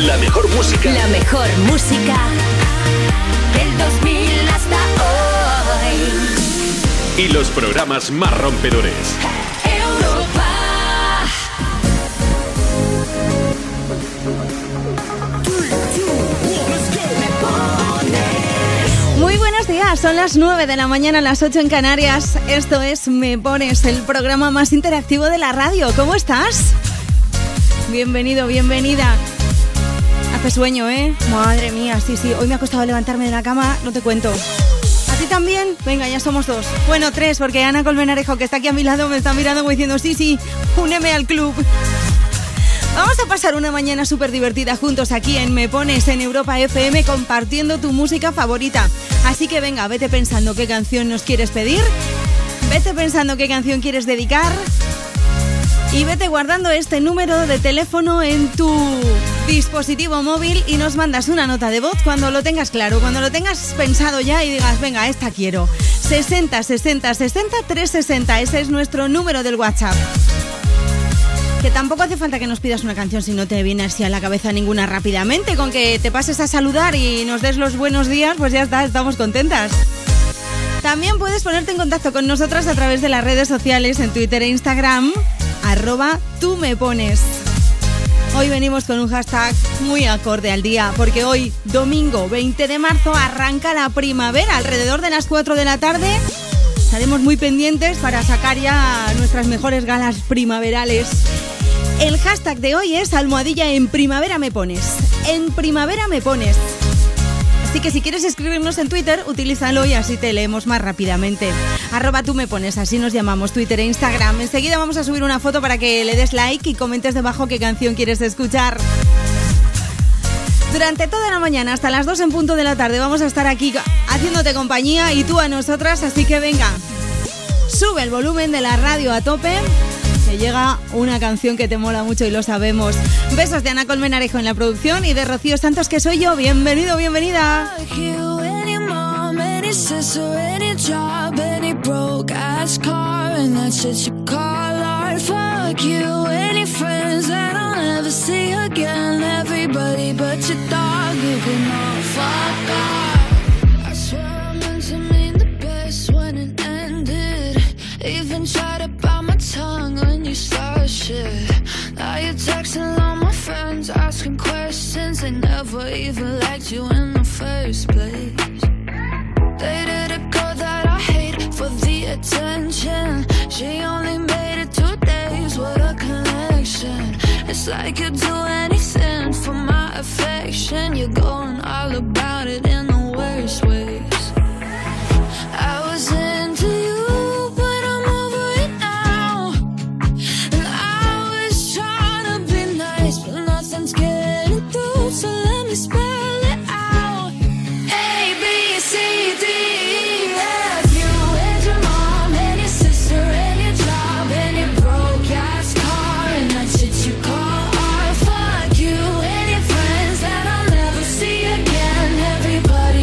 La mejor música. La mejor música del 2000 hasta hoy. Y los programas más rompedores. Europa. Muy buenos días, son las 9 de la mañana, las 8 en Canarias. Esto es Me Pones, el programa más interactivo de la radio. ¿Cómo estás? Bienvenido, bienvenida. Hace sueño, ¿eh? Madre mía, sí, hoy me ha costado levantarme de la cama, no te cuento. ¿A ti también? Venga, ya somos dos. Bueno, tres, porque Ana Colmenarejo, que está aquí a mi lado, me está mirando como diciendo, sí, úneme al club. Vamos a pasar una mañana súper divertida juntos aquí en Me Pones en Europa FM, compartiendo tu música favorita. Así que venga, vete pensando qué canción nos quieres pedir, vete pensando qué canción quieres dedicar y vete guardando este número de teléfono en tu dispositivo móvil y nos mandas una nota de voz cuando lo tengas claro, cuando lo tengas pensado ya y digas, venga, esta quiero. 60 60 60 360, ese es nuestro número del WhatsApp. Que tampoco hace falta que nos pidas una canción si no te viene así a la cabeza ninguna rápidamente. Con que te pases a saludar y nos des los buenos días, pues ya está, estamos contentas. También puedes ponerte en contacto con nosotras a través de las redes sociales en Twitter e Instagram, @tumepones. Hoy venimos con un hashtag muy acorde al día, porque hoy, domingo 20 de marzo, arranca la primavera. Alrededor de las 4 de la tarde estaremos muy pendientes para sacar ya nuestras mejores galas primaverales. El hashtag de hoy es almohadilla en primavera me pones. En primavera me pones. Así que si quieres escribirnos en Twitter, utilízalo y así te leemos más rápidamente. @tumepones, así nos llamamos, Twitter e Instagram. Enseguida vamos a subir una foto para que le des like y comentes debajo qué canción quieres escuchar. Durante toda la mañana hasta las 2 en punto de la tarde vamos a estar aquí haciéndote compañía y tú a nosotras, así que venga, sube el volumen de la radio a tope, que llega una canción que te mola mucho y lo sabemos. Besos de Ana Colmenarejo en la producción y de Rocío Santos, que soy yo. Bienvenido, bienvenida. See again, everybody but your dog, you can all fuck off. I swear I meant to mean the best when it ended. Even tried to bite my tongue when you started shit. Now you're texting all my friends, asking questions. They never even liked you in the first place. Dated a girl that I hate for the attention. She only made it 2 days, what a connection. It's like you'd do anything for my affection. You're going all about it in the worst ways. I was into you, but I'm over it now. And I was trying to be nice, but nothing's getting through. So let me spell it out. A, B, C, D, E, F. You and your mom and your sister and your job and your broke ass car and that shit you call. Everybody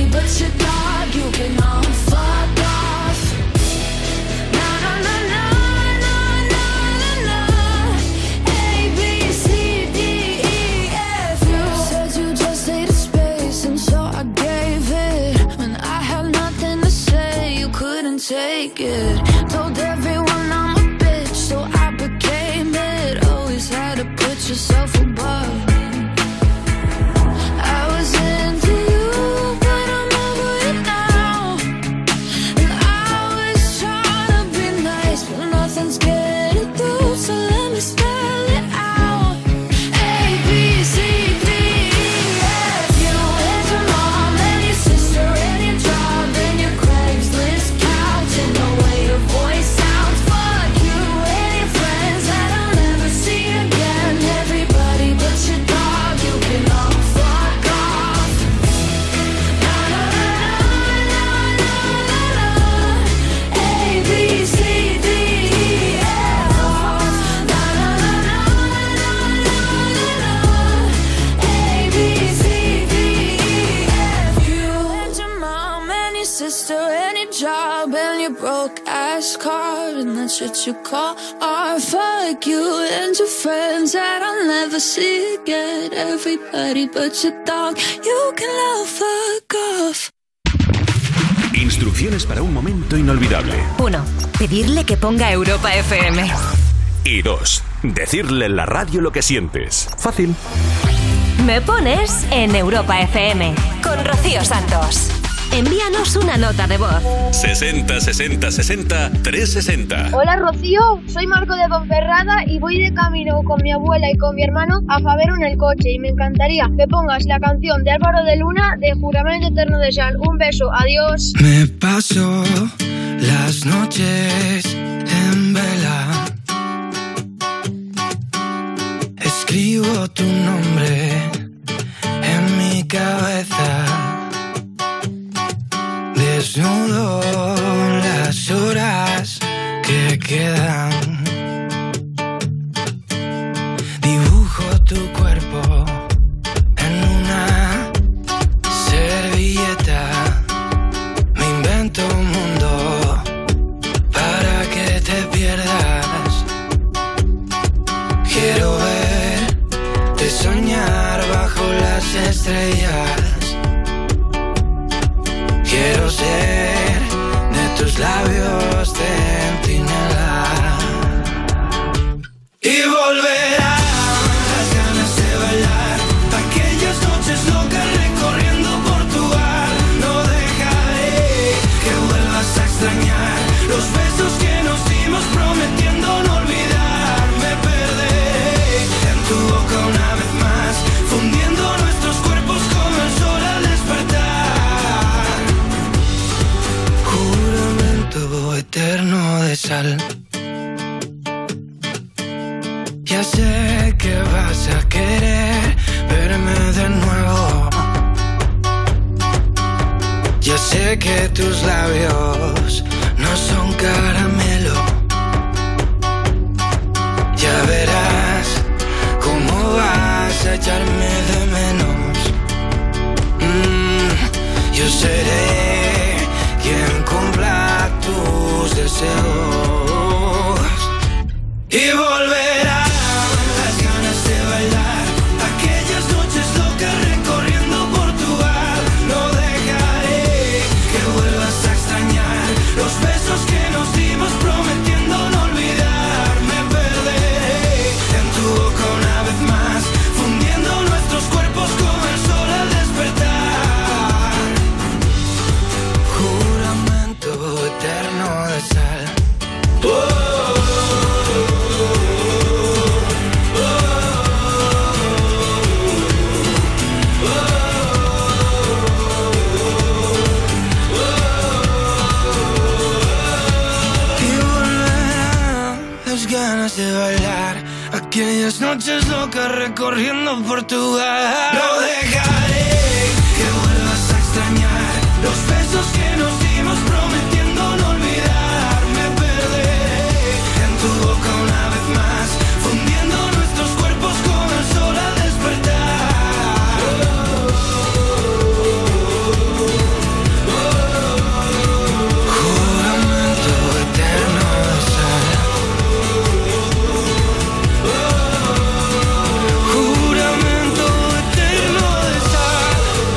and that's what you call art. Fuck you and your friends that I'll never see again. Everybody but your dog, you can love, fuck off. Instrucciones para un momento inolvidable. 1. Pedirle que ponga Europa FM. Y 2. Decirle en la radio lo que sientes. Fácil. Me pones en Europa FM con Rocío Santos. Envíanos una nota de voz. 60 60 60 360. Hola Rocío, soy Marco de Ponferrada y voy de camino con mi abuela y con mi hermano a Fabero en el coche y me encantaría que pongas la canción de Álvaro de Luna de Juramento Eterno de Sal. Un beso, adiós. Me paso las noches en vela, escribo tu nombre en mi cabeza. Desnudo las horas que quedan. Dibujo tu cuerpo en una servilleta. Me invento un mundo para que te pierdas. Quiero verte soñar bajo las estrellas. Quiero ser de tus labios centinela y volverán las ganas de bailar, aquellas noches locas recorriendo Portugal. No dejaré que vuelvas a extrañar los besos que nos dimos prometiendo no olvidar. Me perderé en tu boca una vez más, fundiendo nuestros cuerpos como el sol al despertar. Eterno de sal. Ya sé que vas a querer verme de nuevo. Ya sé que tus labios no son caramelo. Ya verás cómo vas a echarme de menos. Yo seré quien cumpla tus deseos y volverán las ganas de bailar, aquellas noches locas recorriendo Portugal. No dejaré que vuelvas a extrañar los besos que nos dimos prometiendo no olvidar. Me perderé en tu boca una vez más, fundiendo nuestros cuerpos como el sol al despertar. Eterno de sal. Y volverán las ganas de bailar, aquellas noches locas recorriendo Portugal. No dejaré que vuelvas a extrañar los besos que nos dimos prometiendo no olvidar. Me perderé en tu boca una vez más, fundiendo nuestros cuerpos con el sol al despertar. Juramento eterno de sal. Juramento eterno de sal.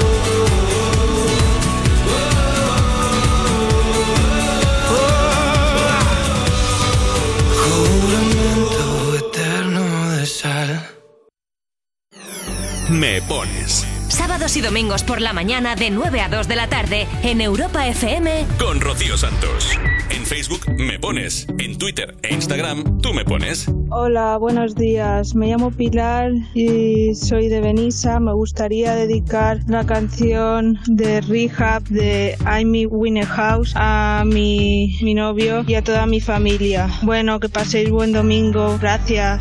Me pones. Sábados y domingos por la mañana de 9 a 2 de la tarde en Europa FM Con Rocío Santos. En Facebook Me Pones. En Twitter e Instagram Tú Me Pones. Hola, buenos días. Me llamo Pilar y soy de Benissa. Me gustaría dedicar la canción de Rehab de Amy Winehouse a mi novio y a toda mi familia. Bueno, que paséis buen domingo. Gracias.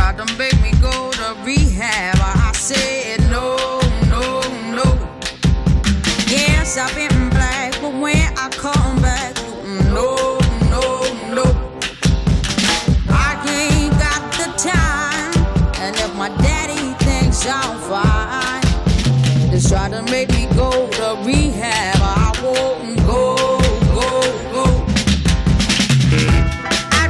Yes, I've been black, but when I come back, no, no, no. I ain't got the time, and if my daddy thinks I'm fine, just try to make me go to rehab. I won't go, go, go. I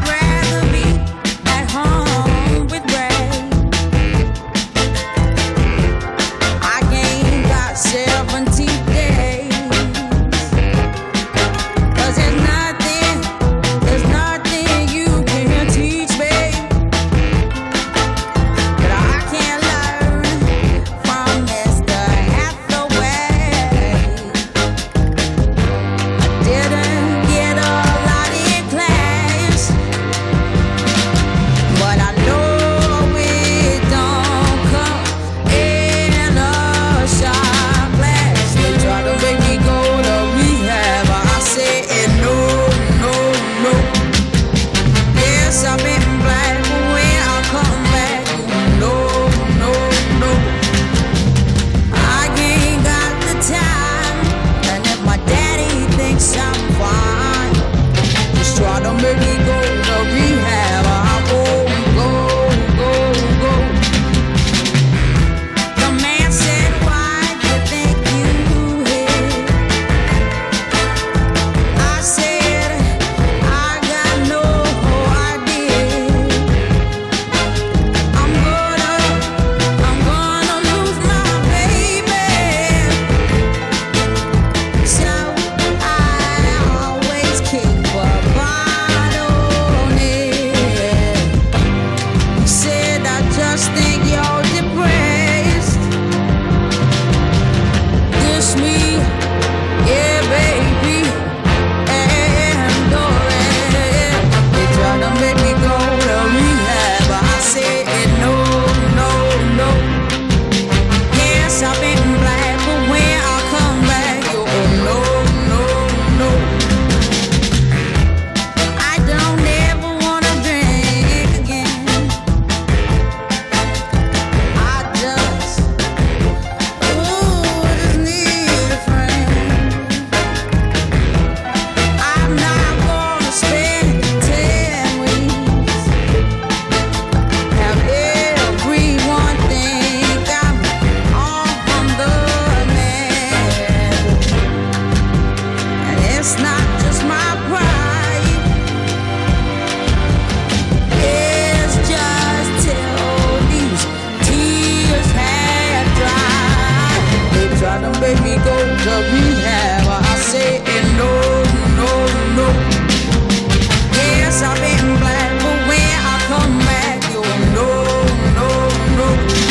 to rehab. I say no, no, no. Yes, I've been black, but when I come back, you no, no, no.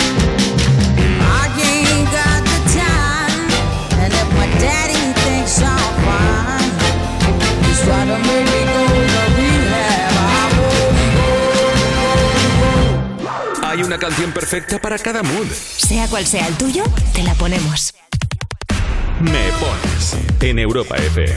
I ain't got the time, and if my daddy thinks I'm fine, he's trying to make me go to rehab. I won't go. Hay una canción perfecta para cada mood. Sea cual sea el tuyo, te la ponemos. Me Pones en Europa FM.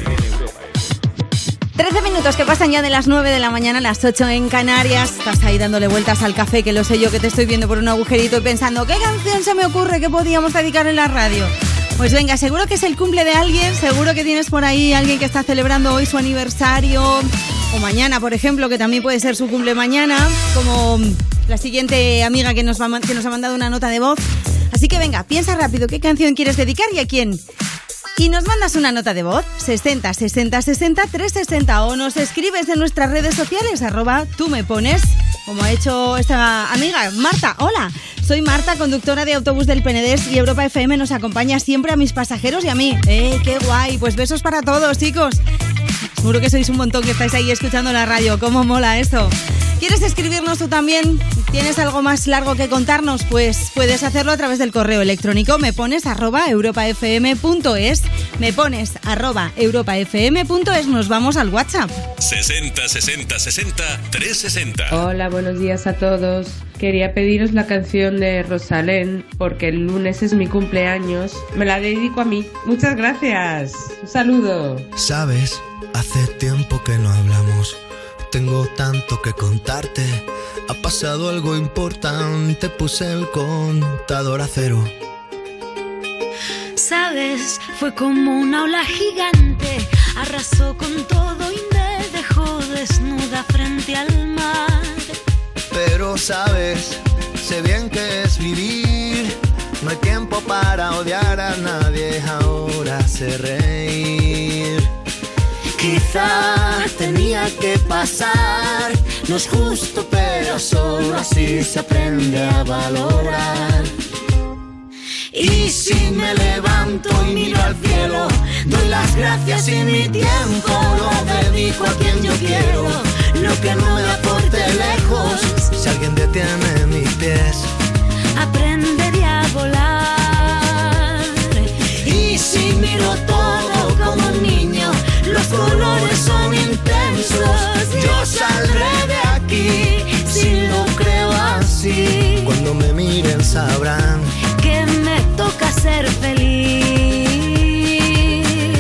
13 minutos que pasan ya de las 9 de la mañana a las 8 en Canarias. Estás ahí dándole vueltas al café, que lo sé yo, que te estoy viendo por un agujerito y pensando, ¿qué canción se me ocurre que podíamos dedicar en la radio? Pues venga, seguro que es el cumple de alguien, seguro que tienes por ahí alguien que está celebrando hoy su aniversario, o mañana, por ejemplo, que también puede ser su cumple mañana, como la siguiente amiga que nos ha mandado una nota de voz. Así que venga, piensa rápido qué canción quieres dedicar y a quién. Y nos mandas una nota de voz, 60 60 60 360, o nos escribes en nuestras redes sociales, ¡tú me pones! Como ha hecho esta amiga, Marta. Hola, soy Marta, conductora de autobús del Penedés, y Europa FM nos acompaña siempre a mis pasajeros y a mí. ¡Qué guay! Pues besos para todos, chicos. Seguro que sois un montón que estáis ahí escuchando la radio. ¡Cómo mola eso! ¿Quieres escribirnos tú también? ¿Tienes algo más largo que contarnos? Pues puedes hacerlo a través del correo electrónico mepones@europafm.es. mepones@europafm.es. Nos vamos al WhatsApp. 60 60 60 360. Hola, buenos días a todos. Quería pediros la canción de Rosalén porque el lunes es mi cumpleaños. Me la dedico a mí. Muchas gracias. Un saludo. Sabes, hace tiempo que no hablamos. Tengo tanto que contarte. Ha pasado algo importante. Puse el contador a cero. Sabes, fue como una ola gigante. Arrasó con todo y me dejó desnuda frente al mar. Pero sabes, sé bien que es vivir. No hay tiempo para odiar a nadie. Ahora sé reír. Quizá tenía que pasar. No es justo, pero solo así se aprende a valorar. Y si me levanto y miro al cielo, doy las gracias y mi tiempo lo dedico a quien yo quiero. Lo que no me aporte lejos, si alguien detiene mis pies, aprenderé a volar. Y si miro todo como un niño, los colores son intensos. Yo saldré de aquí, si lo creo así. Cuando me miren sabrán que me toca ser feliz.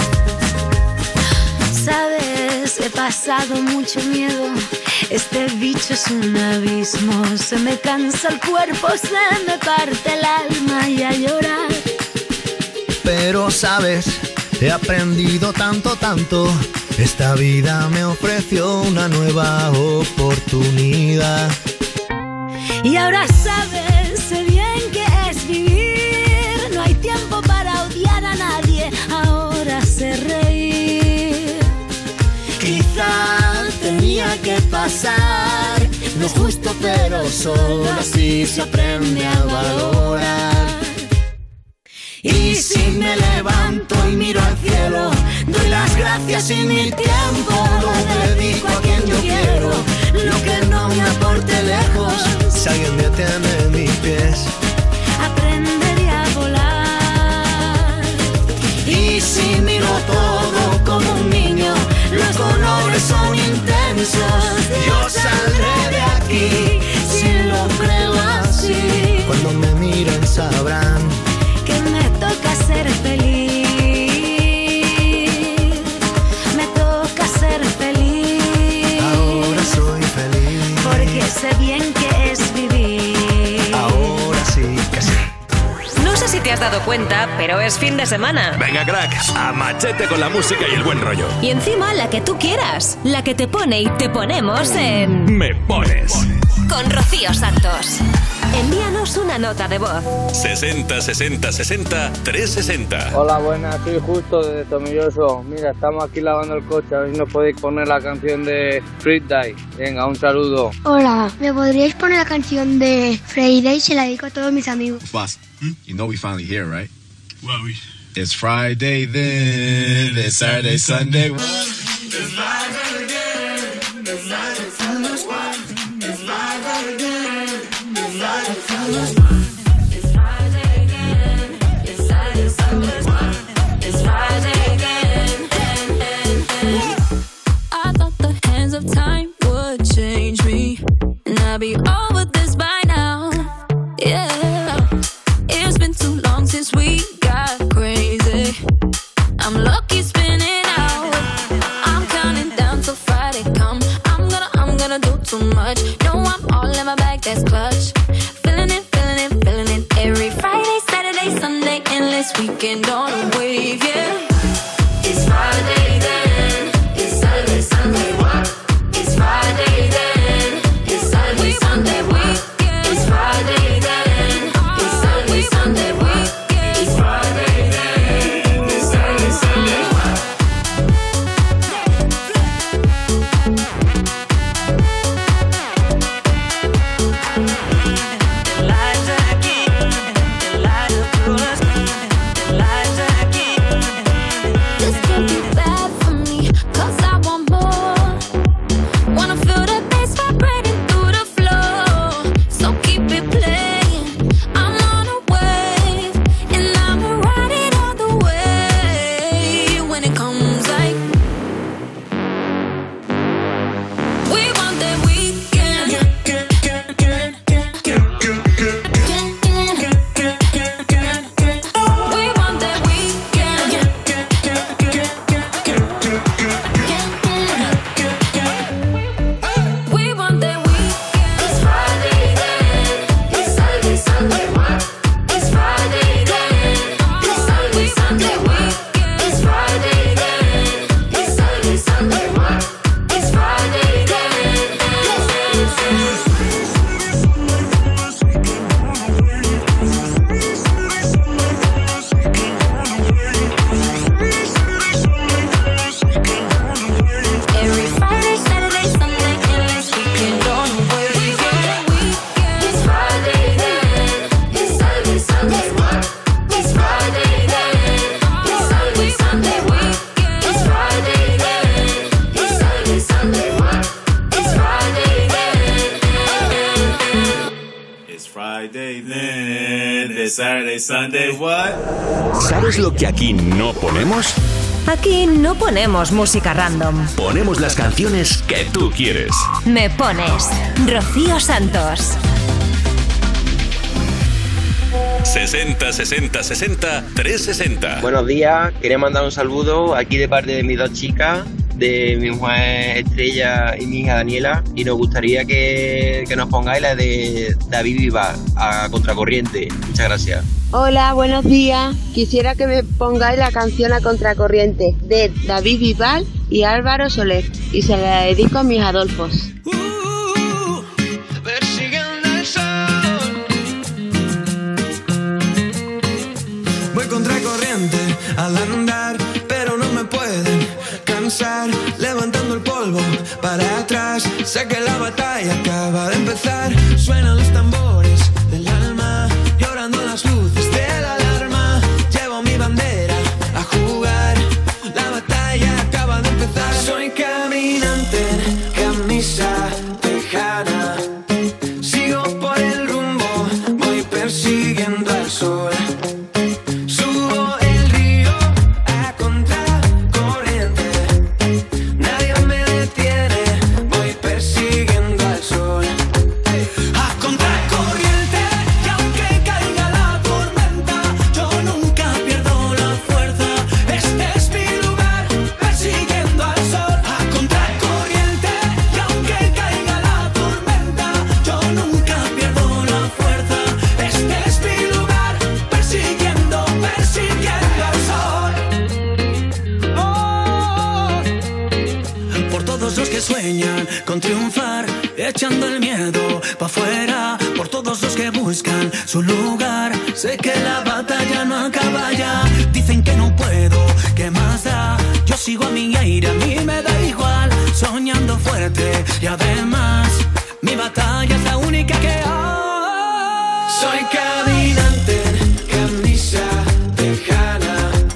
Sabes, he pasado mucho miedo. Este bicho es un abismo. Se me cansa el cuerpo, se me parte el alma y a llorar. Pero sabes, he aprendido tanto, tanto. Esta vida me ofreció una nueva oportunidad. Y ahora sabes, sé bien que es vivir. No hay tiempo para odiar a nadie. Ahora sé reír. Quizá tenía que pasar. No es justo, pero solo así se aprende a valorar. Y si me levanto y miro al cielo, doy las gracias y mi tiempo lo dedico a quien yo quiero. Lo que no me aporte lejos, si alguien detiene mis pies, aprenderé a volar. Y si miro todo como un niño, los colores son intensos. Yo saldré de aquí, si lo creo así. Cuando me miren sabrán que me toca ser feliz. Me toca ser feliz. Ahora soy feliz. Porque sé bien que es vivir. Ahora sí que sí. No sé si te has dado cuenta, pero es fin de semana. Venga, crack, a machete con la música y el buen rollo. Y encima la que tú quieras, la que te pone y te ponemos en Me Pones. Con Rocío Santos. Envíanos una nota de voz. 60 60 60 360. Hola, buenas, soy Justo de Tomilloso. Mira, estamos aquí lavando el coche, a ver si nos podéis poner la canción de Free Day. Venga, un saludo. Hola, ¿me podríais poner la canción de Friday? Se la dedico a todos mis amigos. Boss, you know we finally here, right? Well, It's Friday then, it's Saturday, Sunday. It's Friday again, it's Saturday, Sunday. It's Friday again, it's Saturday, Sunday. It's Friday again, it's Saturday, Sunday. It's Friday again. I thought the hands of time would change me, and I'd be over this by now. Yeah, it's been too long since we got crazy. I'm lucky spinning out. I'm counting down till Friday come. I'm gonna do too much. No, I'm all in my bag, that's clutch. Feeling it, feeling it, feeling it. Every Friday, Saturday, Sunday, endless weekend on a wave, yeah. It's Friday then, it's Saturday, Sunday, what? It's Friday then, it's Saturday, Sunday, what? It's Friday then, it's Saturday, Sunday, what? It's Friday then, it's Saturday, Sunday, what? This can't be bad for me, 'cause I want more. Wanna feel the bass vibrating through the floor. So keep it playing. I'm on a wave, and I'ma ride it all the way. When it comes like we want that weekend. We want that weekend. We want that weekend. It's Friday then, it's Saturday, Sunday, what? It's Friday then, it's Saturday, Sunday, what? It's Friday then, it's Saturday, Sunday, what? It's Friday then. Every Friday, Saturday, Sunday, endless weekend on the wave, yeah. It's Friday then, it's Saturday, Sunday, what? It's Friday then, it's Saturday, Sunday, what? It's Friday then, it's Saturday, Sunday, what? It's Friday then. It's Friday then, it's Saturday, Sunday, what? ¿Sabes lo que aquí no ponemos? Aquí no ponemos música random. Ponemos las canciones que tú quieres. Me Pones, Rocío Santos. 60 60 60 360. Buenos días, quería mandar un saludo aquí de parte de mis dos chicas, de mi mujer Estrella y mi hija Daniela, y nos gustaría que nos pongáis la de David Bisbal, A Contracorriente. Muchas gracias. Hola, buenos días. Quisiera que me pongáis la canción A Contracorriente de David Bisbal y Álvaro Soler, y se la dedico a mis Adolfos. Persiguiendo el sol. Voy contracorriente al andar, pero no me pueden cansar. Levantando el polvo para atrás, sé que la batalla acaba de empezar. Suenan los tambores del alma, llorando las luces de la alarma. Llevo mi bandera a jugar, la batalla acaba de empezar. Soy caminante en camisa tejana, sigo por el rumbo, voy persiguiendo al sol. Subo el río a contracorriente, nadie me detiene, voy persiguiendo al sol. A contracorriente, y aunque caiga la tormenta, yo nunca pierdo la fuerza. Este es mi lugar, persiguiendo al sol. A contracorriente, y aunque caiga la tormenta, yo nunca pierdo la fuerza. Este es mi lugar, persiguiendo al sol. Oh. Por todos los que sueñan con triunfar, echando el miedo pa' afuera. Por todos los que buscan su lugar, sé que la batalla no acaba ya. Dicen que no puedo, ¿qué más da? Yo sigo a mi aire, a mí me da igual. Soñando fuerte y además mi batalla es la única que hay. Soy caminante en camisa tejana,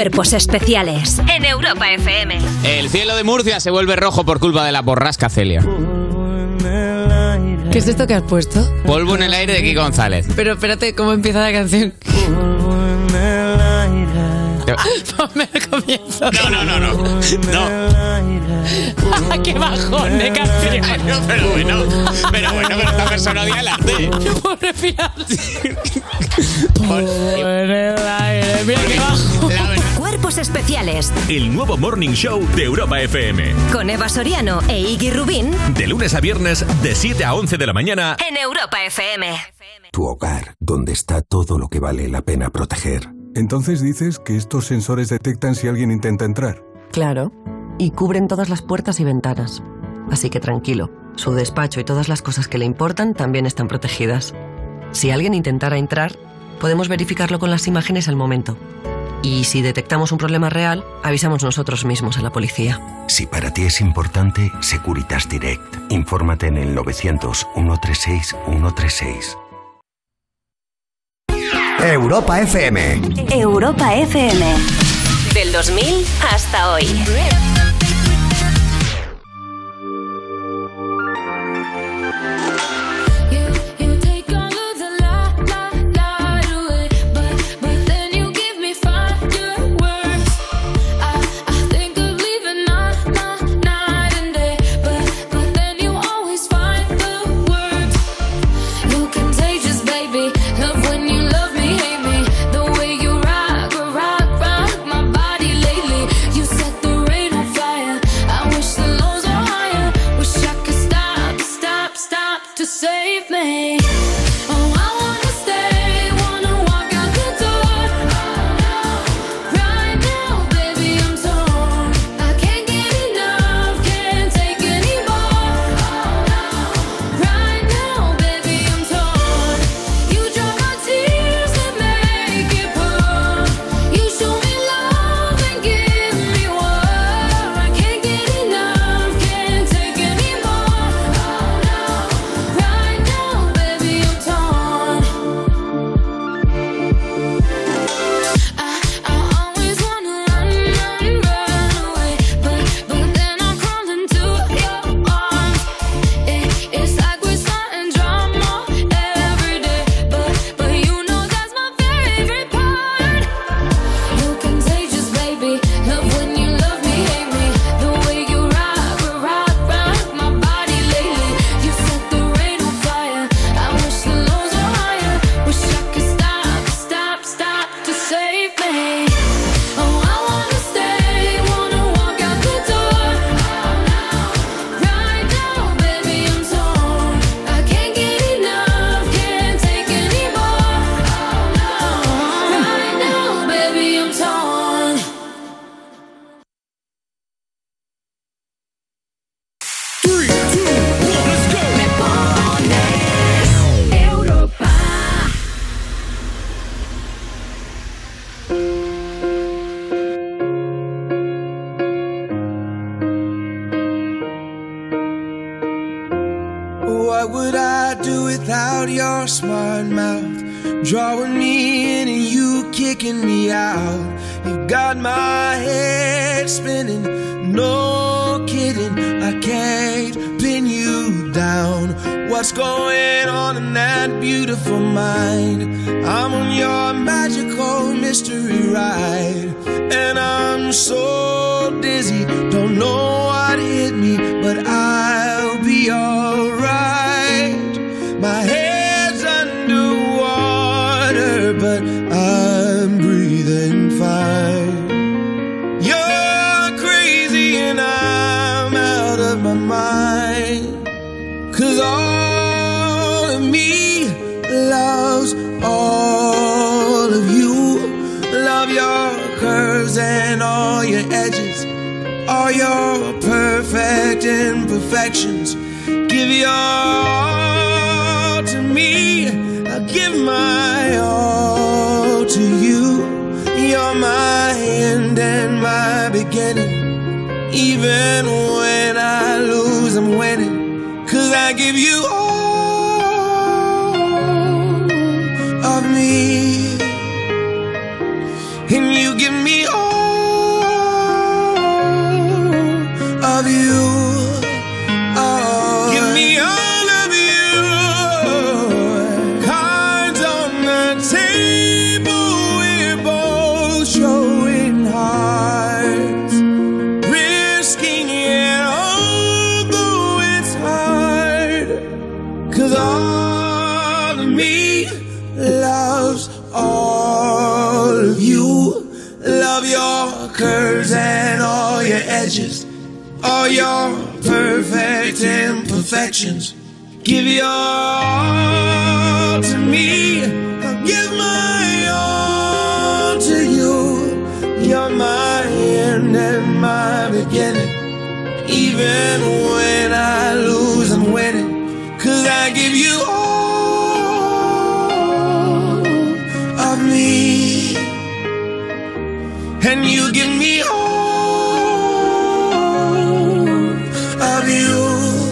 Cuerpos Especiales en Europa FM. El cielo de Murcia se vuelve rojo por culpa de la borrasca Celia. ¿Qué es esto que has puesto? Polvo en el aire de Kiko González. Pero espérate, ¿cómo empieza la canción? Ponme el comienzo. No. ¡Qué bajón de canción! Pero bueno, esta persona odia el arte. No puedo respirar. En el aire, mira qué bajo. Cuerpos Especiales. El nuevo Morning Show de Europa FM. Con Eva Soriano e Iggy Rubín. De lunes a viernes, de 7 a 11 de la mañana. En Europa FM. Tu hogar, donde está todo lo que vale la pena proteger. Entonces dices que estos sensores detectan si alguien intenta entrar. Claro, y cubren todas las puertas y ventanas. Así que tranquilo, su despacho y todas las cosas que le importan también están protegidas. Si alguien intentara entrar, podemos verificarlo con las imágenes al momento. Y si detectamos un problema real, avisamos nosotros mismos a la policía. Si para ti es importante, Securitas Direct. Infórmate en el 900-136-136. Europa FM. Europa FM. Del 2000 hasta hoy. What would I do without your smart mouth? Drawing me in and you kicking me out. You got my head spinning, no kidding. I can't pin you down. What's going on in that beautiful mind? I'm on your magical mystery ride, and I'm so dizzy, don't know what hit me, but I'll be alright. My head's underwater, but I'm breathing fine. You're crazy and I'm out of my mind, 'cause all of me loves all of you. Love your curves and all your edges, all your perfect imperfections. Give your all to me, I give my all to you. You're my end and my beginning. Even when I lose, I'm winning, 'cause I give you all of me, and you give me all edges, all your perfect imperfections. Give your all to me, I'll give my all to you. You're my end and my beginning. Even when I lose, I'm winning. 'Cause I give you all of me, and you give me all of you.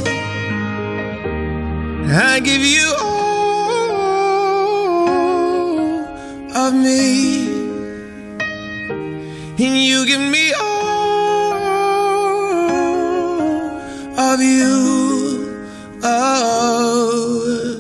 I give you all of me, and you give me all of you. Oh.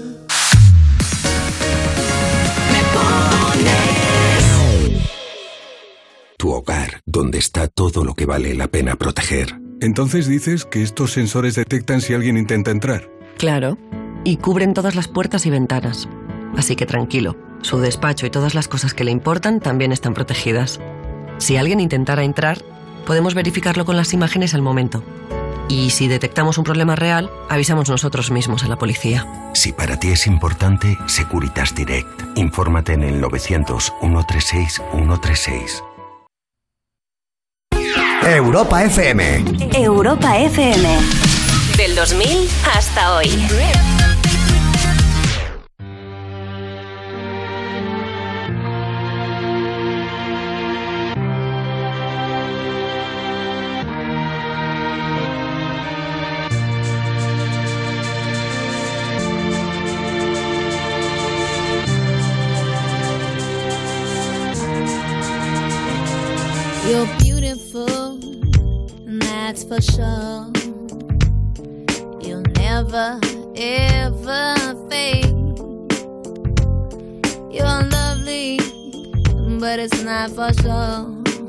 Tu hogar, donde está todo lo que vale la pena proteger. Entonces dices que estos sensores detectan si alguien intenta entrar. Claro. Y cubren todas las puertas y ventanas. Así que tranquilo, su despacho y todas las cosas que le importan también están protegidas. Si alguien intentara entrar, podemos verificarlo con las imágenes al momento. Y si detectamos un problema real, avisamos nosotros mismos a la policía. Si para ti es importante, Securitas Direct. Infórmate en el 900 136 136. Europa FM. Europa FM. Del 2000 hasta hoy. You're beautiful, and that's for sure. You'll never, ever fade. You're lovely, but it's not for sure.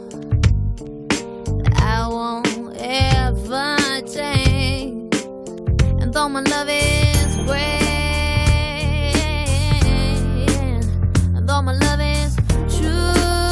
I won't ever change. And though my love is great, and though my love is true,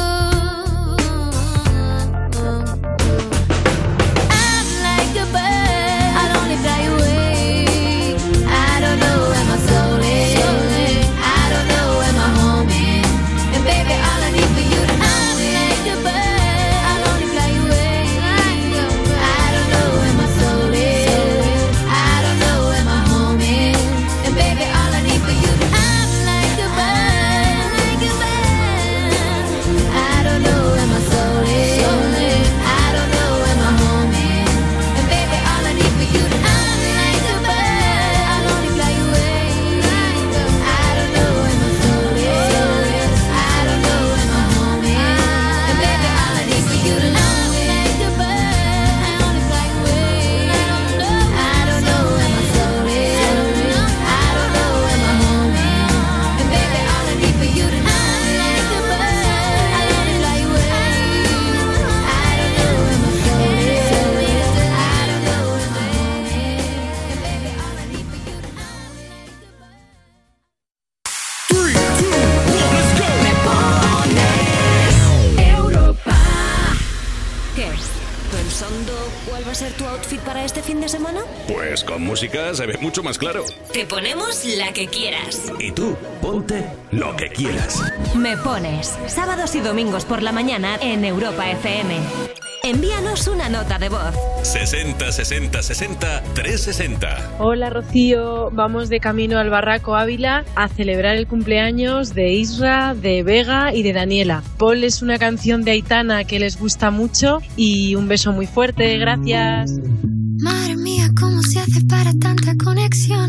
¿Cuál va a ser tu outfit para este fin de semana? Pues con música se ve mucho más claro. Te ponemos la que quieras. Y tú, ponte lo que quieras. Me Pones, sábados y domingos por la mañana en Europa FM. Envíanos una nota de voz. 60 60 60 360. Hola Rocío, vamos de camino al Barraco Ávila a celebrar el cumpleaños de Isra, de Vega y de Daniela. Ponles una canción de Aitana que les gusta mucho y un beso muy fuerte, gracias. Madre mía, ¿cómo se hace para tanta conexión?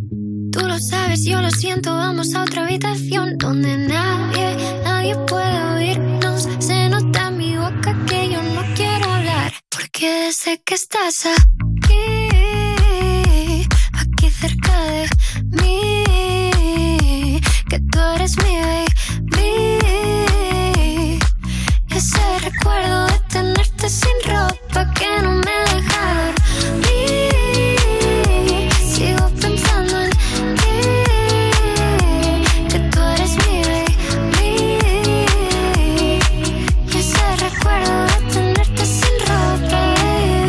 Tú lo sabes, yo lo siento, vamos a otra habitación donde nadie puede oírnos. Se nota en mi boca que yo no quiero hablar, porque sé que estás aquí cerca de mí, que tú eres mi baby. Y ese recuerdo de tenerte sin ropa que no me deja dormir. Sigo pensando en ti, que tú eres mi baby. Y ese recuerdo de tenerte sin ropa, baby.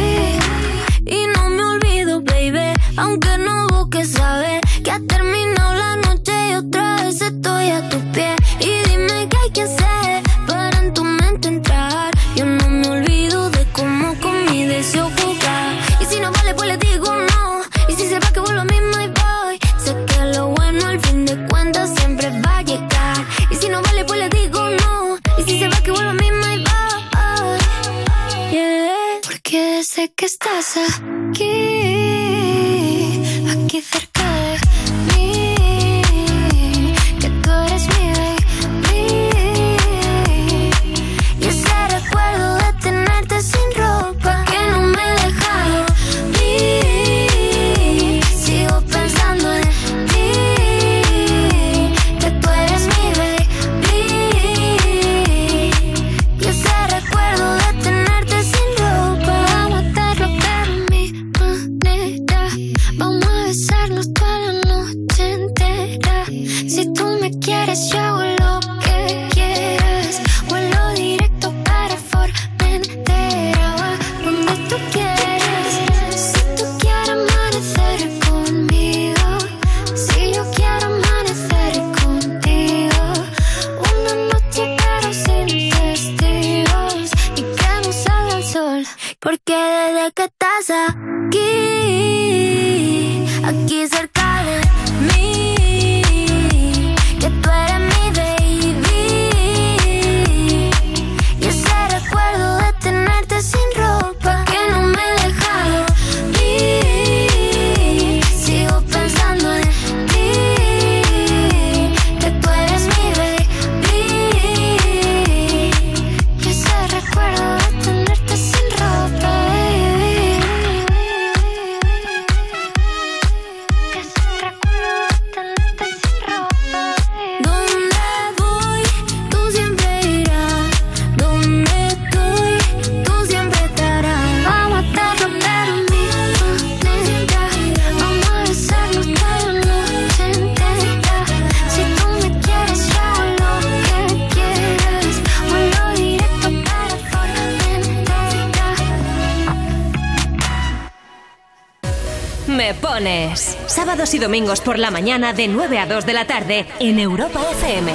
estás aquí, aquí cerca de mí, que tú eres mi baby. Y ese recuerdo de tenerte sin ropa que no me he dejado ir. Sigo pensando en ti, que tú eres mi baby. Y ese recuerdo de tenerte sin ropa, vamos a matarlo pero a mi manera. Vamos a besarnos toda la noche entera. Si tú me quieres yo hago lo que quieras. Vuelo directo para Formentera, va donde tú quieres. Si tú quieres amanecer conmigo, si yo quiero amanecer contigo. Una noche pero sin testigos y que no salga el sol, porque desde que estás aquí cerca de mí, que tú eres mi baby. Y ese recuerdo de tenerte sin ropa que no me he dejado ir. Sigo pensando en ti, que tú eres mi baby. Y ese recuerdo de tenerte sin ropa, baby. Que ese recuerdo de tenerte sin ropa, baby. Donde voy, tú siempre irás. Donde estoy, tú siempre estarás. Vamos a matarlo pero a mi manera. Vamos a besarnos toda la noche entera. Si tú me quieres yo hago lo que quieras. Vuelo directo para Formentera. Me Pones. Sábados y domingos por la mañana de 9 a 2 de la tarde en Europa FM.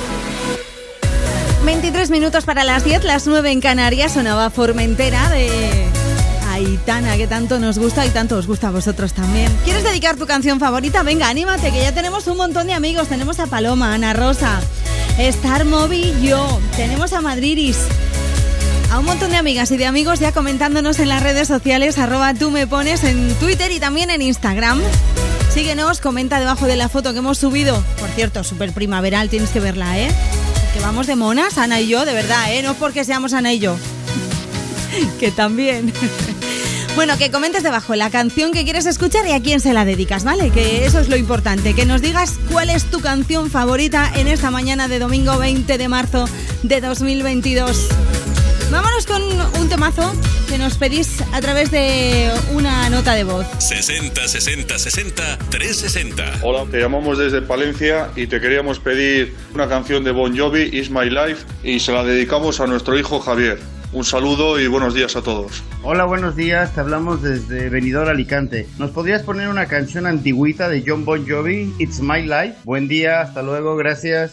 23 minutos para las 10, las 9 en Canarias. Sonaba Formentera de Aitana, que tanto nos gusta y tanto os gusta a vosotros también. ¿Quieres dedicar tu canción favorita? Venga, anímate, que ya tenemos un montón de amigos. Tenemos a Paloma, Ana Rosa, Star Moby, yo. Tenemos a Madriris, a un montón de amigas y de amigos ya comentándonos en las redes sociales, @tú me pones en Twitter y también en Instagram. Síguenos, comenta debajo de la foto que hemos subido. Por cierto, súper primaveral, tienes que verla, ¿eh? Que vamos de monas, Ana y yo, de verdad, ¿eh? No porque seamos Ana y yo. Que también. Bueno, que comentes debajo la canción que quieres escuchar y a quién se la dedicas, ¿vale? Que eso es lo importante, que nos digas cuál es tu canción favorita en esta mañana de domingo 20 de marzo de 2022. Vámonos con un temazo que nos pedís a través de una nota de voz. 60 60 60 360. Hola, te llamamos desde Palencia y te queríamos pedir una canción de Bon Jovi, It's My Life, y se la dedicamos a nuestro hijo Javier. Un saludo y buenos días a todos. Hola, buenos días, te hablamos desde Benidorm, Alicante. ¿Nos podrías poner una canción antigüita de John Bon Jovi, It's My Life? Buen día, hasta luego, gracias.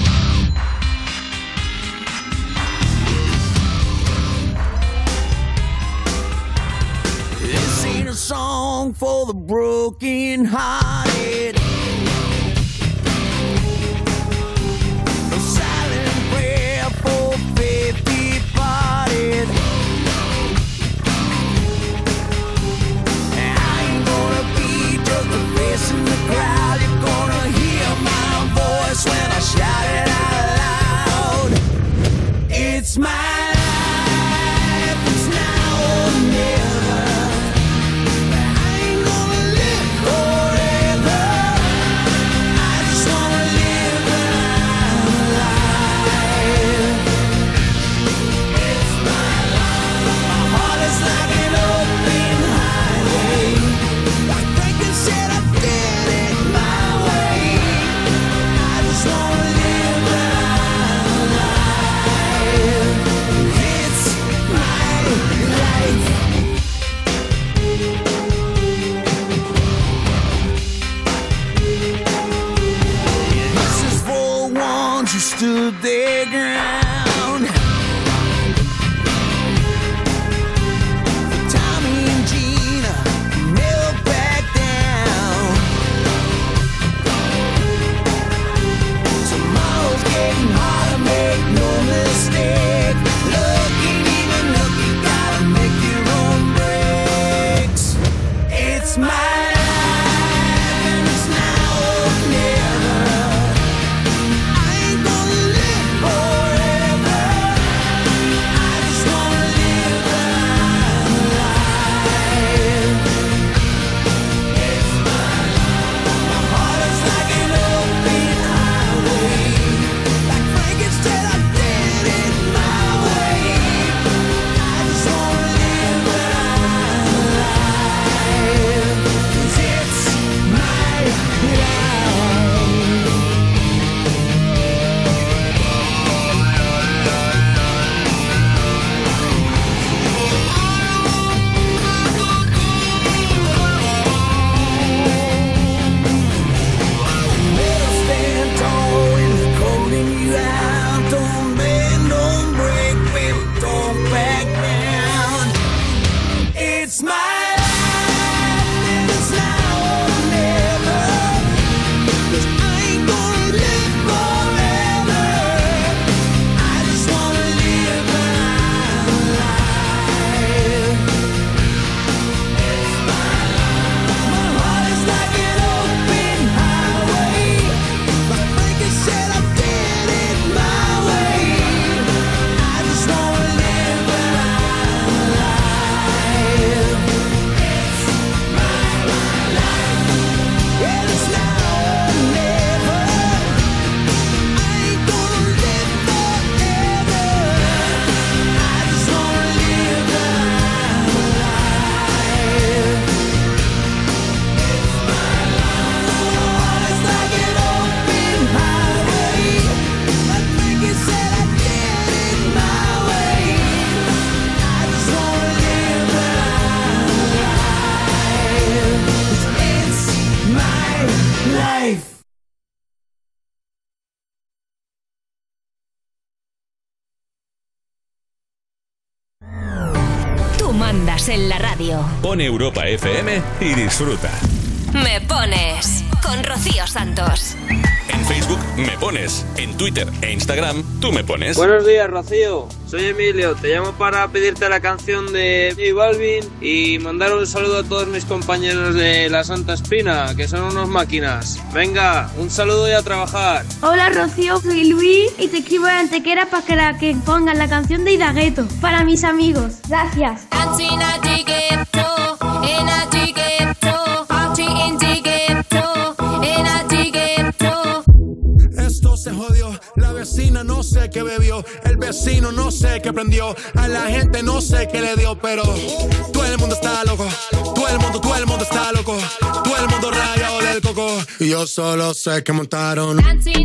This ain't a song for the broken hearted. A silent prayer for faith departed. I ain't gonna be just a face in the crowd. You're gonna hear my voice when I shout it out loud. It's my life, it's now or never. You stood their ground. Tommy and Gina never back down. Tomorrow's getting harder, make no mistake. Look, ain't even look, you gotta make your own break. Life. Tú mandas en la radio. Pon Europa FM y disfruta. Me Pones con Rocío Santos. En Facebook Me Pones, en Twitter e Instagram Tú Me Pones. Buenos días, Rocío. Soy Emilio. Te llamo para pedirte la canción de J Balvin y mandar un saludo a todos mis compañeros de la Santa Espina, que son unos máquinas. Venga, un saludo y a trabajar. Hola, Rocío, soy Luis y te escribo de Antequera para que pongan la canción de Idagueto para mis amigos. Gracias. Esto se jodió, la vecina no sé qué bebió, el vecino no sé qué prendió, a la gente no sé qué le dio, pero todo el mundo está loco, todo el mundo está loco, todo el mundo rayado del coco, y yo solo sé que montaron.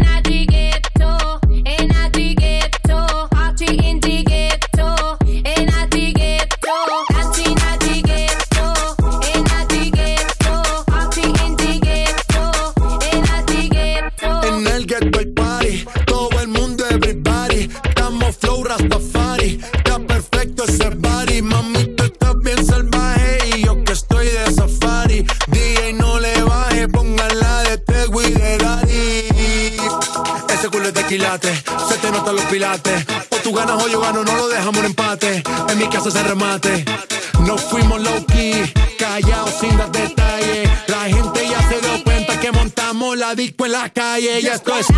Se te notan los pilates. O tú ganas o yo gano, no lo dejamos en empate. En mi casa se remate. No fuimos low key, callados sin dar detalles. La gente ya se dio cuenta que montamos la disco en la calle. Y esto es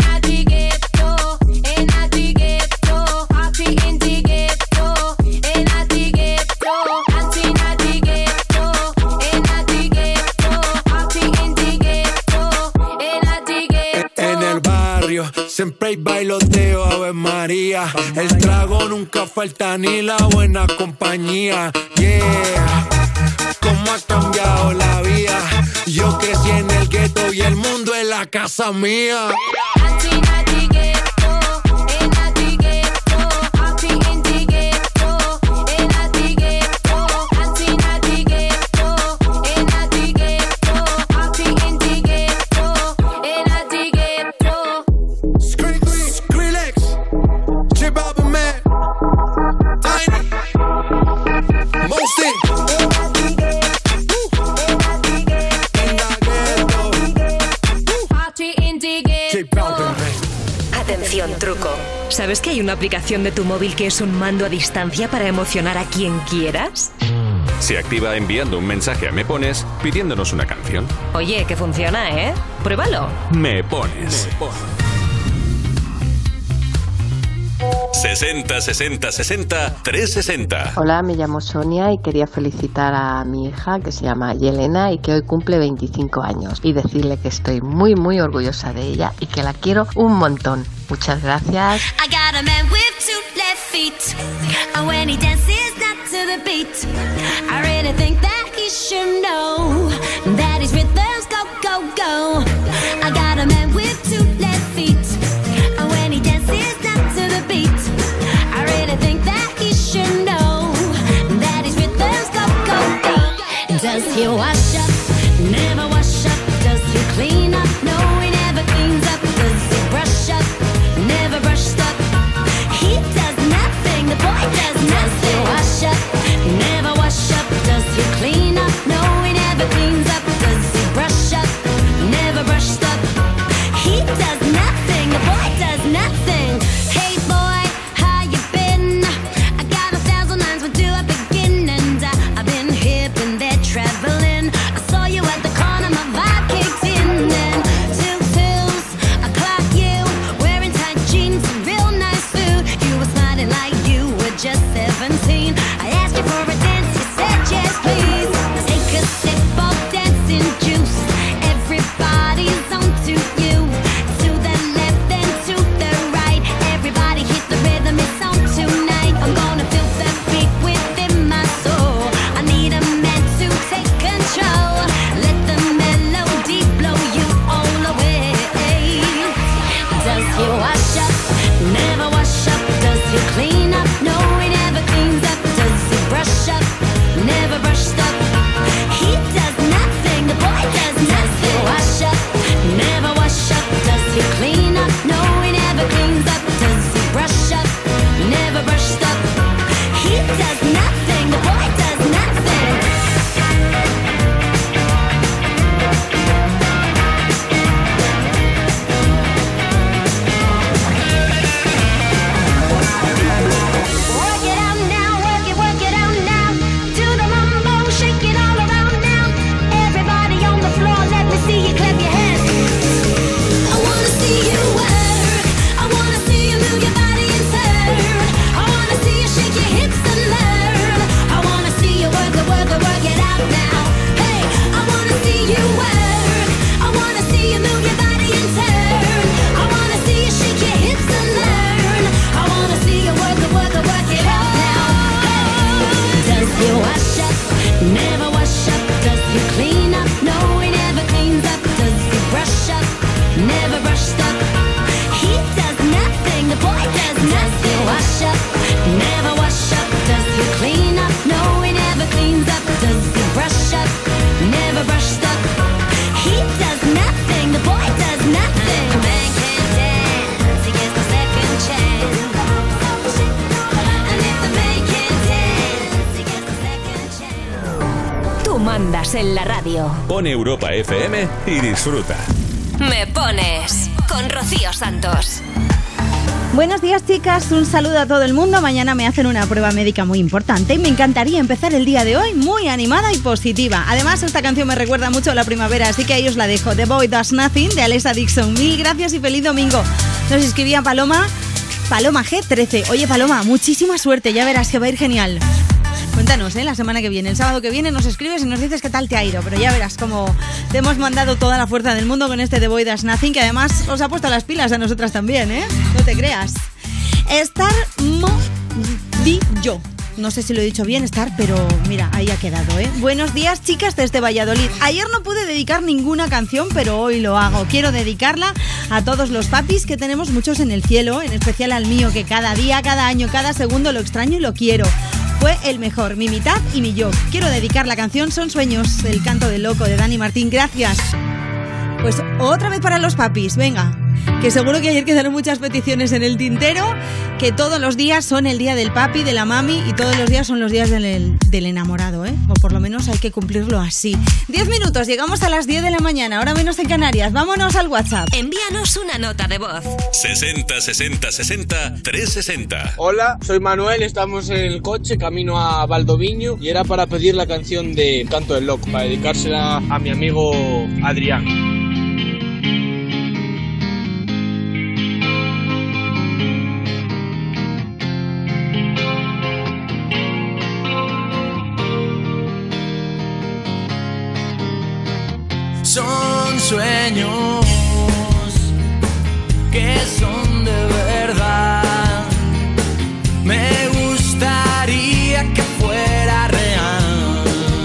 siempre hay bailoteo, Ave María. El trago nunca falta ni la buena compañía. Yeah, cómo ha cambiado la vida. Yo crecí en el gueto y el mundo es la casa mía. Atención, truco. ¿Sabes que hay una aplicación de tu móvil que es un mando a distancia para emocionar a quien quieras? Se activa enviando un mensaje a Me Pones pidiéndonos una canción. Oye, que funciona, ¿eh? Pruébalo. Me Pones. 60 60 60 360. Hola, me llamo Sonia y quería felicitar a mi hija que se llama Yelena y que hoy cumple 25 años y decirle que estoy muy muy orgullosa de ella y que la quiero un montón. Muchas gracias. I got a man with two left feet, and when he dances not to the beat, I really think that he should know that his rhythms go, go, go. I got a man with two left feet, and when he dances not to the beat, I really think that he should know that his rhythms go, go, go. Does he wash up? Never wash up. Does he clean up? No, he never cleans up. Does he brush up? Never brushed up. He does nothing. The boy does nothing. Does he wash up? Never wash up. Does he clean up? No, he never cleans up. Does he brush up? Never brush en la radio. Pon Europa FM y disfruta. Me Pones con Rocío Santos. Buenos días, chicas, un saludo a todo el mundo. Mañana me hacen una prueba médica muy importante y me encantaría empezar el día de hoy muy animada y positiva. Además, esta canción me recuerda mucho a la primavera, así que ahí os la dejo. The Boy Does Nothing, de Alexa Dixon. Mil gracias y feliz domingo. Nos escribía Paloma G13. Oye, Paloma, muchísima suerte, ya verás que va a ir genial. Cuéntanos, la semana que viene, el sábado que viene nos escribes y nos dices qué tal te ha ido, pero ya verás cómo te hemos mandado toda la fuerza del mundo con este The Boy Does Nothing, que además os ha puesto las pilas a nosotras también, no te creas. Star Modillo. No sé si lo he dicho bien, Star, pero mira, ahí ha quedado, Buenos días, chicas, desde Valladolid. Ayer no pude dedicar ninguna canción, pero hoy lo hago. Quiero dedicarla a todos los papis, que tenemos muchos en el cielo, en especial al mío, que cada día, cada año, cada segundo lo extraño y lo quiero. Fue el mejor, mi mitad y mi yo. Quiero dedicar la canción Son Sueños, el canto del loco de Dani Martín. Gracias. Pues otra vez para los papis, venga. Que seguro que ayer quedaron muchas peticiones en el tintero, que todos los días son el día del papi, de la mami, y todos los días son los días del enamorado, o por lo menos hay que cumplirlo así. 10 minutos, llegamos a las 10 de la mañana, ahora menos en Canarias. Vámonos al WhatsApp. Envíanos una nota de voz. 60 60 60 360. Hola, soy Manuel, estamos en el coche camino a Valdoviño y era para pedir la canción de Canto del Loco, para dedicársela a mi amigo Adrián. Son sueños que son de verdad. Me gustaría que fuera real.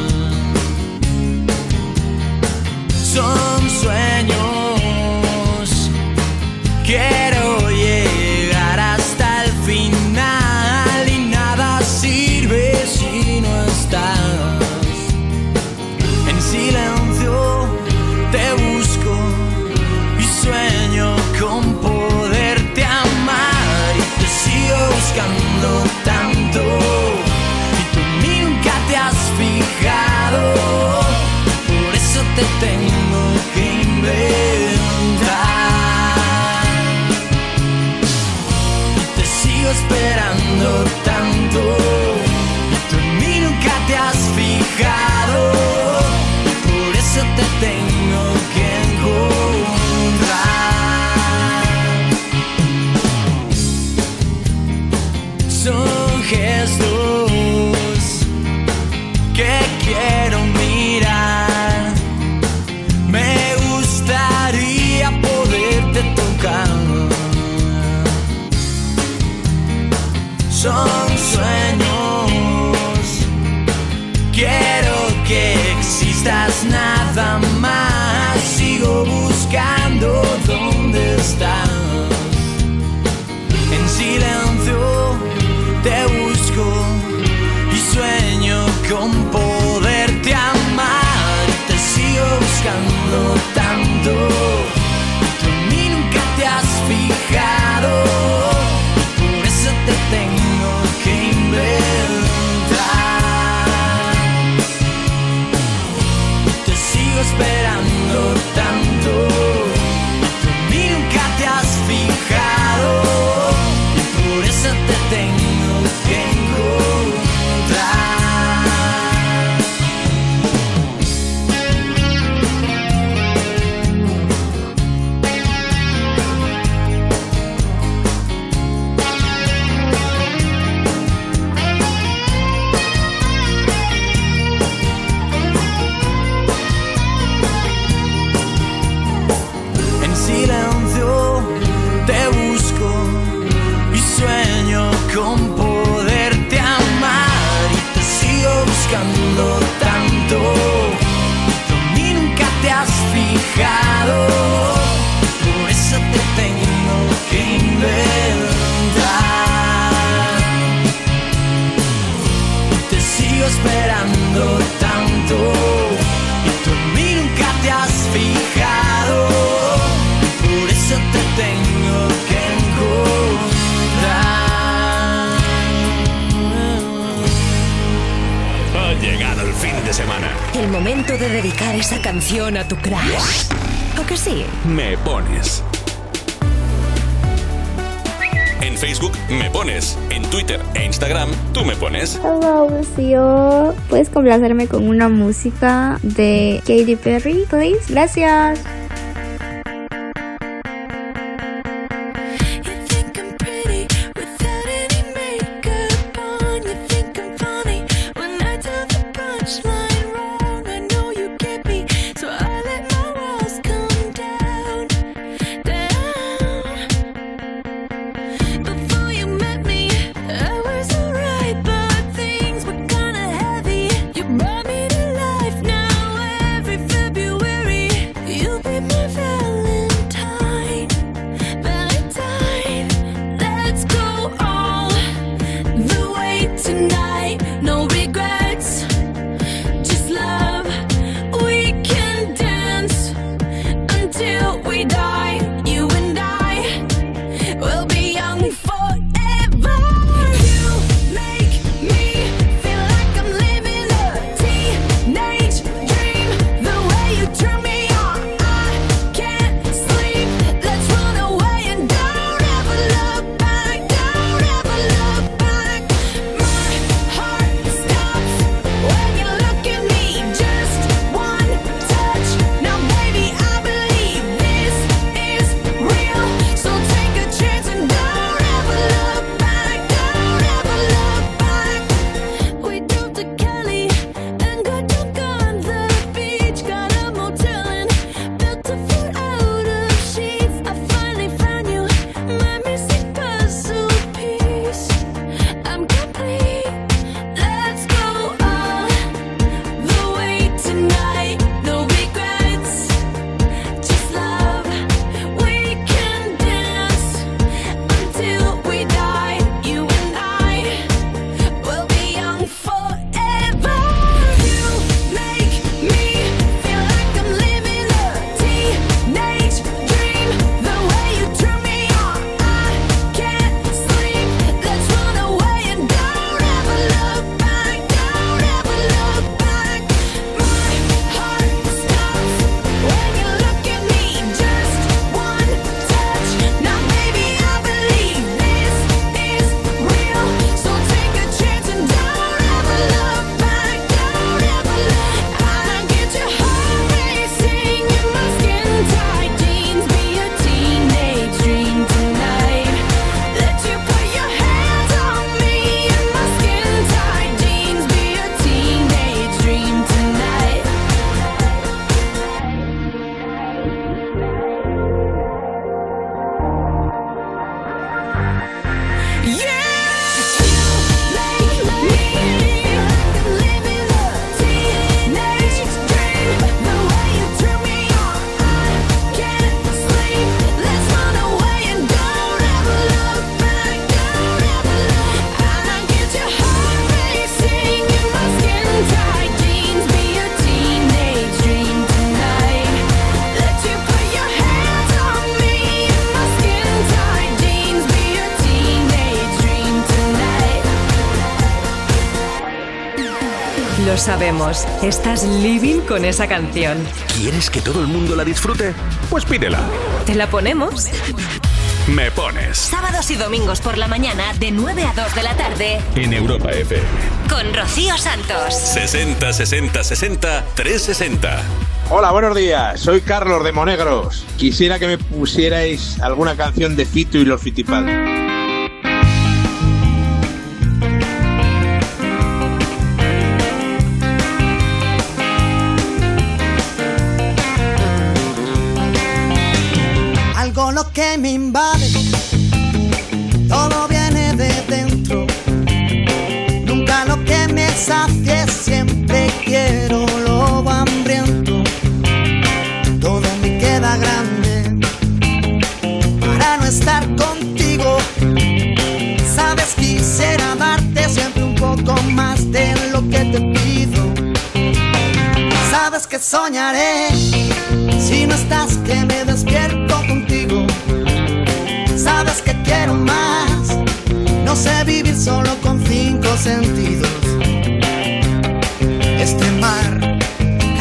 Son sueños, quiero llegar hasta el final y nada sirve si no estás. En silencio te busco y sueño con poderte amar y te sigo buscando tanto y tú nunca te has fijado, por eso te tengo que inventar y te sigo esperando tanto y tú nunca te has fijado, por eso te tengo que encontrar. Son gestos que quiero mirar. Me gustaría poderte tocar. Son sueños, quiero que existas nada más. Sigo buscando dónde estás. En silencio te busco y sueño con poderte amar. Te sigo buscando tanto y tú en mí nunca te has fijado, por eso te tengo que inventar. Te sigo esperando tanto y tú en mí nunca te has fijado, y por eso te tengo que encontrar. En silencio te busco y sueño con poderte amar y te sigo buscando tanto y tú en mí nunca te has fijado, por eso te tengo que inventar. Te sigo esperando tanto y tú en mí nunca te has fijado, por eso te tengo que encontrar. Ha llegado el fin de semana. El Momento de dedicar esa canción a tu crush. ¿O que sí? Me Pones. En Facebook Me Pones. En Twitter e Instagram Tú Me Pones. Hello, Lucio. ¿Puedes complacerme con una música de Katy Perry, please? Gracias. Lo sabemos, estás living con esa canción. ¿Quieres que todo el mundo la disfrute? Pues pídela. ¿Te la ponemos? Me Pones. Sábados y domingos por la mañana de 9 a 2 de la tarde. En Europa FM. Con Rocío Santos. 60 60 60 360. Hola, buenos días. Soy Carlos de Monegros. Quisiera que me pusierais alguna canción de Fito y los Fitipaldis. Algo lo que me invade, todo viene de dentro. Nunca lo que me sacie, siempre quiero lo hambriento. Todo me queda grande para no estar contigo. Sabes, quisiera darte siempre un poco más de lo que te pido. Sabes que soñaré si no estás, que me despierto contigo. Sabes que quiero más, no sé vivir solo con 5 sentidos. Este mar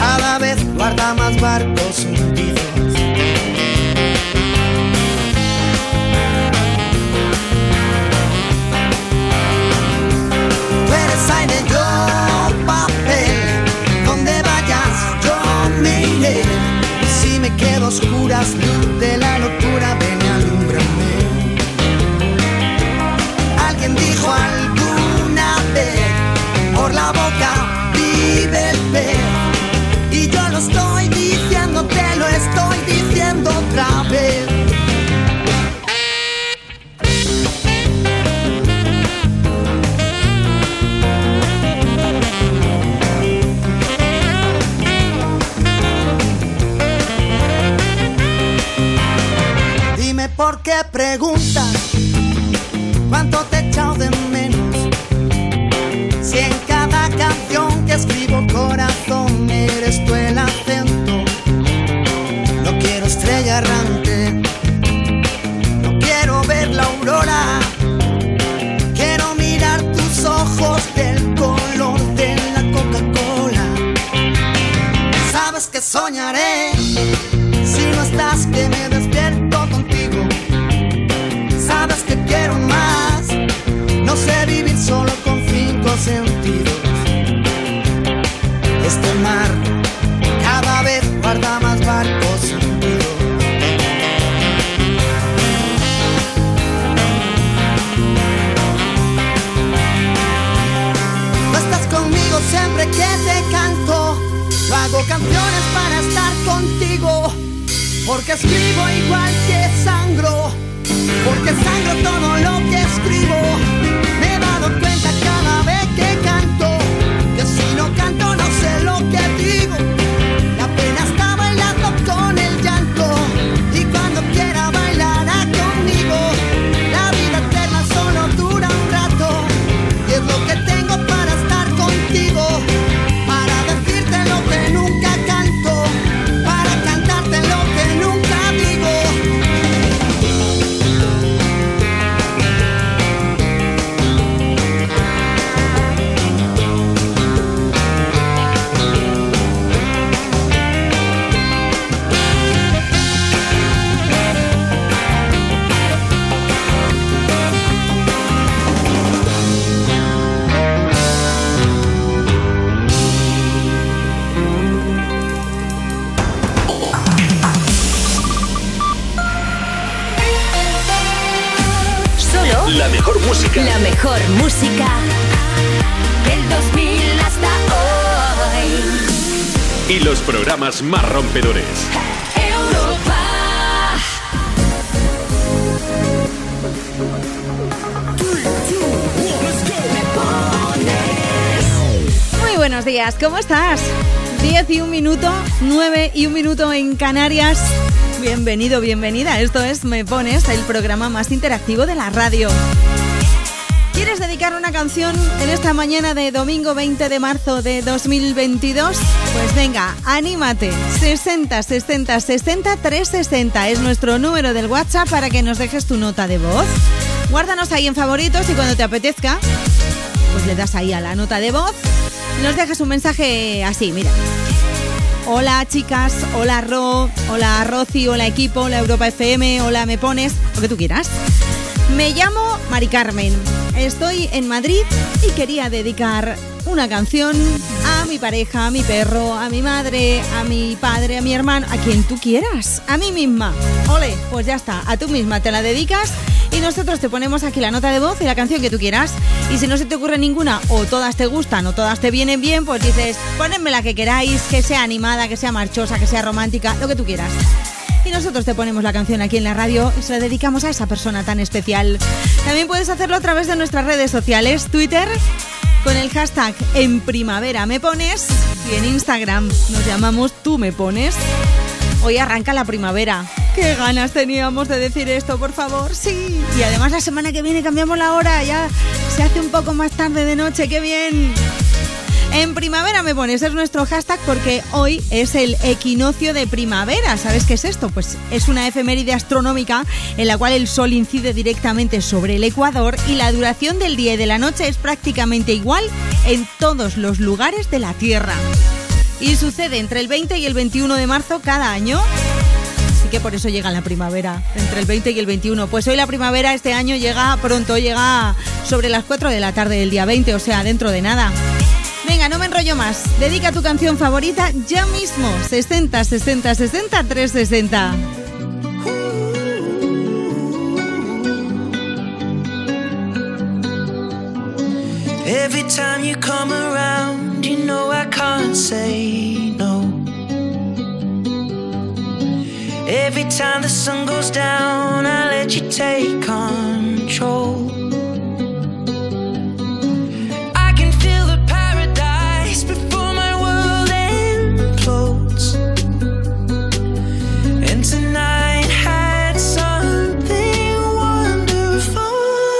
seas luz de la locura, ven y alúmbrame. Alguien dijo alguna vez, por la boca vive el pez. Y yo lo estoy diciendo, te lo estoy diciendo otra vez. Dime por qué preguntas cuánto te he echado de menos. Si en cada canción que escribo, corazón, eres tú el acento. No quiero estrella errante, no quiero ver la aurora. Quiero mirar tus ojos del color de la Coca-Cola. Sabes que soñaré, si no estás que me despierto contigo. Sabes que quiero más, no sé vivir solo con 5 sentidos. Este mar cada vez guarda más barcos hundidos. No estás conmigo siempre que te canto. Yo hago canciones para estar contigo. Porque escribo igual que sangro. Porque sangro todo lo que escribo. Me he dado cuenta cada vez que canto, que si no canto no sé lo que digo. La pena está bailando con el llanto, y cuando quiera bailará conmigo. La vida eterna solo dura un rato, y es lo que tengo para estar contigo. Para decirte lo que nunca canto, para cantarte lo que nunca digo. La mejor música. La mejor música del 2000 hasta hoy. Y los programas más rompedores. Europa. Muy buenos días, ¿cómo estás? 10 y 1 minuto, 9 y 1 minuto en Canarias. Bienvenido, bienvenida. Esto es Me Pones, el programa más interactivo de la radio. ¿Quieres dedicar una canción en esta mañana de domingo 20 de marzo de 2022? Pues venga, anímate. 60 60 60 360 es nuestro número del WhatsApp para que nos dejes tu nota de voz. Guárdanos ahí en favoritos y cuando te apetezca, pues le das ahí a la nota de voz y nos dejas un mensaje así, mira. Hola chicas, hola Ro, hola Rosy, hola equipo, hola Europa FM, hola Me Pones, lo que tú quieras. Me llamo Mari Carmen, estoy en Madrid y quería dedicar una canción a mi pareja, a mi perro, a mi madre, a mi padre, a mi hermano, a quien tú quieras, a mí misma. Ole, pues ya está, a tú misma te la dedicas y nosotros te ponemos aquí la nota de voz y la canción que tú quieras. Y si no se te ocurre ninguna, o todas te gustan o todas te vienen bien, pues dices, ponedme la que queráis, que sea animada, que sea marchosa, que sea romántica, lo que tú quieras. Y nosotros te ponemos la canción aquí en la radio y se la dedicamos a esa persona tan especial. También puedes hacerlo a través de nuestras redes sociales, Twitter, con el hashtag En Primavera Me Pones, y en Instagram nos llamamos Tú Me Pones. Hoy arranca la primavera. ¡Qué ganas teníamos de decir esto, por favor! ¡Sí! Y además la semana que viene cambiamos la hora, ya se hace un poco más tarde de noche, ¡qué bien! En Primavera Me Pones es nuestro hashtag porque hoy es el equinoccio de primavera. ¿Sabes qué es esto? Pues es una efeméride astronómica en la cual el sol incide directamente sobre el ecuador y la duración del día y de la noche es prácticamente igual en todos los lugares de la Tierra. Y sucede entre el 20 y el 21 de marzo cada año. Así que por eso llega la primavera, entre el 20 y el 21. Pues hoy la primavera este año llega pronto, llega sobre las 4 de la tarde del día 20, o sea, dentro de nada. Venga, no me enrollo más. Dedica tu canción favorita ya mismo. 60 60 60 360. Every time you come around, you know I can't say no. Every time the sun goes down, I let you take control. I can feel the paradise before my world implodes. And tonight had something wonderful.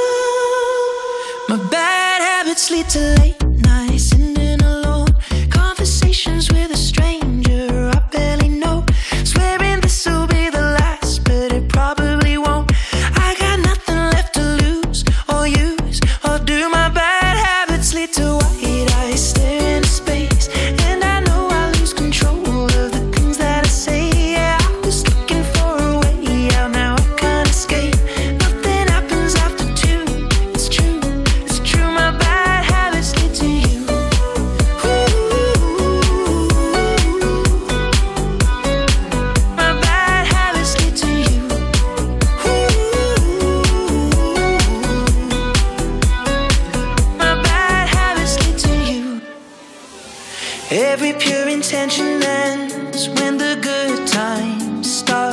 My bad habits lead to late nights, ending alone. Conversations with a stranger I barely know. Swearing this will be the last, but it probably won't. I got nothing left to lose or use or do. My bad habits lead to white eyes stare into space, and I know I lose control of the things that I say. Yeah, I was looking for a way out, now I can't escape. Nothing happens after two. It's true, it's true. My bad habits lead to you. My bad habits lead to you. My bad habits lead to you. Every pure intention ends when the good times start.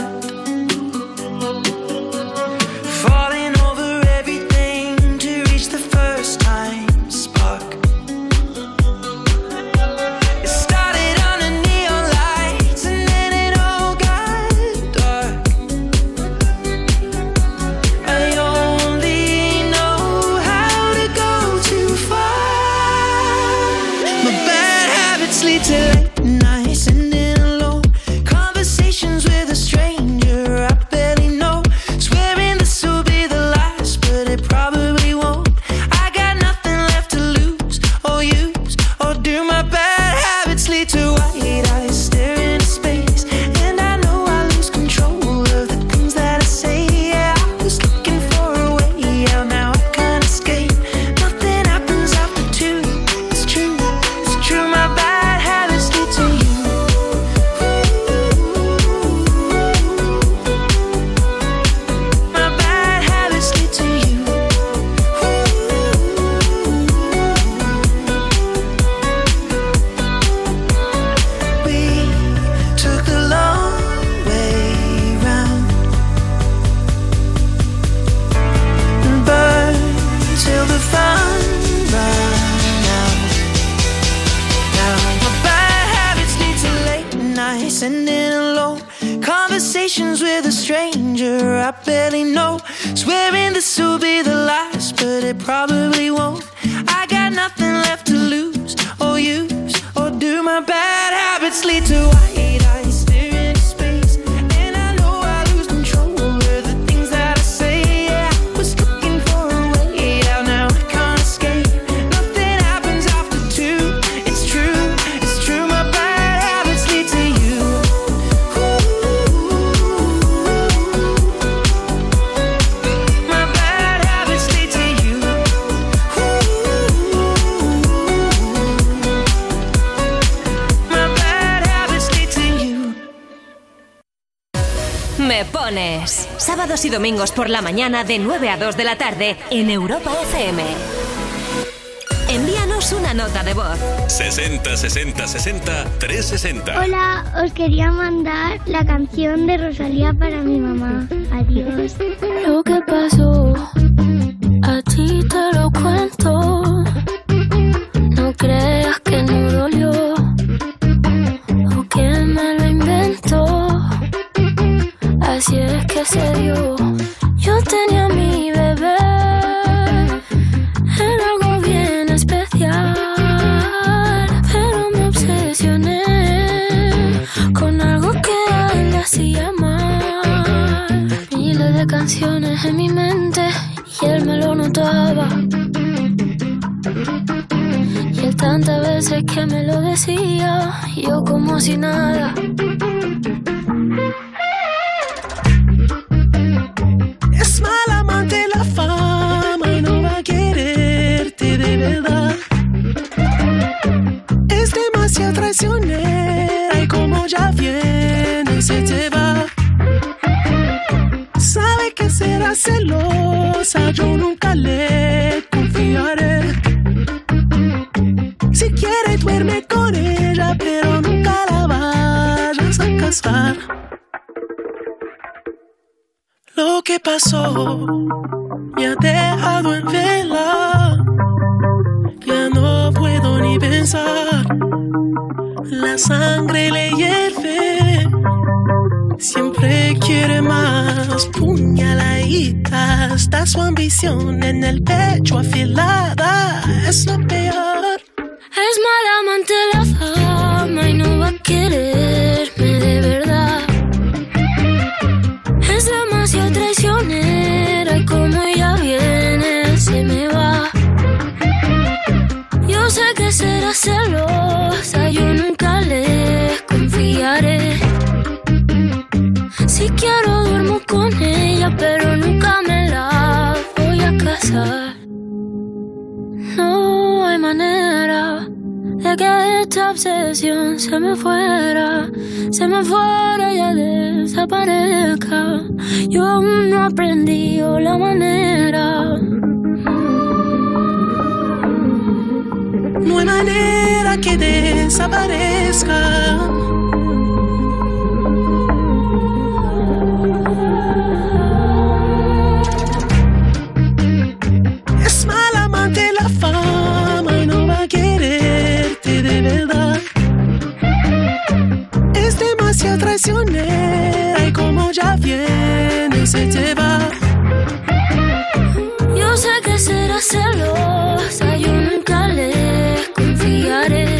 Falling over everything to reach the first time spark. It started under neon lights and then it all got dark. I only know how to go too far. My bad habits lead to late nights, ending alone. Conversations with a stranger I barely know. Swearing this will be the last, but it probably won't. I got nothing left to lose or use or do. My bad habits lead to white eyes stare into space, and I know I lose control of the things that I say. Yeah, I was looking for a way out, now I can't escape. Nothing happens after two. It's true, it's true. My bad habits lead to you. My bad habits lead to you. We took the long way round and burned till the fun ran out. Now my bad habits lead to late nights, ending alone. Conversations with a stranger I barely know. Swearing this will be the last, but it probably won't. I got nothing left to lose or use or do. My bad habits lead to white eyes stare into space, and I know I lose control of the things that I say. Yeah, I was looking for a way out, now I can't escape. Nothing happens after two. It's true, it's true. My bad habits lead to you. My bad habits lead to you. My bad habits lead to you. Me Pones. Sábados y domingos por la mañana de 9 a 2 de la tarde en Europa FM. Envíanos una nota de voz. 60 60 60 360. Hola, os quería mandar la canción de Rosalía para mi mamá. Adiós. Lo que pasó, a ti te lo cuento. No creas que no dolió o que me lo inventó. Así es que se dio. Yo tenía a mi bebé, era algo bien especial, pero me obsesioné con algo que a él le hacía mal. Miles de canciones en mi mente y él me lo notaba. Y él tantas veces que me lo decía, yo como si nada. Es mal amante la fama y no va a quererte de verdad. Es demasiado traicionera y como ya viene se te va. Sabe que será celosa, yo nunca le confiaré. pasar. Lo que pasó me ha dejado en vela. Ya no puedo ni pensar. La sangre le hierve. Siempre quiere más. Puñaladita. Está su ambición en el pecho afilada. Es lo peor. Es mala amante la fama y no va a quererme de verdad. Es demasiado traicionera y como ella viene se me va. Yo sé que será celosa, yo nunca le confiaré. Si quiero duermo con ella, pero nunca me la voy a casar. No hay manera de que esta obsesión se me fuera y ya desaparezca. Yo aún no he aprendido la manera. No hay manera que desaparezca. Es mala amante la fama y no va a quererte de verdad. Es demasiado traicionera y como ya viene se te va. Yo sé que será celosa, yo nunca le confiaré.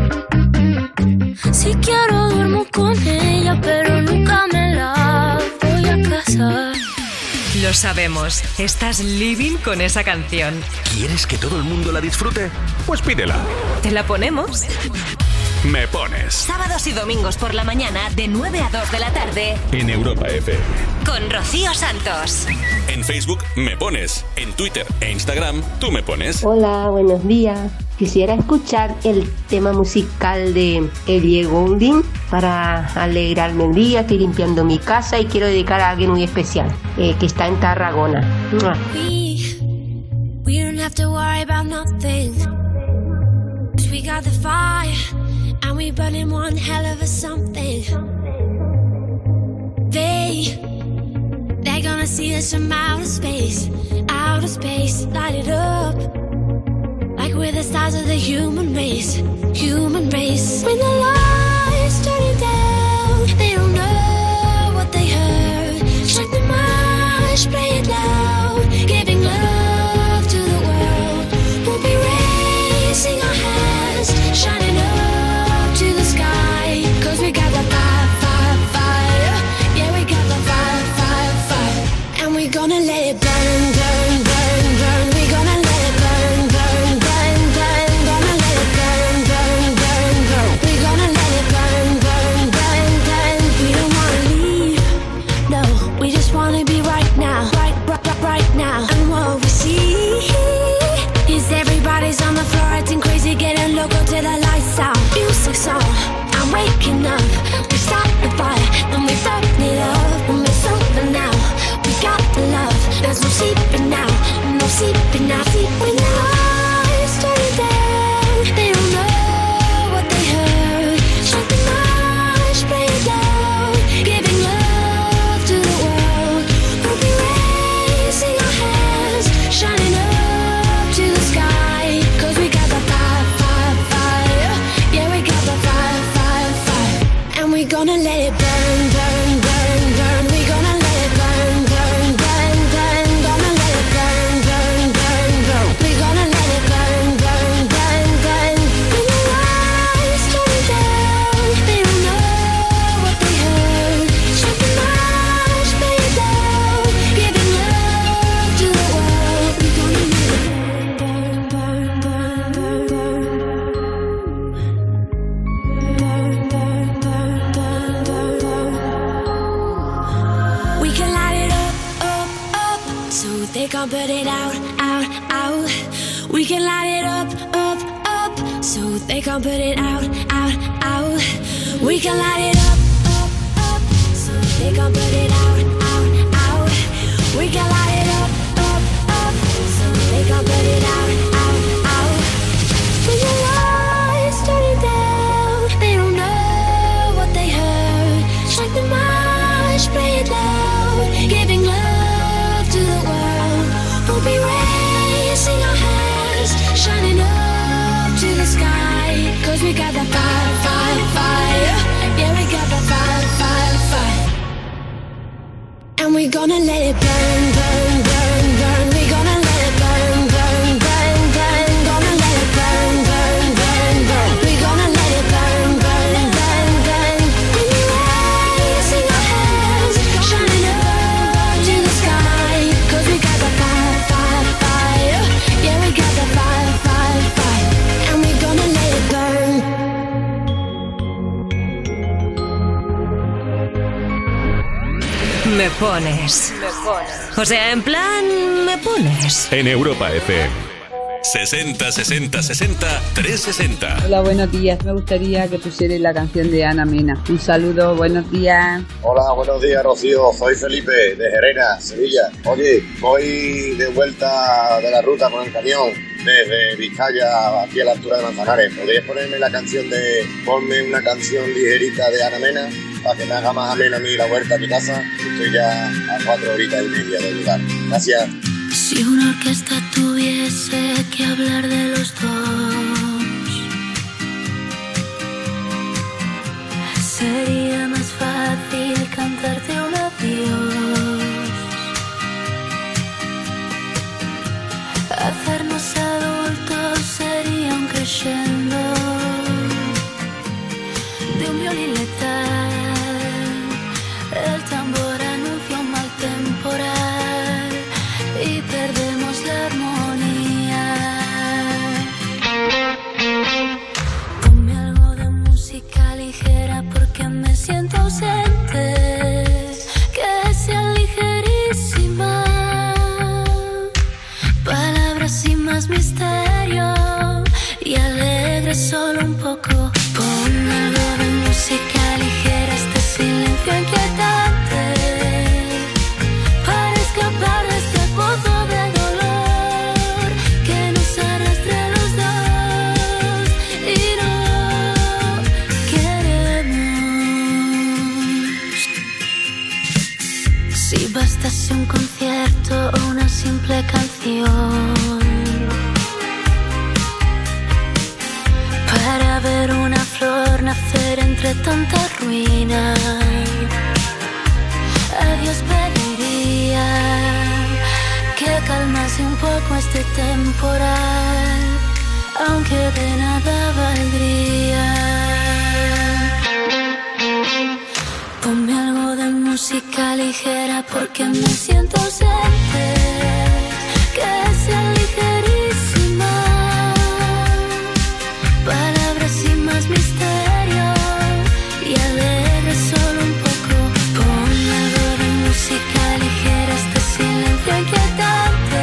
Si quiero duermo con ella, pero nunca me la voy a casar. Lo sabemos, estás living con esa canción. ¿Quieres que todo el mundo la disfrute? Pues pídela. ¿Te la ponemos? Me Pones. Sábados y domingos por la mañana de 9 a 2 de la tarde. En Europa FM. Con Rocío Santos. En Facebook Me Pones. En Twitter e Instagram Tú Me Pones. Hola, buenos días. Quisiera escuchar el tema musical de Ellie Goulding para alegrarme el día. Estoy limpiando mi casa y quiero dedicar a alguien muy especial que está en Tarragona. We don't have to worry about nothing. 'Cause we got the fire and we burning one hell of a something. They're gonna see us from outer space, light it up. Like we're the stars of the human race. When the lights turn it down, they don't know what they heard. Strike the march, play it loud, giving love to the world. We'll be raising our hands, shining up to the sky. 'Cause we got the fire, fire, fire. Yeah, we got the fire, fire, fire. And we're gonna let it burn, burn, burn, burn. We're gonna let it burn, burn, burn, burn. Gonna let it burn, burn, burn, burn. We're gonna let it burn, burn, burn, burn. We don't wanna leave, no. We just wanna be right now, right now. And what we see is everybody's on the floor acting crazy, getting loco till the lights out. Music's on, I'm waking up. We start the fire, then we burn it up. When we're sober now, we got the love. There's no sleeping now, no sleeping now. When the lights turn it down, they don't know what they heard. Strike the march, play it loud, giving love to the world. We'll be raising our hands, shining up to the sky. 'Cause we got the fire, fire, fire. Yeah, we got the fire, fire, fire. And we're gonna let it burn, burn, burn, burn. We're gonna let it burn, burn, burn, burn. Gonna let it burn, burn, burn, burn. We're gonna let it burn, burn, burn, burn. When the lights turn it down, they don't know what they heard. Strike the march, play it loud, giving love to the world. We're gonna let it burn, burn, burn, burn, burn. Burn, burn, burn, burn, burn, burn. We can light it up, up, up, so they can't put it out, out, out. We can light it up, up, up, so they can't put it out, out, out. We can light it up, up, up, so they can't put it out, out, out. We can light it up, up, up, so they can't put it out, out, out. When the lights turn it down, they don't know what they heard. it loud, giving love to the world. We'll be raising our hands, shining up to the sky. 'Cause we got the fire, fire, fire. Yeah, we got the fire, fire, fire. And we're gonna let it burn, burn, burn, burn. We're gonna let it burn, burn, burn, burn. Gonna let it burn, burn, burn, burn. We're gonna let it burn, burn, burn, burn. And we're raising our hands, shining up to the sky. 'Cause we got the fire, fire, fire. Yeah, we got the fire, fire, fire. And we're gonna let it burn. Me pones. O sea, en plan, me pones. En Europa FM. 60 60 60 360. Hola, buenos días. Me gustaría que pusierais la canción de Ana Mena. Un saludo, buenos días. Hola, buenos días, Rocío. Soy Felipe, de Gerena, Sevilla. Oye, voy de vuelta de la ruta con el camión desde Vizcaya aquí a la altura de Manzanares. ¿Podrías ponerme la canción de... Ponme una canción ligerita de Ana Mena para que me haga más amena a mí la vuelta a mi casa? Estoy ya a 4 horitas y media de llegar. Gracias. Si una orquesta tuviese que hablar de los dos, sería más fácil cantarte un adiós. Hacernos adultos sería un crescendo de un violín letal. El tambor anuncia un mal temporal y perdemos la armonía. Ponme algo de música ligera porque me siento ausente, que sea ligerísima, palabras sin más misterio y alegre solo un poco. Ponme algo de música ligera, este silencio inquietante, para escapar de este pozo de dolor que nos arrastre los dos y no queremos. Si bastase un concierto o una simple canción para ver una flor nacer entre tanta ruina, a Dios pediría que calmase un poco este temporal, aunque de nada valdría. Ponme algo de música ligera porque me siento ausente, que sea ligerísima, palabras sin más misterio y alegre solo un poco. Ponme algo de música ligera, este silencio inquietante,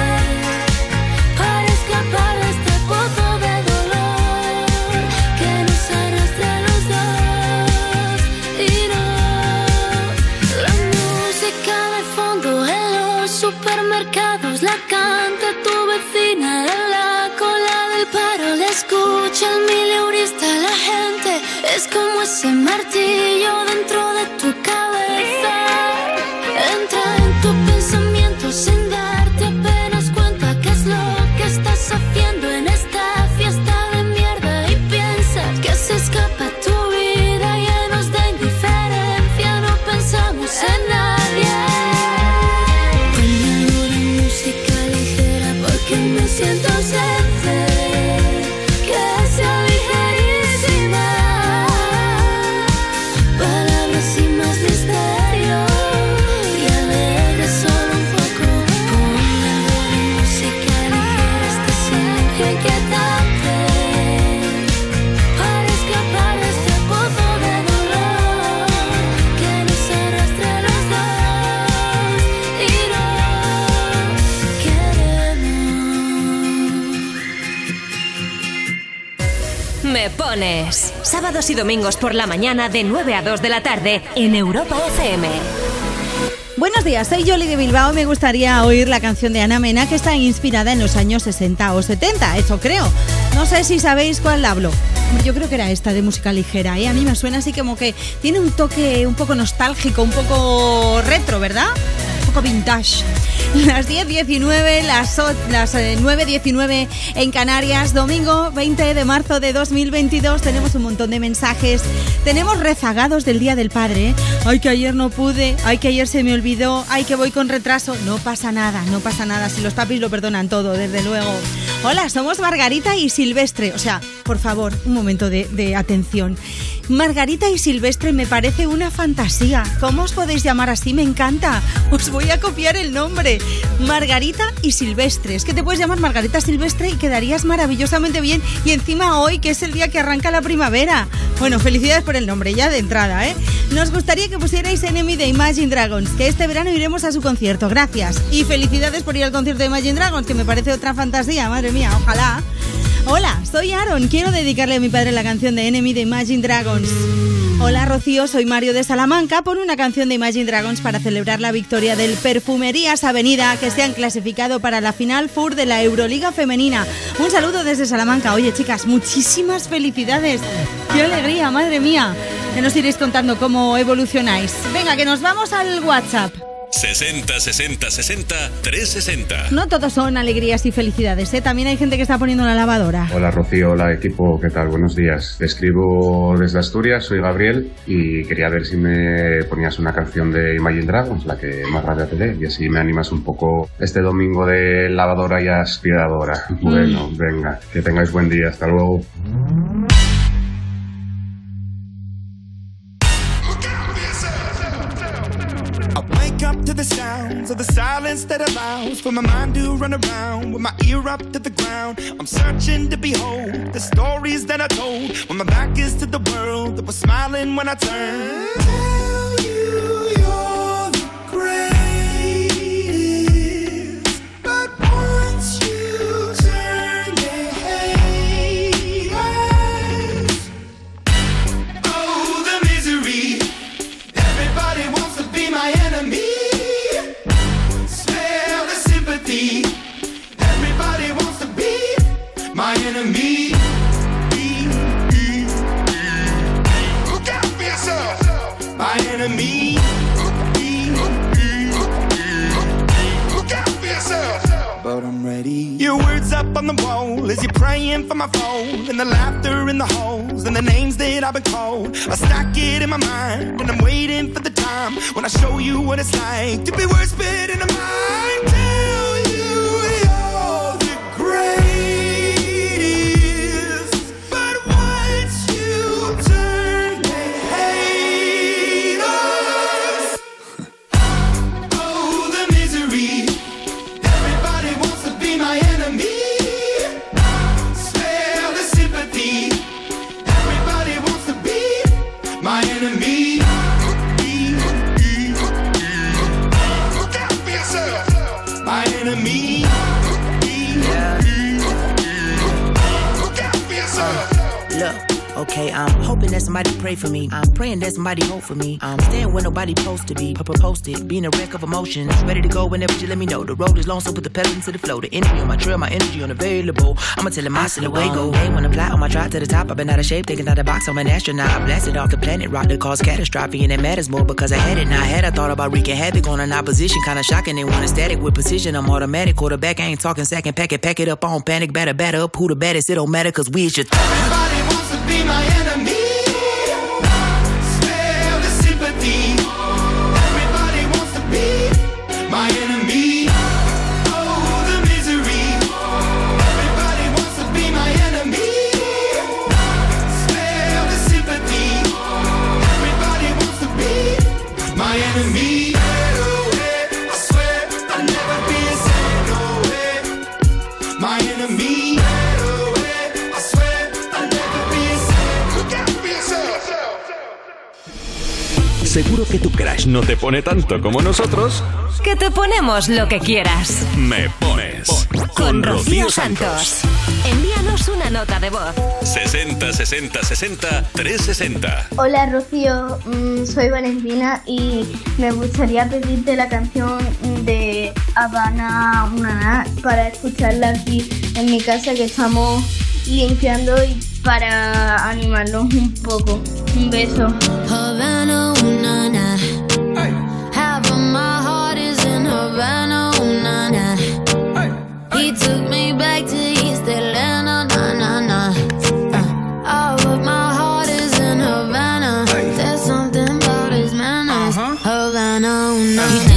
para escapar de este pozo de dolor que nos arrastra a los dos y no. La música de fondo en los supermercados la canta tu vecina en la cola del paro, la escucha el mileurista, la gente es como ese martillo dentro de tu cabeza. Entra en tu pensamiento sin darte apenas cuenta qué es lo que estás haciendo en esta fiesta de mierda y piensas que se escapa tu vida llenos de indiferencia, no pensamos en nadie. Ponme algo de música ligera porque me siento ausente, que sea ligerísima, palabras sin más misterio y alegre solo un poco. Ponme algo de música ligera, este silencio inquietante, para escapar de este pozo de dolor que nos arrastra a los dos y no queremos. Me pones. Sábados y domingos por la mañana de 9 a 2 de la tarde en Europa FM. Buenos días, soy Yoli de Bilbao y me gustaría oír la canción de Ana Mena que está inspirada en los años 60 o 70, eso creo. No sé si sabéis cuál hablo. Yo creo que era esta de música ligera, ¿eh? A mí me suena así como que tiene un toque un poco nostálgico, un poco retro, ¿verdad? Un poco vintage. Las 10:19, las 9:19 en Canarias, domingo 20 de marzo de 2022. Tenemos un montón de mensajes. Tenemos rezagados del Día del Padre, ¿eh? Ay, que ayer no pude, ay, que ayer se me olvidó, ay, que voy con retraso. No pasa nada, no pasa nada. Si los papis lo perdonan todo, desde luego. Hola, somos Margarita y Silvestre. O sea, por favor, un momento de atención. Margarita y Silvestre me parece una fantasía. ¿Cómo os podéis llamar así? Me encanta. Os voy a copiar el nombre. Margarita y Silvestre. Es que te puedes llamar Margarita Silvestre y quedarías maravillosamente bien. Y encima hoy, que es el día que arranca la primavera. Bueno, felicidades por el nombre, ya de entrada, ¿eh? Nos gustaría que pusierais Enemy de Imagine Dragons, que este verano iremos a su concierto. Gracias. Y felicidades por ir al concierto de Imagine Dragons, que me parece otra fantasía. Madre mía, ojalá. Hola, soy Aaron. Quiero dedicarle a mi padre la canción de Enemy de Imagine Dragons. Hola, Rocío. Soy Mario de Salamanca. Pon una canción de Imagine Dragons para celebrar la victoria del Perfumerías Avenida, que se han clasificado para la Final Four de la Euroliga Femenina. Un saludo desde Salamanca. Oye, chicas, muchísimas felicidades. ¡Qué alegría, madre mía! Que nos iréis contando cómo evolucionáis. Venga, que nos vamos al WhatsApp. 60 60 60 360. No todos son alegrías y felicidades, ¿eh? También hay gente que está poniendo la lavadora. Hola Rocío, hola equipo, ¿qué tal? Buenos días. Te escribo desde Asturias, soy Gabriel y quería ver si me ponías una canción de Imagine Dragons, la que más rabia te dé, y así me animas un poco este domingo de lavadora y aspiradora. Bueno, venga, que tengáis buen día, hasta luego. Up to the sounds of the silence that allows for my mind to run around with my ear up to the ground. I'm searching to behold the stories that I told when my back is to the world that was smiling when I turned. Tell you you're the greatest, but once you turn they hate us. Oh, the misery. Everybody wants to be my enemy. Everybody wants to be my enemy. Look out for yourself. My enemy. Look out for yourself. But I'm ready. Your words up on the wall as you're praying for my phone, and the laughter in the halls and the names that I've been called. I stack it in my mind and I'm waiting for the time when I show you what it's like to be worse fit in a mind. Okay, I'm hoping that somebody pray for me. I'm praying that somebody hope for me. I'm staying where nobody supposed to be. Posted, being a wreck of emotions. Ready to go whenever you let me know. The road is long, so put the pedal into the flow. The energy on my trail, my energy unavailable. I'ma tell him I still away go. Hey, when I fly on my drive to the top, I've been out of shape, taking out the box. I'm an astronaut. I blasted off the planet, rock that caused catastrophe, and it matters more because I had it. Now I had I thought about wreaking havoc on an opposition, kinda shocking. They want a static with precision. I'm automatic, quarterback. I ain't talking second, pack it up on panic, batter up. Who the baddest? It don't matter, cause we is your Everybody wants to be my enemy. My enemy, oh the misery. Everybody wants to be my enemy. Spare the sympathy. Everybody wants to be my enemy. I swear I'll never be the same, no way. My enemy, I swear I'll never be the same. Look out for yourself. Seguro que tu crush no te pone tanto como nosotros. Que te ponemos lo que quieras. Me Pones con Rocío Santos. Envíanos una nota de voz. 60 60 60 360. Hola Rocío, soy Valentina y me gustaría pedirte la canción de Habana Unaná para escucharla aquí en mi casa, que estamos limpiando y para animarnos un poco. Un beso. Havana, ooh, na, na. Half of my heart is in Havana, ooh, na, na. He took me back to East Atlanta, na, na, na. All of my heart is in Havana. There's something about his manners. Havana, ooh, na, na.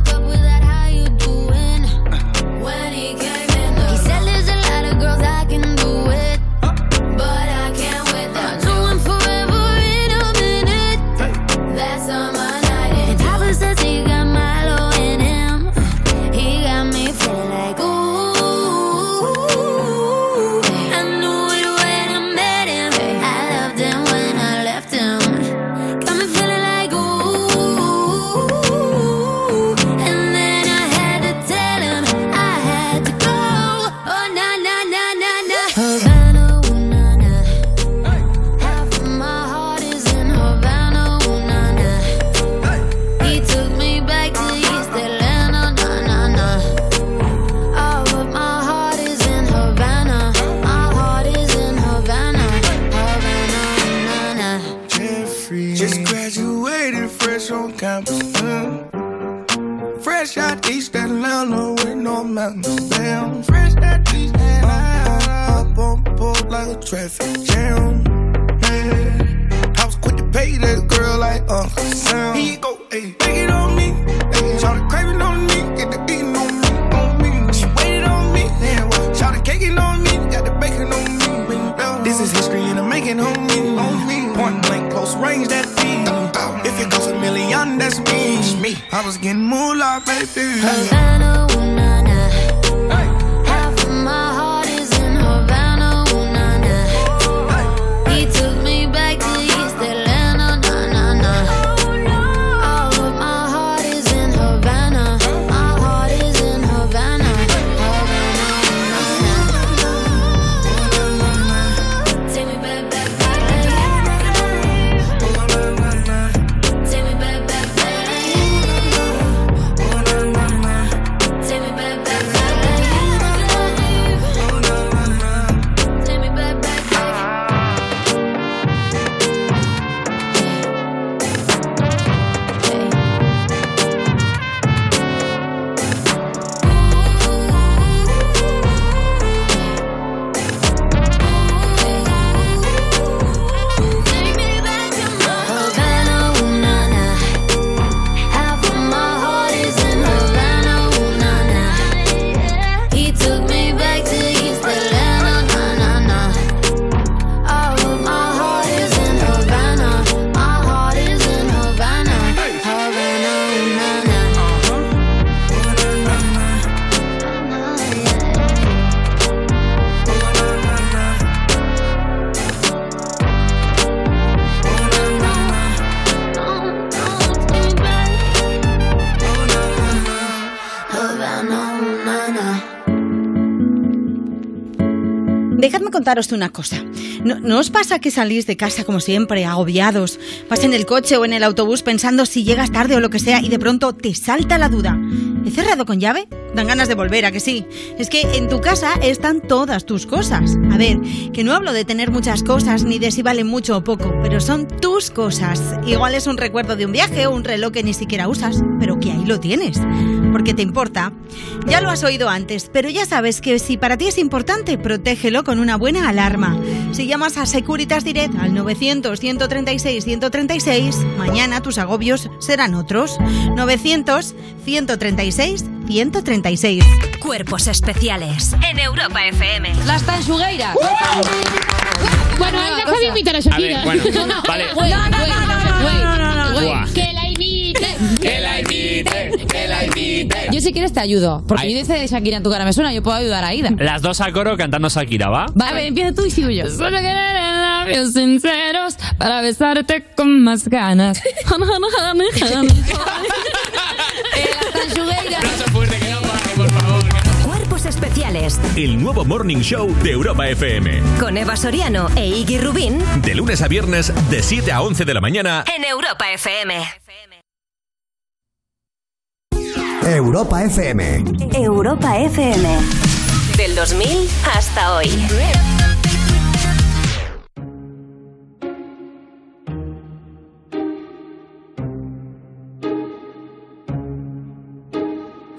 Fresh out East Atlanta with no mountains down. Fresh out East Atlanta, up on board like a traffic jam. Man, I was quick to pay that girl like Uncle Sam. Here you go, ayy, take it on me. Ayy, shout it craving on me, get the eating on me, on me. She waited on me, then what? Shout it caking on me, got the bacon on me. This is history and I'm making on me, on me. Point blank, close range, that feed. If it goes $1 million, that's me. I was getting moolah, baby. Havana, ooh, na, na. Half of my heart is in Havana, ooh, na, na. He took me back to East Atlanta, na, na, na. All of my heart is in Havana. My heart is in Havana. Havana, ooh, na, na. Take me back, back, back. Take me back, back, back. Dejadme contaros una cosa. ¿No os pasa que salís de casa como siempre, agobiados? Vas en el coche o en el autobús pensando si llegas tarde o lo que sea y de pronto te salta la duda. ¿He cerrado con llave? Dan ganas de volver, ¿a que sí? Es que en tu casa están todas tus cosas. A ver, que no hablo de tener muchas cosas ni de si valen mucho o poco, pero son tus cosas. Igual es un recuerdo de un viaje o un reloj que ni siquiera usas, pero que ahí lo tienes. Porque te importa. Ya lo has oído antes, pero ya sabes que si para ti es importante, protégelo con una buena alarma. Si llamas a Securitas Direct al 900-136-136, mañana tus agobios serán otros. 900-136-136. Cuerpos especiales en Europa FM. Las Tanxugueiras. Bueno, él deja de invitar a Shakira. A ver, bueno, vale. No. Que la invite. Que la invite. Que la invite. Yo si quieres te ayudo. Porque yo dice Shakira en tu cara me suena, yo puedo ayudar a Aida. Las dos al coro cantando Shakira, ¿va? Vale, a ver, empieza tú y sigo yo. Solo quiero labios sinceros para besarte con más ganas. Las Tanxugueiras. Aplauso fuerte, que no pare, por favor. Cuerpos especiales. El nuevo Morning Show de Europa FM. Con Eva Soriano e Iggy Rubín. De lunes a viernes, de 7 a 11 de la mañana. En Europa FM. Europa FM. Europa FM. Del 2000 hasta hoy.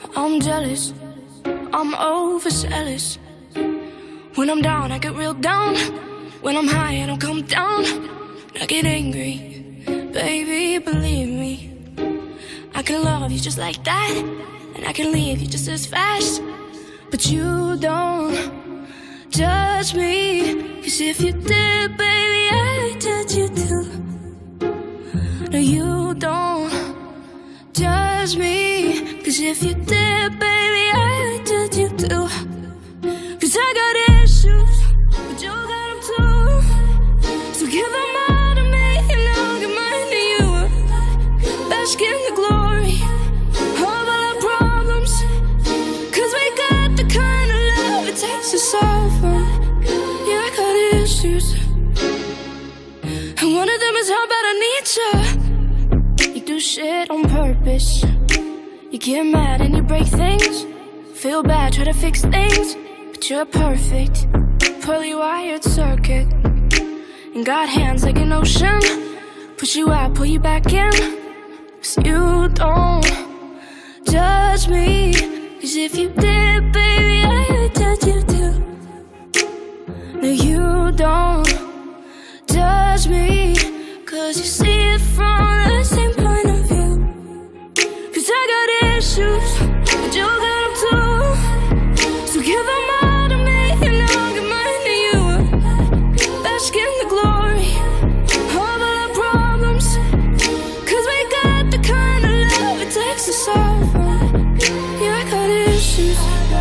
I'm jealous, I'm overzealous. When I'm down, I get real down. When I'm high, I don't come down. I get angry, baby, believe me. I can love you just like that, and I can leave you just as fast. But you don't judge me, 'cause if you did, baby, I'd judge you too. No, you don't judge me, 'cause if you did, baby, I'd judge you too. 'Cause I got issues, but you got them too. So give them all to me and I'll give mine to you. Bask in the glory of all our problems, 'cause we got the kind of love it takes to solve them. Yeah, I got issues, and one of them is how bad I need you. You do shit on purpose. You get mad and you break things. Feel bad, try to fix things, but you're perfect, poorly wired circuit. And got hands like an ocean. Push you out, pull you back in. 'Cause you don't judge me, 'cause if you did, baby, I would judge you too. No, you don't judge me, 'cause you see it from the same point of view. 'Cause I got issues, but you got them too. So give them all to me and I'll give mine to you. Bask in the glory of all our problems, 'cause we got the kind of love it takes to solve them. Yeah, I got issues,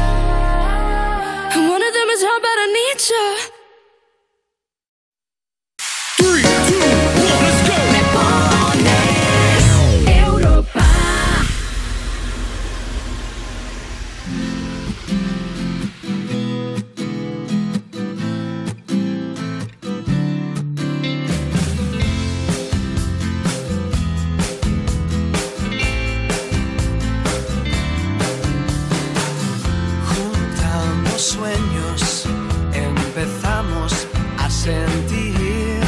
and one of them is how bad I need you. 3, 2, 1, let's go. Me pones Europa. Juntando sueños, empezamos a sentir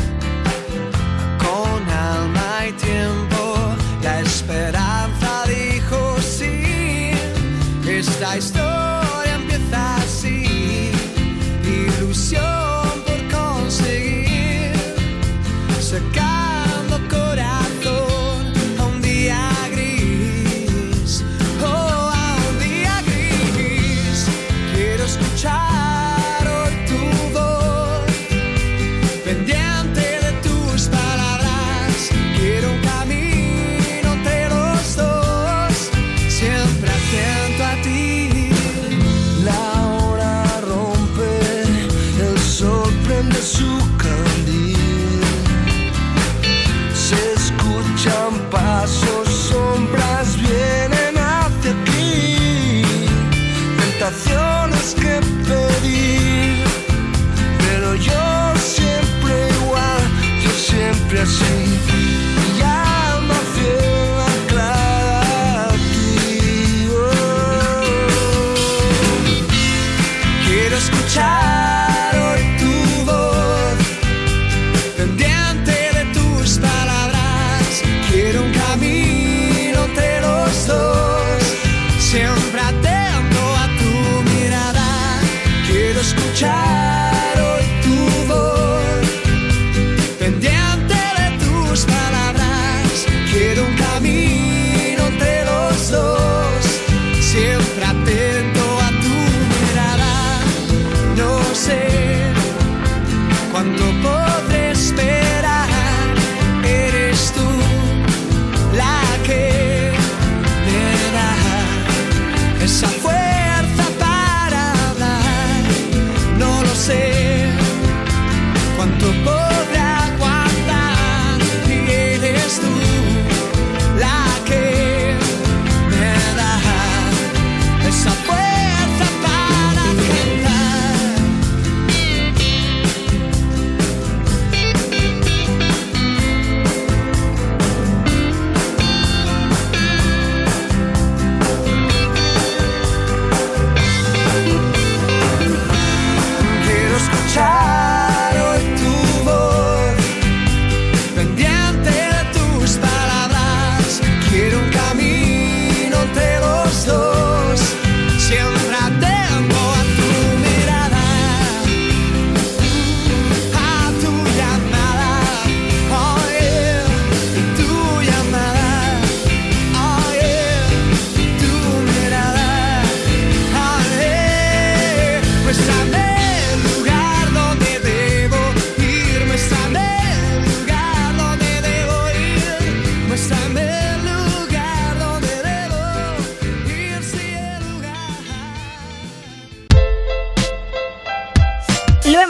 con alma y tiempo. La esperanza dijo sí. Esta historia empieza así. Ilusión por conseguir, sacando corazón a un día gris. Oh, a un día gris. Quiero escuchar hoy tu voz, pendiente de tus palabras. Quiero un camino entre los dos, siempre atento a ti.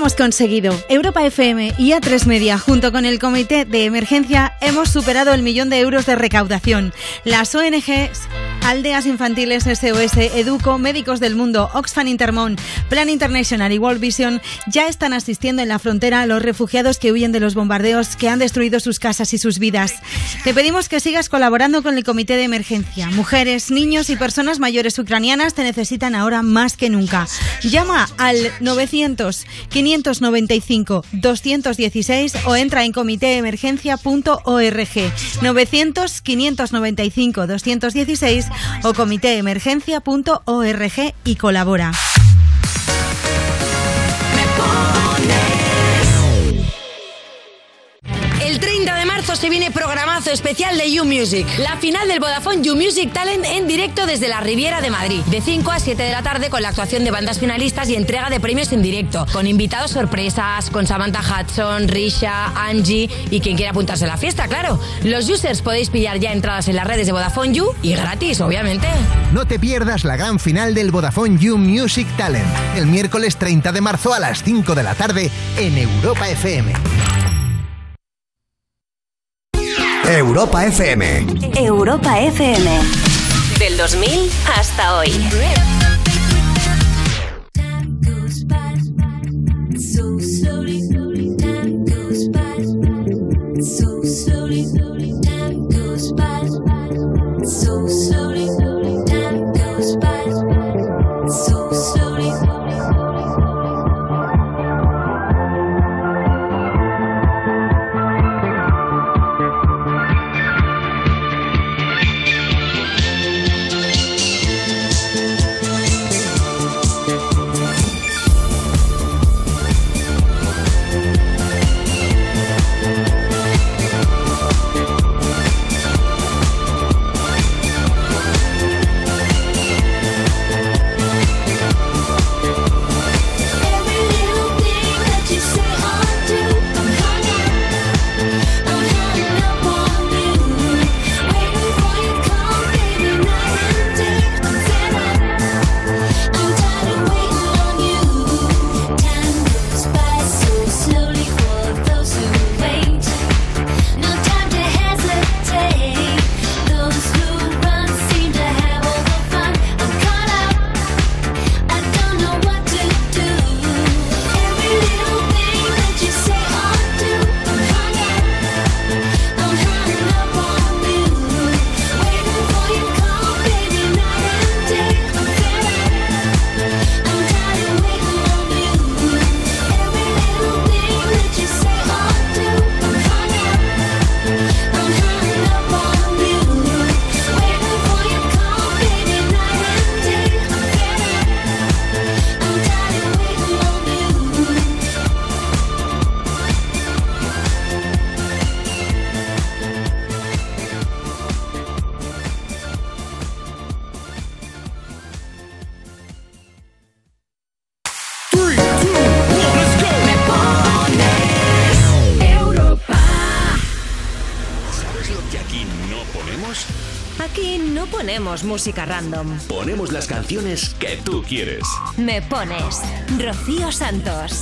hemos conseguido. Europa FM y A3 Media, junto con el Comité de Emergencia, hemos superado el 1.000.000 de euros de recaudación. Las ONGs, Aldeas Infantiles SOS, Educo, Médicos del Mundo, Oxfam Intermón, Plan International y World Vision ya están asistiendo en la frontera a los refugiados que huyen de los bombardeos que han destruido sus casas y sus vidas. Te pedimos que sigas colaborando con el Comité de Emergencia. Mujeres, niños y personas mayores ucranianas te necesitan ahora más que nunca. Llama al 900-595-216 o entra en comitéemergencia.org. 900-595-216 o comitéemergencia.org y colabora. El 30 de marzo se viene programazo especial de You Music. La final del Vodafone You Music Talent en directo desde la Riviera de Madrid. De 5 a 7 de la tarde con la actuación de bandas finalistas y entrega de premios en directo. Con invitados sorpresas, con Samantha Hudson, Risha, Angie y quien quiera apuntarse a la fiesta, claro. Los users podéis pillar ya entradas en las redes de Vodafone You y gratis, obviamente. No te pierdas la gran final del Vodafone You Music Talent. El miércoles 30 de marzo a las 5 de la tarde en Europa FM. Europa FM. Europa FM. Del 2000 hasta hoy. Música random. Ponemos las canciones que tú quieres. Me Pones, Rocío Santos.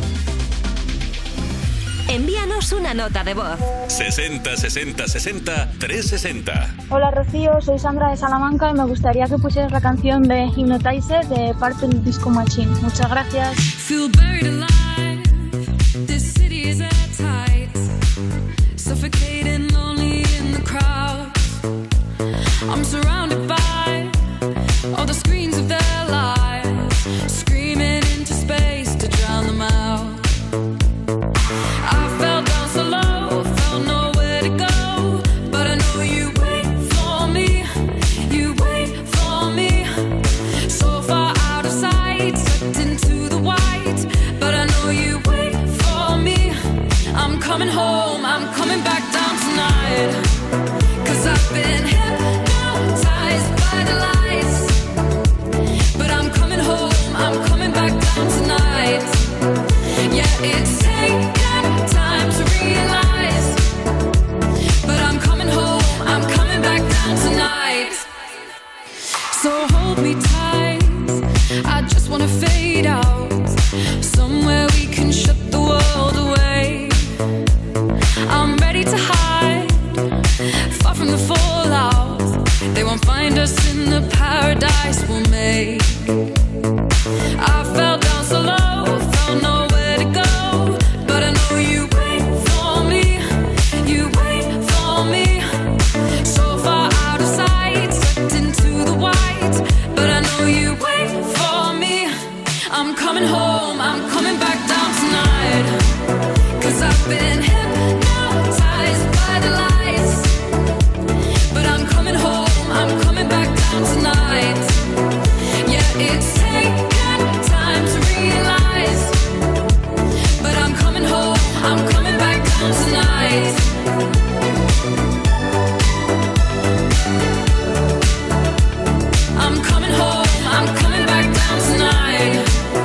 Envíanos una nota de voz. 60 60 60 360. Hola Rocío, soy Sandra de Salamanca y me gustaría que pusieras la canción de Hypnotizer de Purple Disco Machine. Muchas gracias. Feel buried alive. This city is at tight. Suffocating lonely in the crowd. I'm surrounded by all the screens of their lives, screaming into space to drown them out. I fell down so low, felt nowhere to go, but I know you wait for me, you wait for me. So far out of sight, sucked into the white, but I know you wait for me. I'm coming home, I'm coming back down tonight, 'cause I've been hypnotized by the lights, but I'm coming home, I'm coming back down tonight. Yeah, it's taken time to realize, but I'm coming home, I'm coming back down tonight. So hold me tight, I just wanna fade out. somewhere we can shut the world away. I'm ready to hide, far from the fallout. They won't find us in the paradise we'll make. I fell down so low, found nowhere to go, but I know you wait for me, you wait for me. So far out of sight, sucked into the white, but I know you wait for me. I'm coming home, I'm coming back down tonight, 'cause I've been hypnotized by the lights. But I'm coming home, I'm coming back down tonight. Yeah, it's taken time to realize, but I'm coming home, I'm coming back down tonight. I'm coming home, I'm coming back down tonight.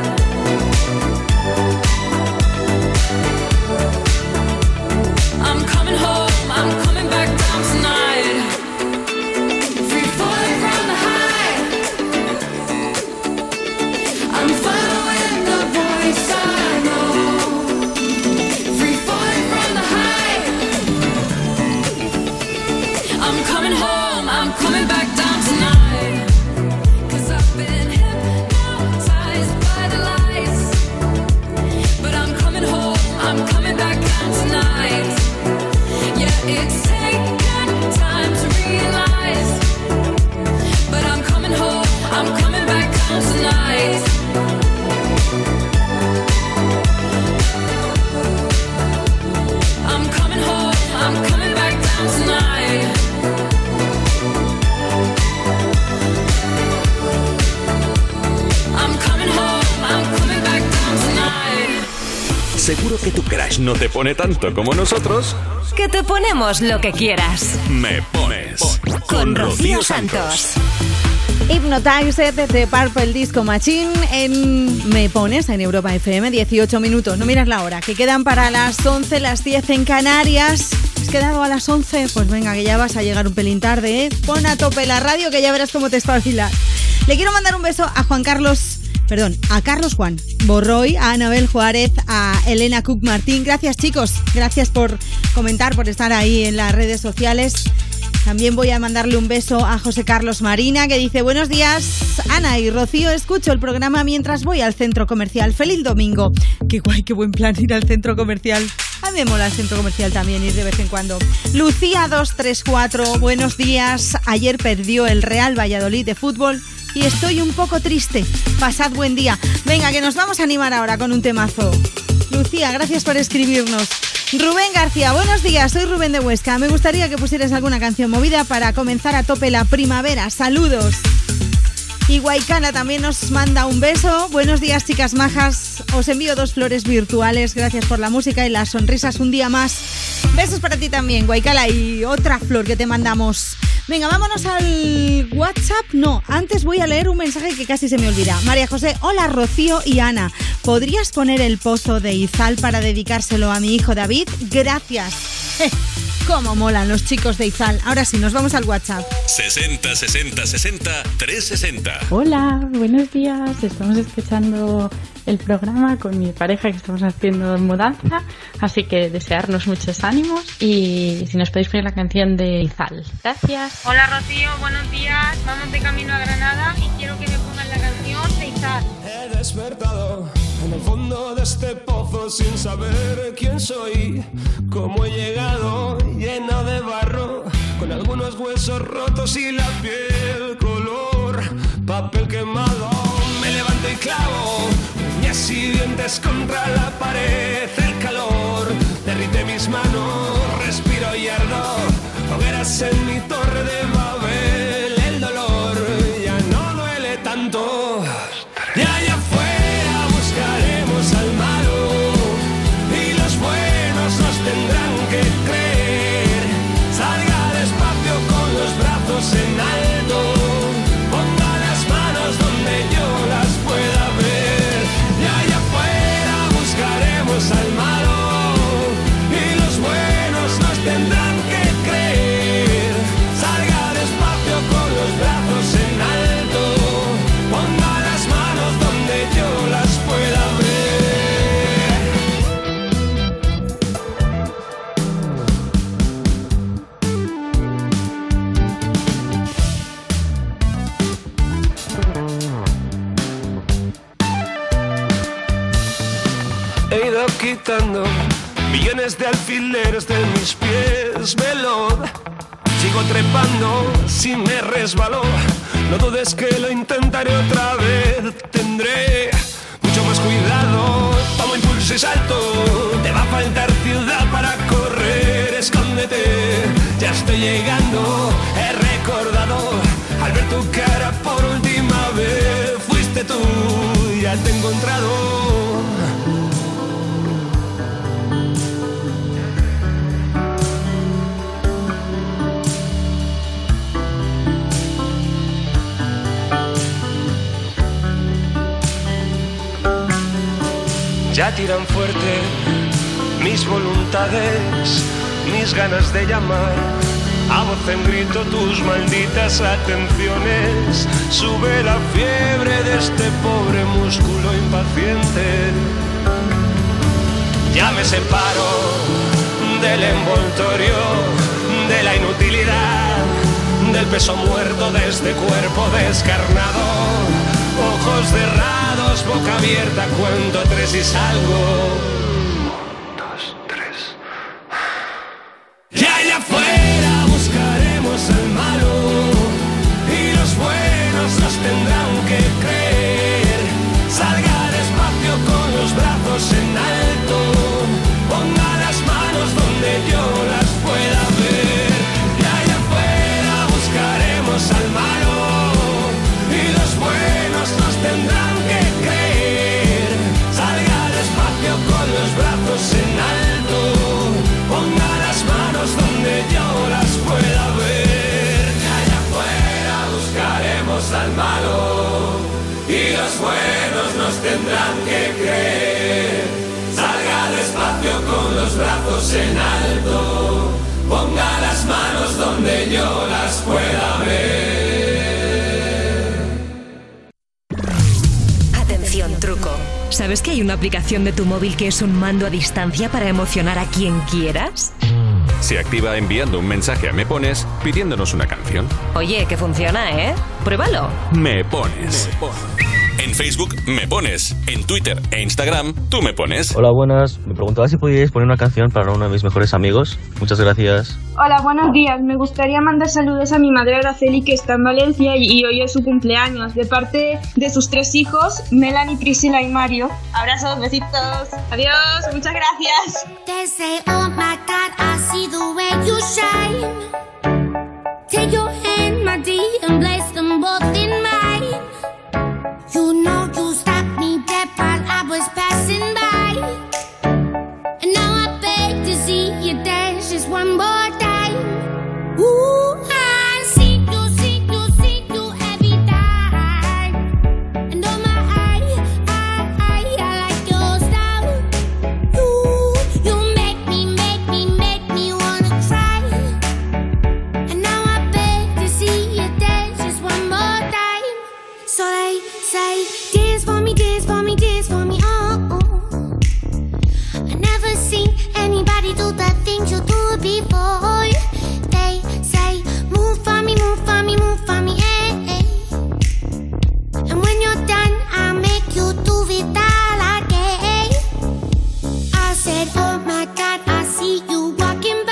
I'm coming home, I'm coming back down tonight. Free falling from the high, I'm following the voice I know. Free falling from the high, I'm coming home, I'm coming back down tonight. 'Cause I've been hypnotized by the lights, but I'm coming home, I'm coming back down tonight. Yeah, it's taken time to realize, but I'm coming home, I'm coming back down tonight. I'm coming home, I'm coming back down tonight. I'm coming home, I'm coming back down tonight. Seguro que tu crush no te pone tanto como nosotros. Que te ponemos lo que quieras. Me Pones Con Rocío Santos. Hypnotize de Purple Disco Machine en Me Pones en Europa FM. 18 minutos, no miras la hora, que quedan para las 11, las 10 en Canarias. ¿Has quedado a las 11? Pues venga, que ya vas a llegar un pelín tarde, ¿eh? Pon a tope la radio que ya verás cómo te espabilas. Le quiero mandar un beso a Carlos Juan Borroy, a Anabel Juárez, a Elena Cook Martín. Gracias, chicos, gracias por comentar, por estar ahí en las redes sociales. También voy a mandarle un beso a José Carlos Marina, que dice: buenos días, Ana y Rocío, escucho el programa mientras voy al centro comercial. ¡Feliz domingo! ¡Qué guay, qué buen plan ir al centro comercial! A mí me mola el centro comercial también, ir de vez en cuando. Lucía 234, buenos días. Ayer perdió el Real Valladolid de fútbol y estoy un poco triste. Pasad buen día. Venga, que nos vamos a animar ahora con un temazo. Lucía, gracias por escribirnos. Rubén García, buenos días, soy Rubén de Huesca. Me gustaría que pusieras alguna canción movida para comenzar a tope la primavera. Saludos. Y Guaycana también nos manda un beso. Buenos días, chicas majas. Os envío 2 flores virtuales. Gracias por la música y las sonrisas un día más. Besos para ti también, Guaycala. Y otra flor que te mandamos. Venga, vámonos al WhatsApp. No, antes voy a leer un mensaje que casi se me olvida. María José, hola Rocío y Ana. ¿Podrías poner el pozo de Izal para dedicárselo a mi hijo David? Gracias. Cómo molan los chicos de Izal. Ahora sí, nos vamos al WhatsApp. 60 60 60 360. Hola, buenos días. Estamos escuchando el programa con mi pareja, que estamos haciendo mudanza, así que desearnos muchos ánimos y si nos podéis poner la canción de Izal. Gracias. Hola Rocío, buenos días. Vamos de camino a Granada y quiero que me pongan la canción de Izal. He despertado en el fondo de este pozo sin saber quién soy, cómo he llegado lleno de barro, con algunos huesos rotos y la piel color papel quemado. Me levanto y clavo uñas y dientes contra la pared, el calor derrite mis manos, respiro y ardo, hogueras en mi torre de Babel, el dolor ya no duele tanto. Y allá afuera buscaremos al malo y los buenos nos tendrán que creer. Salga despacio con los brazos en alto, ponga las manos donde yo las pueda ver. Y allá afuera buscaremos al malo y los buenos nos tendrán que creer. Salga quitando millones de alfileres de mis pies. Velo, sigo trepando, si me resbaló, no dudes que lo intentaré otra vez. Tendré mucho más cuidado, tomo impulso y salto. Te va a faltar ciudad para correr, escóndete, ya estoy llegando. He recordado al ver tu cara por última vez. Fuiste tú, ya te he encontrado. Ya tiran fuerte mis voluntades, mis ganas de llamar a voz en grito tus malditas atenciones. Sube la fiebre de este pobre músculo impaciente. Ya me separo del envoltorio, de la inutilidad, del peso muerto de este cuerpo descarnado. Ojos cerrados, boca abierta, cuento 3 y salgo. 1, 2, 3. Y allá afuera buscaremos al malo y los buenos nos tendrán que creer. Salga despacio con los brazos en alto, ponga las manos donde yo las pueda ver. Y allá afuera buscaremos al malo y los buenos nos tendrán que creer. Salga despacio con los brazos en alto, ponga las manos donde yo las pueda ver. Allá afuera buscaremos al malo y los buenos nos tendrán que creer. Salga despacio con los brazos en alto, ponga las manos donde yo las pueda ver. Truco. ¿Sabes que hay una aplicación de tu móvil que es un mando a distancia para emocionar a quien quieras? Se activa enviando un mensaje a Me Pones pidiéndonos una canción. Oye, que funciona, ¿eh? Pruébalo. Me Pones. En Facebook, Me Pones. En Twitter e Instagram, Tú Me Pones. Hola, buenas. Me preguntaba si podíais poner una canción para uno de mis mejores amigos. Muchas gracias. Hola, buenos días. Me gustaría mandar saludos a mi madre Araceli, que está en Valencia y hoy es su cumpleaños, de parte de sus 3 hijos, Melanie, Priscila y Mario. Abrazos, besitos. Adiós, muchas gracias. They say, oh my God, I see the way you shine. Take your hand, my dear, and place them both in mine. You know you stopped me dead while I was passing by. And now I beg to see you dance just one more time. Ooh, I see you every time. And oh my, I like your style. You make me wanna cry. And now I beg to see you dance just one more time. So they say, dance for me, dance for me, dance for me, oh, oh. I never seen anybody do the things you do before. They say, move for me, move for me, move for me, eh, eh. And when you're done, I'll make you do it all again. I said, oh my God, I see you walking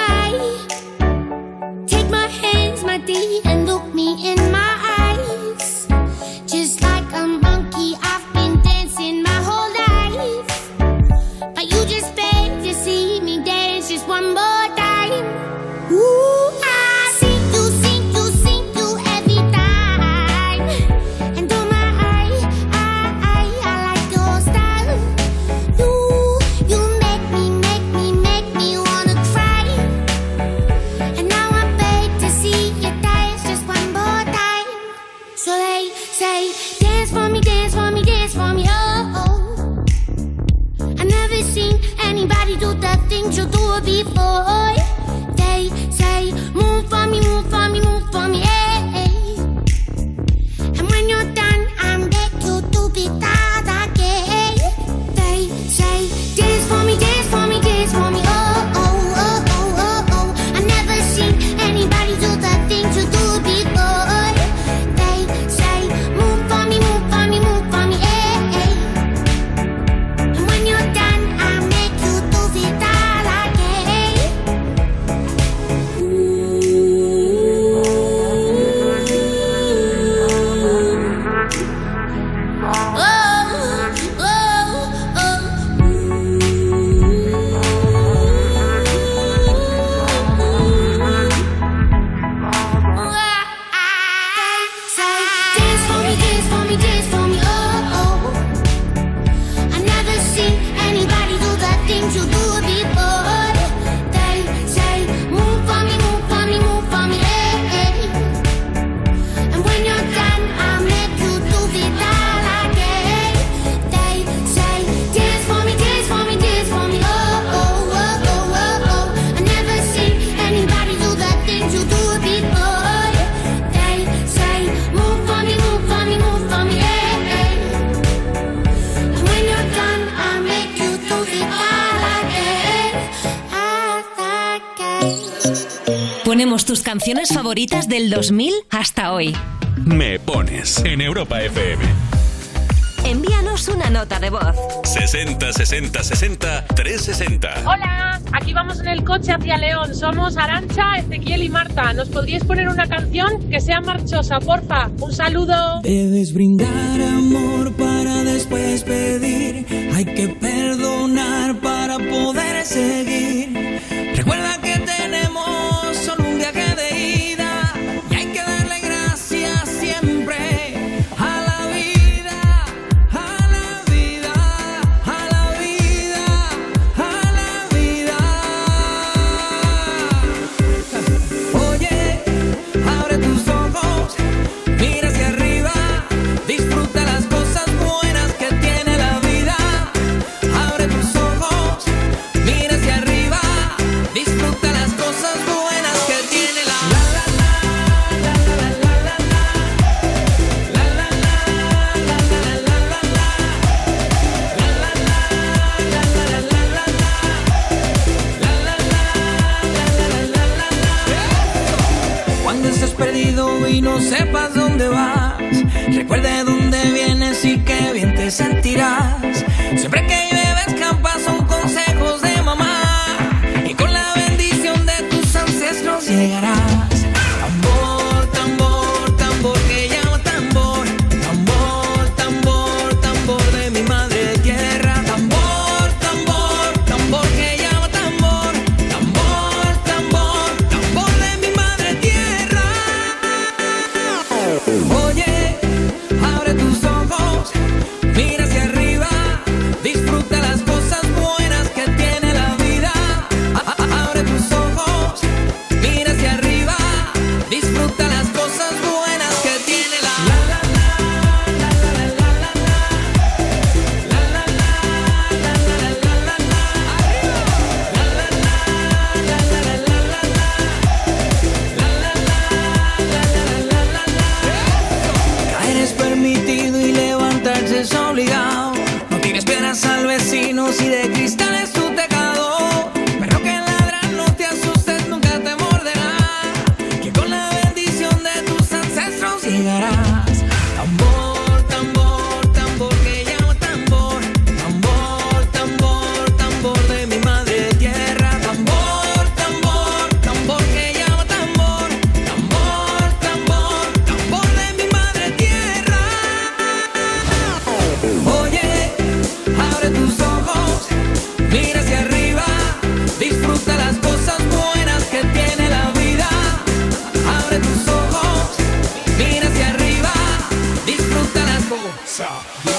by. Take my hands, my dear, and look me in my eyes. Just like a monkey, I've been dancing my whole life. But you just beg to see me dance just one more time. Ooh, I see you every time. And oh my, I like your style. You make me wanna cry. And now I beg to see you dance just one more time. So they say, dance for me, dance for me, dance for me, oh, oh. I never seen anybody do the things you do before. They say, move for me, move for me, move for me, eh, eh. And when you're done, I'll make you do it all again. They say, dance for me, dance for me, dance for me, oh, oh, oh, oh, oh, oh. I never seen anybody do the things you do before. They say, move for me, move for me, move for me, eh, eh. And when you're done, I'll make you Ponemos tus canciones favoritas del 2000 hasta hoy. Me Pones en Europa FM. Envíanos una nota de voz. 60 60 60 360. Hola, aquí vamos en el coche hacia León. Somos Arantxa, Ezequiel y Marta. ¿Nos podríais poner una canción que sea marchosa, porfa? Un saludo. Debes brindar amor para después pedir. Hay que perdonar para poder seguir. Recuerda que tenemos solo un viaje de ida y hay que darle gracias siempre a la vida, a la vida, a la vida, a la vida. Oye, abre tus ojos, mira hacia arriba, disfruta las cosas buenas que tiene la vida. Abre tus ojos, mira hacia arriba, disfruta las cosas buenas que tiene la Cuando estés perdido y no sepas dónde vas, recuerda de dónde vienes y qué bien te sentirás. Siempre que llueve escampa son consejos de mamá y con la bendición de tus ancestros llegarás. Tambor, tambor, tambor que llama tambor. Tambor, tambor, tambor de mi madre tierra. Tambor, tambor, tambor que llama tambor. Tambor, tambor, tambor de mi madre tierra. Oye, abre tus ojos, mira hacia arriba, disfruta las cosas buenas que tiene la vida. Abre tus ojos, mira hacia arriba, disfruta las cosas buenas que tiene la Caer es permitido y levantarse es obligado. No tires piedras al vecino si de cristal es tu tejado. Perro que ladra, no te asustes, nunca te morderá, que con la bendición de tus ancestros llegarás. Tambor, tambor, tambor que llama tambor. Tambor, tambor, tambor de mi madre tierra. Tambor, tambor, tambor que llama tambor. Tambor, tambor, tambor de mi madre tierra. Oye, abre tus ojos, mira hacia arriba, disfruta las cosas buenas que tiene la vida. Abre tus ojos, mira hacia arriba, disfruta las cosas.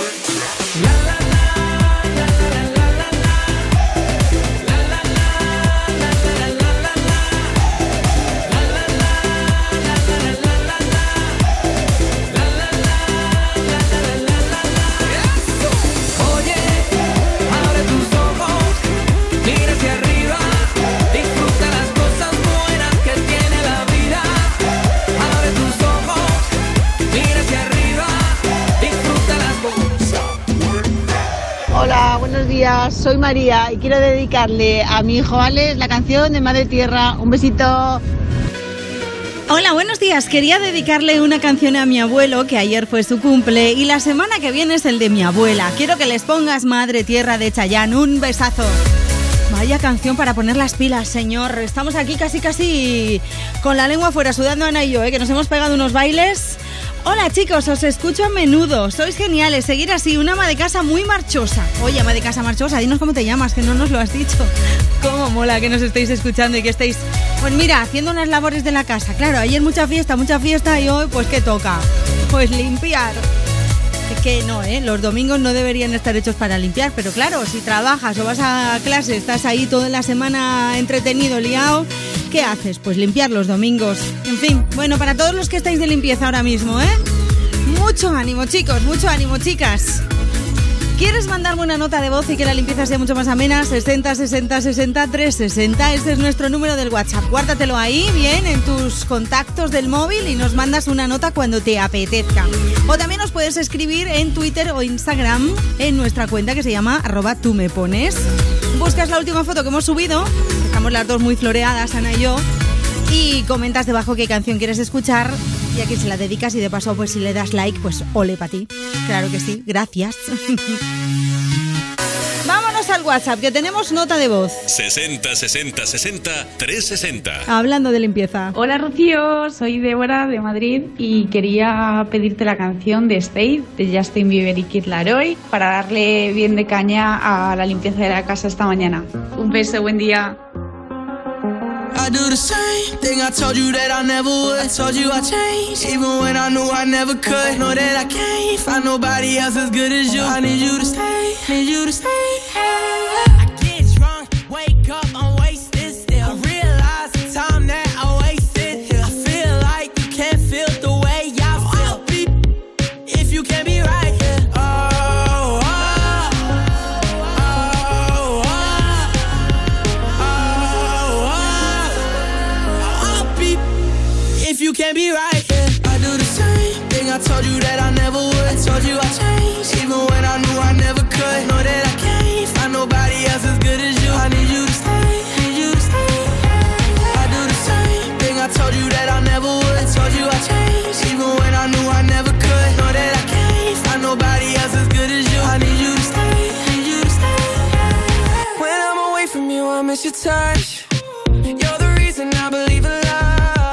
Oye, abre tus ojos, mira hacia arriba, disfruta las cosas buenas que tiene la vida. Abre tus ojos, mira hacia arriba, disfruta las cosas. Hola, buenos días, soy María y quiero dedicarle a mi hijo Alex la canción de Madre Tierra. Un besito. Hola, buenos días. Quería dedicarle una canción a mi abuelo, que ayer fue su cumple, y la semana que viene es el de mi abuela. Quiero que les pongas Madre Tierra de Chayanne. Un besazo. Vaya canción para poner las pilas, señor. Estamos aquí casi con la lengua fuera, sudando Ana y yo, que nos hemos pegado unos bailes. Hola chicos, os escucho a menudo, sois geniales, seguir así, una ama de casa muy marchosa. Oye, ama de casa marchosa, dinos cómo te llamas, que no nos lo has dicho. Cómo mola que nos estéis escuchando y que estéis, pues mira, haciendo unas labores de la casa. Claro, ayer mucha fiesta y hoy, pues ¿qué toca? Pues limpiar. Que no, los domingos no deberían estar hechos para limpiar, pero claro, si trabajas o vas a clase, estás ahí toda la semana entretenido, liado, ¿qué haces? Pues limpiar los domingos. En fin, bueno, para todos los que estáis de limpieza ahora mismo, mucho ánimo, chicos, mucho ánimo, chicas. ¿Quieres mandarme una nota de voz y que la limpieza sea mucho más amena? 60 60 60 360. Este es nuestro número del WhatsApp. Guárdatelo ahí, bien, en tus contactos del móvil y nos mandas una nota cuando te apetezca. O también nos puedes escribir en Twitter o Instagram en nuestra cuenta que se llama @tumepones. Buscas la última foto que hemos subido. Estamos las dos muy floreadas, Ana y yo. y comentas debajo qué canción quieres escuchar y a quién se la dedicas, y de paso pues si le das like, pues ole para ti. Claro que sí, gracias. Vámonos al WhatsApp, que tenemos nota de voz. 60 60 60 360. Hablando de limpieza. Hola Rocío, soy Débora de Madrid y quería pedirte la canción de Stay de Justin Bieber y Kid Laroi para darle bien de caña a la limpieza de la casa esta mañana. Un beso, buen día. I do the same thing I told you that I never would. I told you I changed, even when I knew I never could. Know that I can't find nobody else as good as you. I need you to stay, need you to stay. I get drunk, wake up, I'm wasted still. I realize the time that I wasted here. I feel like you can't feel the way I feel. I'll be if you can't be right here. You can't be right, yeah. I do the same thing I told you that I never would. I told you I changed, even when I knew I never could. Know that I can't find nobody else as good as you. I need you to stay, need you to stay. I do the same thing I told you that I never would. I told you I changed, even when I knew I never could. Know that I can't find nobody else as good as you. I need you to stay, need you to stay. When I'm away from you, I miss your touch. You're the reason I believe in love.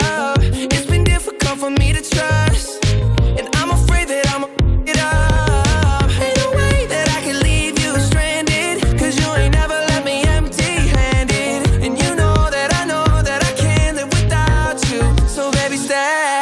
For me to trust, and I'm afraid that I'm it up. Ain't no way that I can leave you stranded, cause you ain't never left me empty-handed. And you know that I can't live without you. So baby, stay.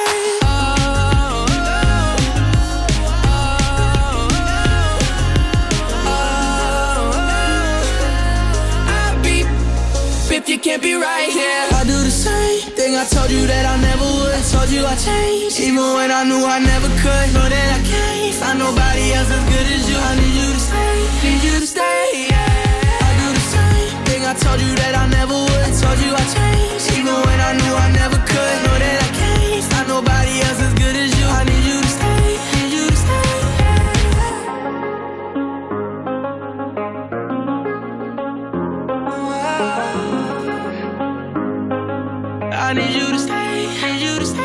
I'll be if you can't be right here. I do the same thing I told you that I never would. I told you I changed, even when I knew I never could. Know that I can't find nobody else as good as you. I need you to stay, need you to stay, yeah. I do the same thing I told you that I never would. I told you I changed, even when I knew I never could. Know that I can't find nobody else as good as you. I need you to stay, need you to stay, yeah. I need you to stay, need you to stay.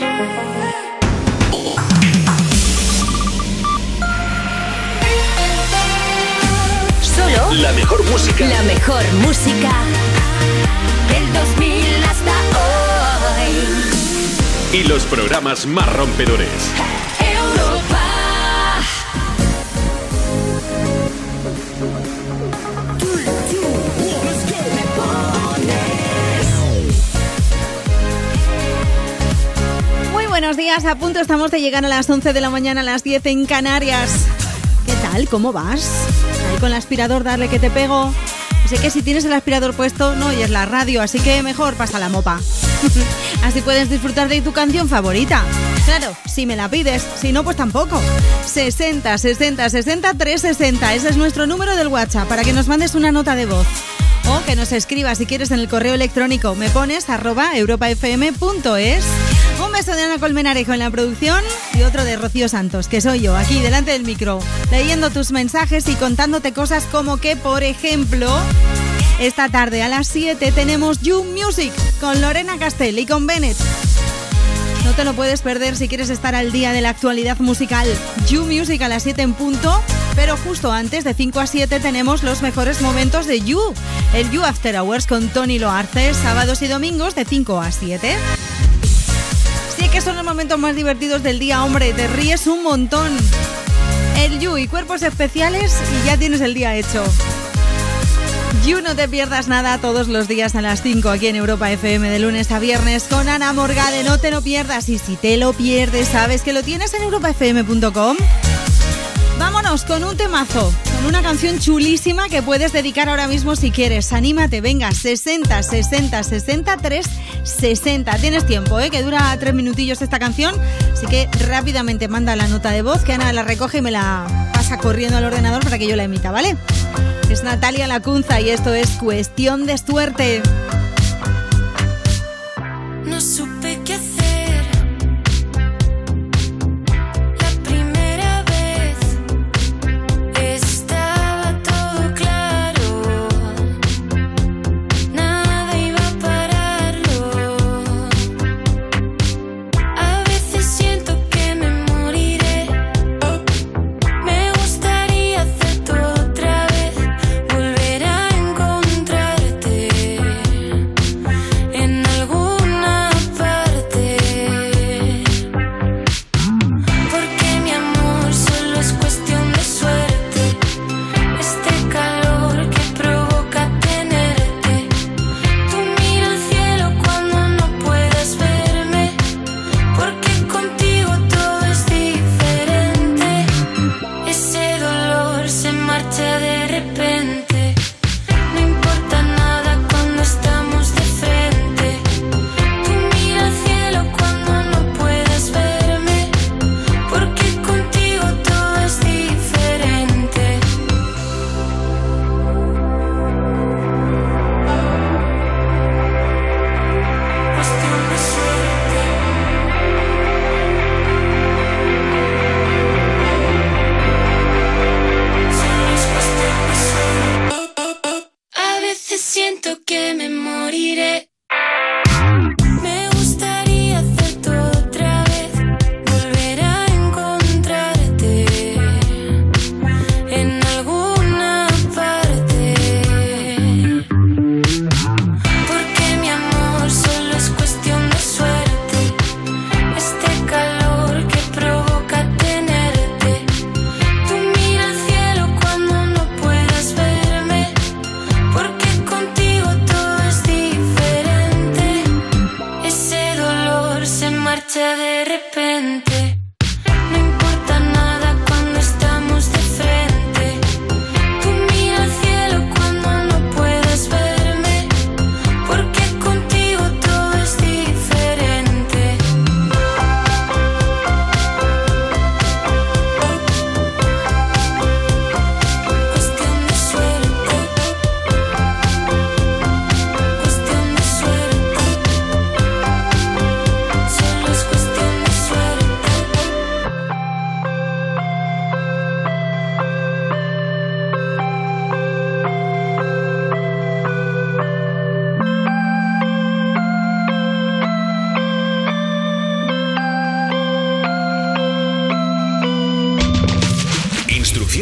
Solo la mejor música. La mejor música del 2000 hasta hoy. Y los programas más rompedores. Europa. Buenos días, a punto estamos de llegar a las 11 de la mañana, a las 10 en Canarias. ¿Qué tal? ¿Cómo vas? Ahí con el aspirador, darle que te pego. Sé que si tienes el aspirador puesto no oyes la radio, así que mejor pasa la mopa. Así puedes disfrutar de tu canción favorita. Claro, si me la pides, si no, pues tampoco. 60 60 60 360, ese es nuestro número del WhatsApp para que nos mandes una nota de voz. O que nos escribas si quieres en el correo electrónico mepones@europafm.es. Un beso de Ana Colmenarejo en la producción y otro de Rocío Santos, que soy yo, aquí delante del micro, leyendo tus mensajes y contándote cosas como que, por ejemplo, esta tarde a las 7 tenemos You Music con Lorena Castell y con Bennett. No te lo puedes perder si quieres estar al día de la actualidad musical. You Music a las 7 en punto, pero justo antes, de 5 a 7, tenemos los mejores momentos de You. El You After Hours con Tony Loarce, sábados y domingos de 5 a 7. Sí que son los momentos más divertidos del día, hombre, te ríes un montón. El You y cuerpos especiales y ya tienes el día hecho. You, no te pierdas nada todos los días a las 5 aquí en Europa FM de lunes a viernes con Ana Morgade, no te lo pierdas, y si te lo pierdes sabes que lo tienes en europafm.com. Vámonos con un temazo, con una canción chulísima que puedes dedicar ahora mismo si quieres. Anímate, venga, 60 60 60 360. Tienes tiempo, que dura 3 minutillos esta canción, así que rápidamente manda la nota de voz que Ana la recoge y me la pasa corriendo al ordenador para que yo la emita, ¿vale? Es Natalia Lacunza y esto es Cuestión de Suerte. No supe qué hacer. La primera vez estaba todo claro. Nada iba a pararlo.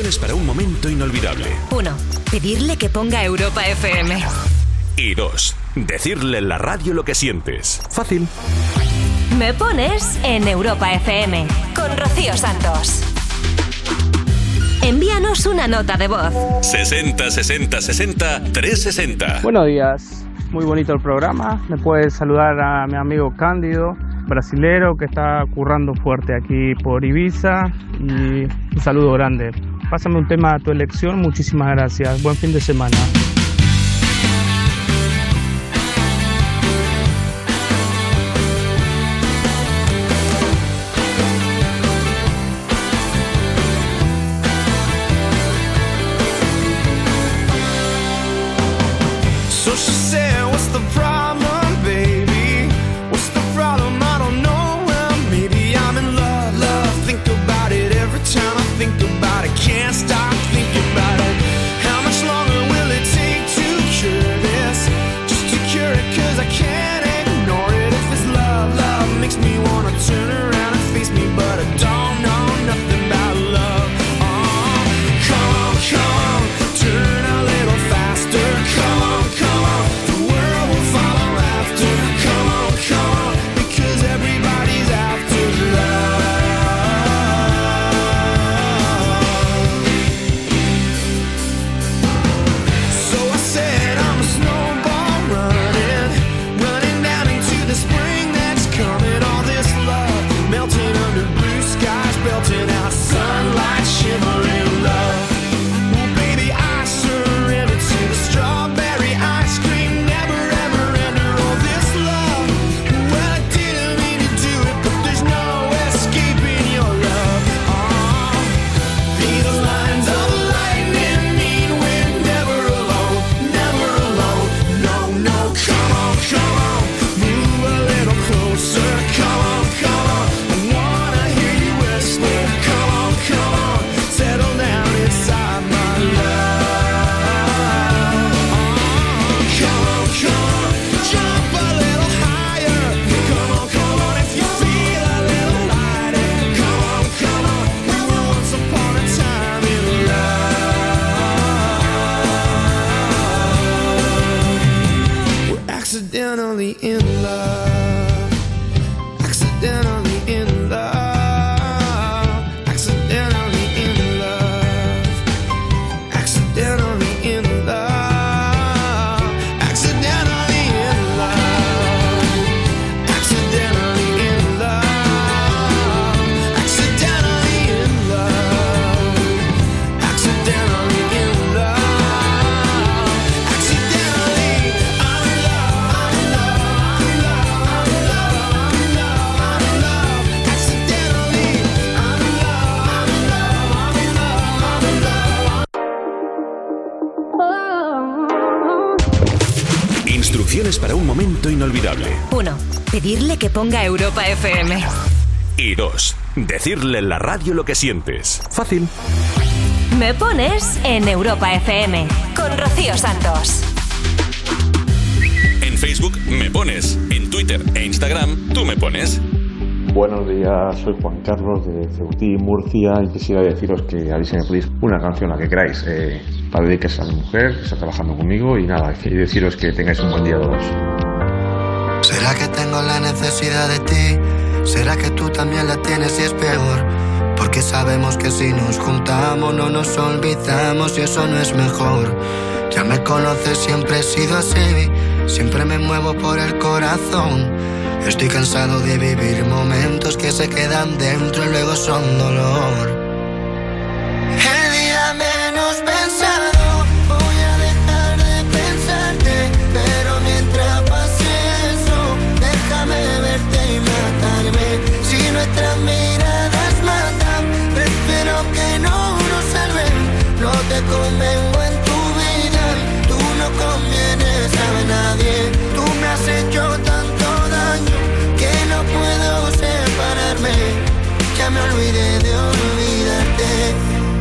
Instrucciones para un momento inolvidable. 1. Pedirle que ponga Europa FM. Y 2. Decirle en la radio lo que sientes. Fácil. Me pones en Europa FM con Rocío Santos. Envíanos una nota de voz. 60 60 60 360. Buenos días, muy bonito el programa. Me puedes saludar a mi amigo Cándido, brasilero, que está currando fuerte aquí por Ibiza. Y un saludo grande. Pásame un tema a tu elección, muchísimas gracias. Buen fin de semana. So she said, what's the problem, baby? What's the problem? I don't know. Well, maybe I'm in love, love. Think about it every time I think about it. Can't stop thinking about it. How much longer will it take to cure this? Just to cure it, 'cause I can't ignore it. If it's love, love makes me wanna turn around and face me, but I don't know nothing about love. Oh, come on, turn a little faster. Come on, the world will follow after. Come on, because everybody's after love. So I said I'm a snowball running down into the spring that's coming. All this love melting under blue skies, belting out sunlight, shimmering love. Well, baby, I surrender to the strawberry ice cream, never ever enter all this love. Well, I didn't mean to do it, but there's no escaping your love. Oh, these lines of lightning mean we're never alone, never alone. No, no, come on, move a little closer. Come on, I wanna hear you whisper. Come on, settle down inside my love. Come on, jump a little higher. Come on, if you feel a little lighter. Come on, we were once upon a time in love. We're accidentally in love. Accidentally in love. Accidentally in love. Accidentally in love. Accidentally in love. Accidentally in love. Accidentally in love. Accidentally in love. Accidentally, I'm in love. Accidentally, I'm in Instrucciones para un momento inolvidable. 1. Pedirle que ponga Europa FM. Y 2. Decirle en la radio lo que sientes. Fácil. Me pones en Europa FM con Rocío Santos. En Facebook me pones. En Twitter e Instagram tú me pones. Buenos días, soy Juan Carlos de Ceutí, Murcia, y quisiera deciros que a ver si me pedís una canción, la que queráis, para dedicarse a mi mujer que está trabajando conmigo, y nada, y deciros que tengáis un buen día todos. ¿Será que tengo la necesidad de ti? ¿Será que tú también la tienes y es peor? Porque sabemos que si nos juntamos no nos olvidamos y eso no es mejor. Ya me conoces, siempre he sido así, siempre me muevo por el corazón. Estoy cansado de vivir momentos que se quedan dentro y luego son dolor. El día menos pensado voy a dejar de pensarte, pero mientras pase eso, déjame verte y matarme. Si nuestras miradas matan, prefiero que no nos salven. No te convengo en tu vida, tú no convienes a nadie. Tú me has hecho tanto daño que no puedo separarme. Ya me olvidé de olvidarte.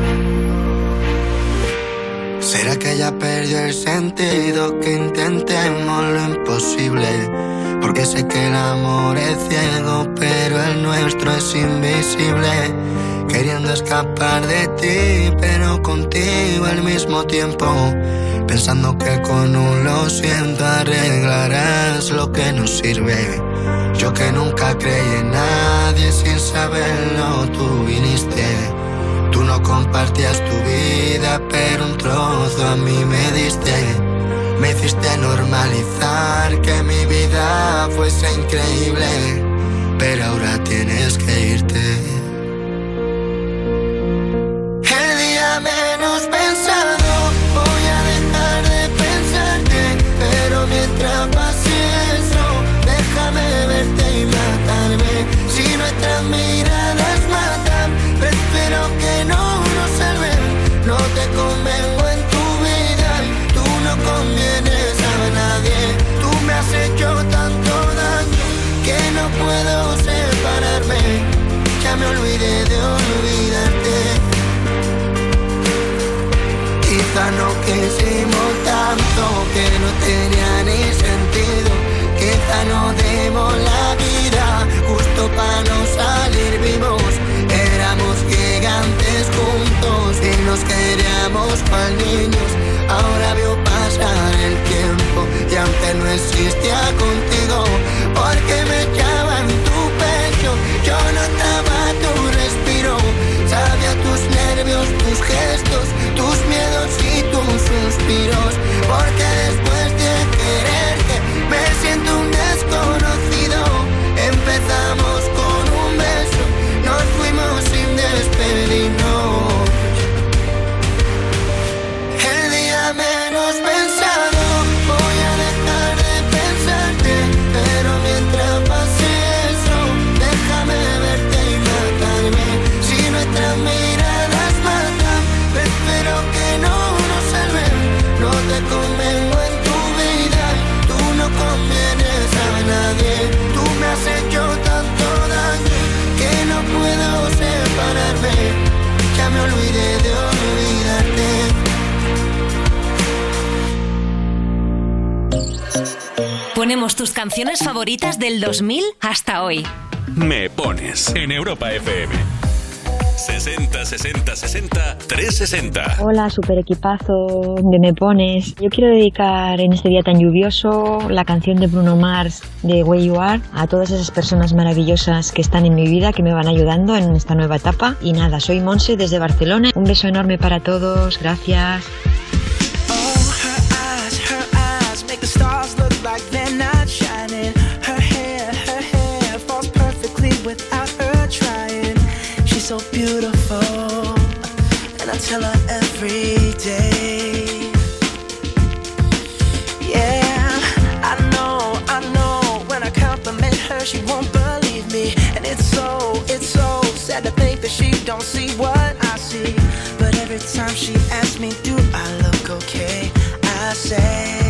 ¿Será que ya perdió el sentido? Que intentemos lo imposible. Porque sé que el amor es ciego, pero el nuestro es invisible. Queriendo escapar de ti, pero contigo al mismo tiempo, pensando que con un lo siento arreglarás lo que no sirve. Yo que nunca creí en nadie, sin saberlo tú viniste. Tú no compartías tu vida, pero un trozo a mí me diste. Me hiciste normalizar que mi vida fuese increíble, pero ahora tienes que irte. El día menos pensado voy a dejar de pensarte, pero mientras pase eso, déjame verte y matarme. Si nuestras miradas matan, prefiero que no nos salven. No te convengo en tu vida y tú no convienes a nadie. Tú me has hecho tanto daño que no puedo separarme. Ya me olvidé de olvidarte. Quizá no quisimos tanto que no tenía ni sentido. Quizá no demos la vida justo para no salir vivos. Éramos gigantes juntos y nos queríamos cual niños. Ahora veo pasar el tiempo y aunque no existía contigo, porque me echaba en tu pecho, yo notaba tu respiro. Sabía tus nervios, tus gestos, tus miedos y tus suspiros. Porque después de quererte me siento un desconocido. Empezamos con un beso, nos fuimos sin despedirnos. El día menos pensado voy a dejar de pensarte, pero mientras pase eso, déjame verte y matarme. Si nuestras miradas matan, prefiero que no nos salven. No te convengo en tu vida, tú no convienes a nadie. Tú me has hecho tanto daño que no puedo separarme. Ya me olvidé de olvidarte. Ponemos tus canciones favoritas del 2000 hasta hoy. Me Pones en Europa FM. 60 60 60 360. Hola, super equipazo de Me Pones. Yo quiero dedicar en este día tan lluvioso la canción de Bruno Mars de Where You Are a todas esas personas maravillosas que están en mi vida, que me van ayudando en esta nueva etapa. Y nada, soy Monse desde Barcelona. Un beso enorme para todos. Gracias. The stars look like they're not shining. Her hair falls perfectly without her trying. She's so beautiful, and I tell her every day. Yeah, I know, when I compliment her, she won't believe me. And it's so sad to think that she don't see what I see. But every time she asks me, do I look okay? I say,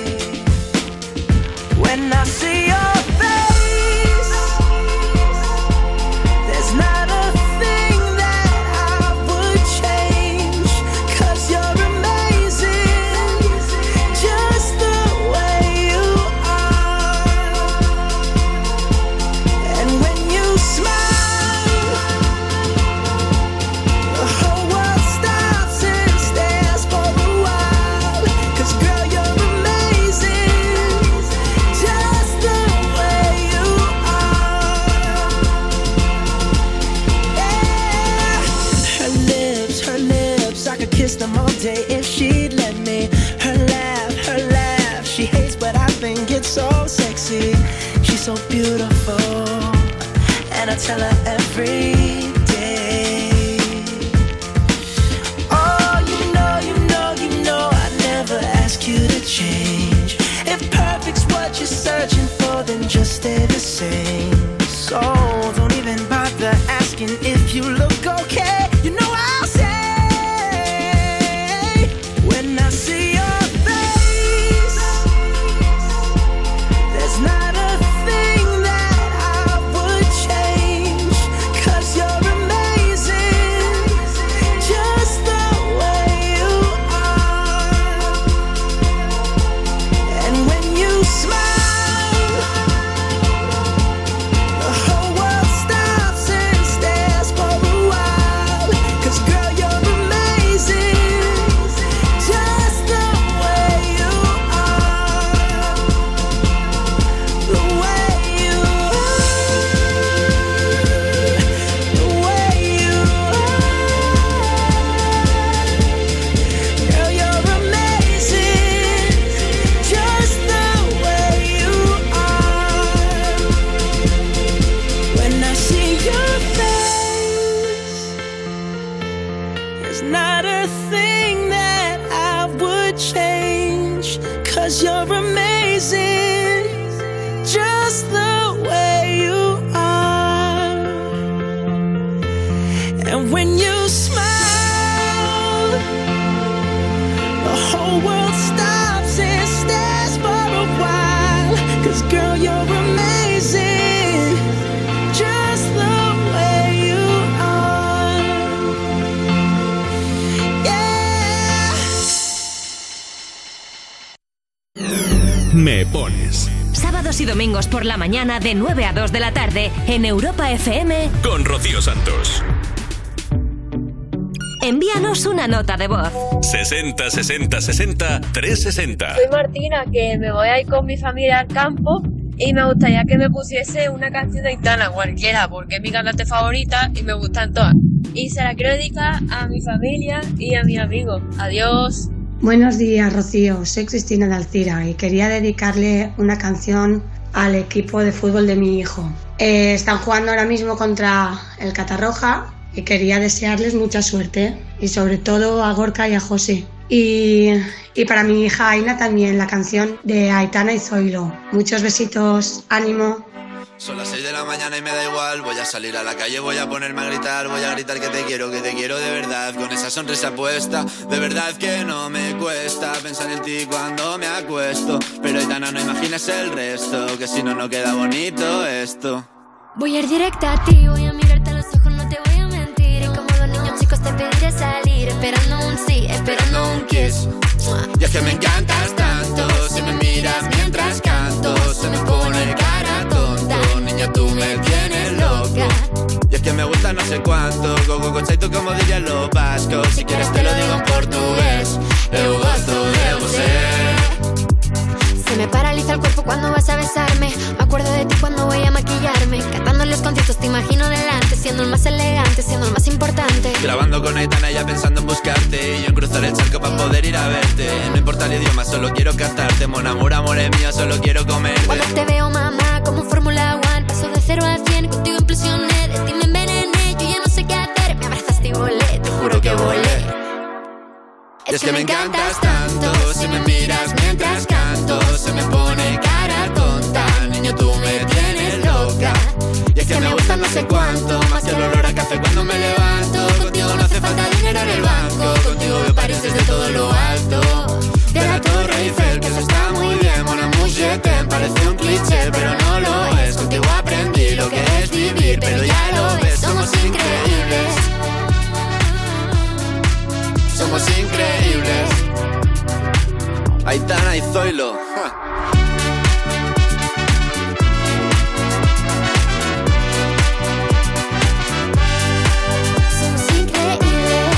when I see your face, there's not a thing that I would change. 'Cause you're amazing, just the way you are. And when you smile, the whole world stops and stares for a while. 'Cause girl, you're amazing, just the way you are. Yeah. Her lips, I could kiss them all day if she'd let me. Her laugh, she hates but I think it's so sexy. She's so beautiful, and I tell her every day. Oh, you know, I never ask you to change. If perfect's what you're searching for, then just stay the same. So don't even bother asking if you look okay. You know I'll say, when I see your face, there's not a thing that I would change. 'Cause you're amazing, just the way you are. And when you smile, the whole world stops and stares for a while. There's not a thing that I would change, 'cause you're amazing, just the way you are. And when you smile, the whole world stops and stares for a while, 'cause girl, you're amazing, just the way you are. Yeah. Me Pones. Sábados y domingos por la mañana de 9 a 2 de la tarde en Europa FM Con Rocío Santos. Envíanos una nota de voz. 60 60 60 360. Soy Martina, que me voy a ir con mi familia al campo y me gustaría que me pusiese una canción de Aitana, cualquiera, porque es mi cantante favorita y me gustan todas. Y se la quiero dedicar a mi familia y a mis amigos. Adiós. Buenos días, Rocío. Soy Cristina de Alcira y quería dedicarle una canción al equipo de fútbol de mi hijo. Están jugando ahora mismo contra el Catarroja y quería desearles mucha suerte, y sobre todo a Gorka y a José. Y para mi hija Aina también, la canción de Aitana y Zoilo. Muchos besitos, ánimo. Son las 6 de la mañana y me da igual. Voy a salir a la calle, voy a ponerme a gritar. Voy a gritar que te quiero de verdad. Con esa sonrisa puesta, de verdad que no me cuesta pensar en ti cuando me acuesto. Pero Aitana, no imaginas el resto, que si no, no queda bonito esto. Voy a ir directa a ti, voy a mirarte a los ojos, no te voy a mentir. Y como los niños chicos te pediré salir, esperando un sí, esperando un kiss. Y es que me encantas tanto, si me miras mientras canto, se me pone cara tonta. Niña, tú me tienes loca. Y es que me gusta no sé cuánto, gogo conceito como dirían los vascos. Si quieres te lo digo en portugués, eu gosto de você. Se me paraliza el cuerpo cuando vas a besarme. Me acuerdo de ti cuando voy a maquillarme. Cantando los conciertos te imagino delante, siendo el más elegante, siendo el más importante. Grabando con Aitana ya pensando en buscarte, y yo en cruzar el charco para poder ir a verte. No importa el idioma, solo quiero cantarte. Mon amour, amor es mío, solo quiero comerte. Cuando te veo, mamá, como Fórmula 1, paso de 0 a 100, contigo implosioné. De ti me envenené, yo ya no sé qué hacer. Me abrazaste y volé, te juro que volé. Y es que me encantas tanto, si me miras mientras canto, se me pone cara tonta. Niño, tú me tienes loca. Y es que me gusta no sé cuánto, más que el olor a café cuando me levanto. Contigo no hace falta dinero en el banco, contigo veo París desde todo lo alto. De la Torre Eiffel, que eso está muy bien. Mon amour, je t'aime, parece un cliché, pero no lo es. Contigo aprendí lo que es vivir, pero ya lo ves, somos increíbles. Somos increíbles. Aitana y Zoilo. Somos increíbles.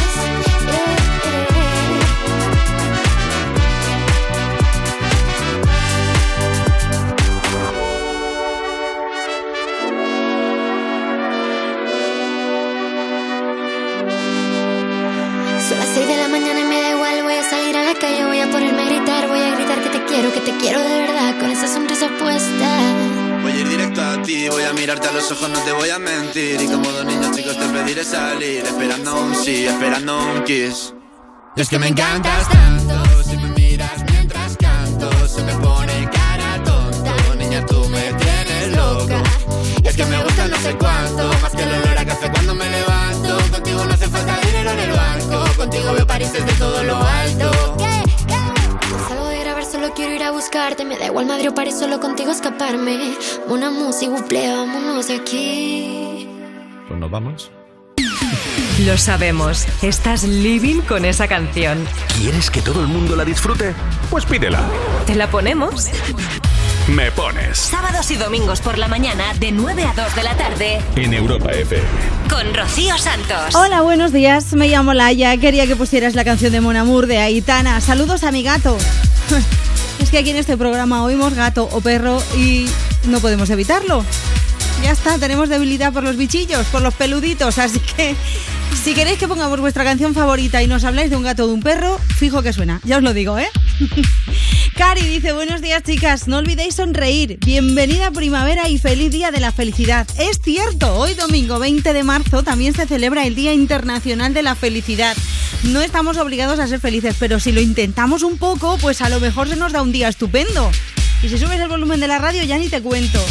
Son las 6 de la mañana y me da igual. Voy a salir a la calle, voy a ponerme a gritar. Voy a gritar que te quiero de verdad, con esa sonrisa puesta. Voy a ir directo a ti, voy a mirarte a los ojos, no te voy a mentir. Y como dos niños chicos te pediré salir, esperando un sí, esperando un kiss. Y es que me encantas tanto, si me miras mientras canto, se me pone cara tonta. Niña, tú me tienes loca. Y es que me gusta no sé cuánto, más que el olor a café cuando me levanto. Contigo no hace falta dinero en el banco, contigo veo París desde todo lo alto. Salgo de grabar, solo quiero ir a buscarte. Me da igual Madrid o París, solo contigo escaparme. Una música, buple, vámonos de aquí. Pues nos vamos. Lo sabemos, estás living con esa canción. ¿Quieres que todo el mundo la disfrute? Pues pídela. ¿Te la ponemos? Me Pones. Sábados y domingos por la mañana de 9 a 2 de la tarde En Europa FM. con Rocío Santos. Hola, buenos días. Me llamo Laia. Quería que pusieras la canción de Mon Amour de Aitana. Saludos a mi gato. Es que aquí en este programa oímos gato o perro y no podemos evitarlo. Ya está, tenemos debilidad por los bichillos, por los peluditos. Así que si queréis que pongamos vuestra canción favorita y nos habláis de un gato o de un perro, fijo que suena. Ya os lo digo, ¿eh? Cari dice, buenos días chicas, no olvidéis sonreír, bienvenida primavera y feliz día de la felicidad. Es cierto, hoy domingo 20 de marzo también se celebra el Día Internacional de la Felicidad. No estamos obligados a ser felices, pero si lo intentamos un poco, pues a lo mejor se nos da un día estupendo. Y si subes el volumen de la radio ya ni te cuento.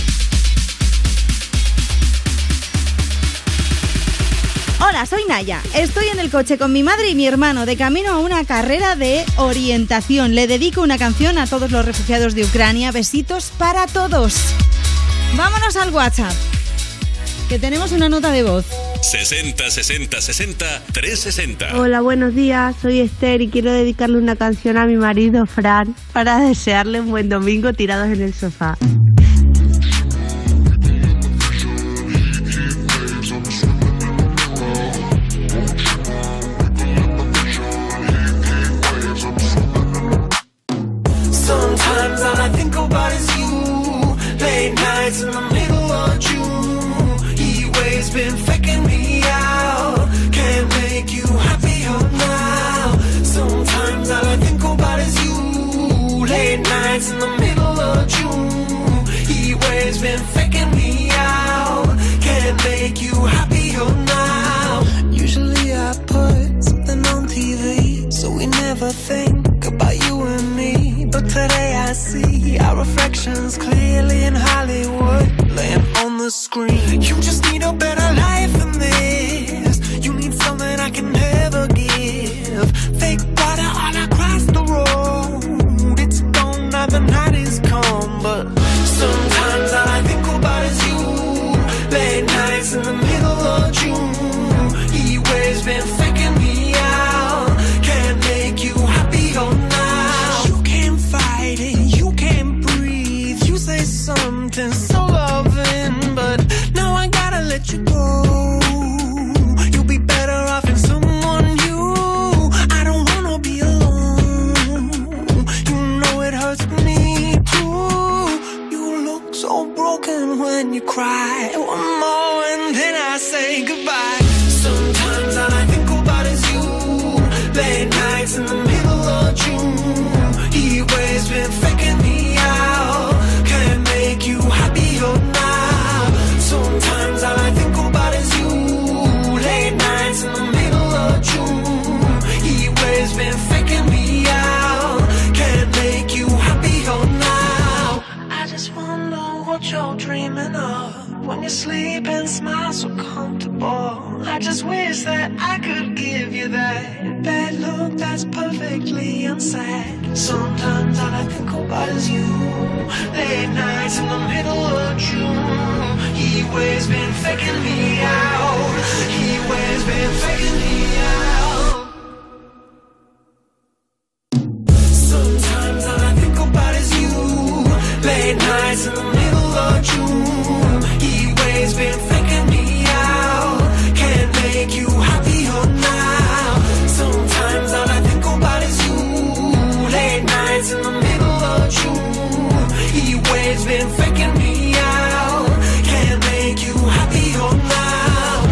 Hola, soy Naya. Estoy en el coche con mi madre y mi hermano de camino a una carrera de orientación. Le dedico una canción a todos los refugiados de Ucrania. Besitos para todos. Vámonos al WhatsApp, que tenemos una nota de voz. 60 60 60 360. Hola, buenos días. Soy Esther y quiero dedicarle una canción a mi marido Fran para desearle un buen domingo tirados en el sofá. Sometimes all I think about is you. Late nights in the middle of June. He waves been faking me out. Can't make you happier now. Sometimes all I think about is you. Late nights in the middle of June. He waves been faking me out. Can't make you happier now. Usually I put something on TV, so we never think about you and me. But today I see our reflections clearly in Hollywood, laying on the screen. You just need a better life than this. You need something I can never give. Fake water all across the road. It's gone now, the night is come. But sometimes all I think about is you. Late nights in the middle of June. He waves been faking me out. Can't make you happier now. You can't fight it, you can't breathe. You say something so loving, but now I gotta let you go. You'll be better off in someone new. I don't wanna be alone. You know it hurts me too. You look so broken when you cry. One more and then I say goodbye. Sometimes all I think about is you. Late nights in the middle of June. He waves been faking me out. Can't make you happier now. Sometimes all I think about is you. Late nights in the middle of June. He waves been faking me out. Can't make you happier now. I just wonder what you're dreaming of. When you sleep and smile so comfortable. I just wish that I could give you that bad look that's perfectly unsaid. Sometimes all I think about is you. Late nights in the middle of June. He waves been faking me out. He waves been faking me out. Sometimes all I think about is you. Late nights in the middle of June. He waves been faking me out. Can't make you happier now. Sometimes all I think about is you. Late nights in the middle of June. He waves been faking me out. Can't make you happier now.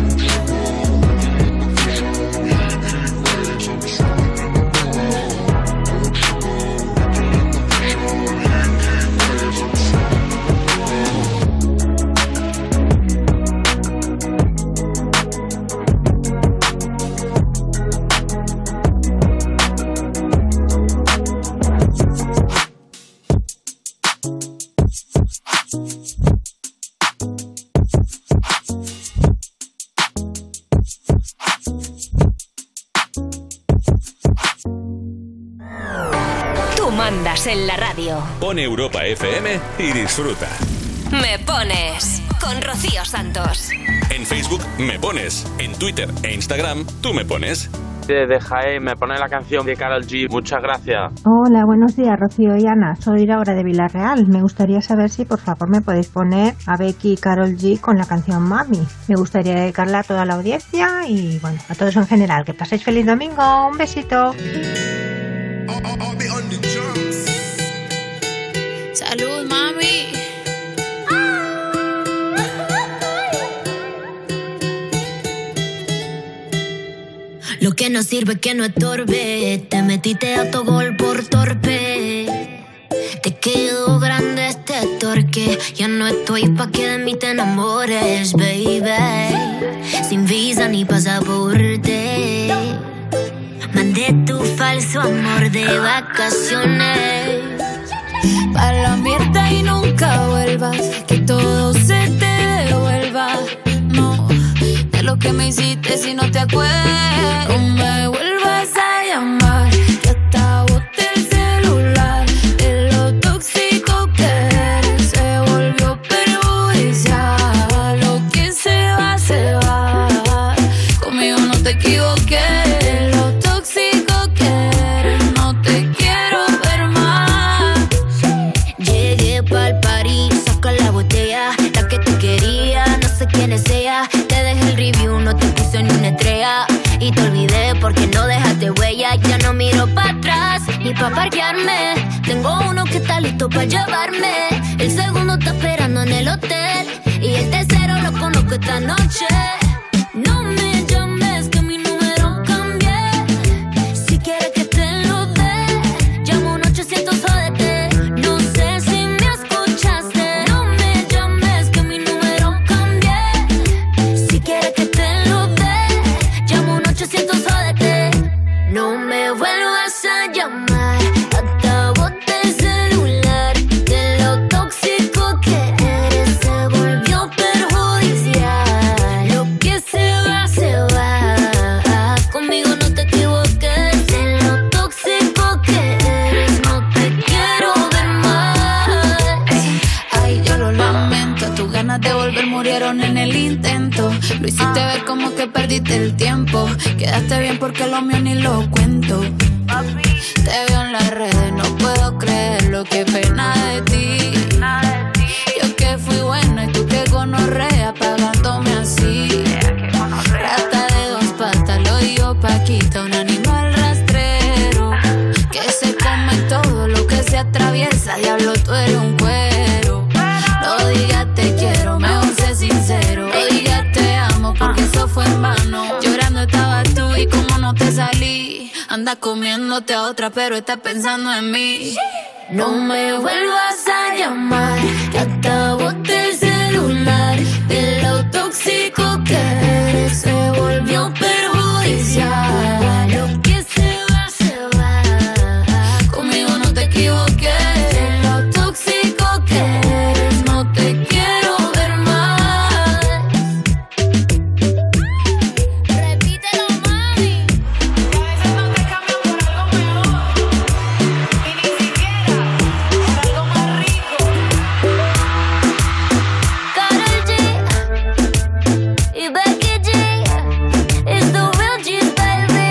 Tú mandas en la radio. Pon Europa FM y disfruta. Me Pones con Rocío Santos. En Facebook Me Pones, en Twitter e Instagram Tú Me Pones. Desde Jaén me pone la canción de Karol G. Muchas gracias. Hola, buenos días, Rocío y Ana. Soy Laura de Villarreal. Me gustaría saber si por favor me podéis poner a Becky y Karol G con la canción Mami. Me gustaría dedicarla a toda la audiencia y bueno, a todos en general. Que paséis feliz domingo. Un besito. Salud, mami. Lo que no sirve que no estorbe. Te metiste autogol por torpe. quedó grande este torque. Ya no estoy pa' que de mí te enamores, baby. Sin visa ni pasaporte. Mandé tu falso amor de vacaciones pa' la mierda y nunca vuelvas. Que todo se te devuelva. No, de lo que me hiciste si no te acuerdas. No me vuelvas a llamar. Que hasta boté el celular. De lo tóxico que eres se volvió perjudicial. Lo que se va, se va. Conmigo no te equivoqué. Te dejé el review, no te puse ni una estrella. Y te olvidé porque no dejaste huella. Ya no miro para atrás ni pa' parquearme. Tengo uno que está listo para llevarme. El segundo está esperando en el hotel. Y el tercero lo conozco esta noche. No me llames que mi número cambié. Si quieres que te lo dé, llamo un 800 jódete. No sé si me escuchaste. No me llames que mi número cambié. Si quieres que te lo dé, llamo un 800 jódete. No me vuelvas a llamar. Hasta boté el celular. De lo tóxico que eres se volvió perjudicial. Lo que se va, se va. Conmigo no te equivoques. De lo tóxico que eres no te quiero ver más. Ay, yo lo lamento. Tus ganas de volver murieron en el intento. Lo hiciste ver como que perdiste el tiempo. Quedaste bien porque lo mío ni lo cuento. Te veo en las redes, no puedo creerlo. Qué pena de ti. Yo que fui buena y tú que gonorrea pagándome así. Rata de dos patas, lo digo Paquita, un animal rastrero que se come todo lo que se atraviesa. Diablo, tú eres un cuero. No digas te quiero, mejor sé sincero. No digas te amo porque eso fue en vano. Llorando estabas tú y como no te salí. Anda comiéndote a otra pero estás pensando en mí. No me vuelvas a llamar. Que hasta boté el celular. De lo tóxico que eres se volvió perjudicial. Lo que se va, se va. Conmigo no te equivoques. De lo tóxico que eres no te quiero ver más. Repítelo, mami. A veces no te cambian por algo mejor. Y ni siquiera por algo más rico. Karol G y Becky G. It's the real G's, baby.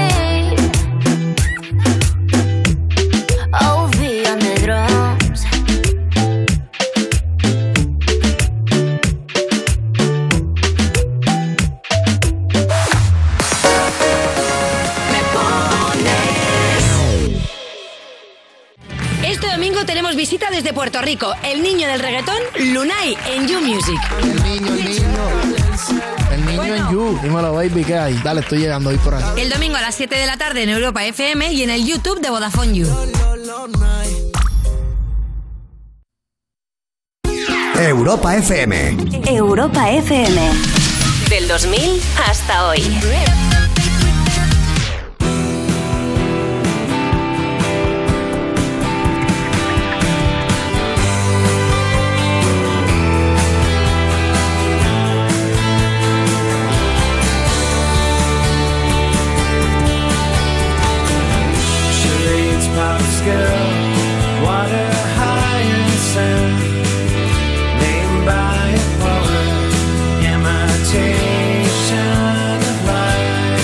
OV on the drums. Este domingo tenemos visita desde Puerto Rico. El niño del reggaetón, Lunay, en You Music. El niño en You. Dímelo, baby, ¿qué hay? Dale, estoy llegando hoy por ahí. El domingo a las 7 de la tarde en Europa FM y en el YouTube de Vodafone You. Europa FM. Europa FM. Del 2000 hasta hoy. Charades, pop scale, water high and sound. Named by a poet, imitation of life.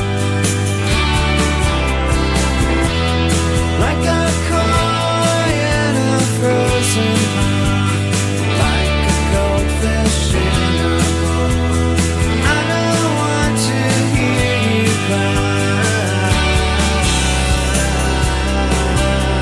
Like a koi in a frozen pond, like a goldfish in a bowl. I don't want to hear you cry.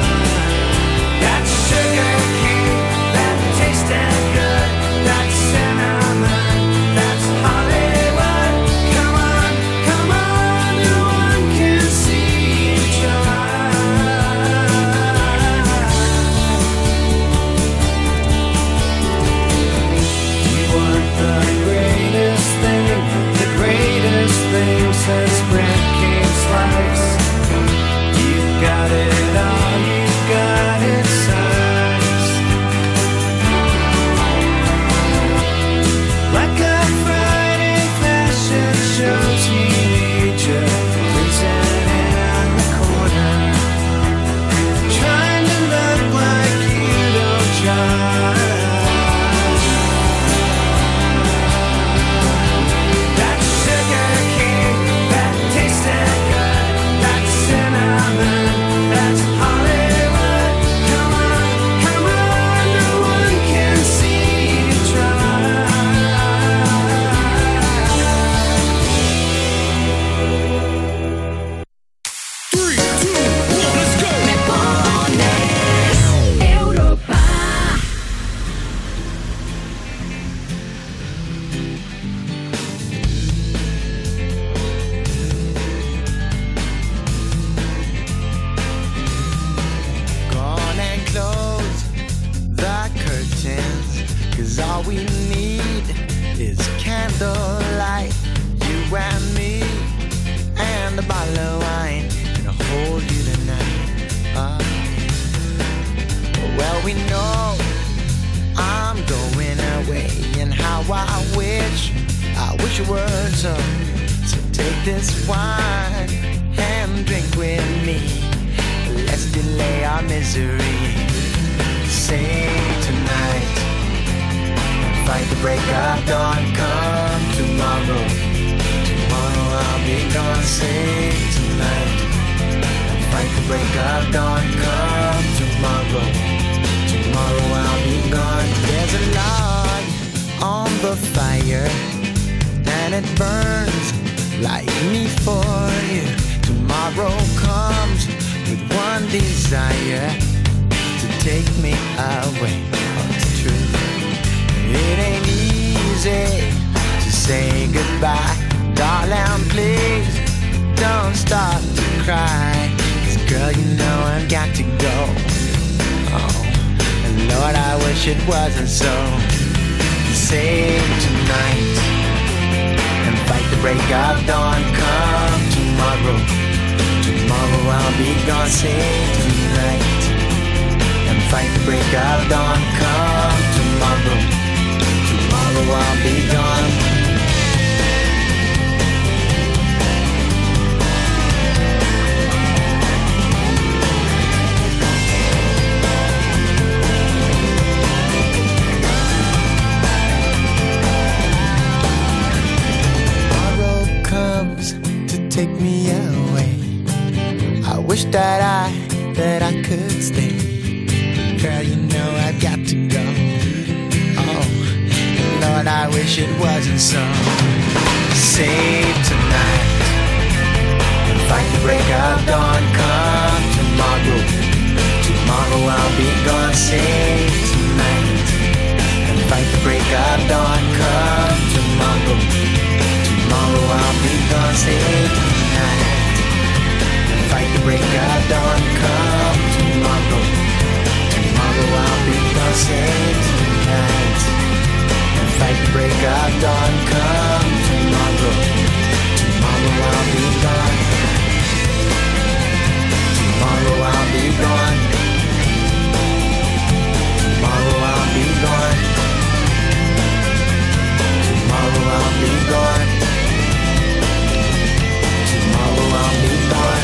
your words up. So take this wine and drink with me. Let's delay our misery. Sing tonight and fight the break of dawn. Come tomorrow. Tomorrow I'll be gone. Sing tonight and fight the break of dawn. Come tomorrow. Tomorrow I'll be gone. There's a log on the fire and it burns like me for you. Tomorrow comes with one desire, to take me away. Oh, it's true. It ain't easy to say goodbye. Darling, please don't start to cry. 'Cause girl, you know I've got to go. Oh, and Lord, I wish it wasn't so. Save tonight and fight the break of dawn. Come tomorrow. Tomorrow I'll be gone. Save tonight and fight the break of dawn. Come tomorrow. Tomorrow I'll be gone. Take me away. I wish that I could stay. Girl, you know I've got to go. Oh, Lord, I wish it wasn't so. Save tonight and fight the break of dawn. Come tomorrow. Tomorrow I'll be gone. Save tonight and fight the break of dawn. Come tomorrow. Tomorrow I'll be gone. Save tonight and fight the break of dawn. Come tomorrow. Tomorrow I'll be gone. Save tonight and fight the break of dawn. Come tomorrow. Tomorrow I'll be gone. Tomorrow I'll be gone. Tomorrow I'll be gone. Tomorrow I'll be gone. Tomorrow I'll be gone.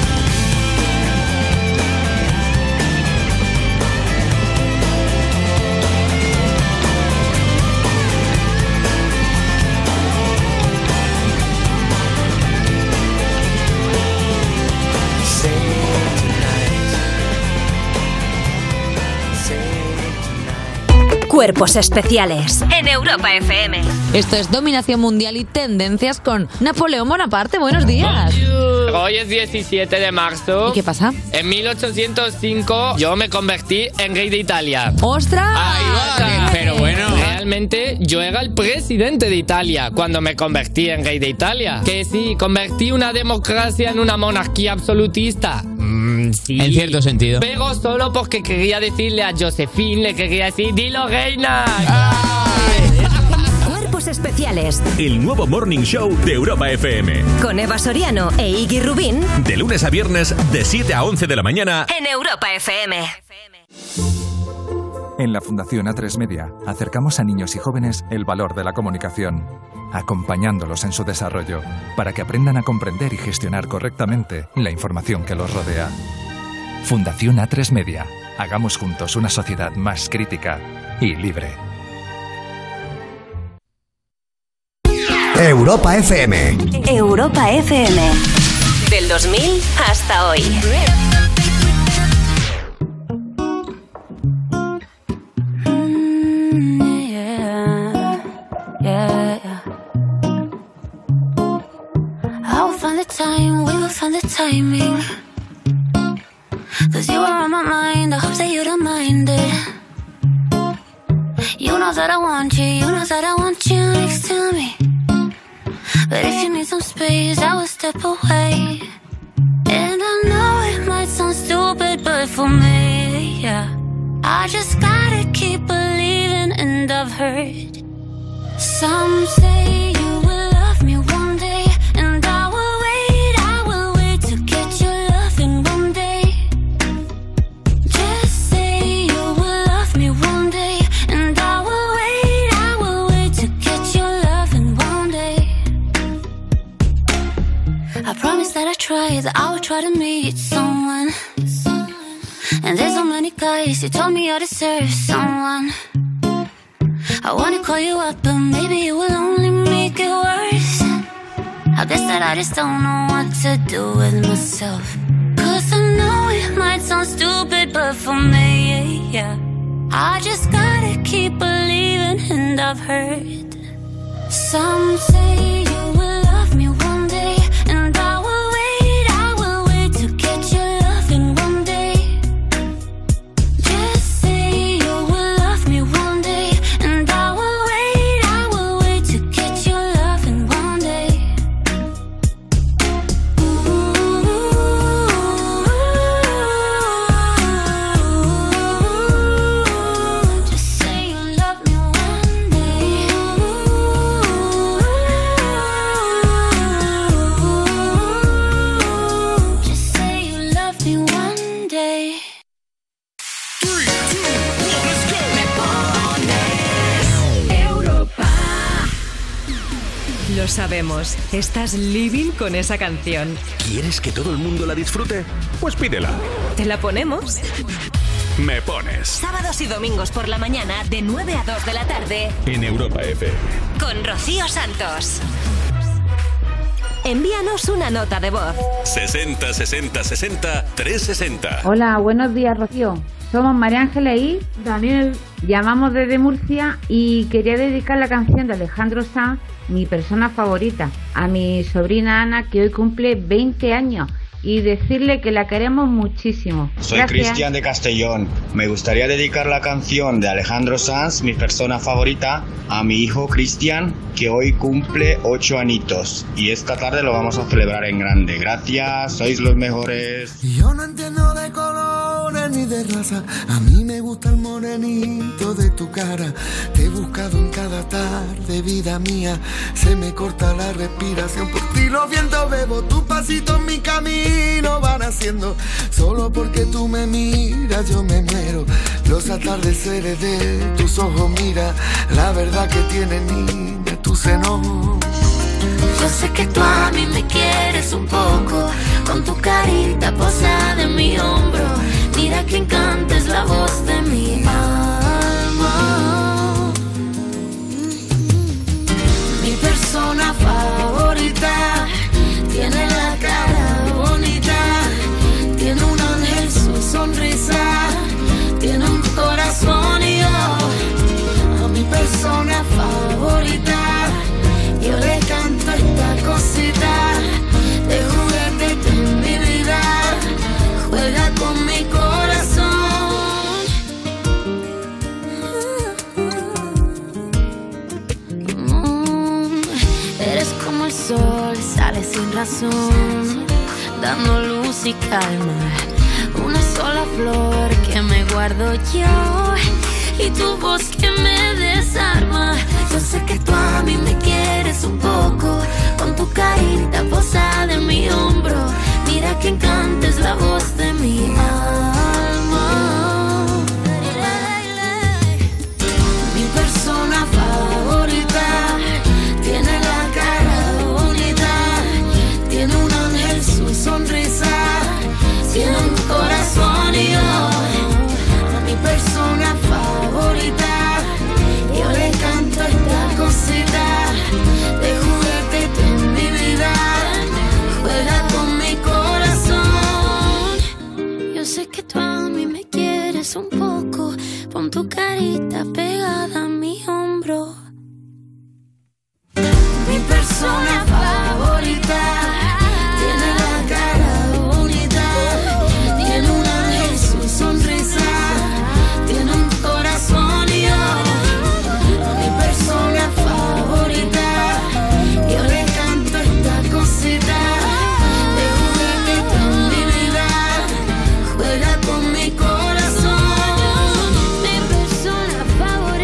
Cuerpos especiales en Europa FM. Esto es Dominación Mundial y Tendencias con Napoleón Bonaparte. Buenos días. Hoy es 17 de marzo. ¿Y qué pasa? En 1805 yo me convertí en rey de Italia. ¡Ostras! Ahí va, pero bueno, realmente yo era el presidente de Italia cuando me convertí en rey de Italia. Que sí, convertí una democracia en una monarquía absolutista. Sí. En cierto sentido. Pero solo porque quería decirle a Josephine, le quería decir, dilo reina. Cuerpos especiales. El nuevo Morning Show de Europa FM. Con Eva Soriano e Iggy Rubín. De lunes a viernes, de 7 a 11 de la mañana. En Europa FM. En la Fundación A3 Media acercamos a niños y jóvenes el valor de la comunicación, acompañándolos en su desarrollo para que aprendan a comprender y gestionar correctamente la información que los rodea. Fundación A3 Media. Hagamos juntos una sociedad más crítica y libre. Europa FM. Europa FM. Del 2000 hasta hoy. Timing, 'cause you are on my mind. I hope that you don't mind it. You know that I want you, you know that I want you next to me. But if you need some space, I will step away. And I know it might sound stupid, but for me, yeah, I just gotta keep believing. And I've heard some say you will love me one day, and I will wait to get your loving one day. Just say you will love me one day, and I will wait to get your loving one day. times that I try, that I would try to meet someone. And there's so many guys, you told me I deserve someone. I wanna call you up, but maybe it will only make it worse. I guess that I just don't know what to do with myself. Cause I know it might sound stupid, but for me, yeah, I just gotta keep believing, and I've heard some say you will love me one day, and I will wait to get your loving one day. Just say you will love me one day, and I will wait to get your loving one day. Just say you love me one day. Just say you love me one day. Lo sabemos, estás living con esa canción. ¿Quieres que todo el mundo la disfrute? Pues pídela. ¿Te la ponemos? Me Pones. Sábados y domingos por la mañana de 9 a 2 de la tarde En Europa FM. con Rocío Santos. Envíanos una nota de voz. 60 60 60 360. Hola, buenos días, Rocío. Somos María Ángeles y Daniel. Llamamos desde Murcia y quería dedicar la canción de Alejandro Sanz, mi persona favorita, a mi sobrina Ana, que hoy cumple 20 años, y decirle que la queremos muchísimo. Soy Gracias. Cristian de Castellón. Me gustaría dedicar la canción de Alejandro Sanz, mi persona favorita, a mi hijo Cristian, que hoy cumple 8 añitos. Y esta tarde lo vamos a celebrar en grande. Gracias, sois los mejores. Yo no entiendo de colores ni de raza. A mí me gusta el morenito de tu cara. Te he buscado en cada tarde, vida mía. Se me corta la respiración. Por ti los vientos bebo, tus pasitos mi camino van haciendo. Solo porque tú me miras yo me muero. Los atardeceres de tus ojos, mira la verdad que tiene niña tu seno. Yo sé que tú a mí me quieres un poco, con tu carita posada en mi hombro. Mira que encanta es la voz de mi alma. Mi persona favorita tiene la cara bonita, tiene un ángel su sonrisa, tiene un corazón y yo a mi persona favorita yo le canto esta cosita de juguete en mi vida, juega con mi corazón. Eres como el sol, sale sin razón, dando luz y calma. Una sola flor que me guardo yo y tu voz que me desarma. Yo sé que tú a mí me quieres un poco, con tu carita posada en mi hombro. Mira que encanta es la voz de mi alma. Mi persona favorita tiene la cara bonita, tiene un ángel su sonrisa, tiene un corazón y yo a mi persona favorita yo le canto esta cosita de juguete en mi vida, juega con mi corazón. Yo sé que tú a mí me quieres un poco, pon tu carita pegada a mi hombro. Mi persona favorita tiene la cara bonita, tiene un ángel su sonrisa, tiene un corazón y yo a mi persona favorita yo le canto esta cosita de juguete en mi vida, juega con mi corazón. Mi persona favorita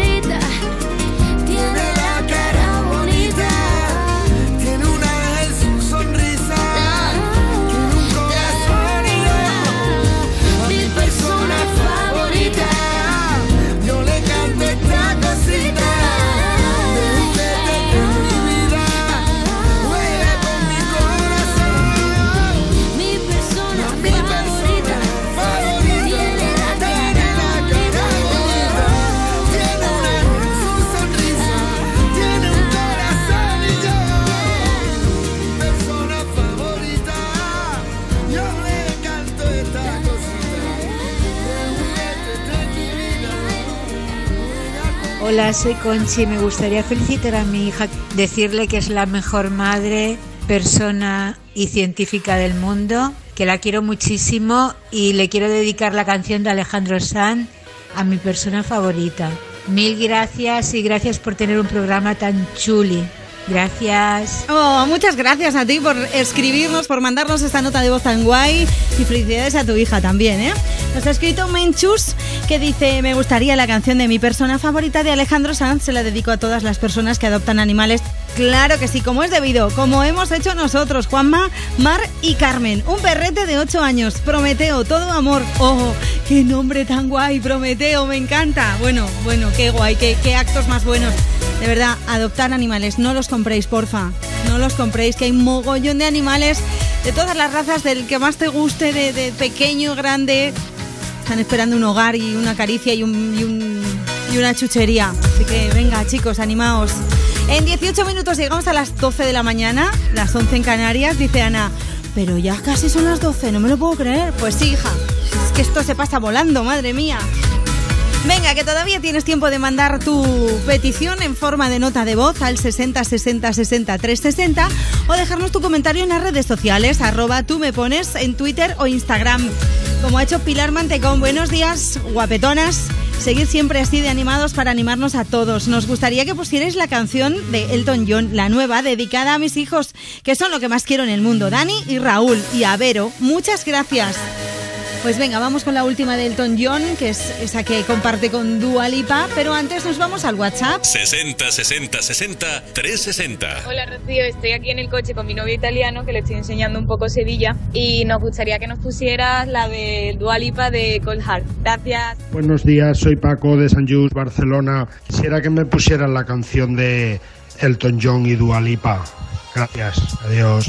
Hola, soy Conchi. Me gustaría felicitar a mi hija, decirle que es la mejor madre, persona y científica del mundo, que la quiero muchísimo y le quiero dedicar la canción de Alejandro Sanz a mi persona favorita. Mil gracias y gracias por tener un programa tan chuli. Gracias. Oh, muchas gracias a ti por escribirnos, por mandarnos esta nota de voz tan guay y felicidades a tu hija también, ¿eh? Nos ha escrito Menchus que dice: me gustaría la canción de mi persona favorita de Alejandro Sanz, se la dedico a todas las personas que adoptan animales. Claro que sí, como es debido, como hemos hecho nosotros, Juanma, Mar y Carmen. Un perrete de 8 años, Prometeo, todo amor. Oh, qué nombre tan guay, Prometeo, me encanta. Bueno, qué guay, qué actos más buenos. De verdad, adoptar animales, no los compréis, porfa. No los compréis, que hay mogollón de animales de todas las razas, del que más te guste, de pequeño, grande. Están esperando un hogar y una caricia y una chuchería. Así que venga, chicos, animaos. En 18 minutos llegamos a las 12 de la mañana, las 11 en Canarias. Dice Ana: pero ya casi son las 12, no me lo puedo creer. Pues sí, hija, es que esto se pasa volando, madre mía. Venga, que todavía tienes tiempo de mandar tu petición en forma de nota de voz al 60 60 60 360 o dejarnos tu comentario en las redes sociales, @tumepones en Twitter o Instagram. Como ha hecho Pilar Mantecón, buenos días, guapetonas. Seguid siempre así de animados para animarnos a todos. Nos gustaría que pusierais la canción de Elton John, la nueva, dedicada a mis hijos, que son lo que más quiero en el mundo, Dani y Raúl, y a Vero. Muchas gracias. Pues venga, vamos con la última de Elton John, que es esa que comparte con Dua Lipa, pero antes nos vamos al WhatsApp. 60 60 60 360. Hola Rocío, estoy aquí en el coche con mi novio italiano, que le estoy enseñando un poco Sevilla, y nos gustaría que nos pusieras la de Dua Lipa de Cold Heart. Gracias. Buenos días, soy Paco de Sant Just, Barcelona. Quisiera que me pusieran la canción de Elton John y Dua Lipa. Gracias, adiós.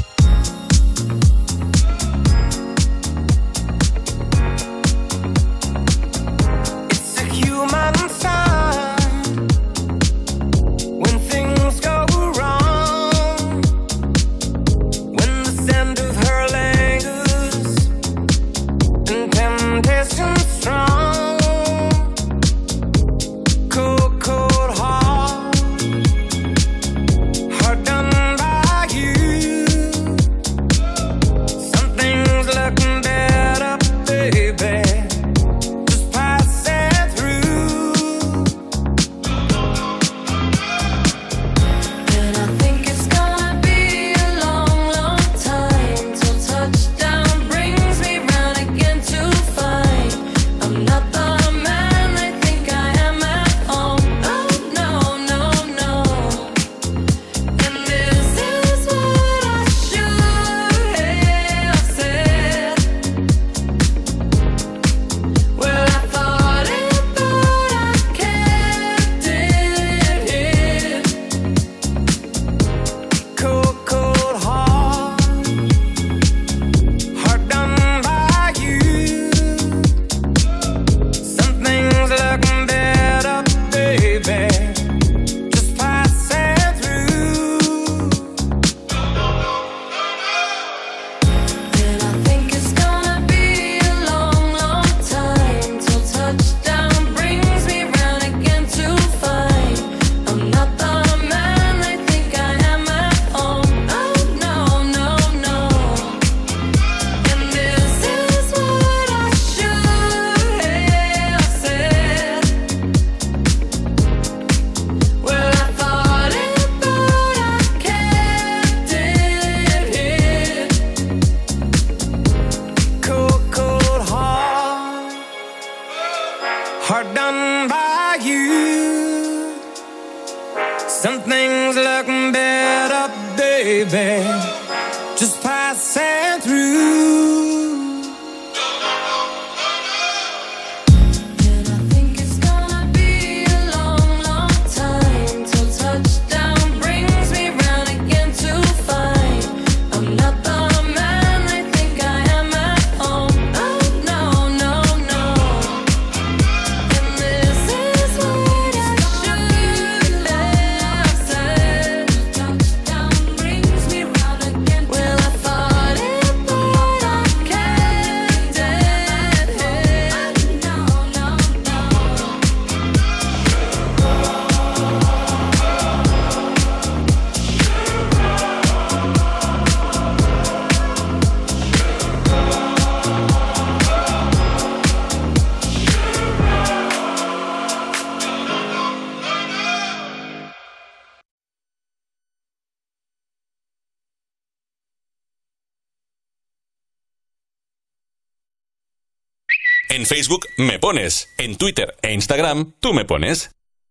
En Facebook Me Pones. En Twitter e Instagram Tú Me Pones.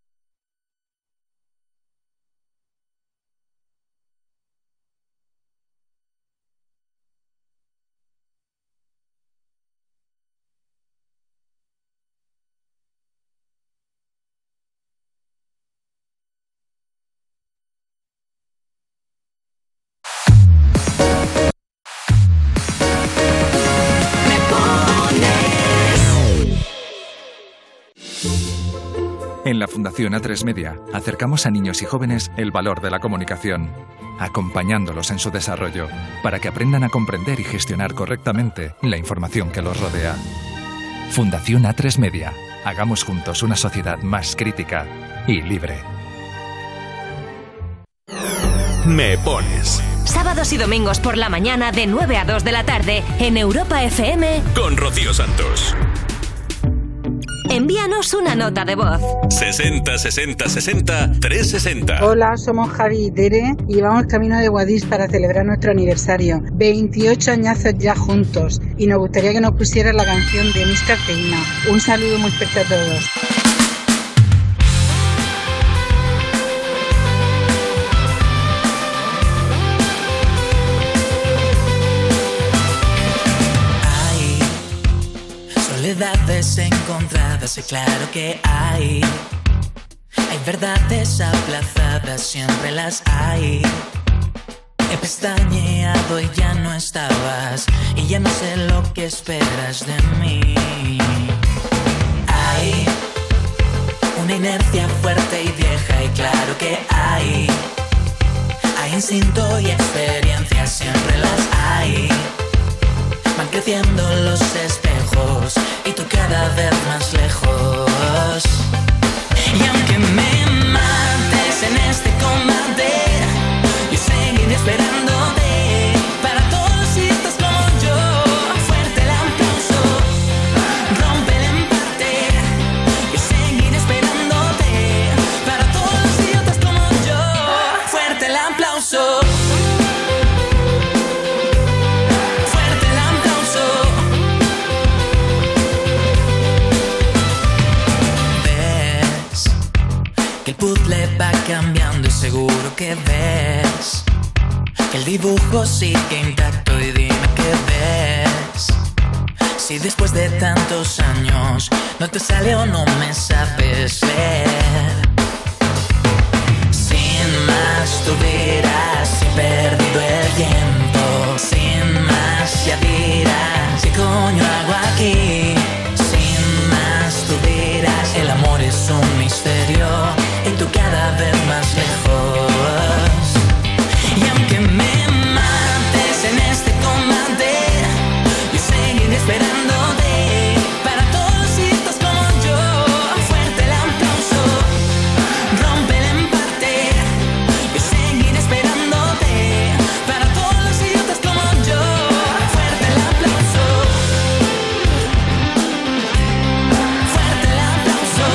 En la Fundación A3 Media acercamos a niños y jóvenes el valor de la comunicación, acompañándolos en su desarrollo para que aprendan a comprender y gestionar correctamente la información que los rodea. Fundación A3 Media. Hagamos juntos una sociedad más crítica y libre. Me Pones. Sábados y domingos por la mañana de 9 a 2 de la tarde en Europa FM con Rocío Santos. Envíanos una nota de voz. 60 60 60 360. Hola, somos Javi y Tere y vamos camino de Guadix para celebrar nuestro aniversario. 28 añazos ya juntos y nos gustaría que nos pusieran la canción de Miss Cafeína. Un saludo muy fuerte a todos. Soledades encontradas y claro que hay verdades aplazadas, siempre las hay. He pestañeado y ya no estabas y ya no sé lo que esperas de mí. Hay una inercia fuerte y vieja y claro que hay instinto y experiencia, siempre las hay. Van creciendo los espejos y tú cada vez más lejos. Y aunque me mates en este combate, yo seguiré esperándote. Para todos si estás como yo, fuerte el aplauso, rompe el empate. Yo seguiré esperándote. Para todos si estás como yo, fuerte el aplauso. Que el puzzle va cambiando y seguro que ves que el dibujo sigue intacto y dime qué ves. Si después de tantos años no te sale o no me sabes leer. Sin más tú dirás si he perdido el tiempo. Sin más ya dirás ¿qué coño hago aquí? Sin más tú dirás el amor es un misterio y tú cada vez más lejos. Y aunque me mates en este combate, yo seguiré esperándote. Para todos si estás como yo, fuerte el aplauso, rompe el empate. Yo seguiré esperándote. Para todos si estás como yo, fuerte el aplauso, fuerte el aplauso.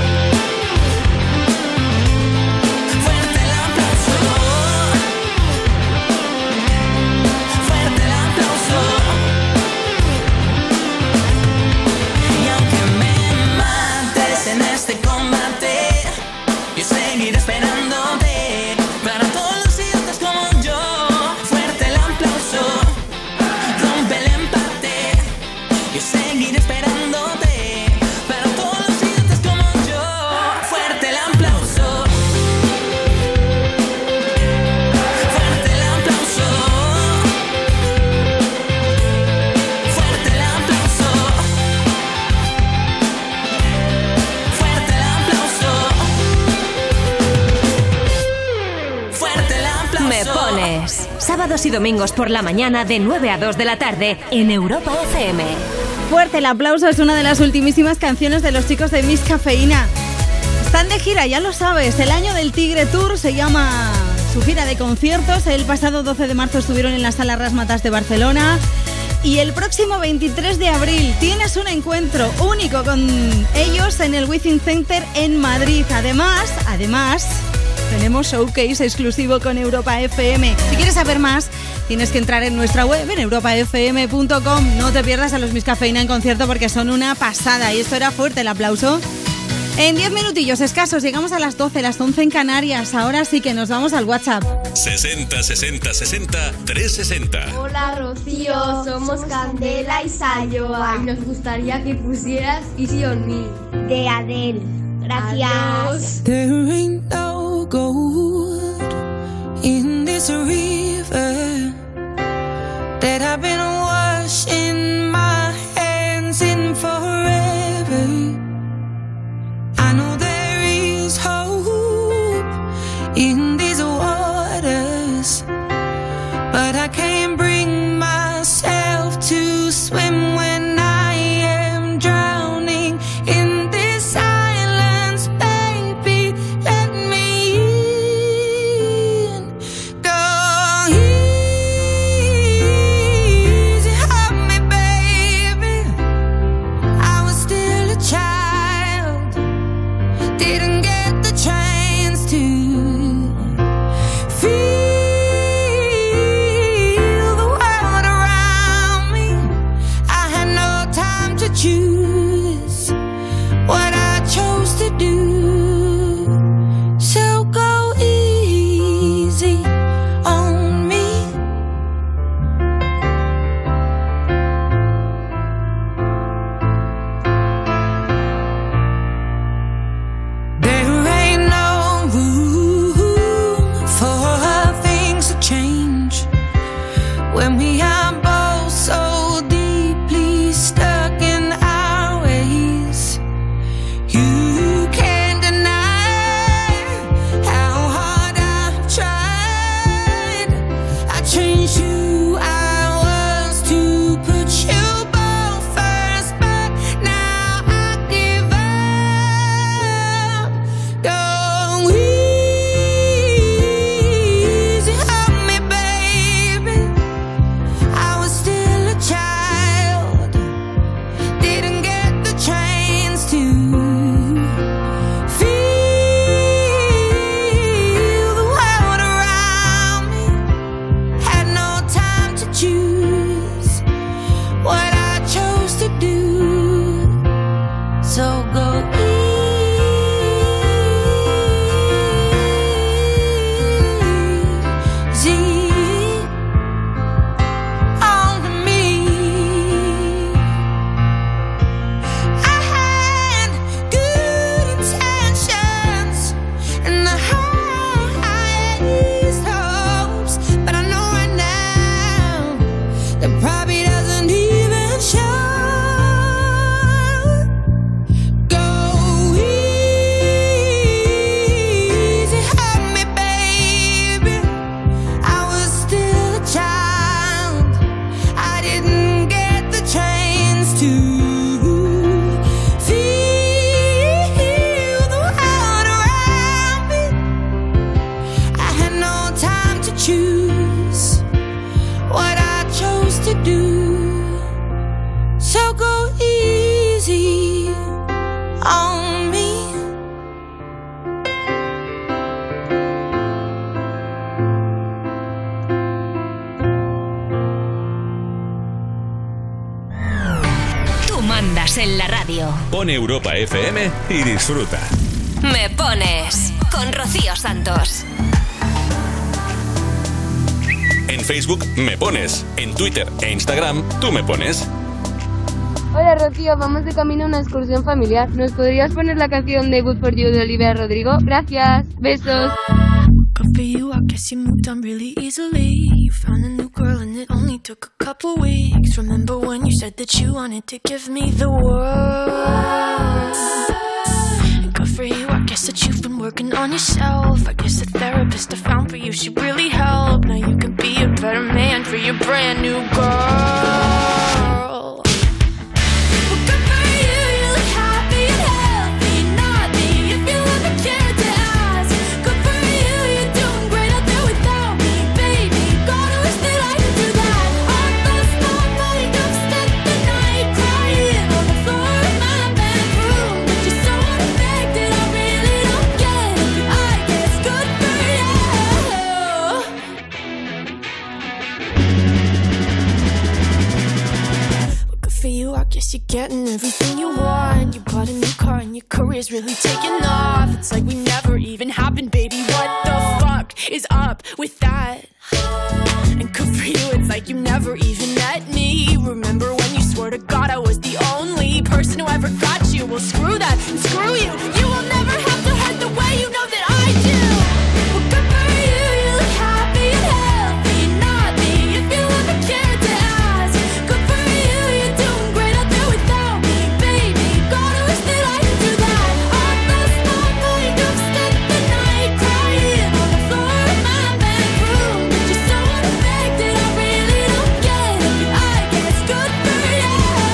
Sábados y domingos por la mañana de 9 a 2 de la tarde en Europa FM. Fuerte el aplauso, es una de las ultimísimas canciones de los chicos de Miss Cafeína. Están de gira, ya lo sabes, el Año del Tigre Tour se llama su gira de conciertos. El pasado 12 de marzo estuvieron en la Sala Razzmatazz de Barcelona y el próximo 23 de abril tienes un encuentro único con ellos en el Within Center en Madrid. Además, tenemos showcase exclusivo con Europa FM. Si quieres saber más, tienes que entrar en nuestra web, en europafm.com. No te pierdas a los Miss Cafeína en concierto porque son una pasada. Y esto era fuerte, el aplauso. En 10 minutillos escasos llegamos a las 12, las 11 en Canarias. Ahora sí que nos vamos al WhatsApp. 60 60 60 360. Hola Rocío, somos Candela y Sayoa. Nos gustaría que pusieras Easy on Me de Adele. Gracias. Adiós. There ain't no gold in this river that I've been washing my hands in forever. I know there is hope in these waters, but I can't bring myself to swim when I am drowning in this silence. Baby, let me in. Go easy on me, baby. I was still a child, didn't get the chance to feel the world around me. I had no time to choose what I chose to do. So go easy on me. There ain't no room for things to change when we are both so deeply stuck in our ways. You can't deny how hard I've tried. I changed who I was to put you both first, but now I give up. Go easy on me, baby. I was still a child, didn't get the chance to feel the world around me. Had no time to choose what I chose to do. So go easy on me. I had good intentions and the highest hopes, but I know right now that probably doesn't even show. Go easy on me, baby. I was still a child, I didn't get the chance to feel the world around me. I had no time to choose what I chose to do. So go easy on me. Tú mandas en la radio. Pon Europa FM y disfruta. Me pones con Rocío Santos. En Facebook me pones, en Twitter e Instagram tú me pones. Hola Rocío, vamos de camino a una excursión familiar. ¿Nos podrías poner la canción de Good For You de Olivia Rodrigo? Gracias, besos. Good for you, I guess you moved on really easily. You found a new girl and it only took a couple weeks. Remember when you said that you wanted to give me the world? Good for you, I guess that you've been working on yourself. I guess the therapist I found for you should really help. Now you can be a better man for your brand new girl. guess you're getting everything you want. You bought a new car and your career's really taking off. It's like we never even happened, baby. What the fuck is up with that? And good for you, it's like you never even met me. Remember when you swore to God I was the only person who ever got you? Well, screw that and screw you. You will never have to hurt the way you know that I do. Well, good for you, you look happy and healthy. Not me, if you ever cared to ask. Good for you, you're doing great out there without me, baby. God, I wish that I could do that. I've lost my mind, I've spent the night crying on the floor of my bedroom. Just so unaffected, I really don't get it, but I guess good for you.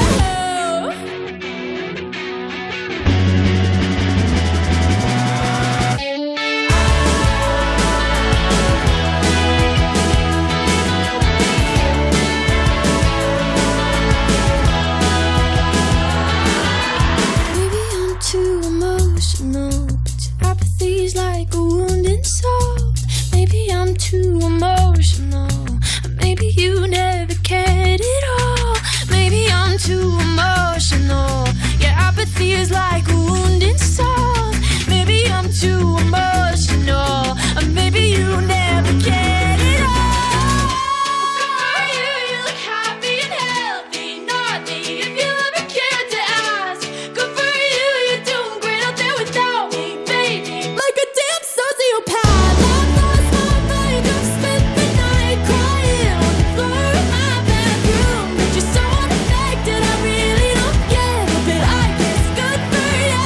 Maybe I'm too emotional, but your apathy's like a wound inside. Maybe I'm too emotional, maybe you never cared at all. Maybe I'm too emotional, your apathy is like a wound inside. Maybe I'm too emotional, maybe you never cared at all. For you, you look happy and healthy, not me, if you ever cared to ask. Good for you, you're doing great out there without me, baby. Like a damn sociopath. I've lost my mind, I've spent the night crying on the floor of my bedroom. You're so unaffected, I really don't get it, but I guess good for you.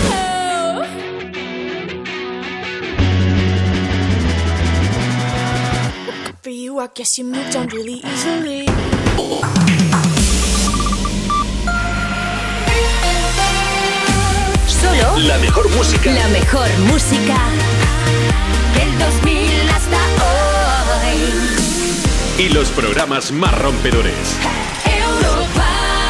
Good for you, I guess you moved on really easily. Solo La mejor música. la mejor música del 2000 hasta hoy. Y los programas más rompedores. Europa.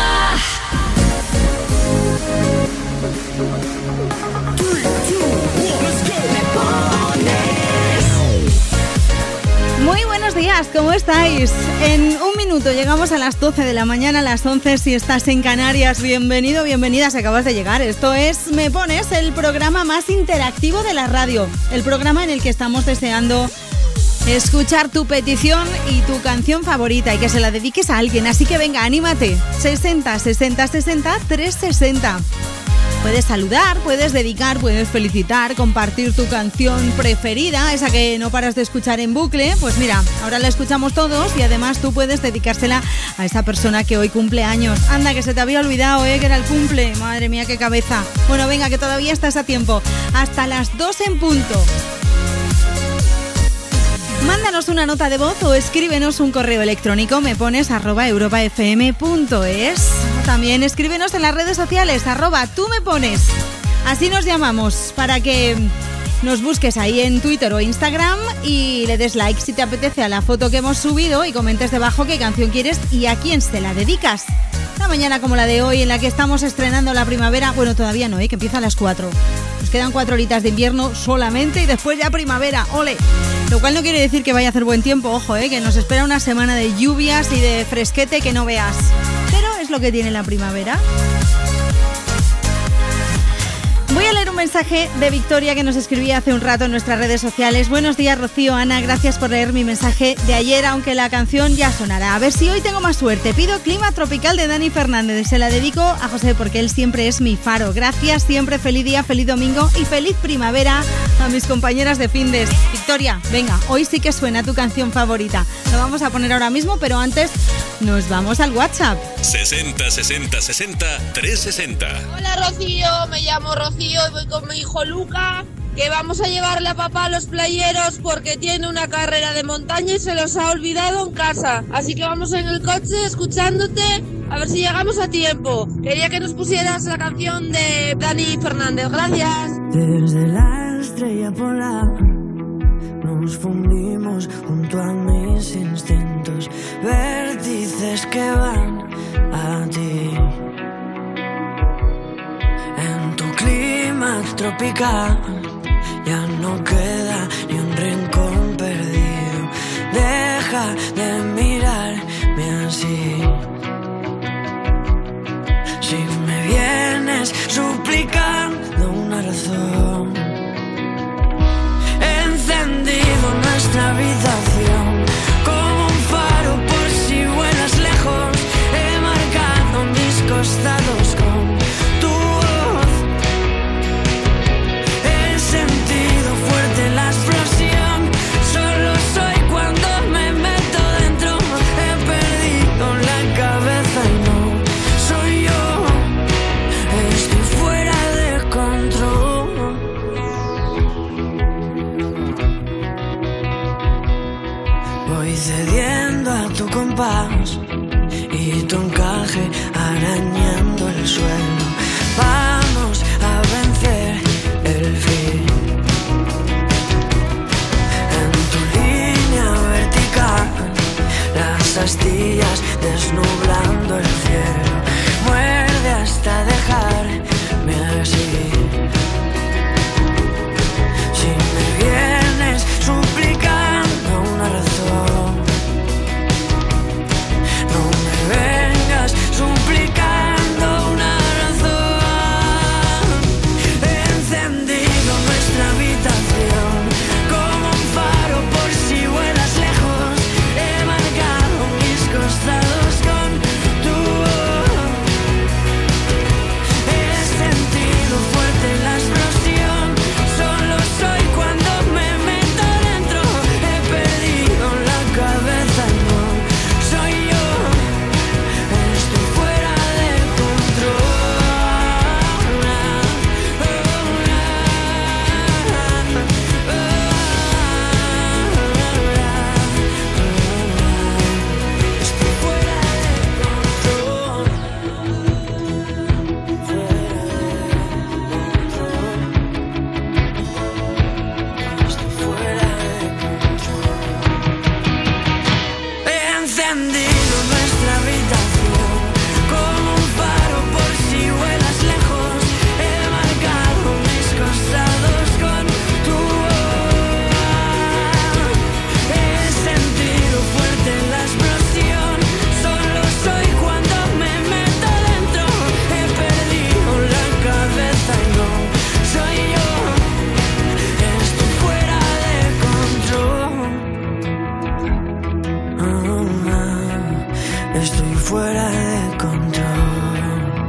Muy buenos días, ¿cómo estáis? En un minuto llegamos a las 12 de la mañana, a las 11 si estás en Canarias. Bienvenido, bienvenida, si acabas de llegar. Esto es Me Pones, el programa más interactivo de la radio. El programa en el que estamos deseando escuchar tu petición y tu canción favorita y que se la dediques a alguien. Así que venga, anímate. 60 60 60 360. Puedes saludar, puedes dedicar, puedes felicitar, compartir tu canción preferida, esa que no paras de escuchar en bucle. Pues mira, ahora la escuchamos todos y además tú puedes dedicársela a esa persona que hoy cumple años. Anda, que se te había olvidado, que era el cumple. Madre mía, qué cabeza. Bueno, venga, que todavía estás a tiempo. Hasta las 2 en punto. Mándanos una nota de voz o escríbenos un correo electrónico, mepones@europafm.es. También escríbenos en las redes sociales, @túmepones. Así nos llamamos, para que nos busques ahí en Twitter o Instagram y le des like si te apetece a la foto que hemos subido y comentes debajo qué canción quieres y a quién se la dedicas. Una mañana como la de hoy en la que estamos estrenando la primavera, bueno, todavía no, que empieza a las 4. Nos quedan 4 horitas de invierno solamente y después ya primavera, ¡ole! Lo cual no quiere decir que vaya a hacer buen tiempo, ojo, que nos espera una semana de lluvias y de fresquete que no veas. Pero es lo que tiene la primavera. Voy a leer un mensaje de Victoria que nos escribía hace un rato en nuestras redes sociales. Buenos días, Rocío, Ana, gracias por leer mi mensaje de ayer, aunque la canción ya sonará. A ver si hoy tengo más suerte. Pido Clima Tropical de Dani Fernández. Se la dedico a José porque él siempre es mi faro. Gracias, siempre feliz día, feliz domingo y feliz primavera a mis compañeras de Findes. Victoria, venga, hoy sí que suena tu canción favorita. Lo vamos a poner ahora mismo, pero antes nos vamos al WhatsApp. 60 60 60 360. Hola Rocío, me llamo Rocío y voy con mi hijo Luca, que vamos a llevarle a papá a los playeros porque tiene una carrera de montaña y se los ha olvidado en casa. Así que vamos en el coche escuchándote a ver si llegamos a tiempo. Quería que nos pusieras la canción de Dani Fernández. Gracias. Desde la estrella polar nos fundimos junto a mis instintos, vértices que van a ti. En tu clima tropical ya no queda ni un rincón perdido. Deja de mirarme así. y tu encaje arañando el suelo. Vamos a vencer el fin. En tu línea vertical, las astillas desnublando el cielo. Muerde hasta dejarme así. Si me vienes suplicando una razón, no me vengas suplicando una razón. He encendido nuestra habitación como un faro por si vuelas lejos. He marcado mis costados con tu voz. He sentido fuerte la explosión. Solo soy cuando me meto dentro. He perdido la cabeza, no soy yo. Estoy fuera de control. Estoy fuera He encendido nuestra habitación como un faro por si vuelas lejos. He marcado mis costados con tu voz. He sentido fuerte la explosión. Solo soy cuando me meto dentro. He perdido la cabeza y no soy yo. Estoy fuera de control. Estoy fuera de control.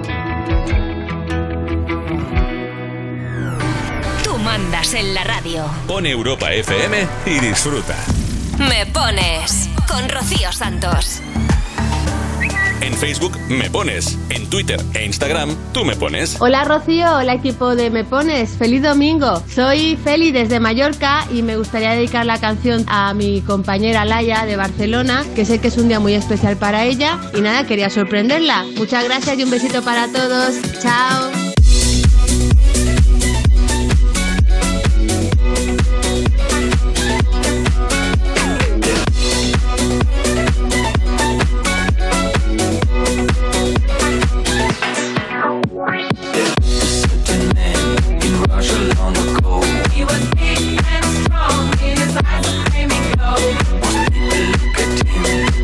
Tú mandas en la radio. Pon Europa FM y disfruta. Me Pones con Rocío Santos. En Facebook Me Pones, en Twitter e Instagram Tú Me Pones. Hola Rocío, hola equipo de Me Pones, feliz domingo. Soy Feli desde Mallorca y me gustaría dedicar la canción a mi compañera Laia de Barcelona, que sé que es un día muy especial para ella y nada, quería sorprenderla. Muchas gracias y un besito para todos. Chao.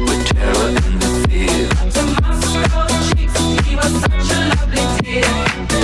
Terror in the field.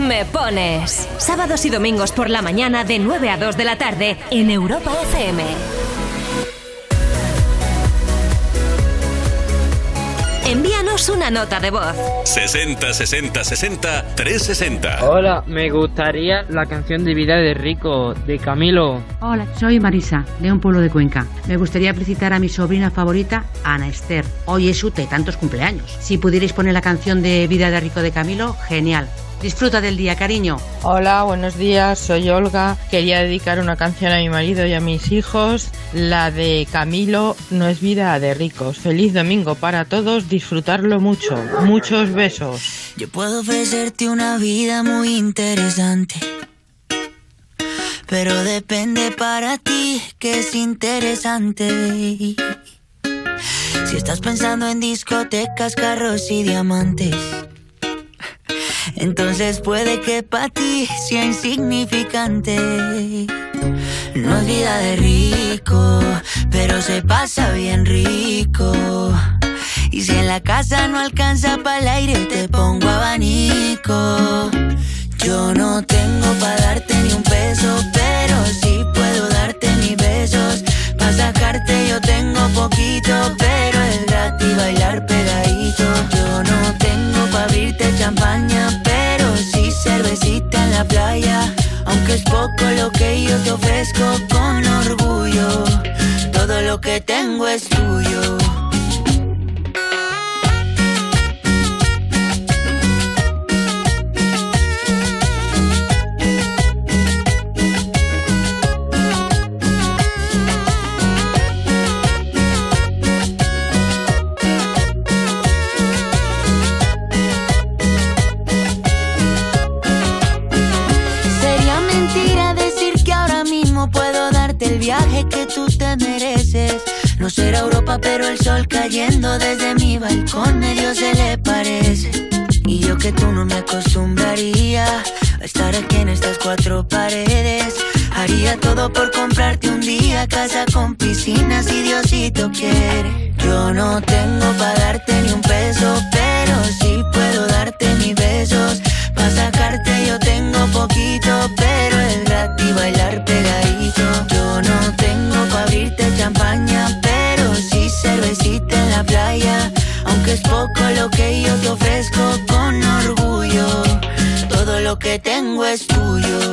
Me Pones. Sábados y domingos por la mañana de 9 a 2 de la tarde en Europa FM. Envíanos una nota de voz. 60 60 60 360. Hola, me gustaría la canción de Vida de Rico, de Camilo. Hola, soy Marisa, de un pueblo de Cuenca. Me gustaría felicitar a mi sobrina favorita, Ana Esther. Hoy es su tantos cumpleaños. Si pudierais poner la canción de Vida de Rico de Camilo, genial. Disfruta del día, cariño. Hola, buenos días, soy Olga. Quería dedicar una canción a mi marido y a mis hijos. La de Camilo, No es vida de ricos. Feliz domingo para todos, disfrutarlo mucho. Muchos besos. Yo puedo ofrecerte una vida muy interesante, pero depende para ti que es interesante. Si estás pensando en discotecas, carros y diamantes, entonces puede que para ti sea insignificante. No es vida de rico, pero se pasa bien rico. Y si en la casa no alcanza para el aire, te pongo abanico. Yo no tengo para darte ni un peso, pero sí puedo darte mis besos. Pa' sacarte yo tengo poquito, pero es gratis bailar pegadito. Yo no tengo pa' abrirte champaña, pero sí cervecita en la playa. Aunque es poco lo que yo te ofrezco con orgullo, todo lo que tengo es tuyo. El viaje que tú te mereces. No será Europa, pero el sol cayendo desde mi balcón medio se le parece. Y yo que tú no me acostumbraría a estar aquí en estas cuatro paredes. Haría todo por comprarte un día casa con piscina si Diosito quiere. Yo no tengo para darte ni un peso, pero sí puedo darte mis besos. Pa' sacarte yo tengo poquito, pero es gratis bailar pegadito. Yo no tengo pa' abrirte champaña, pero sí cervecita en la playa. Aunque es poco lo que yo te ofrezco con orgullo, todo lo que tengo es tuyo.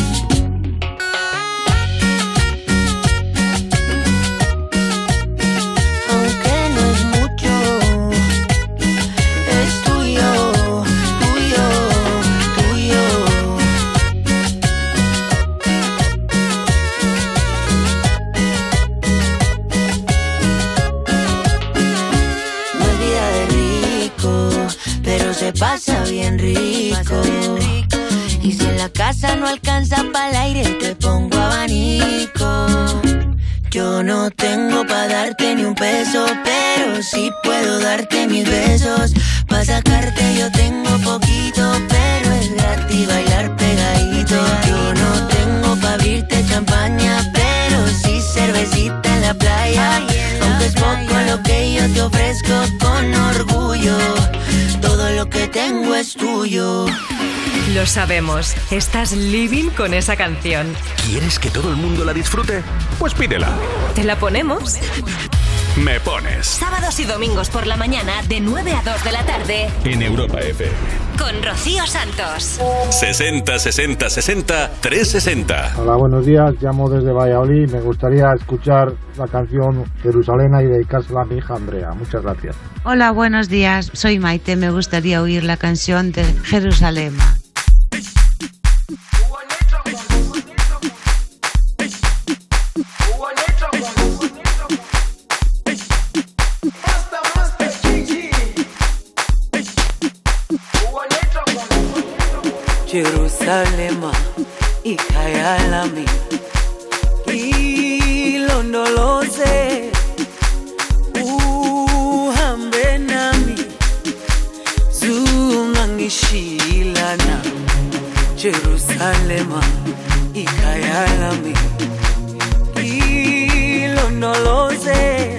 Se pasa bien rico. Y si en la casa no alcanza para el aire, te pongo abanico. Yo no tengo pa' darte ni un peso, pero sí puedo darte mis besos. Pa' sacarte yo tengo poquito, pero es gratis bailar pegadito. Yo no tengo pa' abrirte champaña, pero sí cervecita en la playa. Aunque es poco lo que yo te ofrezco con orgullo, todo lo que tengo es tuyo. Lo sabemos, estás living con esa canción. ¿Quieres que todo el mundo la disfrute? Pues pídela. ¿Te la ponemos? Me Pones. Sábados y domingos por la mañana de 9 a 2 de la tarde en Europa FM. Con Rocío Santos. 60 60 60 360. Hola, buenos días. Llamo desde Valladolid. Me gustaría escuchar la canción Jerusalén y dedicársela a mi hija Andrea. Muchas gracias. Hola, buenos días. Soy Maite. Me gustaría oír la canción de Jerusalén. Jerusalema ikayalami ilondoloze uhambe nami zungangishilana. Jerusalema ikayalami ilondoloze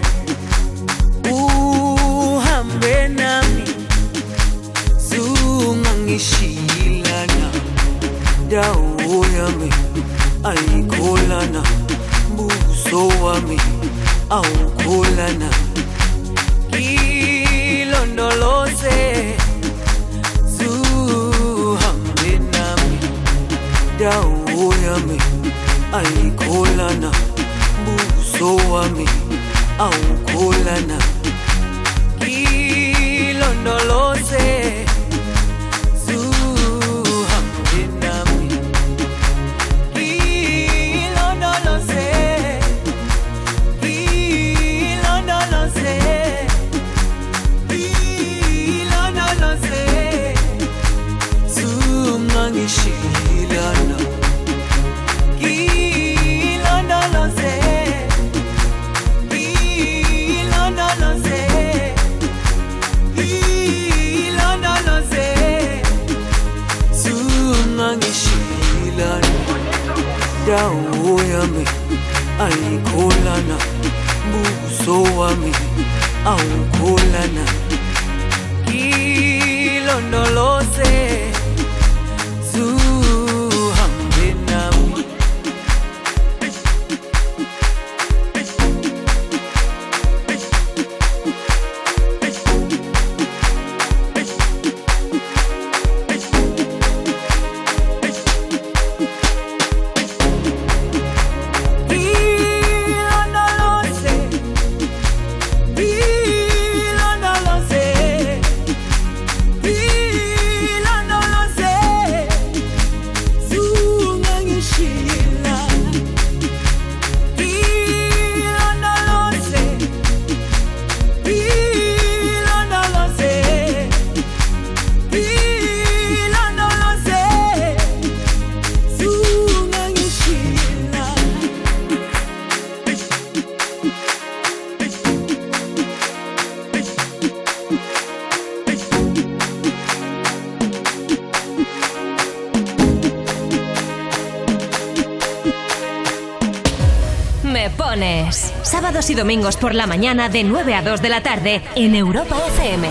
uhambe nami zungangishilana. wami aukulana hilo nolose zuhambe nami dawo yami aikulana buso wami aukulana hilo nolose Shilana, Gila no lo sé, Gila no lo sé, Gila no lo sé, Sumangi Shilana, Daoyami, Aikolana, Busoami, Aukolana, Gila no lo sé. Sábados y domingos por la mañana de 9 a 2 de la tarde en Europa FM.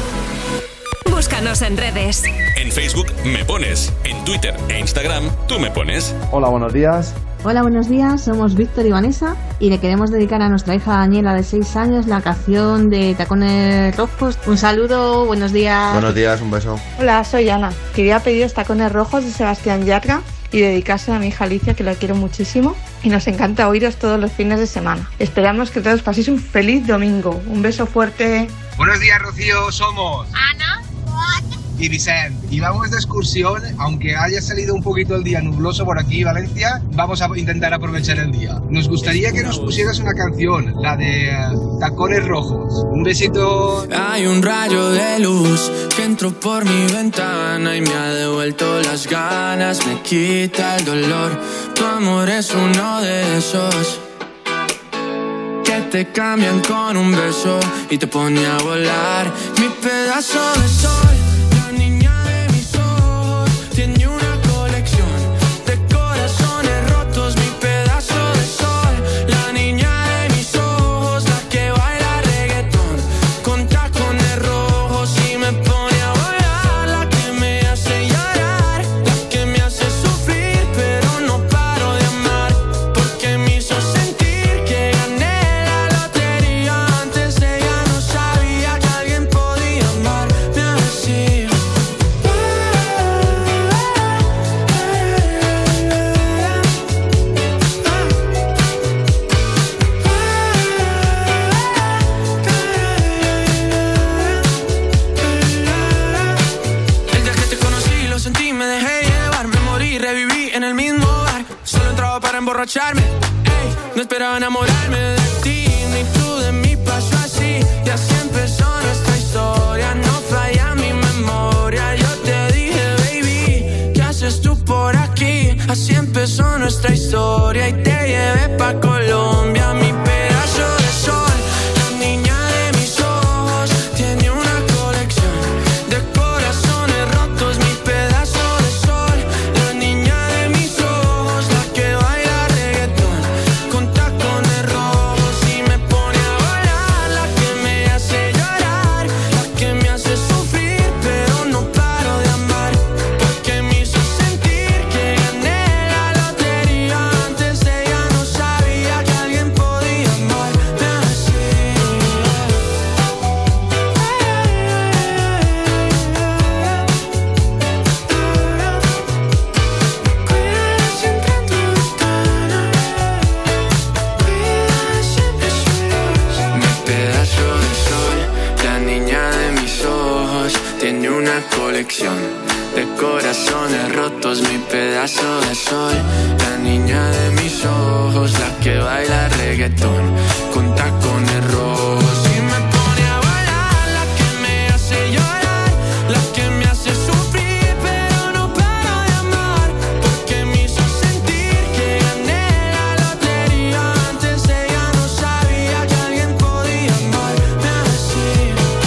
Búscanos en redes. En Facebook Me Pones, en Twitter e Instagram Tú Me Pones. Hola, buenos días. Hola, buenos días, somos Víctor y Vanessa y le queremos dedicar a nuestra hija Daniela de 6 años la canción de Tacones Rojos. Un saludo, buenos días. Buenos días, un beso. Hola, soy Ana. Quería pedir Tacones Rojos de Sebastián Yatra y dedicarse a mi hija Alicia, que la quiero muchísimo y nos encanta oíros todos los fines de semana. Esperamos que todos paséis un feliz domingo. Un beso fuerte. Buenos días, Rocío, somos Ana y Vicente y vamos de excursión. Aunque haya salido un poquito el día nubloso por aquí, Valencia, vamos a intentar aprovechar el día. Nos gustaría que nos pusieras una canción, la de Tacones Rojos. Un besito. Hay un rayo de luz que entró por mi ventana y me ha devuelto las ganas, me quita el dolor. Tu amor es uno de esos que te cambian con un beso y te pone a volar. Mi pedazo de sol, la niña de mis ojos, tiene una colección de corazones rotos. Mi pedazo de sol, la niña de mis ojos, la que baila reggaetón con tacones rojos y me pone a volar. La que me hace llorar, la que me hace sufrir, pero no paro de amar, porque me hizo sentir que gané la lotería. Antes ella no sabía que alguien podía amarme así. El día que te conocí lo sentí, me dejé llevar, me morí, reviví en el mismo bar. Solo entraba para emborracharme, ey, no esperaba enamorarme de ti, ni tú de mí, pasó así. Y así empezó nuestra historia, no falla mi memoria. Yo te dije, baby, ¿qué haces tú por aquí? Así empezó nuestra historia y te llevé pa' Colombia. Mi pedazo de sol, la niña de mis ojos, tiene una colección de corazones rotos. Mi pedazo de sol, la niña de mis ojos, la que baila reggaetón con tacones rojos. tiene una colección de corazones rotos, mi pedazo de sol. La niña de mis ojos, la que baila reggaetón con tacones rojos. Y me pone a bailar, la que me hace llorar, la que me hace sufrir, pero no paro de amar, porque me hizo sentir que gané la lotería. Antes ella no sabía que alguien podía amarme así.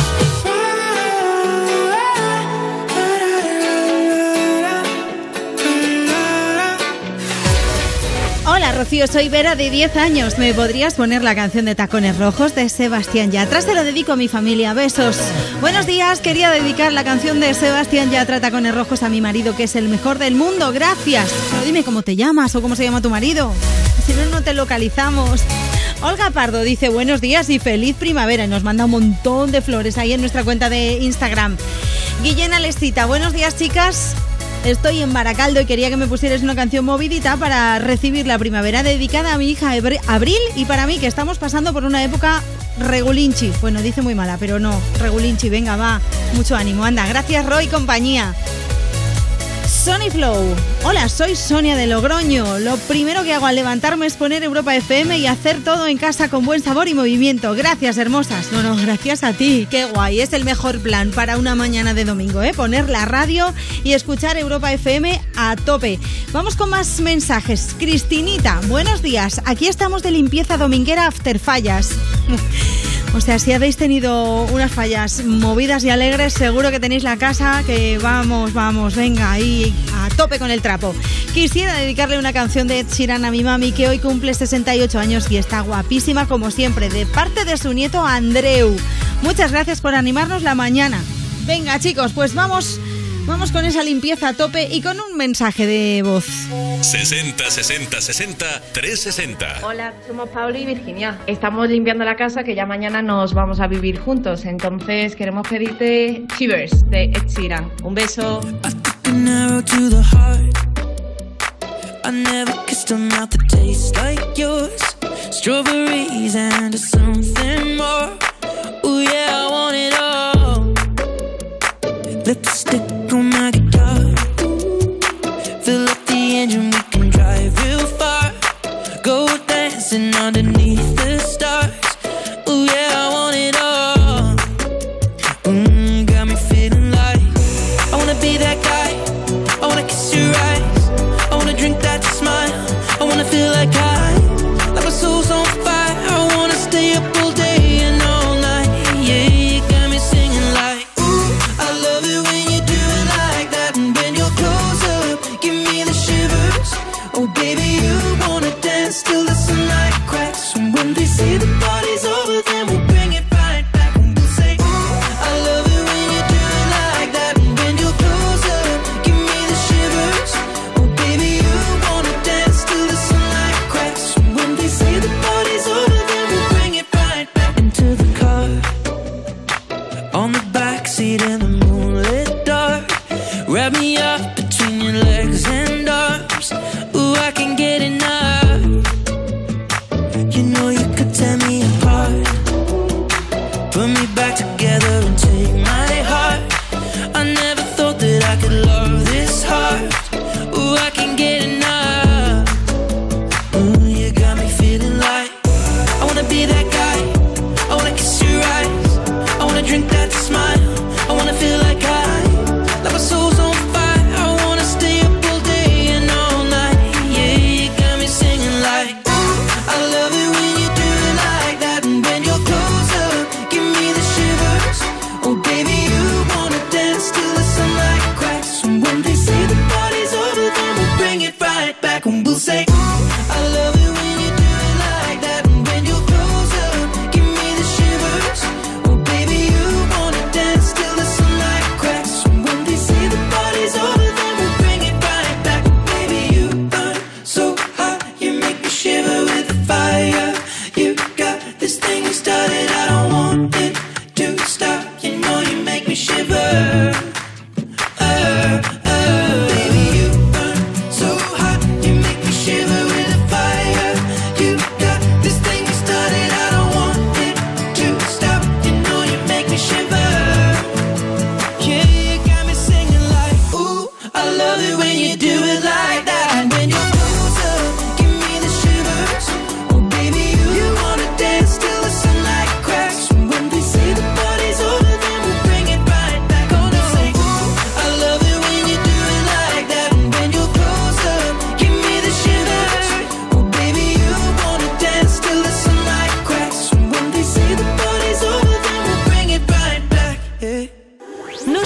Hola Rocío, soy Vera de 10 años. ¿Me podrías poner la canción de Tacones Rojos de Sebastián Yatra? Se lo dedico a mi familia, besos. Buenos días, quería dedicar la canción de Sebastián Yatra, Tacones Rojos, a mi marido, que es el mejor del mundo, gracias. Pero dime cómo te llamas o cómo se llama tu marido, si no, no te localizamos. Olga Pardo dice buenos días y feliz primavera y nos manda un montón de flores ahí en nuestra cuenta de Instagram. Guillén Alescita, buenos días chicas. Estoy en Baracaldo y quería que me pusieras una canción movidita para recibir la primavera, dedicada a mi hija Abril y para mí, que estamos pasando por una época regulinchi. Bueno, dice muy mala, pero no, regulinchi, venga, va, mucho ánimo, anda. Gracias Roy y compañía. Sony Flow, hola, soy Sonia de Logroño. Lo primero que hago al levantarme es poner Europa FM y hacer todo en casa con buen sabor y movimiento. Gracias, hermosas. No, gracias a ti. Qué guay, es el mejor plan para una mañana de domingo, ¿eh? Poner la radio y escuchar Europa FM a tope. Vamos con más mensajes. Cristinita, buenos días. Aquí estamos de limpieza dominguera after fallas. O sea, si habéis tenido unas fallas movidas y alegres, seguro que tenéis la casa que vamos, venga, ahí a tope con el trapo. Quisiera dedicarle una canción de Ed Sheeran a mi mami, que hoy cumple 68 años y está guapísima como siempre, de parte de su nieto Andreu. Muchas gracias por animarnos la mañana. Venga chicos, pues vamos con esa limpieza a tope y con un mensaje de voz. 60 60 60 360. Hola, somos Pablo y Virginia. Estamos limpiando la casa, que ya mañana nos vamos a vivir juntos. Entonces queremos pedirte Shivers de Ed Sheeran. Un beso. I never kissed a mouth that tastes like yours. Strawberries and something more. Oh yeah, I want it all. Lipstick on my guitar. Fill up the engine, we can drive real far. Go dancing underneath the stars. Oh yeah, I want it all. Got me feeling like I wanna be that guy. I wanna kiss your eyes. I wanna drink that smile. I wanna feel like like my soul's on fire. I wanna stay up all day and all night. Yeah, you got me singing like, ooh, I love it when you do it like that. And when you're close up, give me the shivers. Oh baby, you wanna dance till the sunlight cracks. And when they say the party's over, then we'll bring it right back. And we'll say, ooh, I love it when you do it like that. And when you're close up, give me the shivers. Oh baby, you wanna dance till the sunlight cracks. And when they say the party's over, then we'll bring it right back. Into the car, on the backseat in the moonlit dark. Wrap me up between your legs and arms. Ooh, I can get enough. You know you could tear me apart. Put me back together and take my heart. I never thought that I could love this hard. Ooh, I can get enough. Ooh, you got me feeling like I wanna be that guy. I wanna kiss your eyes. I wanna drink that smile. I wanna feel like like my soul's on fire. I wanna stay up all day and all night. Yeah, you got me singing like, ooh, I love it when you do it like that. And when you're close up, give me the shivers. Oh baby, you wanna dance till the sunlight cracks. And when they say the party's over, then we'll bring it right back. And we'll say, ooh, I love it when you do it like that. And when you're close up, give me the shivers. Oh baby, you wanna dance till the sunlight cracks. And when they say the party's over, then we'll bring it right back. Baby, you burn so hot, you make me shiver with the fire. You got this thing you started, I don't want it to stop. You know you make me shiver. Baby, you burn so hot, you make me shiver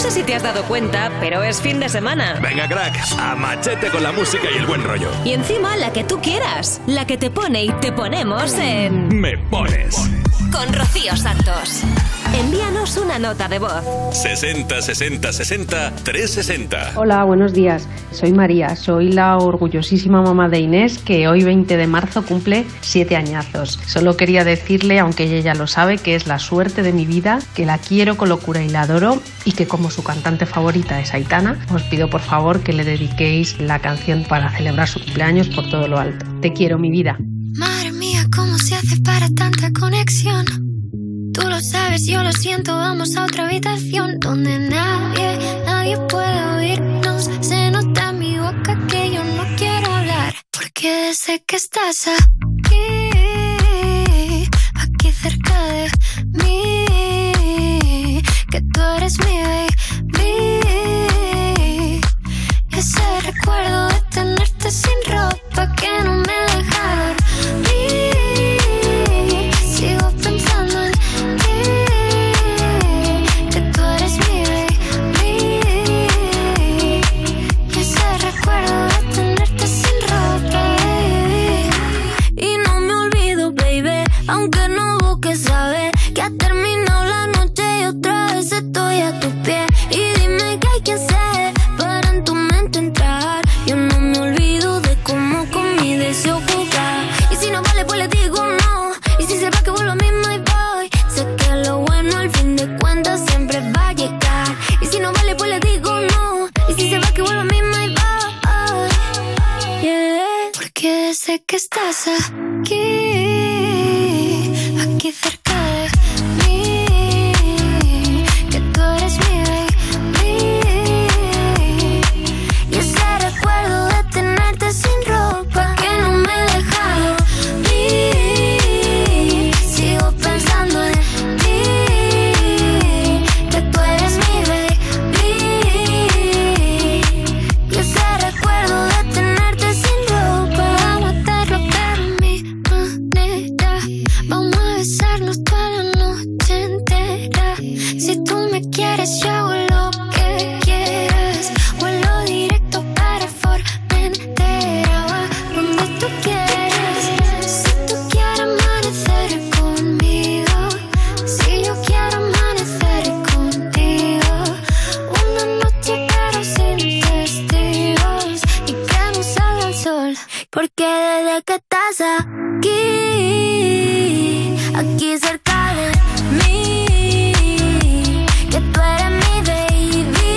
sé si te has dado cuenta, pero es fin de semana. Venga, crack, a machete con la música y el buen rollo. Y encima la que tú quieras, la que te pone y te ponemos en... Me Pones. Con Rocío Santos. Envíanos una nota de voz. 60 60 60 360. Hola, buenos días. Soy María, soy la orgullosísima mamá de Inés, que hoy 20 de marzo cumple 7 añazos. Solo quería decirle, aunque ella ya lo sabe, que es la suerte de mi vida, que la quiero con locura y la adoro, y que como su cantante favorita es Aitana, os pido por favor que le dediquéis la canción para celebrar su cumpleaños por todo lo alto. Te quiero, mi vida. Madre mía, ¿cómo se hace para tanta conexión? Tú lo sabes, yo lo siento, vamos a otra habitación donde nadie puede oírnos. Se nota en mi boca que yo no quiero hablar, porque sé que estás aquí cerca de mí, que tú eres mi baby. Y ese recuerdo de tenerte sin ropa que no me deja dormir. Sigo pensando en aunque no busques saber que ha terminado la noche y otra vez estoy a tu pie. Y dime qué hay que hacer para en tu mente entrar. Yo no me olvido de cómo con mi deseo jugar. Y si no vale pues le digo no. Y si se va que vuelvo a mismo y voy. Sé que lo bueno al fin de cuentas siempre va a llegar. Y si no vale pues le digo no. Y si se va que vuelvo a mismo y voy. Yeah. Porque sé que estás aquí cerca de mí, que tú eres mi baby. Y ese recuerdo de tenerte sin ropa que no me deja dormir. Sigo pensando en ti, que tú eres mi baby. Y ese recuerdo de tenerte sin ropa, vamos a matarlo pero mi manera. Vamos a besarnos toda la noche entera. Si tú me quieres, yo hago lo que quieras. Vuelo directo para Formentera, va donde tú quieras. Si tú quieres amanecer conmigo, si yo quiero amanecer contigo. Una noche pero sin testigos y que no salga el sol, porque desde que estás aquí cerca de mí, que tú eres mi baby.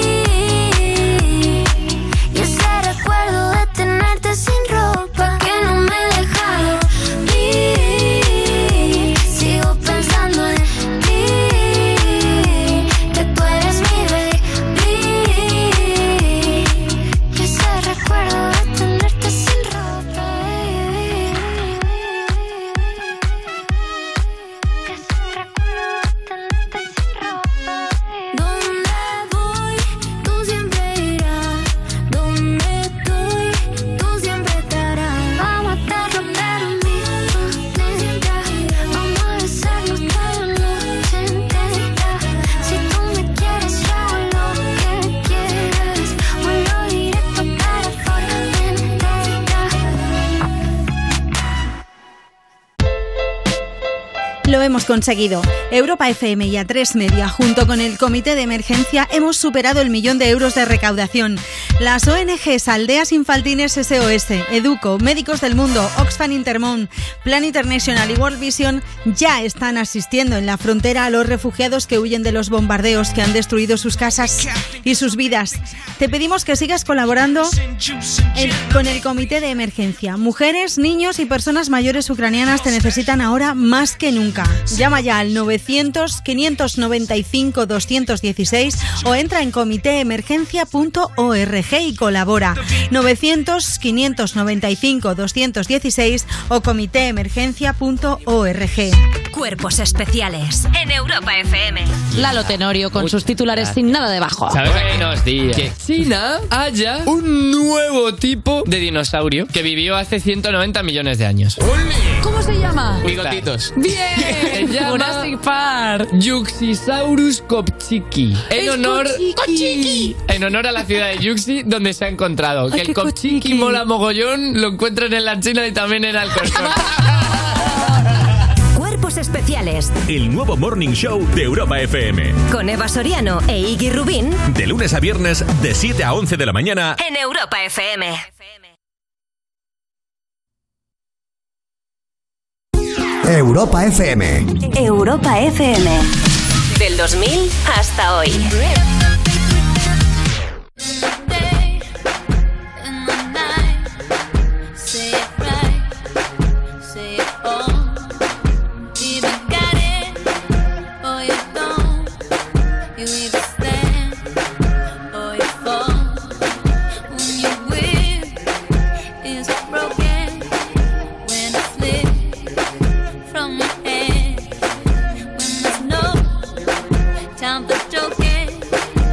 Y ese recuerdo de tenerte sin ropa que no me deja dormir. Sigo pensando en ti, que tú eres mi baby. Y ese recuerdo de tenerte sin ropa, baby. Lo hemos conseguido. Europa FM y A3 Media, junto con el Comité de Emergencia, hemos superado el 1.000.000 de euros de recaudación. Las ONGs Aldeas Infantines SOS, Educo, Médicos del Mundo, Oxfam Intermón, Plan International y World Vision ya están asistiendo en la frontera a los refugiados que huyen de los bombardeos que han destruido sus casas y sus vidas. Te pedimos que sigas colaborando con el Comité de Emergencia. Mujeres, niños y personas mayores ucranianas te necesitan ahora más que nunca. Llama ya al 900-595-216 o entra en comitéemergencia.org y colabora. 900-595-216 o comitéemergencia.org. Cuerpos especiales en Europa FM. Lalo Tenorio con sus titulares sin nada debajo. Buenos días. Que China haya un nuevo tipo de dinosaurio que vivió hace 190 millones de años. ¿Cómo se llama? Bigotitos. ¡Bien! Se llama Jurassic Park. Yuxisaurus kopchiki. En honor a la ciudad de Yuxi, donde se ha encontrado. Que el kopchiki mola mogollón, lo encuentran en la China y también en Alcorcón. Cuerpos especiales. El nuevo Morning Show de Europa FM. Con Eva Soriano e Iggy Rubín. De lunes a viernes, de 7 a 11 de la mañana. En Europa FM. Europa FM. Europa FM. Del 2000 hasta hoy. Time for joking.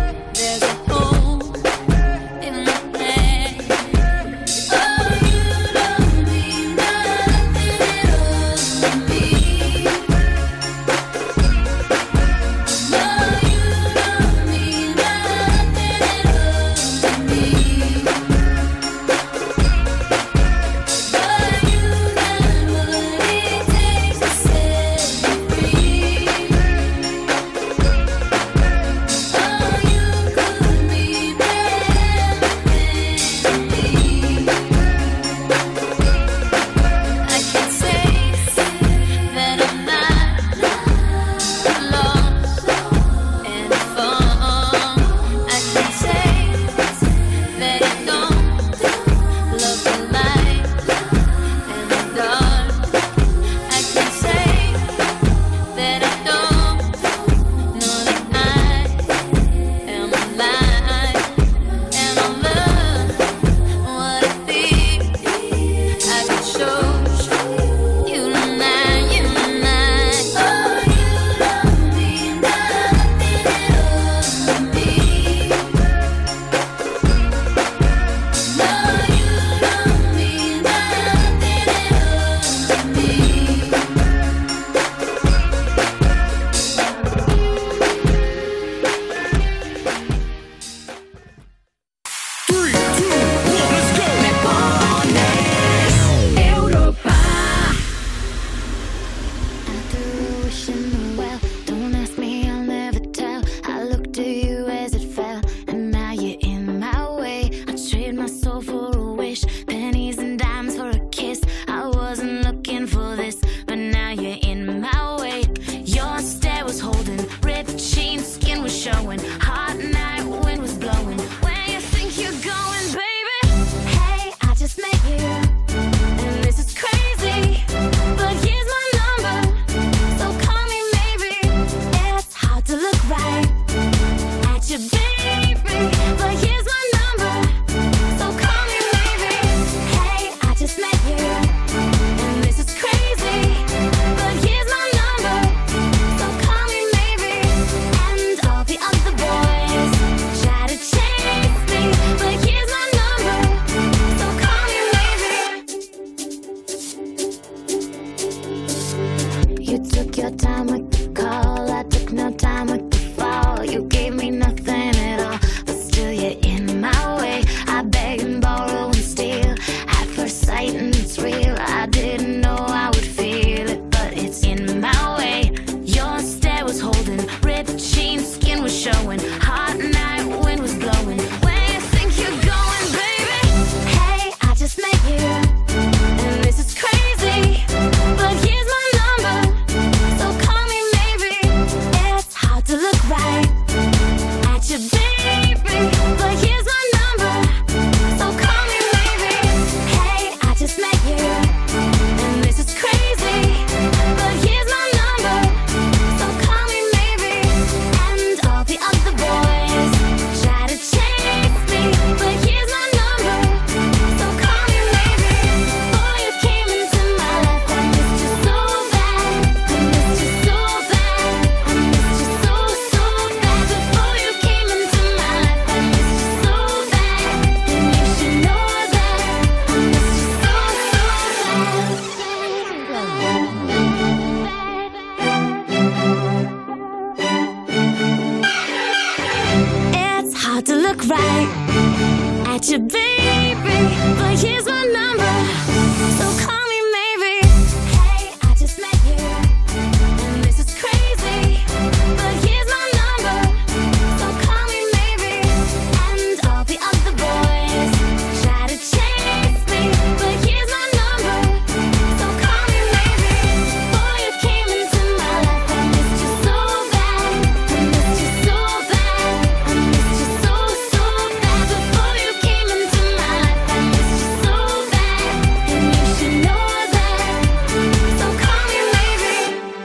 hard to look right at you, baby, but here's my number, so call me maybe. Hey, I just met you, and this is crazy, but here's my number, so call me maybe. And all the other boys try to chase me, but here's my number, so call me maybe. Boy, you came into my life, I missed you so bad, I missed you so bad, I missed you so bad. Before you came into my life, I missed you so bad, and you should know that, so call me maybe.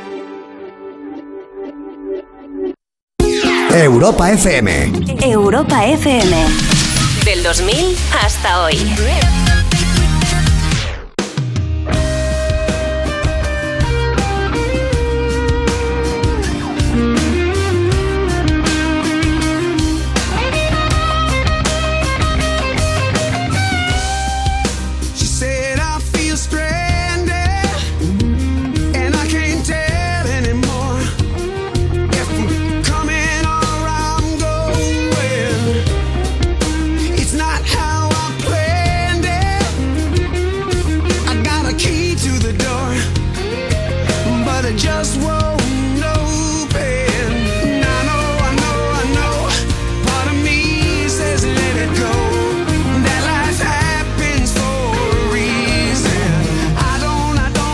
Europa FM. Europa FM. Del 2000 hasta hoy. She said I feel stranded, and I can't tell anymore if I'm coming or I'm going. It's not how I planned it. I got a key to the door, but it just won't open. I know. Part of me says let it go. That life happens for a reason. I don't,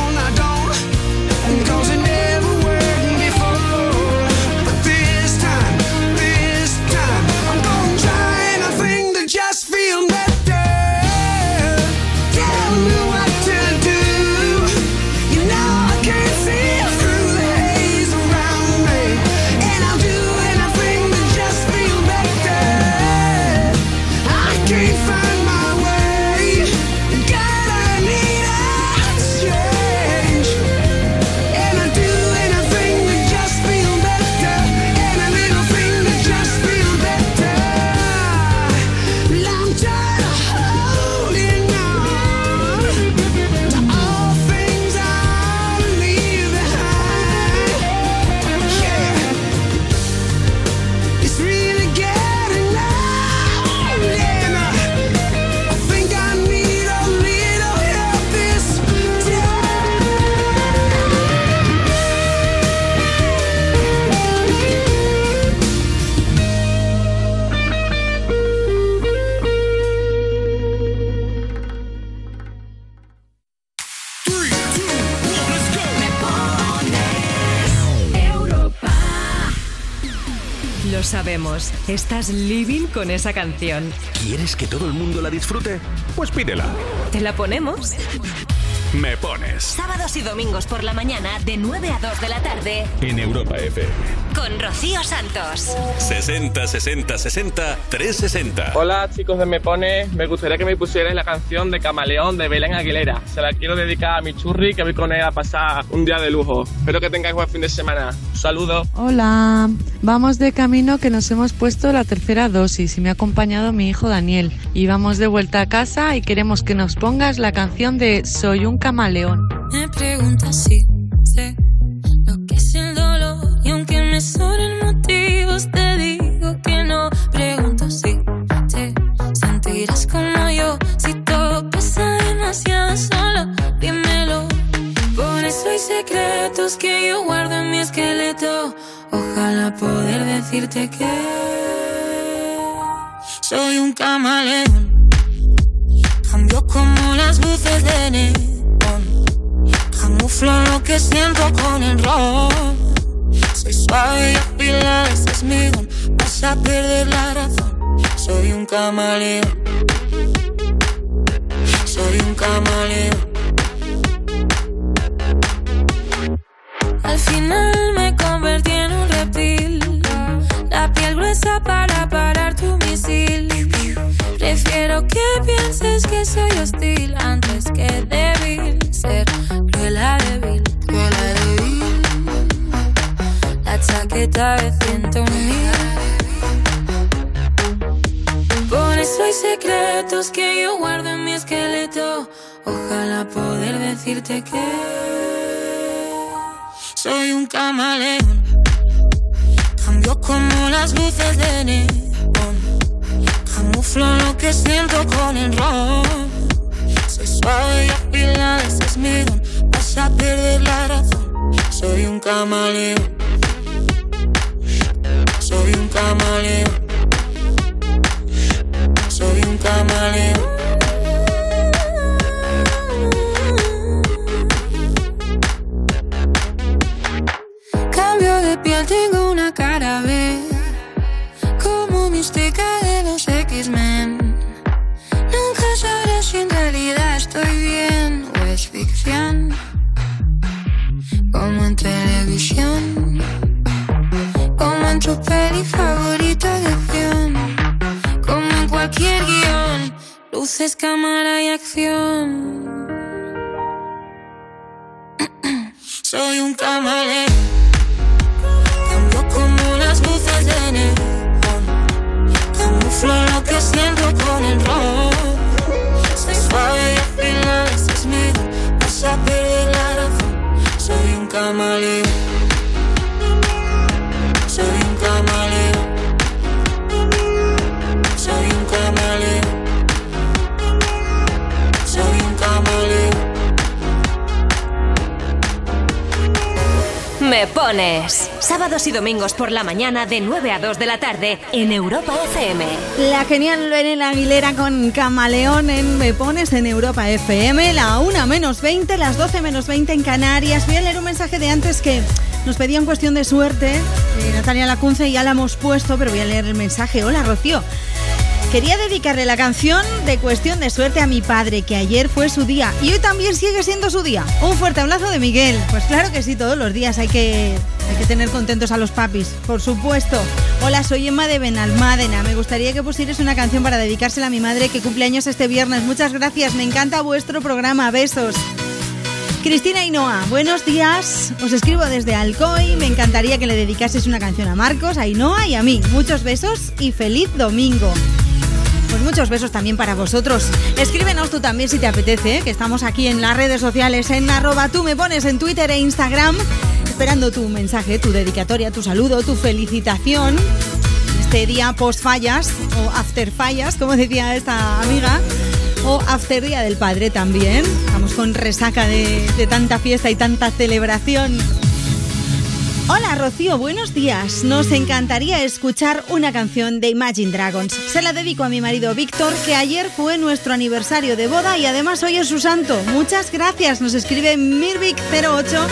'cause it never worked before. But this time, I'm gonna try anything to just feel better. Tell me what to do. You know I can't see through the haze around me, and I'll do anything to just feel better. I can't find my way. God, I need a change, and I do anything to just feel better. Any little thing to just feel better. I'm tired of holding on to all things I leave behind. Yeah, it's really getting loud, and I think I need a little help this Lo sabemos, estás living con esa canción. ¿Quieres que todo el mundo la disfrute? Pues pídela. ¿Te la ponemos? Me Pones. Sábados y domingos por la mañana de 9 a 2 de la tarde En Europa FM. con Rocío Santos. 60 60 60 360. Hola chicos de Me Pones, me gustaría que me pusierais la canción de Camaleón de Belén Aguilera. Se la quiero dedicar a mi churri, que voy con él a pasar un día de lujo. Espero que tengáis buen fin de semana. Un saludo. Hola, vamos de camino que nos hemos puesto la tercera dosis y me ha acompañado mi hijo Daniel. Y vamos de vuelta a casa y queremos que nos pongas la canción de Soy un camaleón. Me preguntas si sé lo que es el dolor, y aunque me sobren motivos te digo que no. Pregunto si te sentirás como yo, si todo pesa demasiado solo, dímelo. Por eso hay secretos que yo guardo en mi esqueleto. Ojalá poder decirte que soy un camaleón. Cambio como las luces de neón. Camuflo lo que siento con el ron. Soy suave y afilada, ese es mi don. Vas a perder la razón. Soy un camaleón. Soy un camaleón. Al final me convertí en un reptil. La piel gruesa para parar tu misil. Prefiero que pienses que soy hostil antes que débil. Ser cruela débil, cruela débil. La chaqueta de 101.000. Por eso hay secretos que yo guardo en mi esqueleto. Ojalá poder decirte que soy un camaleón. Cambio como las luces de neón. que siento con el ron. Soy suave y afilada, ese es mi don. Vas a perder la razón. Soy un camaleón. Soy un camaleón. Soy un camaleón. Cambio de piel, tengo una cara B, como mística de los X-Men. Nunca sabré si en realidad estoy bien o es ficción, como en televisión, como en tu peli favorita de acción, como en cualquier guión, luces, cámara y acción. Soy un camaleón. Como las luces de neón, camuflo lo que siento con el ron. Soy suave y afilada, ese es mi don. Vas a perder la razón. Soy un camaleón. Soy un camaleón. Soy un camaleón. Soy un camaleón. Me pones. Sábados y domingos por la mañana de 9 a 2 de la tarde en Europa FM. La genial Belén Aguilera con Camaleón en Me Pones en Europa FM. La 1 menos 20, las 12 menos 20 en Canarias. Voy a leer un mensaje de antes que nos pedían cuestión de suerte. Natalia Lacunce, ya la hemos puesto, pero voy a leer el mensaje. Hola, Rocío. Quería dedicarle la canción de Cuestión de Suerte a mi padre, que ayer fue su día y hoy también sigue siendo su día. Un fuerte abrazo de Miguel. Pues claro que sí, todos los días hay que tener contentos a los papis, por supuesto. Hola, soy Emma de Benalmádena. Me gustaría que pusieras una canción para dedicársela a mi madre, que cumple años este viernes. Muchas gracias, me encanta vuestro programa. Besos. Cristina Ainhoa, buenos días. Os escribo desde Alcoy. Me encantaría que le dedicases una canción a Marcos, a Ainhoa y a mí. Muchos besos y feliz domingo. Pues muchos besos también para vosotros. Escríbenos tú también si te apetece, que estamos aquí en las redes sociales, en @tumepones en Twitter e Instagram, esperando tu mensaje, tu dedicatoria, tu saludo, tu felicitación. Este día post fallas o after fallas, como decía esta amiga, o after Día del Padre también. Estamos con resaca de tanta fiesta y tanta celebración. Hola Rocío, buenos días. Nos encantaría escuchar una canción de Imagine Dragons. Se la dedico a mi marido Víctor, que ayer fue nuestro aniversario de boda y además hoy es su santo. Muchas gracias. Nos escribe Mirivic08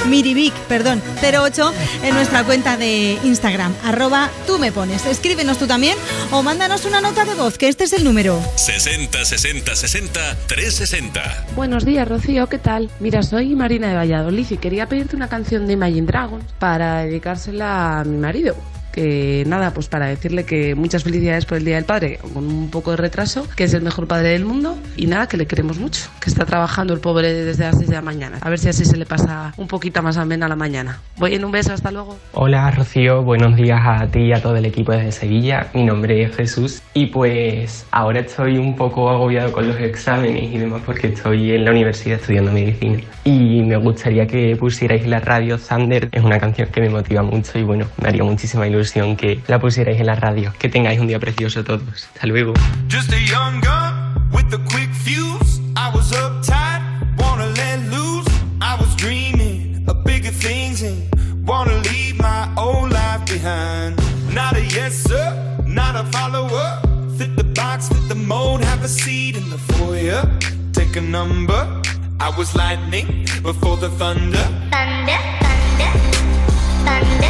en nuestra cuenta de Instagram, @tumepones. Escríbenos tú también o mándanos una nota de voz, que este es el número 60 60 60 360. Buenos días, Rocío, ¿qué tal? Mira, soy Marina de Valladolid y quería pedirte una canción de Imagine Dragons para dedicársela a mi marido. Que nada, pues para decirle que muchas felicidades por el Día del Padre, con un poco de retraso, que es el mejor padre del mundo, y nada, que le queremos mucho, que está trabajando el pobre desde las 6 de la mañana. A ver si así se le pasa un poquito más amena la mañana. Voy en un beso, hasta luego. Hola Rocío, buenos días a ti y a todo el equipo desde Sevilla. Mi nombre es Jesús y pues ahora estoy un poco agobiado con los exámenes y demás porque estoy en la universidad estudiando medicina. Y me gustaría que pusierais en la radio Thunder, es una canción que me motiva mucho y bueno, me haría muchísima ilusión que la pusierais en la radio. Que tengáis un día precioso todos. Hasta luego. Just a young gun with a quick fuse. I was uptight, wanna let loose. I was dreaming of bigger things and wanna leave my old life behind. Not a yes sir, not a follower. Fit the box, fit the mold, have a seat in the foyer. Take a number. I was lightning before the thunder. Thunder, thunder, thunder.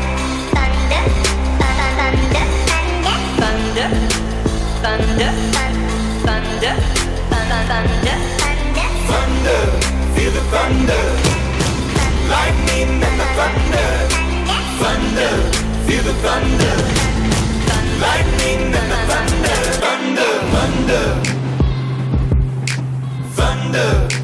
Thunder, thunder, thunder, thunder, thunder, feel the thunder, lightning and the thunder, thunder, feel the thunder, lightning and the thunder, thunder, thunder, thunder.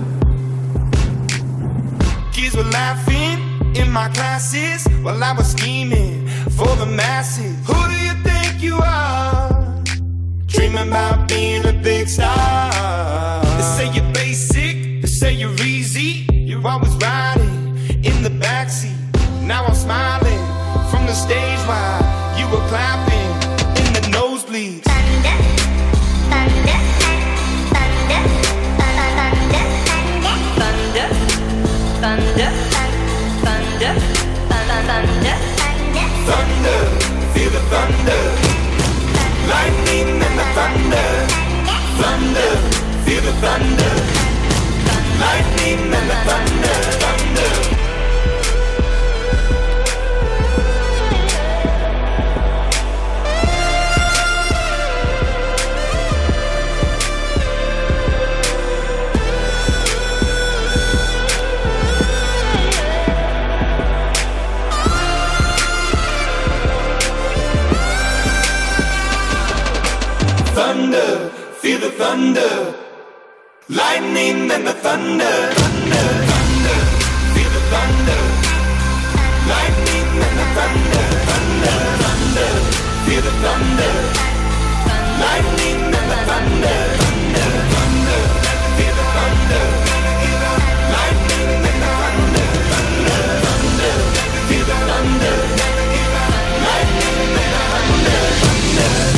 Kids were laughing in my classes while I was scheming for the masses. Who do you think you are? Dreaming about being a big star. They say you're basic, they say you're easy. You're always riding in the backseat. Now I'm smiling from the stage while you were clapping in the nosebleeds. thunder, feel the thunder. Lightning and the thunder, thunder, thunder, feel the thunder. Lightning and the thunder, thunder, thunder, feel the thunder. Lightning and the thunder, thunder, thunder, feel the thunder. Lightning and the thunder, thunder, thunder, feel the thunder. Lightning and the thunder, thunder.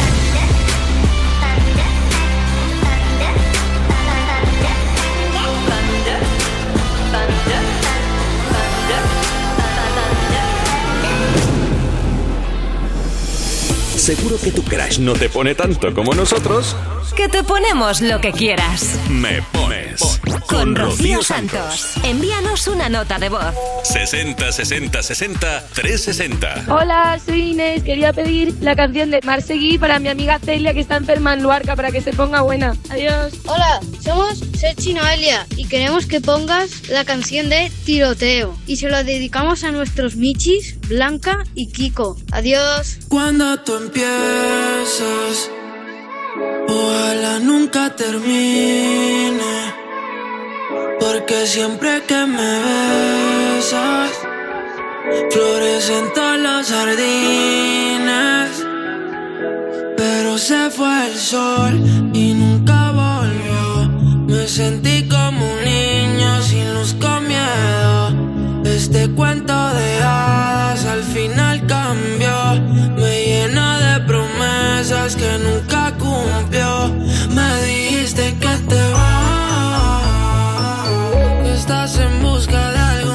Seguro que tu crush no te pone tanto como nosotros. Que te ponemos lo que quieras. Me Pones con Rocío Santos. Envíanos una nota de voz. 60 60 60 360. Hola, soy Inés. Quería pedir la canción de Marsegui para mi amiga Celia, que está enferma en Luarca, para que se ponga buena. Adiós. Hola, somos Sergi y Noelia y queremos que pongas la canción de Tiroteo. Y se lo dedicamos a nuestros michis, Blanca y Kiko. Adiós. Cuando tú empiezas, ojalá nunca termine, porque siempre que me besas, florecen todas las jardines. Pero se fue el sol y nunca volvió. Me sentí como un niño sin luz, con miedo. Este cuento de hadas al final cambió. Me llena de promesas que nunca cumplió. Me dijiste que te vas, que estás en busca de algo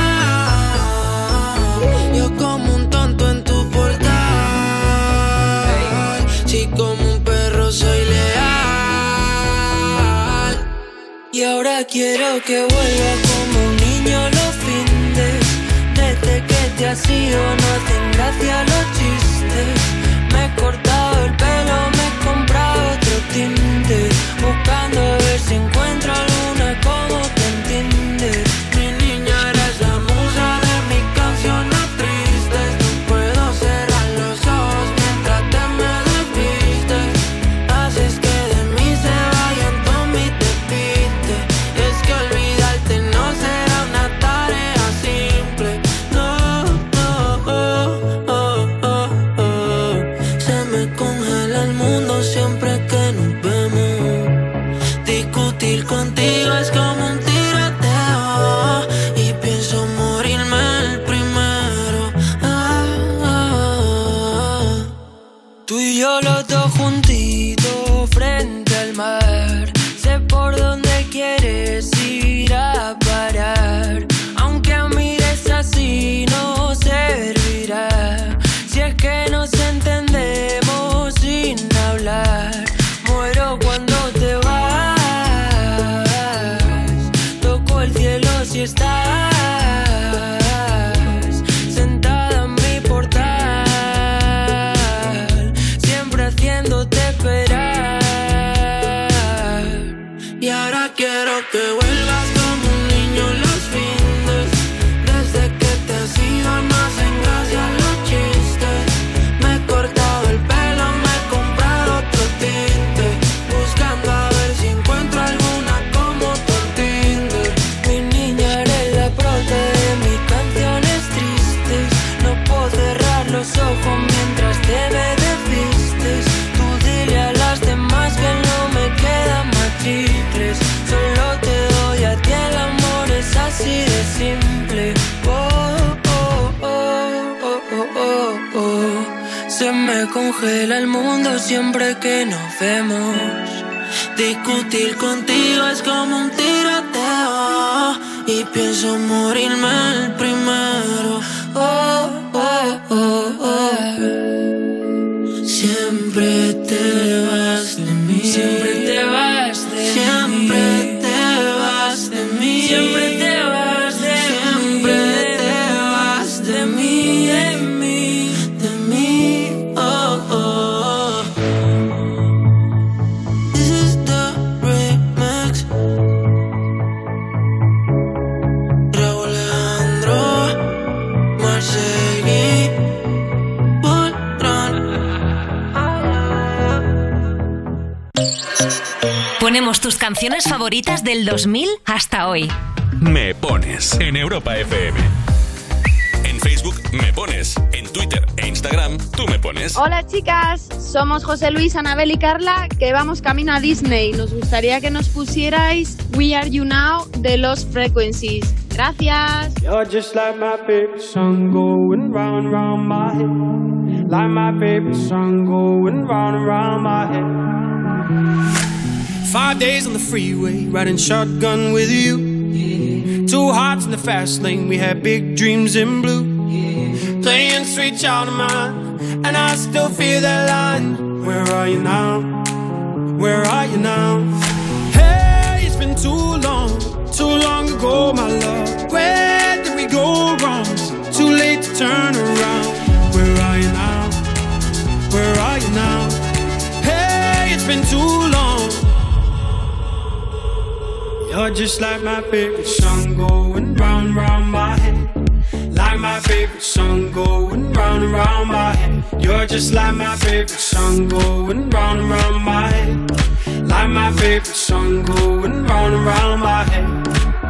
más. Yo como un tonto en tu portal. Sí, como un perro soy leal. Y ahora quiero que vuelva como un niño los findes. Desde que te has ido no hacen gracia los chistes. Me he cortado el pelo, me he comprado otro tinte, buscando a ver si encuentro alguna como te entiende. Mi niña, eres la musa de mis canciones tristes. No puedo cerrar los ojos mientras te me despistes. Haces que de mí se vayan todos mis despistes. Es que olvidarte no será una tarea simple. No, no, oh, oh, oh, oh. Se me congela el mundo siempre que nos vemos. Discutir contigo es como un tiroteo y pienso morirme el primero. Tú y yo los dos juntitos frente al mar. Sé por dónde quieres ir a parar. Aunque mires así no servirá. Si es que nos entendemos sin hablar. Muero cuando te vas. Toco el cielo si estás sentada en mi portal, siempre haciéndote esperar. Y ahora quiero que vuelvas como un niño los findes. Desde que te has ido no hacen gracia los chistes. Me he cortado el pelo, me he comprado otro tinte, buscando a ver si encuentro alguna como tu Tinder. Mi niña, eres la prota de mis canciones tristes. No puedo cerrar los ojos mientras te me desvistes. Tú dile a las demás que no me quedan más chicles. Solo te doy a ti, el amor es así de simple. Oh, oh, oh, oh, oh, oh, oh. Se me congela el mundo siempre que nos vemos. Discutir contigo es como un tiroteo y pienso morirme el primero. Oh, oh, oh, oh. Siempre te vas de mí. Siempre te vas de mí. Siempre te vas de mí. Siempre te vas de mí. Siempre te vas de mí, de mí, de mí. Oh, oh. This is the remix. Raúl Alejandro, Marsegui, Voltron. Ponemos tus canciones favoritas del 2000 hasta hoy. Me Pones en Europa FM. En Facebook Me Pones, en Twitter e Instagram Tú Me Pones. Hola chicas, somos José Luis, Anabel y Carla, que vamos camino a Disney. Nos gustaría que nos pusierais We Are You Now de Lost Frequencies. Gracias. You're just like my favorite song going round and round my head. Like my favorite song going round and round my head. 5 days on the freeway, riding shotgun with you. Yeah. 2 hearts in the fast lane, we had big dreams in blue. Yeah. Playing Sweet Child of Mine, and I still feel that line. Where are you now? Where are you now? Hey, it's been too long ago, my love. Where did we go wrong? Too late to turn around. Where are you now? Where are you now? Hey, it's been too long. You're just like my favorite song going round and round my head. Like my favorite song going round and round my head. You're just like my favorite song going round and round my head. Like my favorite song going round and round my head.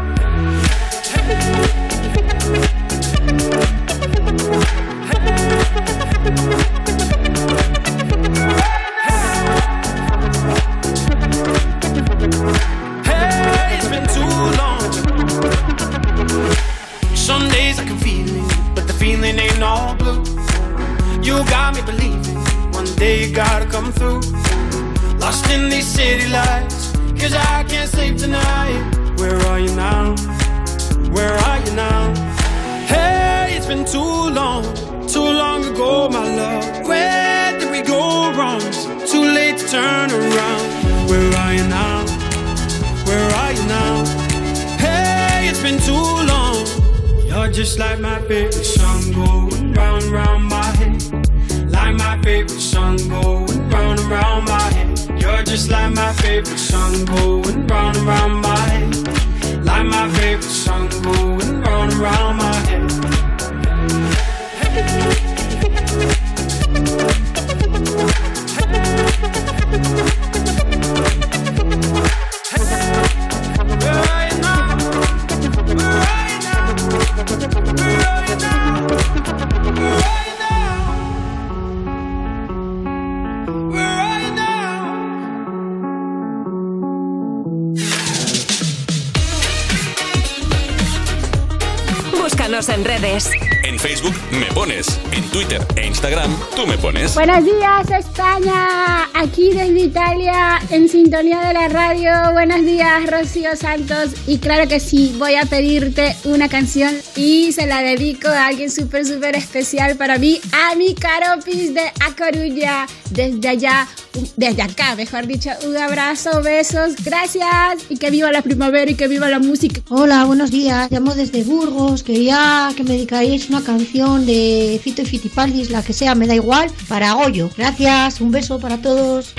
Some days I can feel it, but the feeling ain't all blue. You got me believing, one day you gotta come through. Lost in these city lights, cause I can't sleep tonight. Where are you now? Where are you now? Hey, it's been too long ago, my love. Where did we go wrong? Too late to turn around. Where are you now? Where are you now? Hey, it's been too long. You're just like my favorite song going round and round my head. Like my favorite song going round and round my head. You're just like my favorite song going round and round my head. Like my favorite song going round and round my head. Búscanos en redes. En Facebook Me Pones, en Twitter e Instagram Tú Me Pones. Buenos días, España. Aquí desde Italia, en sintonía de la radio. Buenos días, Rocío Santos. Y claro que sí, voy a pedirte una canción y se la dedico a alguien súper especial para mí, a mi Caropis de A Coruña. Desde acá, mejor dicho, un abrazo, besos, gracias y que viva la primavera y que viva la música. Hola, buenos días, llamo desde Burgos, quería que me dedicarais una canción de Fito y Fitipaldis, la que sea, me da igual, para Goyo. Gracias, un beso para todos.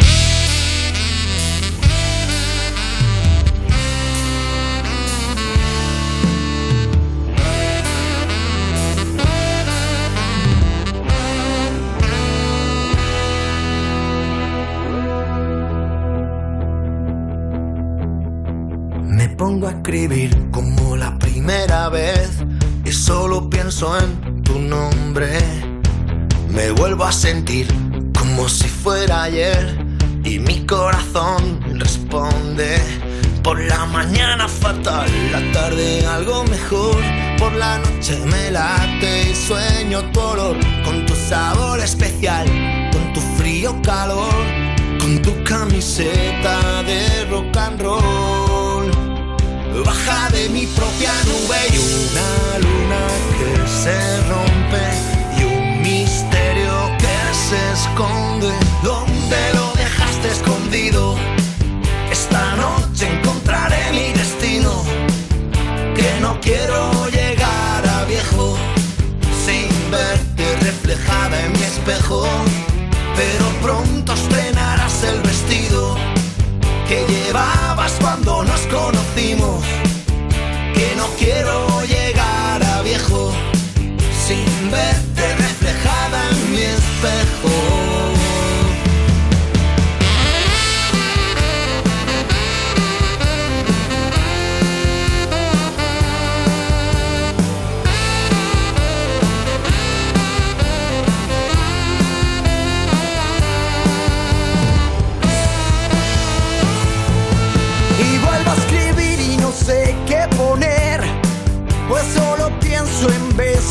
Pongo a escribir como la primera vez y solo pienso en tu nombre. Me vuelvo a sentir como si fuera ayer y mi corazón responde. Por la mañana fatal, la tarde algo mejor. Por la noche me late y sueño tu olor, con tu sabor especial, con tu frío calor, con tu camiseta de rock and roll. Baja de mi propia nube y una luna que se rompe y un misterio que se esconde. ¿Dónde lo dejaste escondido? Esta noche encontraré mi destino, que no quiero llegar a viejo sin verte reflejada en mi espejo. Pero pronto estrenarás el vestido que llevabas cuando nos conocimos, que no quiero llegar a viejo sin verte reflejada en mi espejo.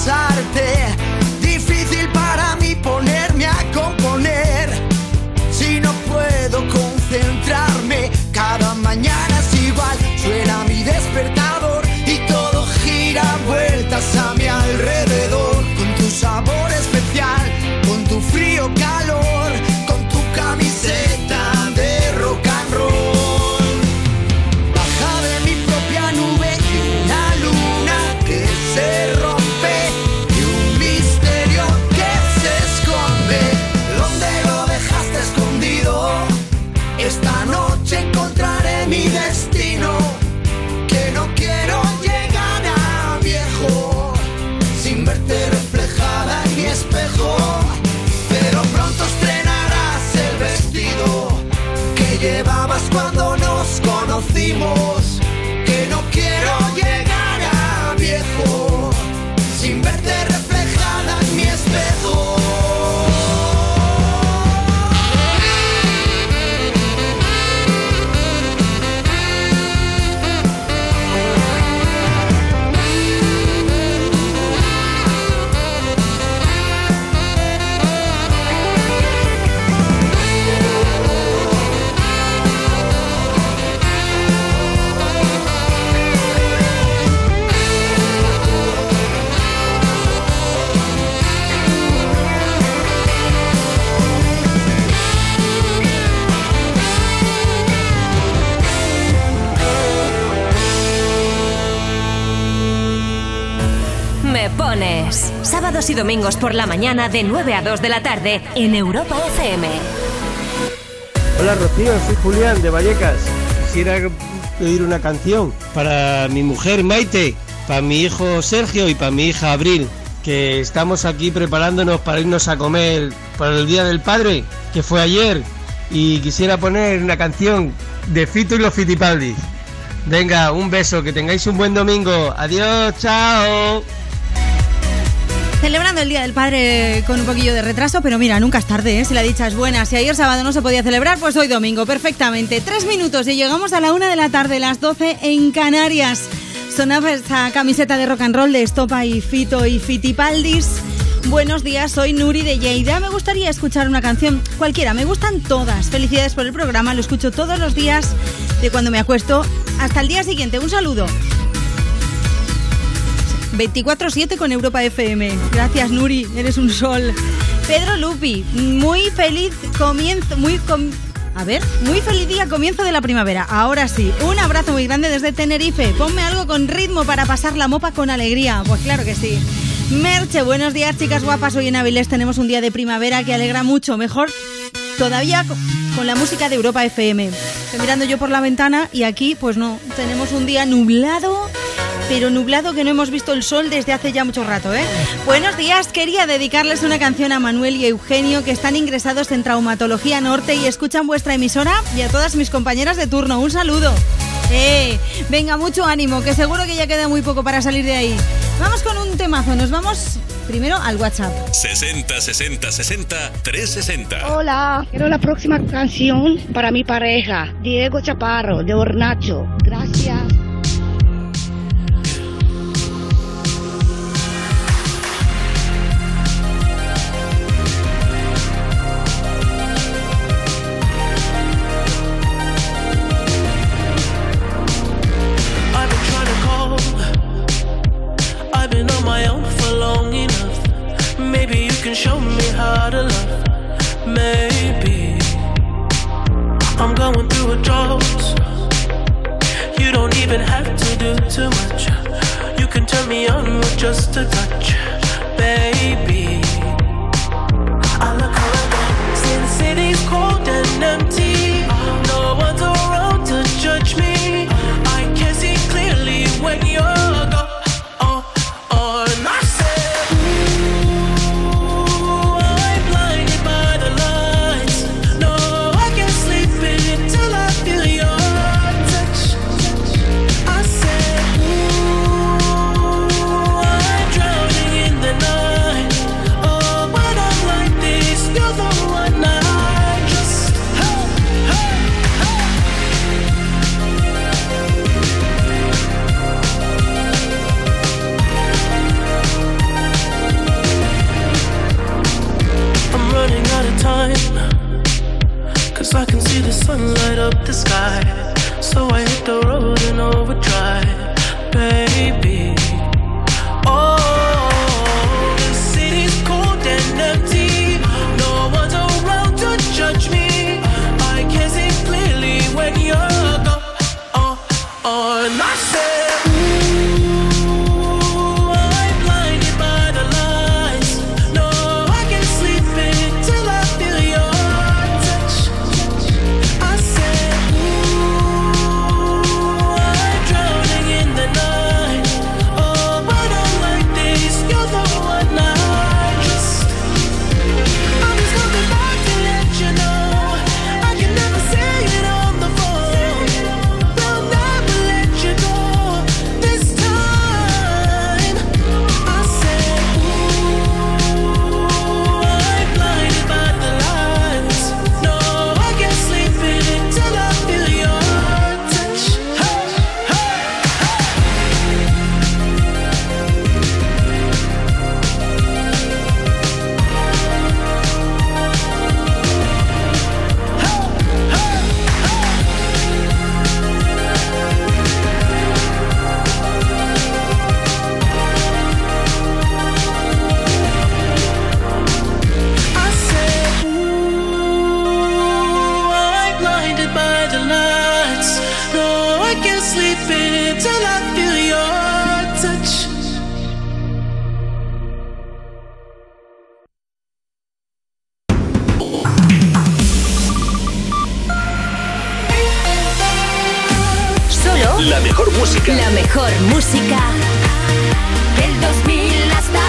besarte. Difícil para mí ponerme a componer si no puedo concentrarme. Cada mañana es igual, suena mi despertador y todo gira vueltas a mi alrededor. Con tu sabor especial, con tu frío calor, con tu camiseta de rock and roll. Baja de mi propia nube y una luna que se rompe y un misterio que se esconde. ¿Dónde lo dejaste escondido? Esta noche encontraré mi destino, que no quiero llegar a viejo sin verte reflejada en mi espejo. Pero pronto estrenarás el vestido que llevabas cuando nos conocimos, que no quiero llegar a viejo sin verte reflejada en mi espejo. Me Pones. Sábados y domingos por la mañana de 9 a 2 de la tarde en Europa FM. Hola Rocío, soy Julián de Vallecas. Quisiera pedir una canción para mi mujer Maite, para mi hijo Sergio y para mi hija Abril, que estamos aquí preparándonos para irnos a comer para el Día del Padre, que fue ayer, y quisiera poner una canción de Fito y los Fitipaldis. Venga, un beso, que tengáis un buen domingo. Adiós, chao. Celebrando el Día del Padre con un poquillo de retraso, pero mira, nunca es tarde, ¿eh? Si la dicha es buena. Si ayer sábado no se podía celebrar, pues hoy domingo, perfectamente. 3 minutos y llegamos a la 1 de la tarde, las 12 en Canarias. Sonaba esa camiseta de rock and roll de Estopa y Fito y Fitipaldis. Buenos días, soy Nuri de Lleida. Me gustaría escuchar una canción cualquiera, me gustan todas. Felicidades por el programa, lo escucho todos los días de cuando me acuesto hasta el día siguiente. Un saludo. 24/7 con Europa FM. Gracias, Nuri, eres un sol. Pedro Lupi, muy feliz comienzo, muy feliz día, comienzo de la primavera. Ahora sí, un abrazo muy grande desde Tenerife. Ponme algo con ritmo para pasar la mopa con alegría. Pues claro que sí. Merche, buenos días, chicas guapas. Hoy en Avilés tenemos un día de primavera que alegra mucho. Mejor todavía con la música de Europa FM. Estoy mirando yo por la ventana y aquí, pues no, tenemos un día nublado, pero nublado que no hemos visto el sol desde hace ya mucho rato, ¿eh? Buenos días, quería dedicarles una canción a Manuel y Eugenio, que están ingresados en Traumatología Norte y escuchan vuestra emisora, y a todas mis compañeras de turno. Un saludo. Venga, mucho ánimo, que seguro que ya queda muy poco para salir de ahí. Vamos con un temazo, nos vamos primero al WhatsApp. 60 60 60 360. Hola, quiero la próxima canción para mi pareja, Diego Chaparro, de Hornacho. Gracias. Show me how to love. Maybe I'm going through a drought. You don't even have to do too much. You can turn me on with just a touch, baby. I look around, see the city's cold and empty. No one's around to judge me. I can see clearly when you're gone. I can see the sun light up the sky. So I hit the road in overdrive, baby. Oh, the city's cold and empty. No one's around to judge me. I can see clearly when you're gone. And I said, ooh, I'm blinded by the lights. No, I can't sleep until I feel your touch. I said, ooh, I'm drowning in the night. Oh, but I'm like this, you're the one I trust. I'm just coming back to let you know I can never say it on the phone. We'll never let you go this time. I said, ooh, I'm blinded by the lights. No, I can't sleep until I feel your touch. Hey, hey, I said, ooh, I'm blinded by the lights. No, I can't sleep until I feel your touch. Solo La mejor música. la mejor música del 2000 hasta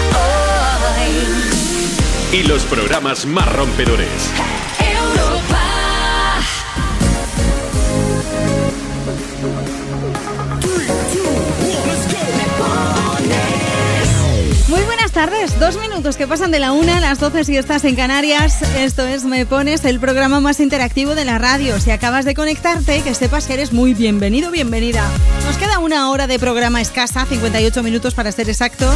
hoy. Y los programas más rompedores. Europa. Muy buenas tardes, 2 minutos que pasan de la 1 a las 12 si estás en Canarias. Esto es Me Pones, el programa más interactivo de la radio. Si acabas de conectarte, que sepas que eres muy bienvenido, bienvenida. Nos queda una hora de programa escasa, 58 minutos para ser exactos.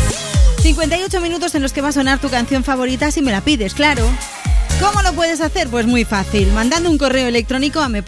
58 minutos en los que va a sonar tu canción favorita si me la pides, claro. ¿Cómo lo puedes hacer? Pues muy fácil, mandando un correo electrónico a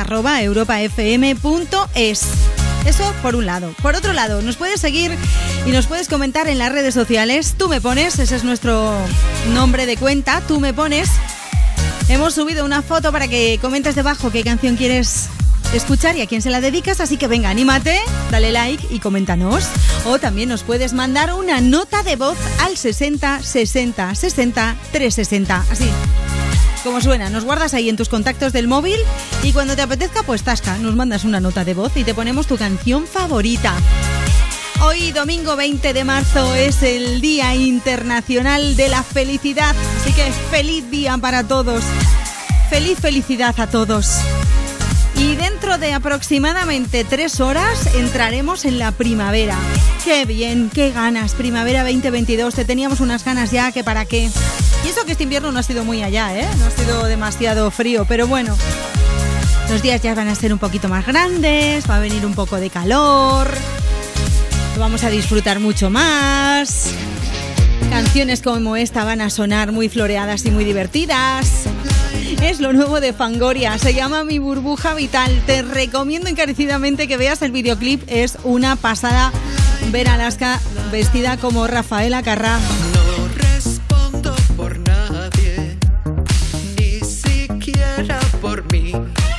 mepones@europafm.es. Eso por un lado. Por otro lado, nos puedes seguir y nos puedes comentar en las redes sociales. Tú me pones, ese es nuestro nombre de cuenta, Tú me pones. Hemos subido una foto para que comentes debajo qué canción quieres escuchar y a quién se la dedicas, así que venga, anímate, dale like y coméntanos. O también nos puedes mandar una nota de voz al 60 60 60 360, así como suena, nos guardas ahí en tus contactos del móvil y cuando te apetezca, pues tasca, nos mandas una nota de voz y te ponemos tu canción favorita. Hoy, domingo 20 de marzo, es el Día Internacional de la Felicidad, así que feliz día para todos. Feliz felicidad a todos. Y dentro de aproximadamente 3 horas entraremos en la primavera. ¡Qué bien! ¡Qué ganas! Primavera 2022, te teníamos unas ganas ya que para qué. Y eso que este invierno no ha sido muy allá, ¿eh? No ha sido demasiado frío, pero bueno. Los días ya van a ser un poquito más grandes, va a venir un poco de calor, lo vamos a disfrutar mucho más. Canciones como esta van a sonar muy floreadas y muy divertidas. Es lo nuevo de Fangoria, se llama Mi Burbuja Vital. Te recomiendo encarecidamente que veas el videoclip, es una pasada ver a Alaska vestida como Rafaela Carrà. No respondo por nadie, ni siquiera por mí.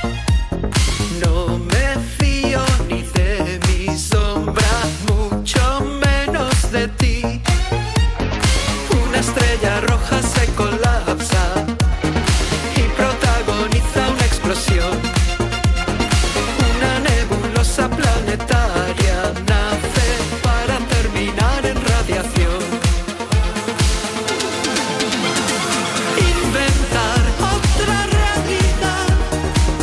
No me fío ni de mi sombra, mucho menos de ti. Una estrella roja se colapsa y protagoniza una explosión. Una nebulosa planetaria nace para terminar en radiación. Inventar otra realidad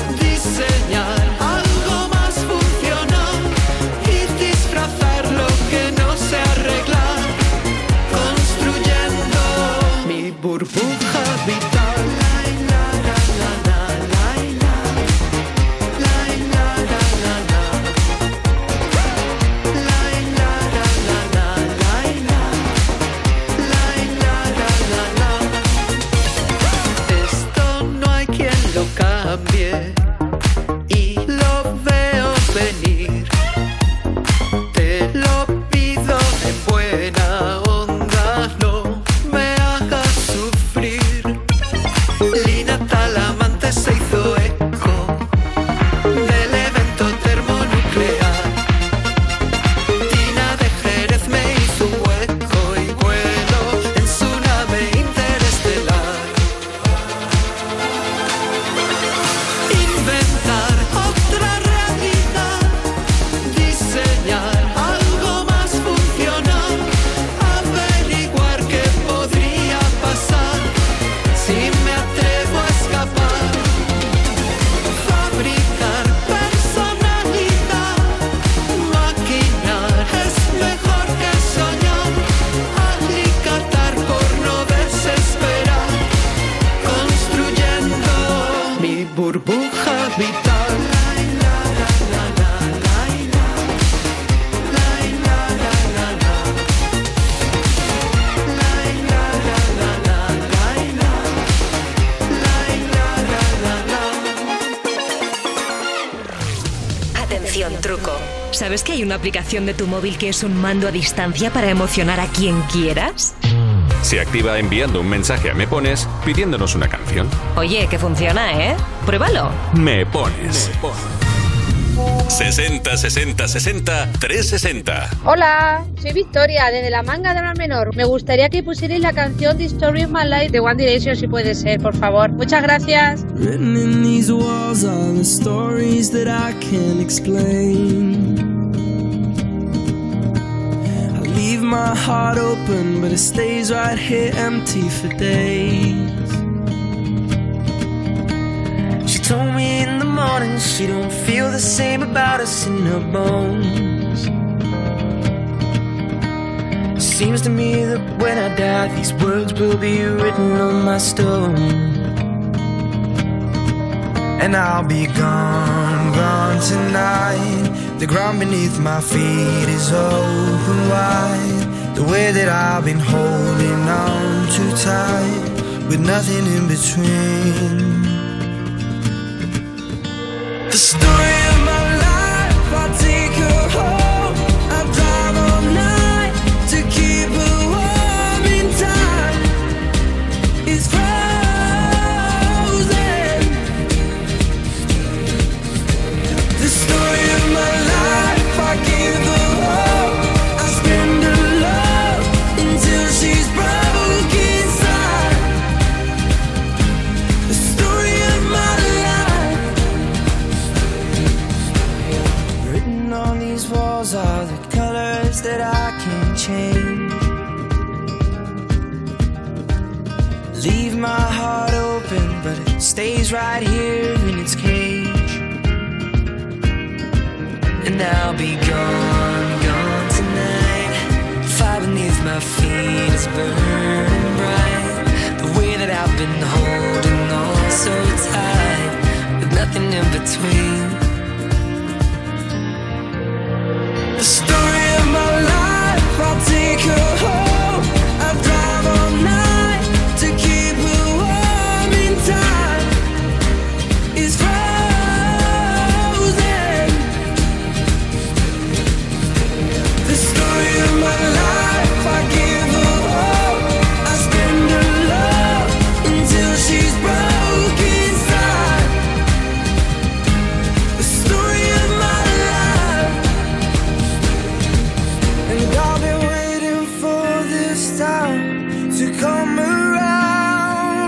también y lo veo venir. Te lo pido de buena onda, no me hagas sufrir. Lina Talamante se hizo eco del evento termonuclear. Tina de Jerez me hizo un hueco y vuelo en su nave interestelar. Inventar otra realidad, diseñar algo más funcional, averiguar qué podría pasar si me atrevo a escapar. Fabricar personalidad, maquinar es mejor que soñar. Alicatar por no desesperar, construyendo mi burbuja vital. Atención, truco. ¿Sabes que hay una aplicación de tu móvil que es un mando a distancia para emocionar a quien quieras? Se activa enviando un mensaje a Me Pones pidiéndonos una canción. Oye, que funciona, ¿eh? Pruébalo. Me Pones. 60 60 60 360. Hola, soy Victoria, desde la Manga de Mar Menor. Me gustaría que pusierais la canción The Story of My Life de One Direction, si puede ser, por favor. Muchas gracias. Written in these walls are the stories that I can't explain. I leave my heart open, but it stays right here empty for days. She told me in the morning she don't feel the same about us in her bones. Seems to me that when I die, these words will be written on my stone. And I'll be gone, gone tonight. The ground beneath my feet is open wide. The way that I've been holding on too tight, with nothing in between. The story of my life, I'll take her home. I'll drive all night to keep her warm in time. It's frozen. The story of my life, I give her hope. I spend her love until she's broke inside. The story of my life. Written on these walls are the colors that I can't change. Leave my heart open, but it stays right here in its cage. And I'll be gone, gone tonight. Fire beneath my feet is burning bright. The way that I've been holding on so tight, with nothing in between. The story of my life, I'll take her home. I'll drive all night to keep her warm in time. It's frozen. The story of my life, I give her hope. I spend her love until she's broke inside. The story of my life. And I've been waiting for this time to come around.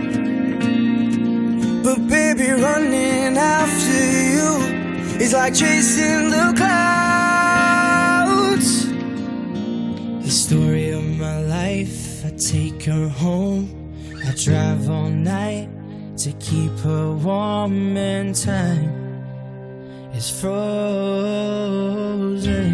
But baby, running after you is like chasing the clouds. The story of my life, I take her home. I drive all night to keep her warm and time is frozen.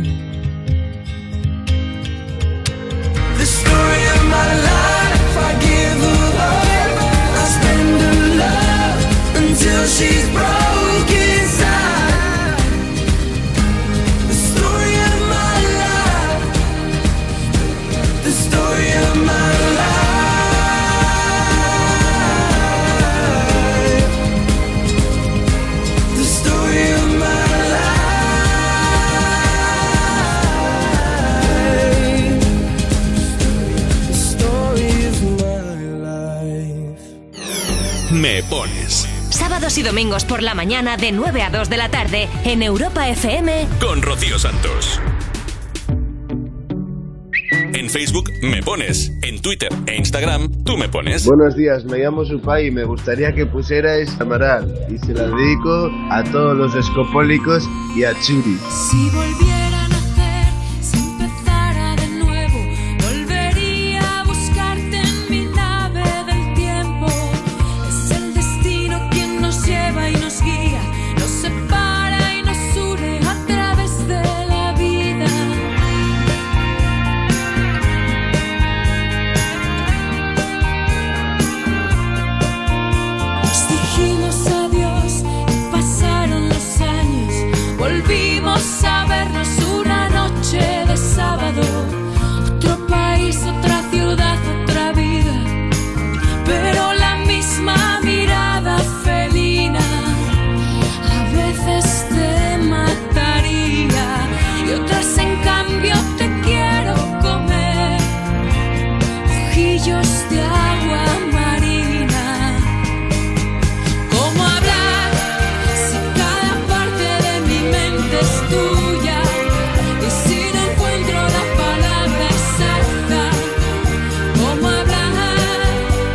The story of my life, I give her hope. I spend her love until she's broke inside. The story of my life. The story of my life. Pones. Sábados y domingos por la mañana de 9 a 2 de la tarde en Europa FM Con Rocío Santos. En Facebook Me Pones, en Twitter e Instagram Tú Me Pones. Buenos días, me llamo Supai y me gustaría que pusierais Amaral y se la dedico a todos los escopólicos y a Churi. Si volviera a nacer, si empezara de nuevo, volvería a buscarte en mi nave del tiempo. Es el destino quien nos lleva y nos guía, nos separa y nos une a través de la vida. Nos dijimos adiós y pasaron los años, volvimos a vernos una noche de sábado. Otro país, otra ciudad, otra vida, pero la misma mirada felina. A veces te mataría y otras en cambio te quiero comer. Ojillos de agua marina. ¿Cómo hablar si cada parte de mi mente es tuya? Y si no encuentro la palabra exacta, ¿cómo hablar?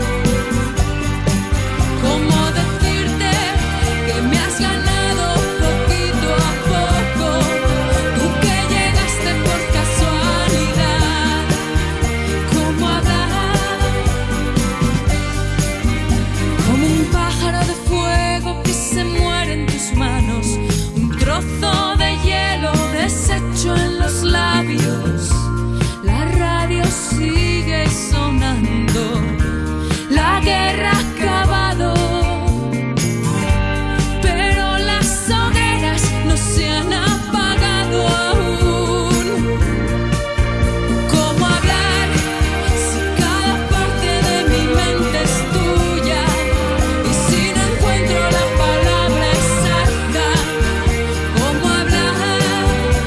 ¿Cómo decirte que me has ganado poquito a poco? Tú que llegaste por casualidad. ¿Cómo hablar? Como un pájaro de fuego que se muere en tus manos, un trozo de hielo deshecho en los labios. La radio sigue sonando, la guerra ha acabado, pero las hogueras no se han apagado aún. ¿Cómo hablar si cada parte de mi mente es tuya? Y si no encuentro la palabra exacta, ¿cómo hablar?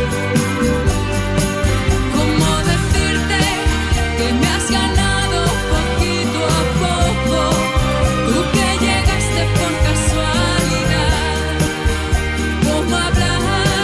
¿Cómo decirte que me has ganado poquito a poco? Tú que llegaste por casualidad. ¿Cómo hablar?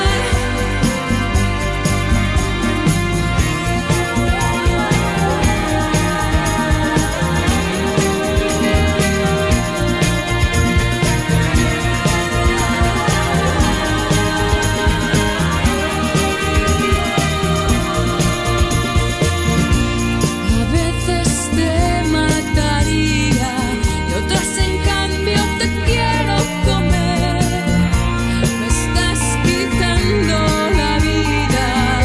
A veces te mataría y otras en cambio te quiero comer. Me estás quitando la vida.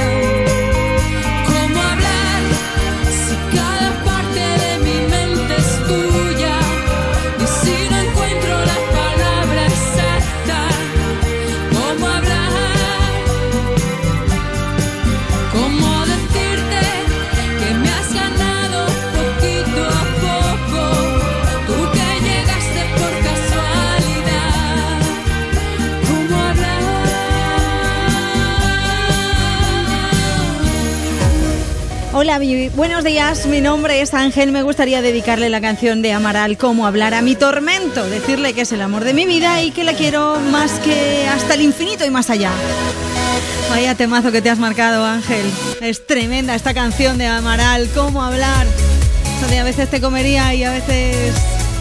¿Cómo hablar si cada parte de mi mente es tuya? Y si no encuentro la palabra exacta, ¿cómo hablar? ¿Cómo decirte que me has ganado poquito a poco? Tú que llegaste por casualidad. ¿Cómo hablar? Hola, buenos días, mi nombre es Ángel. Me gustaría dedicarle la canción de Amaral, Cómo hablar, a mi tormento. Decirle que es el amor de mi vida y que la quiero más que hasta el infinito y más allá. Vaya temazo que te has marcado, Ángel. Es tremenda esta canción de Amaral, Cómo hablar. Eso de a veces te comería y a veces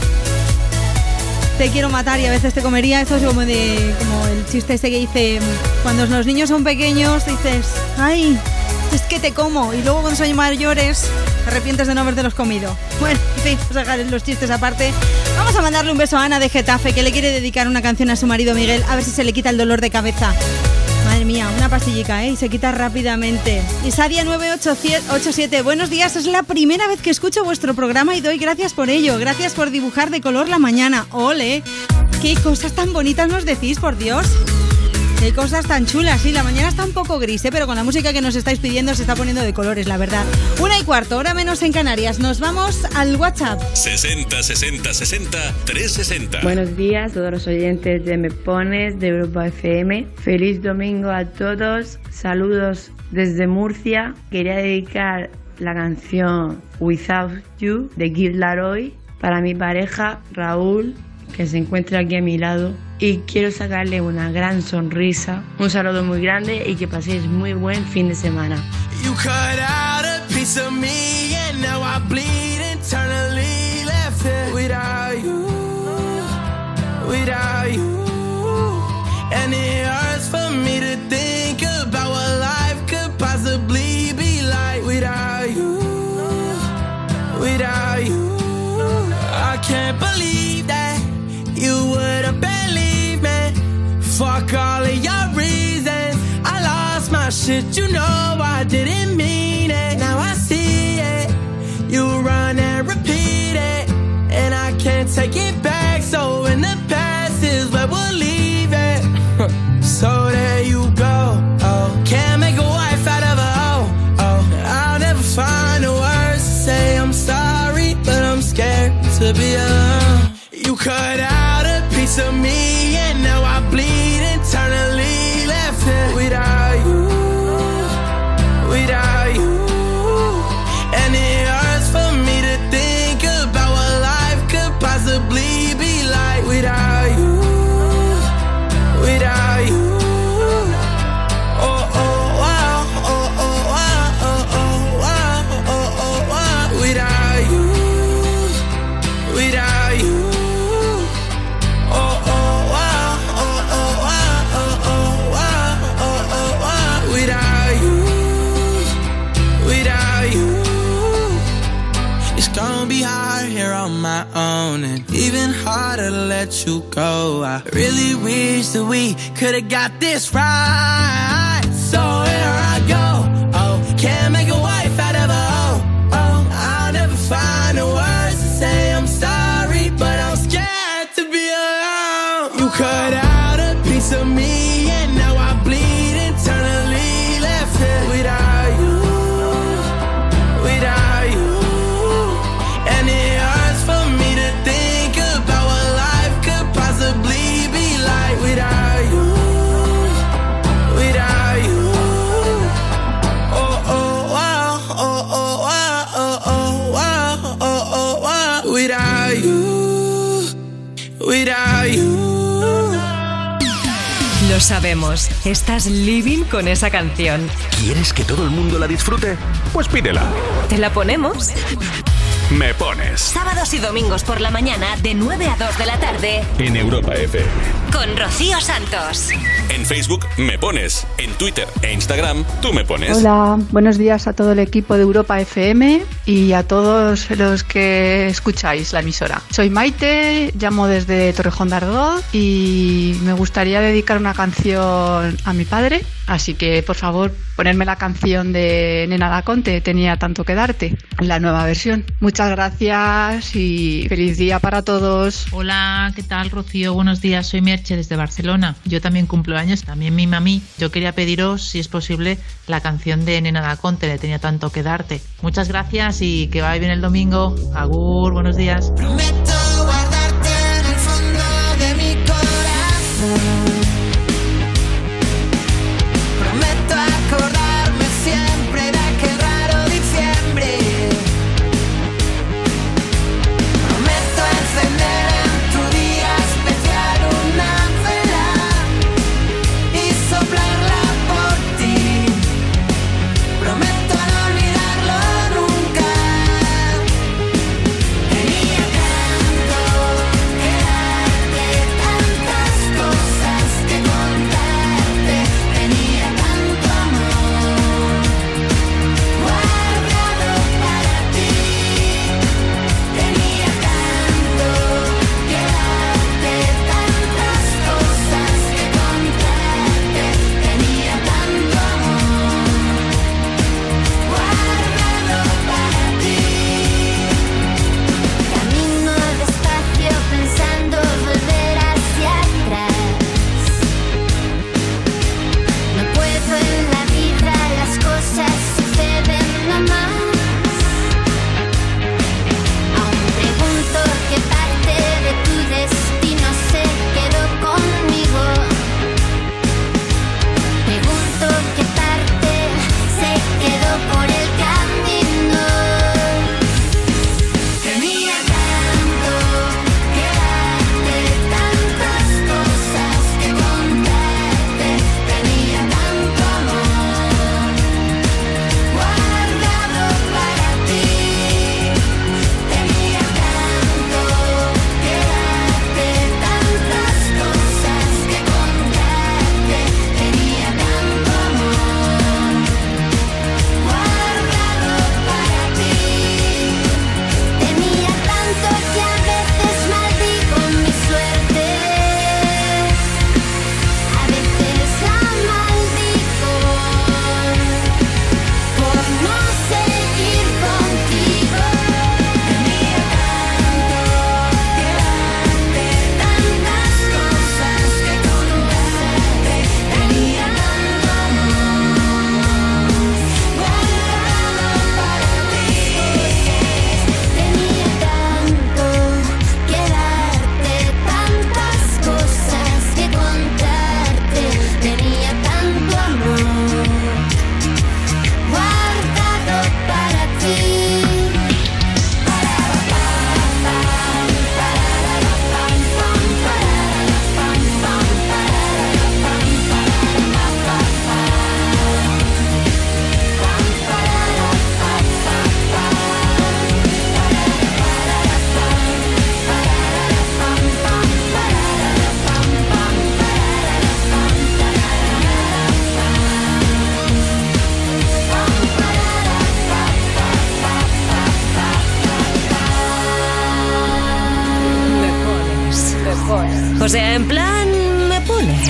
te quiero matar y a veces te comería. Eso es como el chiste ese que dice, cuando los niños son pequeños dices, ay, es que te como, y luego cuando son mayores te arrepientes de no habértelos comido. Bueno, en fin, vamos a dejar los chistes aparte. Vamos a mandarle un beso a Ana de Getafe, que le quiere dedicar una canción a su marido Miguel, a ver si se le quita el dolor de cabeza. Madre mía, una pastillica, y se quita rápidamente. Isadia 9887, buenos días, es la primera vez que escucho vuestro programa y doy gracias por ello. Gracias por dibujar de color la mañana. ¡Ole! ¡Qué cosas tan bonitas nos decís, por Dios! Qué cosas tan chulas, sí, la mañana está un poco gris, pero con la música que nos estáis pidiendo se está poniendo de colores, la verdad. 1:15, hora menos en Canarias. Nos vamos al WhatsApp. 60 60 60 360. Buenos días a todos los oyentes de Me Pones, de Europa FM. Feliz domingo a todos. Saludos desde Murcia. Quería dedicar la canción Without You de Kid Laroi para mi pareja Raúl, que se encuentra aquí a mi lado, y quiero sacarle una gran sonrisa, un saludo muy grande y que paséis muy buen fin de semana. You cut out a piece of me and now I bleed internally, left it without you, without you. And it hurts for me to think about what life could possibly be like without you, without you. I can't believe that you would have believed me. Fuck all of your reasons. I lost my shit, you know I didn't mean it. Now I see it. You run and repeat it, and I can't take it back. So in the past is where we'll leave it. So there you go. Oh, can't make a wife out of a hoe. Oh, I'll never find the words to say I'm sorry, but I'm scared to be alone. You cut out a piece of me and now I bleed internally, left it without you, without you. And it hurts for me to think about what life could possibly be like without you, without you. Oh, oh, wow, oh, oh, wow, oh, oh, wow, oh, oh, wow. Without you, without you. Oh, oh, wow, oh, oh, wow, oh, oh, wow, oh, oh, wow. Without you, without you. It's gonna be hard here on my own, and even harder to let you go. I really wish that we could've got this right. So here I go. Oh, can't make a wife out of a hoe. Oh, I'll never find the words to say I'm sorry, but I'm scared to be alone. You cut out a piece of me and now I bleed internally, left it without you, without you. And it hurts for me to think about what life could possibly be like without you, without you. Oh, oh, wow, oh, oh, wow, oh, oh, wow, oh, oh, wow. Without you, without you. Lo sabemos, estás living con esa canción. ¿Quieres que todo el mundo la disfrute? Pues pídela. ¿Te la ponemos? Me Pones. Sábados y domingos por la mañana de 9 a 2 de la tarde En Europa FM. con Rocío Santos. En Facebook Me Pones. En Twitter e Instagram Tú Me Pones. Hola, buenos días a todo el equipo de Europa FM y a todos los que escucháis la emisora. Soy Maite, llamo desde Torrejón de Ardoz y me gustaría dedicar una canción a mi padre, así que por favor ponerme la canción de Nena Daconte, Tenía tanto que darte, la nueva versión. Muchas gracias y feliz día para todos. Hola, ¿qué tal, Rocío? Buenos días, soy Merche desde Barcelona. Yo también cumplo años, también mi mami. Yo quería pediros, si es posible, la canción de Nena Daconte, de Tenía tanto que darte. Muchas gracias y que vaya bien el domingo. Agur, buenos días. Prometo guardarte en el fondo de mi corazón. Prometo acordarme siempre de aquel raro diciembre. Prometo encender en tu día especial una vela y soplarla por ti. Prometo no olvidarlo nunca. Tenía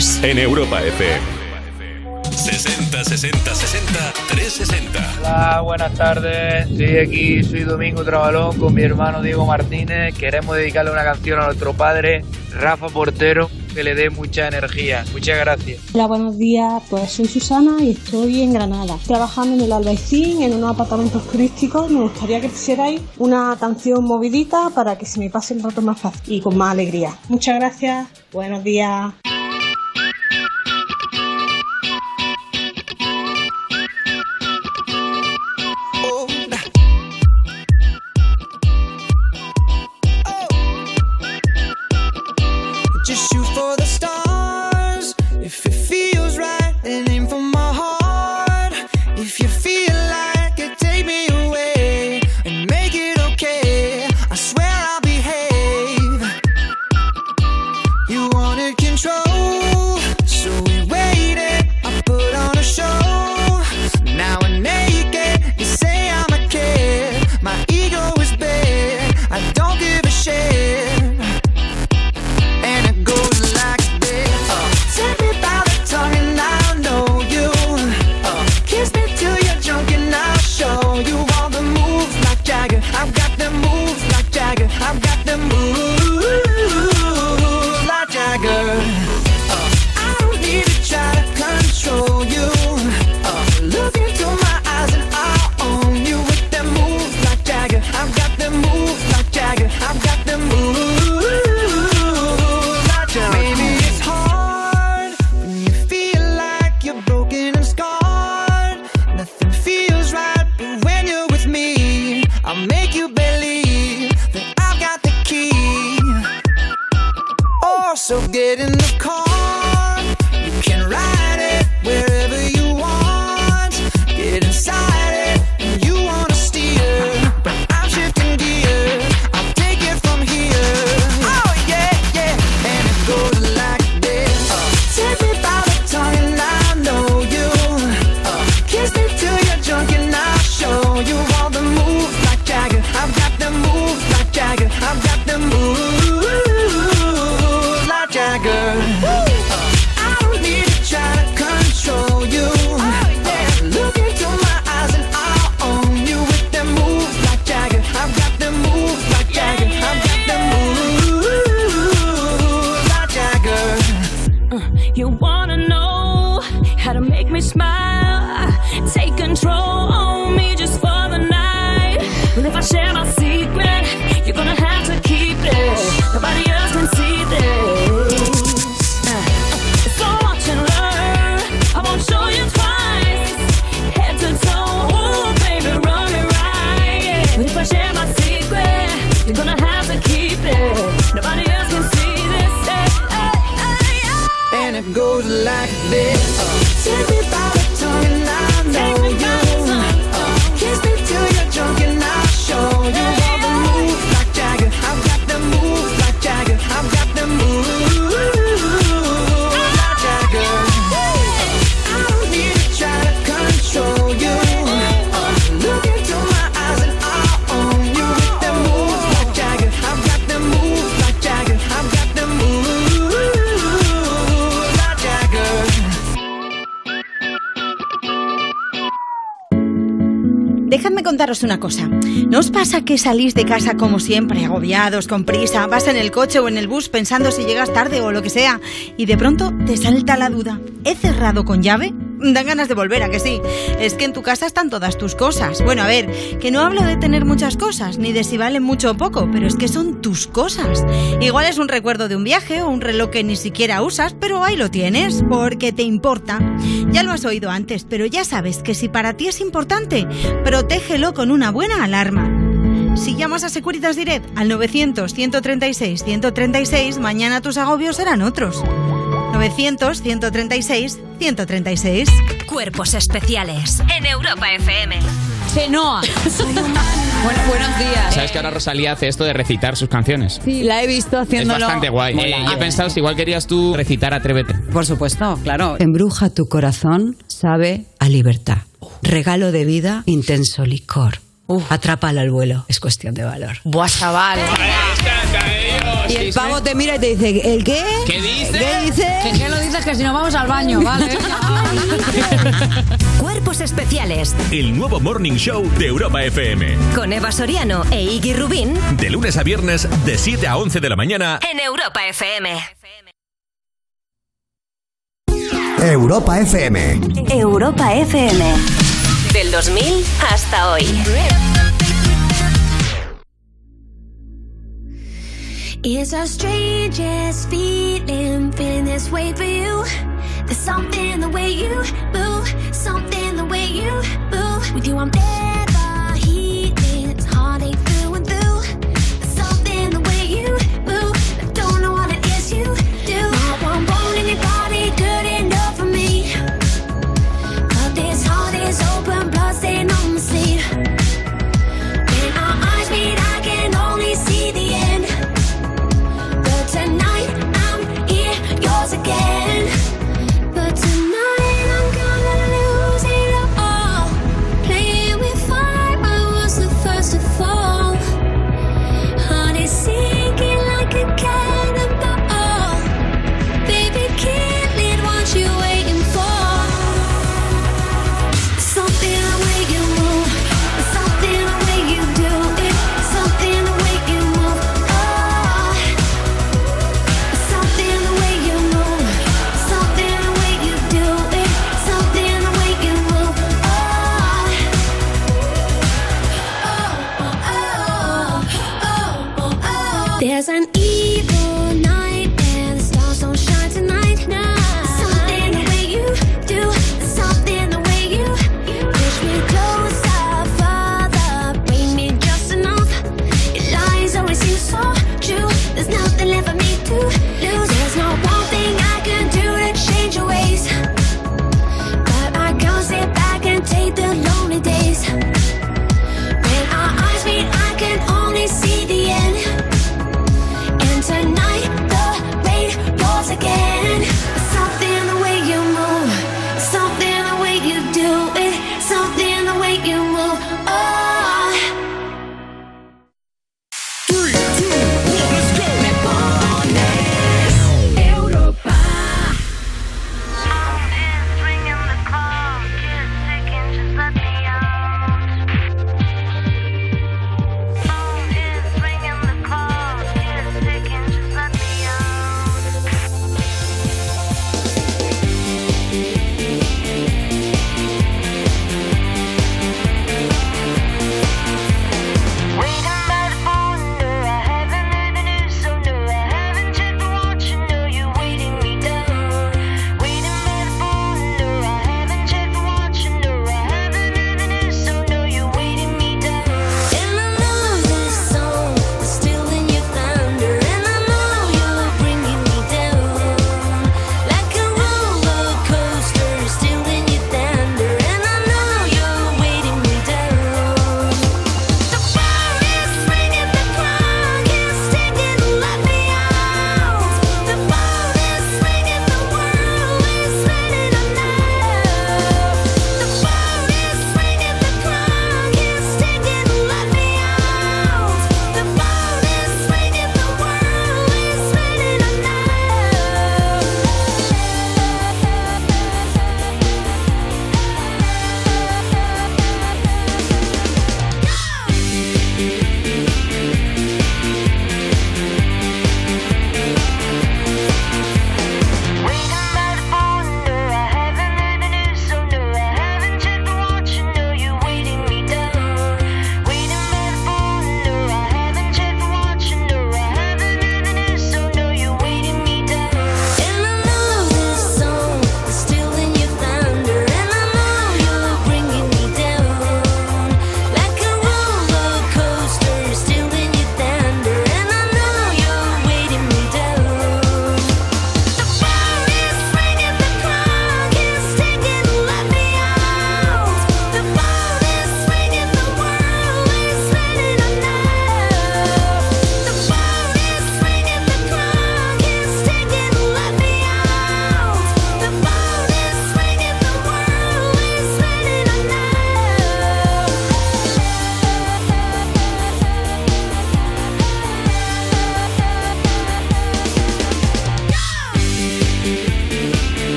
Pones. En Europa FM. 60 60 60 360. Hola, buenas tardes. Estoy aquí, soy Domingo Trabalón con mi hermano Diego Martínez. Queremos dedicarle una canción a nuestro padre, Rafa Portero, que le dé mucha energía. Muchas gracias. Hola, buenos días. Pues soy Susana y estoy en Granada, trabajando en el Albaicín, en unos apartamentos turísticos. Me gustaría que pusierais una canción movidita para que se me pase el rato más fácil y con más alegría. Muchas gracias. Buenos días. Just shoot for the stars if it feels right, and aim for my heart. If you feel like it, take me away and make it okay. I swear I'll behave. You wanted control, so we waited. I put on a show. Now I'm naked. You say I'm a kid. My ego is big. I don't give a shit. I've got the moves like Jagger. I've got the moves like Jagger. I don't need to try to control you. Look into my eyes and I'll own you with the moves like Jagger. I've got the moves like Jagger. I've got the moves like Jagger. Maybe it's hard when you feel like you're broken and scarred. Nothing feels right, but when you're with me, I'll make you believe that I've got the key. Oh, so get in the car. You can ride it wherever you want. Get inside it and you wanna steer, but I'm shifting gears. I'll take it from here. Oh yeah, yeah. And it goes like this. Take me by the tongue and I know you. Kiss me till you're drunk and I'll show you all the moves like Jagger. I've got the moves like Jagger. I've got the moves like Jagger. I don't need to try to control you. Look into my eyes and I'll own you with the moves like Jagger. I've got the moves like Jagger. I've got the moves like Jagger. You wanna know how to make me smile? Take control on me just for the night. Well, if I share my secret, you're gonna have to keep it. Nobody else can see this. So watch and learn. I won't show you twice. Head to toe, ooh, baby, run it right. But if I share my secret, you're gonna have to keep it. Nobody else can see this. And it goes like this. Take me by the tongue and I know you. Kiss me till you're drunk and I'll show you all the moves like Jagger. I've got the moves like Jagger. I've got the moves like Jagger. I don't need to try to control you. Look into my eyes and I'll own you with the moves like Jagger. I've got the moves like Jagger. I've got the moves like Jagger. Dejadme contaros una cosa. ¿No os pasa que salís de casa como siempre, agobiados, con prisa, vas en el coche o en el bus pensando si llegas tarde o lo que sea, y de pronto te salta la duda? ¿He cerrado con llave? Dan ganas de volver, ¿a que sí? Es que en tu casa están todas tus cosas. Bueno, a ver, que no hablo de tener muchas cosas, ni de si valen mucho o poco, pero es que son tus cosas. Igual es un recuerdo de un viaje o un reloj que ni siquiera usas, pero ahí lo tienes, porque te importa. Ya lo has oído antes, pero ya sabes que si para ti es importante, protégelo con una buena alarma. Si llamas a Securitas Direct al 900-136-136, mañana tus agobios serán otros. 900-136-136. Cuerpos especiales en Europa FM. Chenoa. Bueno, buenos días. ¿Sabes que ahora Rosalía hace esto de recitar sus canciones? Sí, la he visto haciéndolo. Es bastante guay. Y he pensado si igual querías tú recitar Atrévete. Por supuesto, claro. Embruja tu corazón, sabe a libertad. Regalo de vida, intenso licor. Atrápala al vuelo, es cuestión de valor. Buah, chaval. Sí, dice? pavo te mira y te dice, ¿el qué? ¿Qué dice? ¿Qué dice? ¿Qué lo dices? Que si no vamos al baño, ¿vale? Cuerpos especiales. El nuevo Morning Show de Europa FM. Con Eva Soriano e Iggy Rubín. De lunes a viernes, de 7 a 11 de la mañana. En Europa FM. Europa FM. Europa FM. Del 2000 hasta hoy. It's the strangest feeling this way for you. There's something the way you move, something the way you move. With you I'm never healing, it's heartache through and through. There's something the way you move, I don't know what it is you do. Not one bone in your body good enough for me. But this heart is open, blood stain on my sleeve. When our eyes meet I can only see the end. But tonight I'm here, yours again. But tonight I'm gonna lose it all, playing with fire.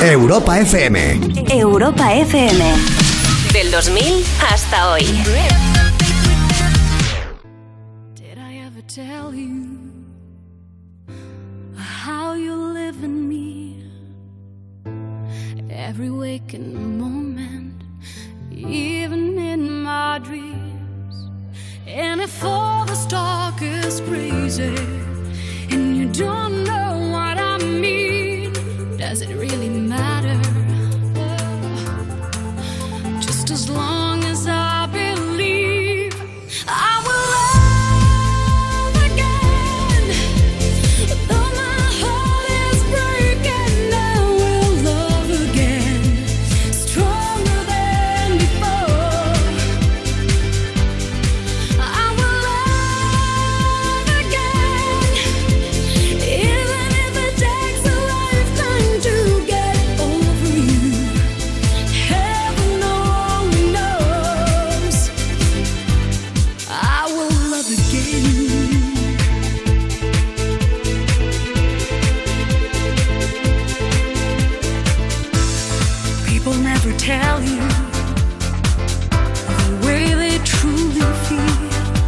Europa FM. Europa FM. Del 2000 hasta hoy. Did I ever tell you how you live in me? Every waking moment, even in my dreams. And if all this talk is crazy and you don't know what I mean, does it really matter? Just as long as I believe I will love again. Though my heart is breaking, I will love again, stronger than before. I will love again, even if it takes a lifetime to get over you. Heaven only knows. I will love again. People never tell you the way they truly feel.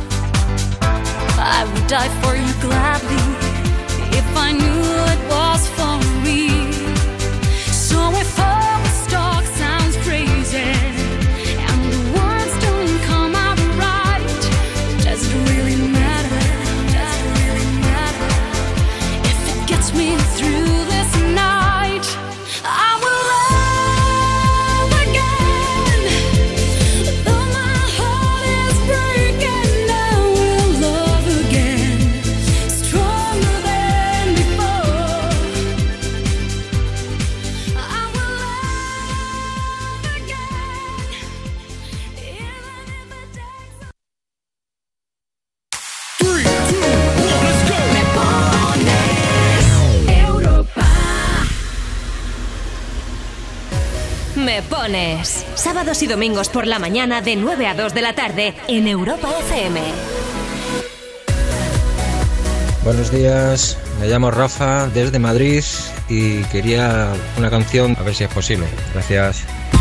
I would die for you gladly if I knew it was for real. So if all this talk sounds crazy and the words don't come out right, does it really matter? Does it really matter? If it gets me through this night, I will love again. Though my heart is breaking, I will love again, stronger than before. I will love again, even if it takes a... 3, 2, 1, let's go. Me pones Europa. Me pones. Sábados y domingos por la mañana de 9 a 2 de la tarde en Europa FM. Buenos días, me llamo Rafa desde Madrid y quería una canción, a ver si es posible. Gracias.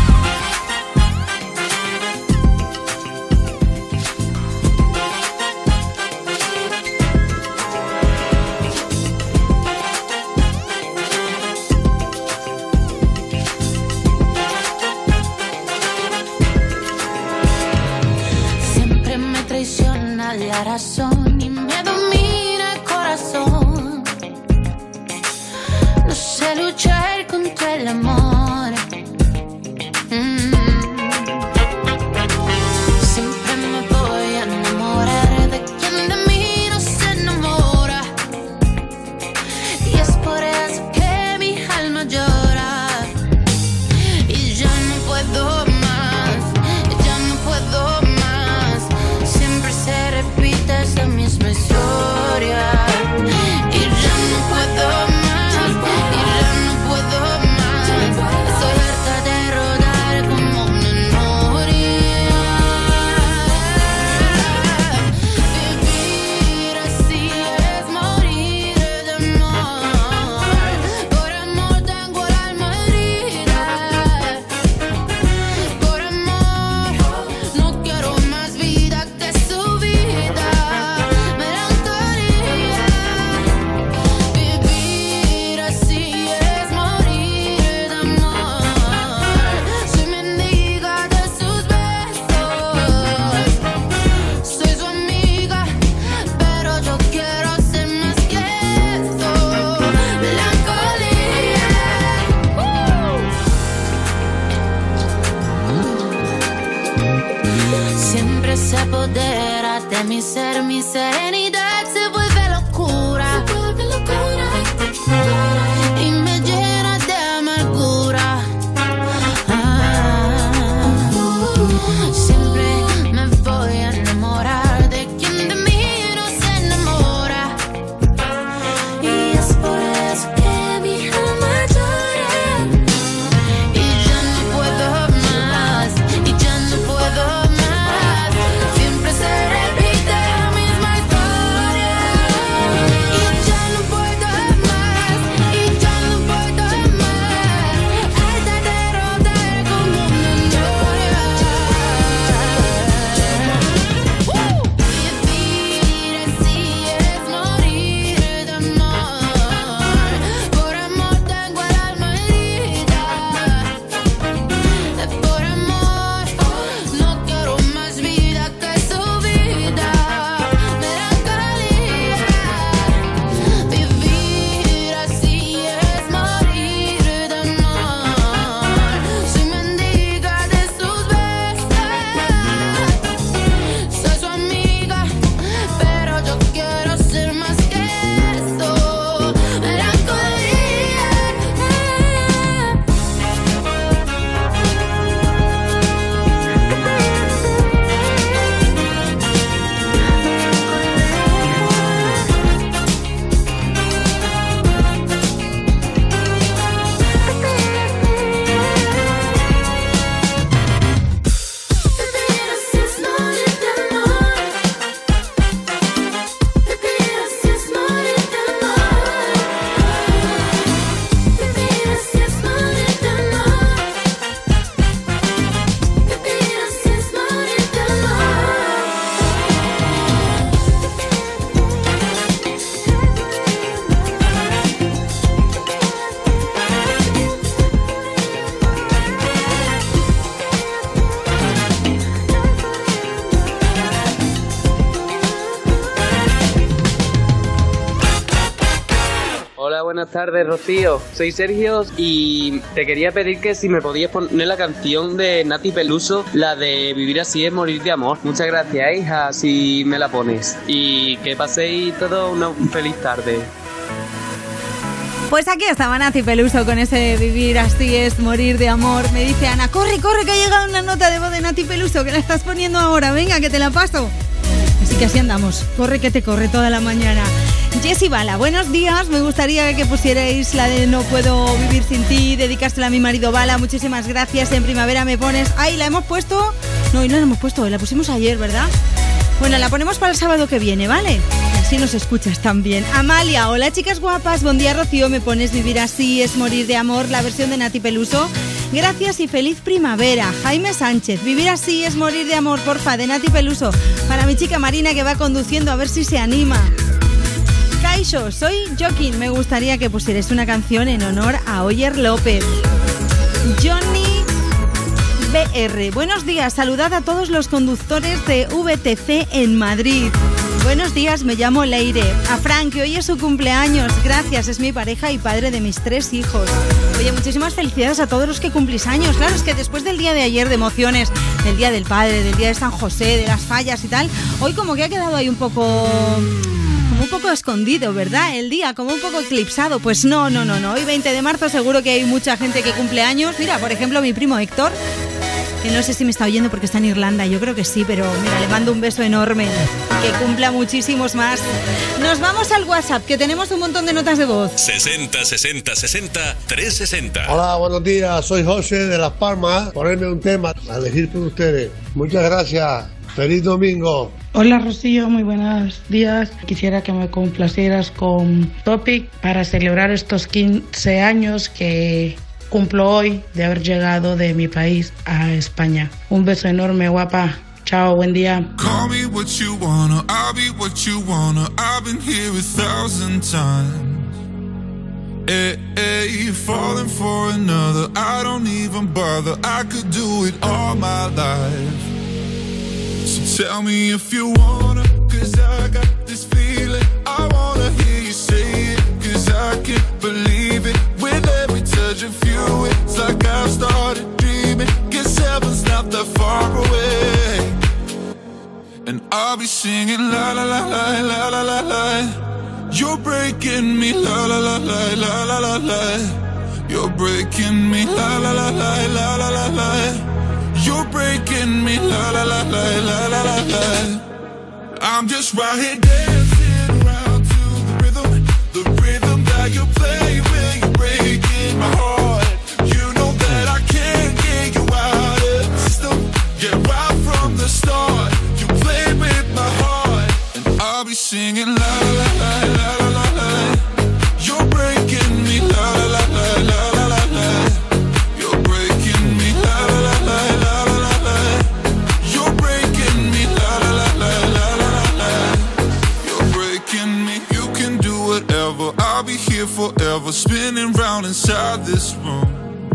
Siempre me traiciona la razón y me domina el corazón. No sé luchar contra el amor. Siempre me voy a enamorar de quien de mí no se enamora. Y es por eso que mi alma llora. Y ya no puedo más, ya no puedo más. Siempre se repite esa misma historia. Y ya no puedo más, y ya no puedo más. Estoy harta de rodar como una noria. Vivir así es morir de amor. Por amor tengo el alma herida. Por amor no quiero más vida que su vida. Melancolía. Vivir así es morir de amor. Soy mendiga de sus besos. Soy su amiga, pero yo quiero ser más que eso. Melancolía. Siempre se apodera de mi ser, mi serenidad se vuelve locura. Y me llena de amargura. Siempre me voy a enamorar de quien de mí no se enamora. Y es por eso que mi alma llora. Y ya no puedo más, y ya no puedo más. Siempre se repite la misma historia. buenas tardes, Rocío. Soy Sergio y te quería pedir que si me podías poner la canción de Nati Peluso, la de Vivir así es morir de amor. Muchas gracias, hija, si me la pones. Y que paséis todo una feliz tarde. Pues aquí estaba Nati Peluso con ese Vivir así es morir de amor. Me dice Ana, corre, que ha llegado una nota de voz de Nati Peluso, que la estás poniendo ahora. Venga, que te la paso. Así que así andamos. Corre que te corre toda la mañana. Jessy Bala, buenos días. Me gustaría que pusierais la de No puedo vivir sin ti, dedicársela a mi marido Bala. Muchísimas gracias. En primavera me pones... Ay, ¿la hemos puesto? No, hoy no la hemos puesto. La pusimos ayer, ¿verdad? Bueno, la ponemos para el sábado que viene, ¿vale? Y así nos escuchas también. Amalia, hola chicas guapas. Buen día, Rocío. Me pones Vivir así es morir de amor, la versión de Nati Peluso. Gracias y feliz primavera. Jaime Sánchez, Vivir así es morir de amor, porfa, de Nati Peluso. Para mi chica Marina que va conduciendo, a ver si se anima. Kaixo, soy Joaquín. Me gustaría que pusierais una canción en honor a Oyer López. Johnny BR, buenos días. Saludad a todos los conductores de VTC en Madrid. Buenos días, me llamo Leire. A Frank, que hoy es su cumpleaños. Gracias, es mi pareja y padre de mis 3 hijos. Oye, muchísimas felicidades a todos los que cumplís años. Claro, es que después del día de ayer de emociones, del día del padre, del día de San José, de las fallas y tal, hoy como que ha quedado ahí un poco escondido, ¿verdad? El día, como un poco eclipsado. Pues no. Hoy 20 de marzo seguro que hay mucha gente que cumple años. Mira, por ejemplo, mi primo Héctor, que no sé si me está oyendo porque está en Irlanda, yo creo que sí, pero mira, le mando un beso enorme, que cumpla muchísimos más. Nos vamos al WhatsApp, que tenemos un montón de notas de voz. 60 60 60 360. Hola, buenos días, soy José de Las Palmas. Ponerme un tema a elegir por ustedes. Muchas gracias, feliz domingo. Hola Rocío, muy buenos días. Quisiera que me complacieras con Topic para celebrar estos 15 años que cumplo hoy de haber llegado de mi país a España. Un beso enorme, guapa. Chao, buen día. Call me what you wanna, I'll be what you wanna. I've been here 1,000 times. Hey, falling for another, I don't even bother. I could do it all my life. So tell me if you wanna, 'cause I got this feeling. I wanna hear you say it, 'cause I can't believe it. With every touch of you, it's like I've started dreaming. 'Cause heaven's not that far away. And I'll be singing la la la la la la la la. You're breaking me la la la la la la la la. You're breaking me la la la la la la la la. You're breaking me la la la la la la la la. I'm just right here dancing around to the rhythm that you play when you're breaking my heart. You know that I can't get you out of the system. Yeah, right from the start, you play with my heart, and I'll be singing la la la la la la la. You're breaking me la la la la la la la. You're breaking me la la la la la la la. You're breaking me la la la la la la la. You're breaking me. You can do whatever. I'll be here forever, spinning round inside this room.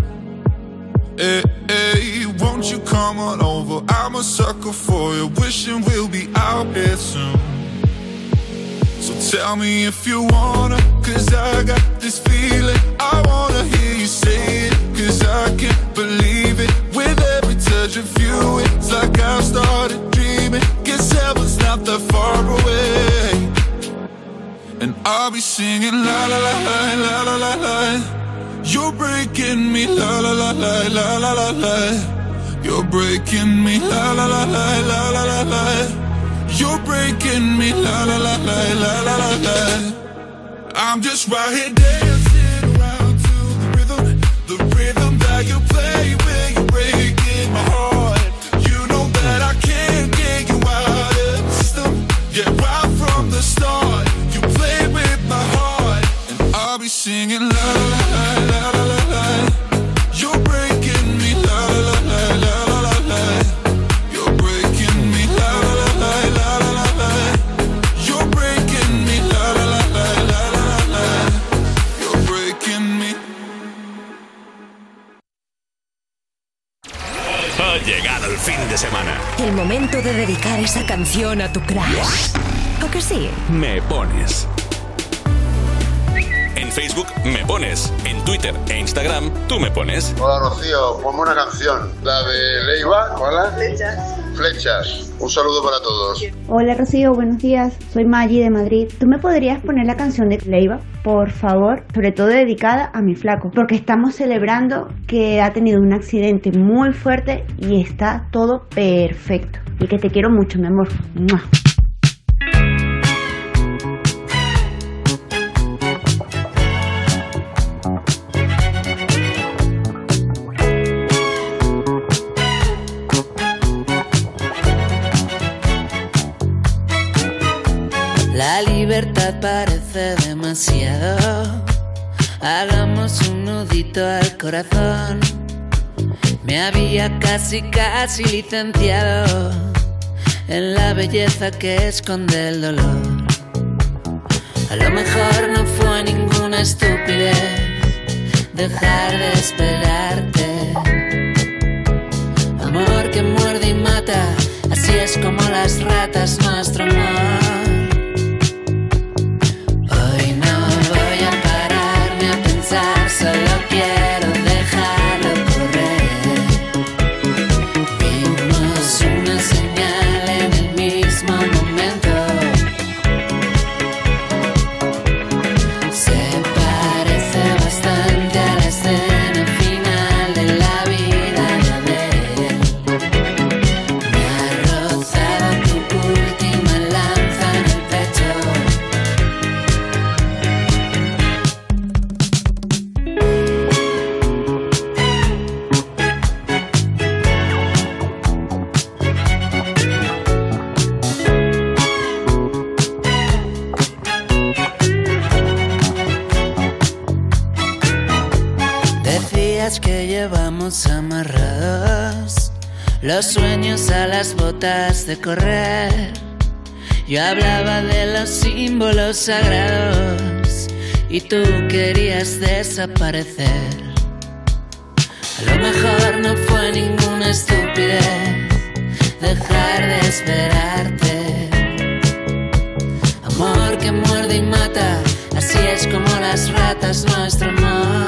Hey, won't you come on over? I'm a sucker for you, wishing we'll be out here soon. So tell me if you wanna, 'cause I got this feeling. I wanna hear you say it, 'cause I can't believe it. With every touch of you, it's like I've started dreaming. 'Cause heaven's not that far away. And I'll be singing la la la la la la la la. You're breaking me la la la la la la la la. You're breaking me la la la la la la la la. You're breaking me la la la la la la la la. I'm just right here dancing around to the rhythm that you play when you're breaking my heart. You know that I can't get you out of the system. Yeah, right from the start, you play with my heart, and I'll be singing la la la la la la la. You're breaking me la la la la la la la. You're breaking me la la la la la la la la. You're breaking me la la la la la la la la. You're breaking me. Ha llegado el fin de semana. El momento de dedicar esa canción a tu crush. ¿O que sí? Me pones. En Facebook me pones. En Twitter e Instagram tú me pones. Hola Rocío, ponme una canción. La de Leiva, ¿cuál? Flechas. Un saludo para todos. Hola Rocío, buenos días. Soy Maggie de Madrid. ¿Tú me podrías poner la canción de Leiva, por favor? Sobre todo dedicada a mi flaco, porque estamos celebrando que ha tenido un accidente muy fuerte y está todo perfecto. Y que te quiero mucho, mi amor. ¡Mua! La libertad parece demasiado. Hagamos un nudito al corazón. Me había casi licenciado en la belleza que esconde el dolor. A lo mejor no fue ninguna estupidez dejar de esperarte. Amor que muerde y mata, así es como las ratas nuestro amor. Solo quiero dejarlo correr. Vimos una señal en el mismo momento. Se parece bastante a la escena final de la vida de él. Me ha rozado tu última lanza en el pecho. Que llevamos amarrados los sueños a las botas de correr. Yo hablaba de los símbolos sagrados y tú querías desaparecer. A lo mejor no fue ninguna estupidez dejar de esperarte. Amor que muerde y mata, así es como las ratas nuestro amor.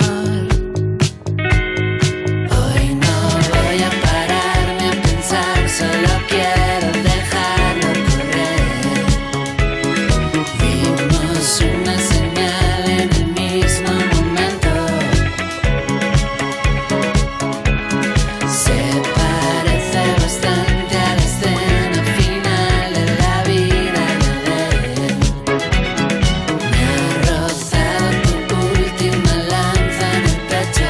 Solo quiero dejarlo correr. Vimos una señal en el mismo momento. Se parece bastante a la escena final de la vida de él. Me ha rozado tu última lanza en el pecho.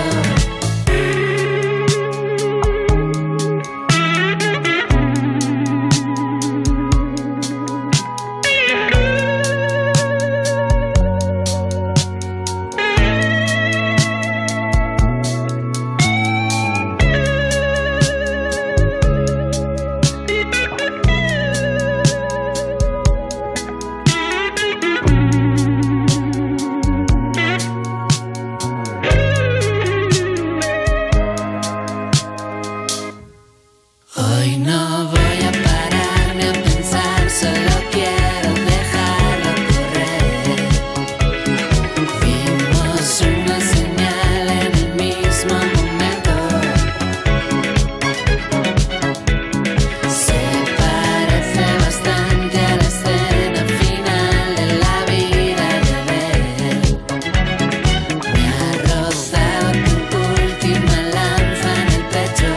Hoy no voy a pararme a pensar, solo quiero dejarlo correr. Vimos una señal en el mismo momento. Se parece bastante a la escena final de la vida de él. Me ha rozado tu última lanza en el pecho.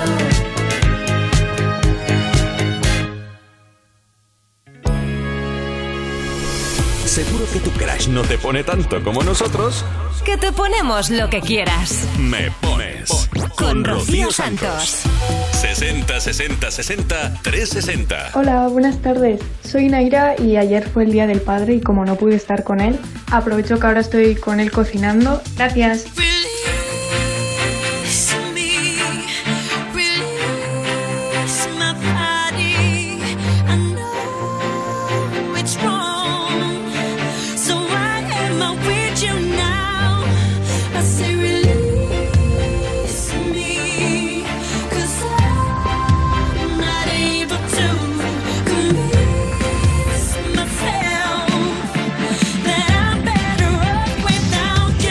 Seguro que tu crush no te pone tanto como nosotros. Que te ponemos lo que quieras. Me pones con Rocío Santos. 60 60 60 360. Hola, buenas tardes. Soy Naira y ayer fue el Día del Padre y como no pude estar con él, aprovecho que ahora estoy con él cocinando. Gracias. That I'm better off without you.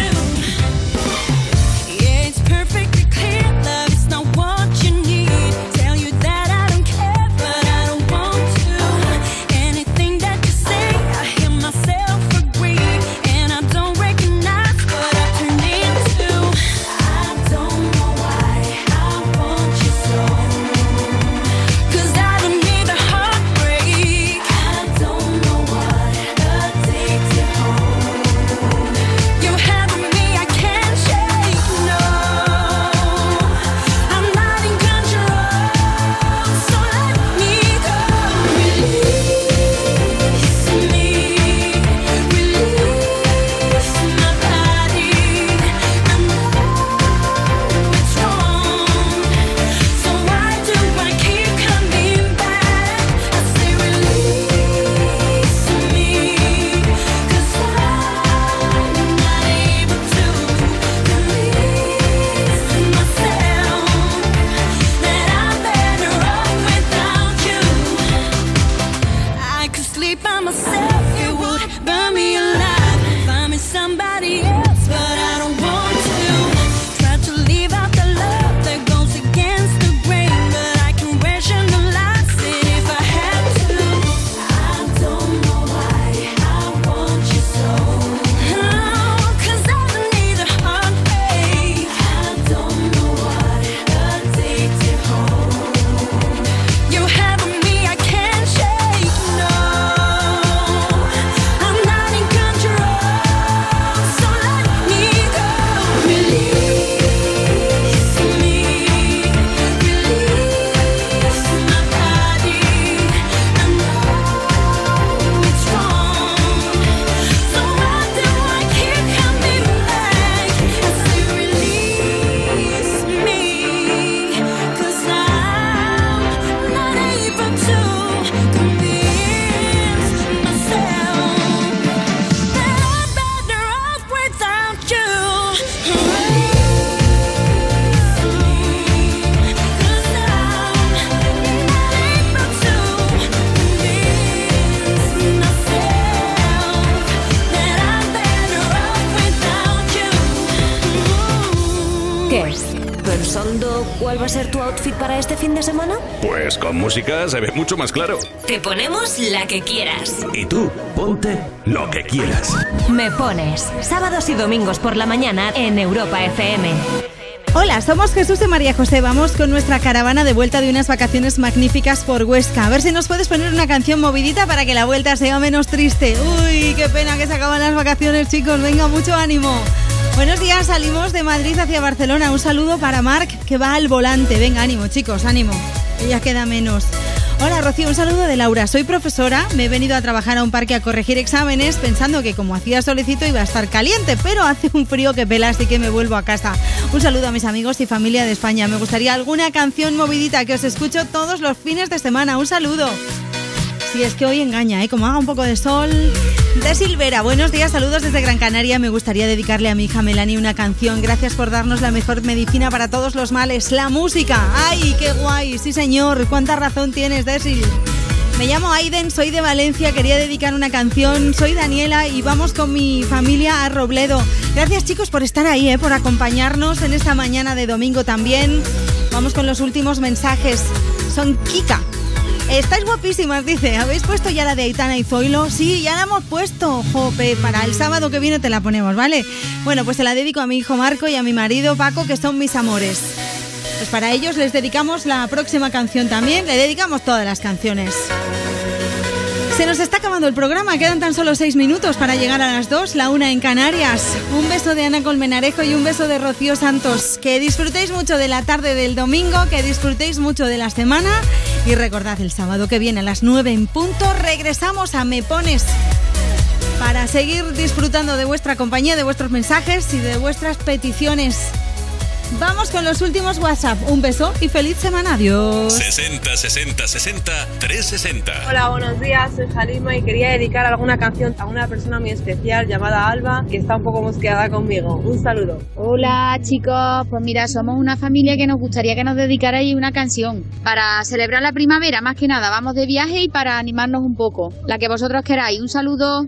¿Cuál va a ser tu outfit para este fin de semana? Pues con música se ve mucho más claro. Te ponemos la que quieras. Y tú, ponte lo que quieras. Me Pones. Sábados y domingos por la mañana en Europa FM. Hola, somos Jesús y María José. Vamos con nuestra caravana de vuelta de unas vacaciones magníficas por Huesca. A ver si nos puedes poner una canción movidita para que la vuelta sea menos triste. Uy, qué pena que se acaban las vacaciones, chicos. Venga, mucho ánimo. Buenos días, salimos de Madrid hacia Barcelona. Un saludo para Marc, que va al volante. Venga, ánimo, chicos, ánimo. Que ya queda menos. Hola, Rocío, un saludo de Laura. Soy profesora, me he venido a trabajar a un parque a corregir exámenes pensando que como hacía solecito iba a estar caliente, pero hace un frío que pela, así que me vuelvo a casa. Un saludo a mis amigos y familia de España. Me gustaría alguna canción movidita que os escucho todos los fines de semana. Un saludo. Sí, es que hoy engaña, como haga un poco de sol. De Silvera, buenos días, saludos desde Gran Canaria. Me gustaría dedicarle a mi hija Melanie una canción. Gracias por darnos la mejor medicina para todos los males, la música. ¡Ay, qué guay! Sí, señor, cuánta razón tienes, Desil. Me llamo Aiden, soy de Valencia, quería dedicar una canción. Soy Daniela y vamos con mi familia a Robledo. Gracias, chicos, por estar ahí, por acompañarnos en esta mañana de domingo también. Vamos con los últimos mensajes. Son Kika. Estáis guapísimas, dice. ¿Habéis puesto ya la de Aitana y Zoilo? Sí, ya la hemos puesto. Jope, para el sábado que viene te la ponemos, ¿vale? Bueno, pues se la dedico a mi hijo Marco y a mi marido Paco, que son mis amores. Pues para ellos les dedicamos la próxima canción también. Le dedicamos todas las canciones. Se nos está acabando el programa, quedan tan solo 6 minutos para llegar a las 2, la 1 en Canarias. Un beso de Ana Colmenarejo y un beso de Rocío Santos. Que disfrutéis mucho de la tarde del domingo, que disfrutéis mucho de la semana. Y recordad, el sábado que viene a las 9 en punto regresamos a Me Pones para seguir disfrutando de vuestra compañía, de vuestros mensajes y de vuestras peticiones. Vamos con los últimos WhatsApp. Un beso y feliz semana. Adiós. 60 60 60 360. Hola, buenos días. Soy Jalima y quería dedicar alguna canción a una persona muy especial llamada Alba, que está un poco mosqueada conmigo. Un saludo. Hola, chicos. Pues mira, somos una familia que nos gustaría que nos dedicarais una canción para celebrar la primavera, más que nada. Vamos de viaje y para animarnos un poco. La que vosotros queráis. Un saludo.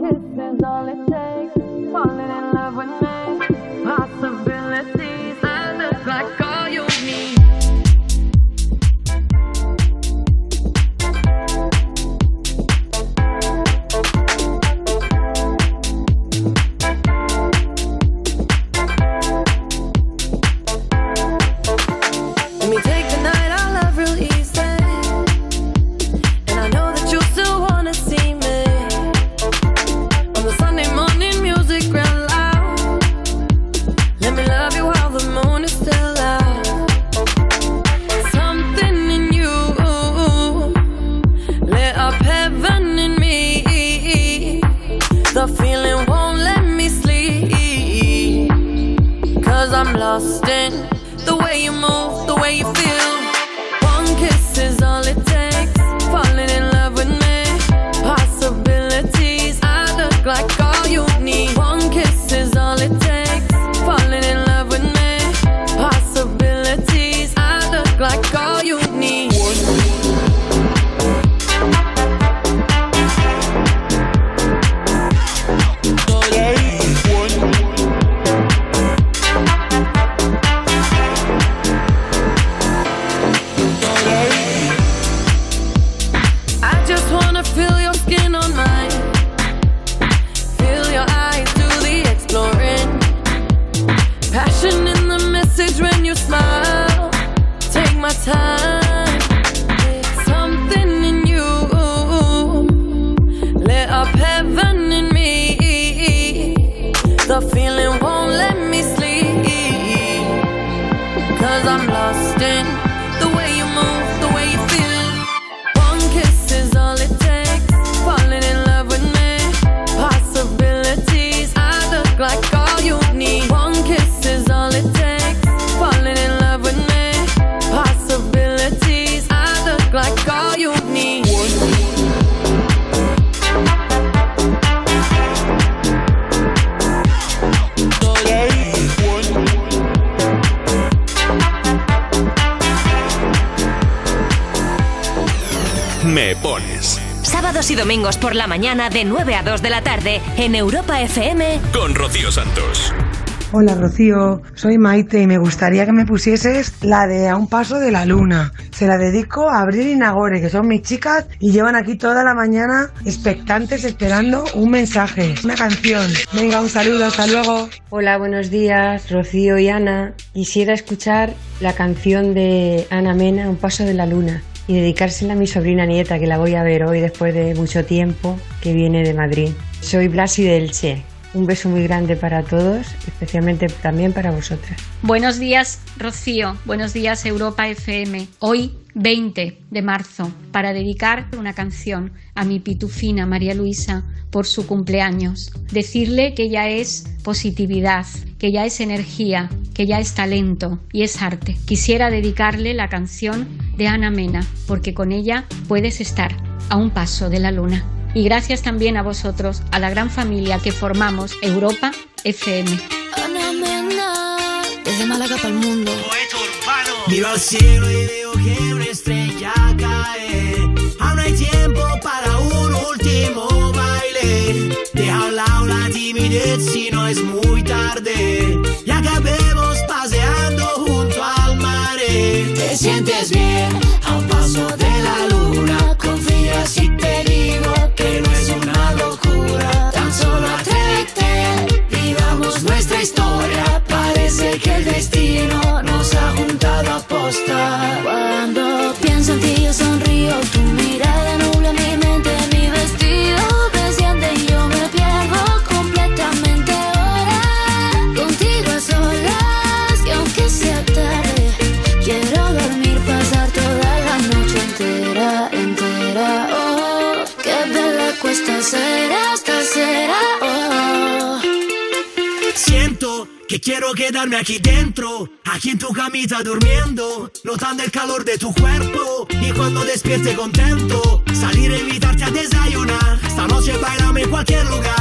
Lost in the way you move, the way you feel. One kiss is all it takes. Falling in love with me. Possibilities. I look like all you need. One kiss is all it takes. Falling in love with me. Possibilities. I look like all you need. Time. It's something in you lit up heaven in me. The feeling won't let me sleep, 'cause I'm lost in the way you move, the way you feel. One kiss is all it takes. Falling in love with me. Possibilities. I look like all you need. One kiss is all it takes. Falling in love with me. Possibilities, I look like all you need. Me Pones. Sábados y domingos por la mañana de 9 a 2 de la tarde en Europa FM con Rocío Santos. Hola Rocío, soy Maite y me gustaría que me pusieses la de A un paso de la luna. Se la dedico a Abril y Nagore, que son mis chicas y llevan aquí toda la mañana expectantes esperando un mensaje, una canción. Venga, un saludo, hasta luego. Hola, buenos días, Rocío y Ana. Quisiera escuchar la canción de Ana Mena, Un paso de la luna, y dedicársela a mi sobrina nieta, que la voy a ver hoy después de mucho tiempo, que viene de Madrid. Soy Blasi de Elche. Un beso muy grande para todos, especialmente también para vosotras. Buenos días, Rocío. Buenos días, Europa FM. Hoy, 20 de marzo, para dedicar una canción a mi pitufina María Luisa por su cumpleaños. Decirle que ella es positividad, que ella es energía, que ella es talento y es arte. Quisiera dedicarle la canción de Ana Mena, porque con ella puedes estar a un paso de la luna. Y gracias también a vosotros, a la gran familia que formamos Europa FM. Ana Mena, desde Málaga para el mundo. Miro al cielo y veo que una estrella cae. Aún hay tiempo para un último baile. Deja a un lado la timidez si no es muy tarde. Y acabemos paseando junto al mar. Te sientes bien a un paso de la luna. Confía si te digo que no es una locura. Tan solo atrévete, vivamos nuestra historia. Parece que el destino nos ha juntado a posta. Cuando pienso en ti yo sonrío, tu mirada nubla mi mente, mi vestido desciende y yo me pierdo completamente ahora. Contigo a solas, y aunque sea tarde, quiero dormir, pasar toda la noche entera, entera. Oh, qué bella cuesta será, esta será. Oh. Siento que quiero quedarme aquí dentro, aquí en tu camita durmiendo, notando el calor de tu cuerpo. Y cuando despierte contento, salir a invitarte a desayunar. Esta noche bailame en cualquier lugar.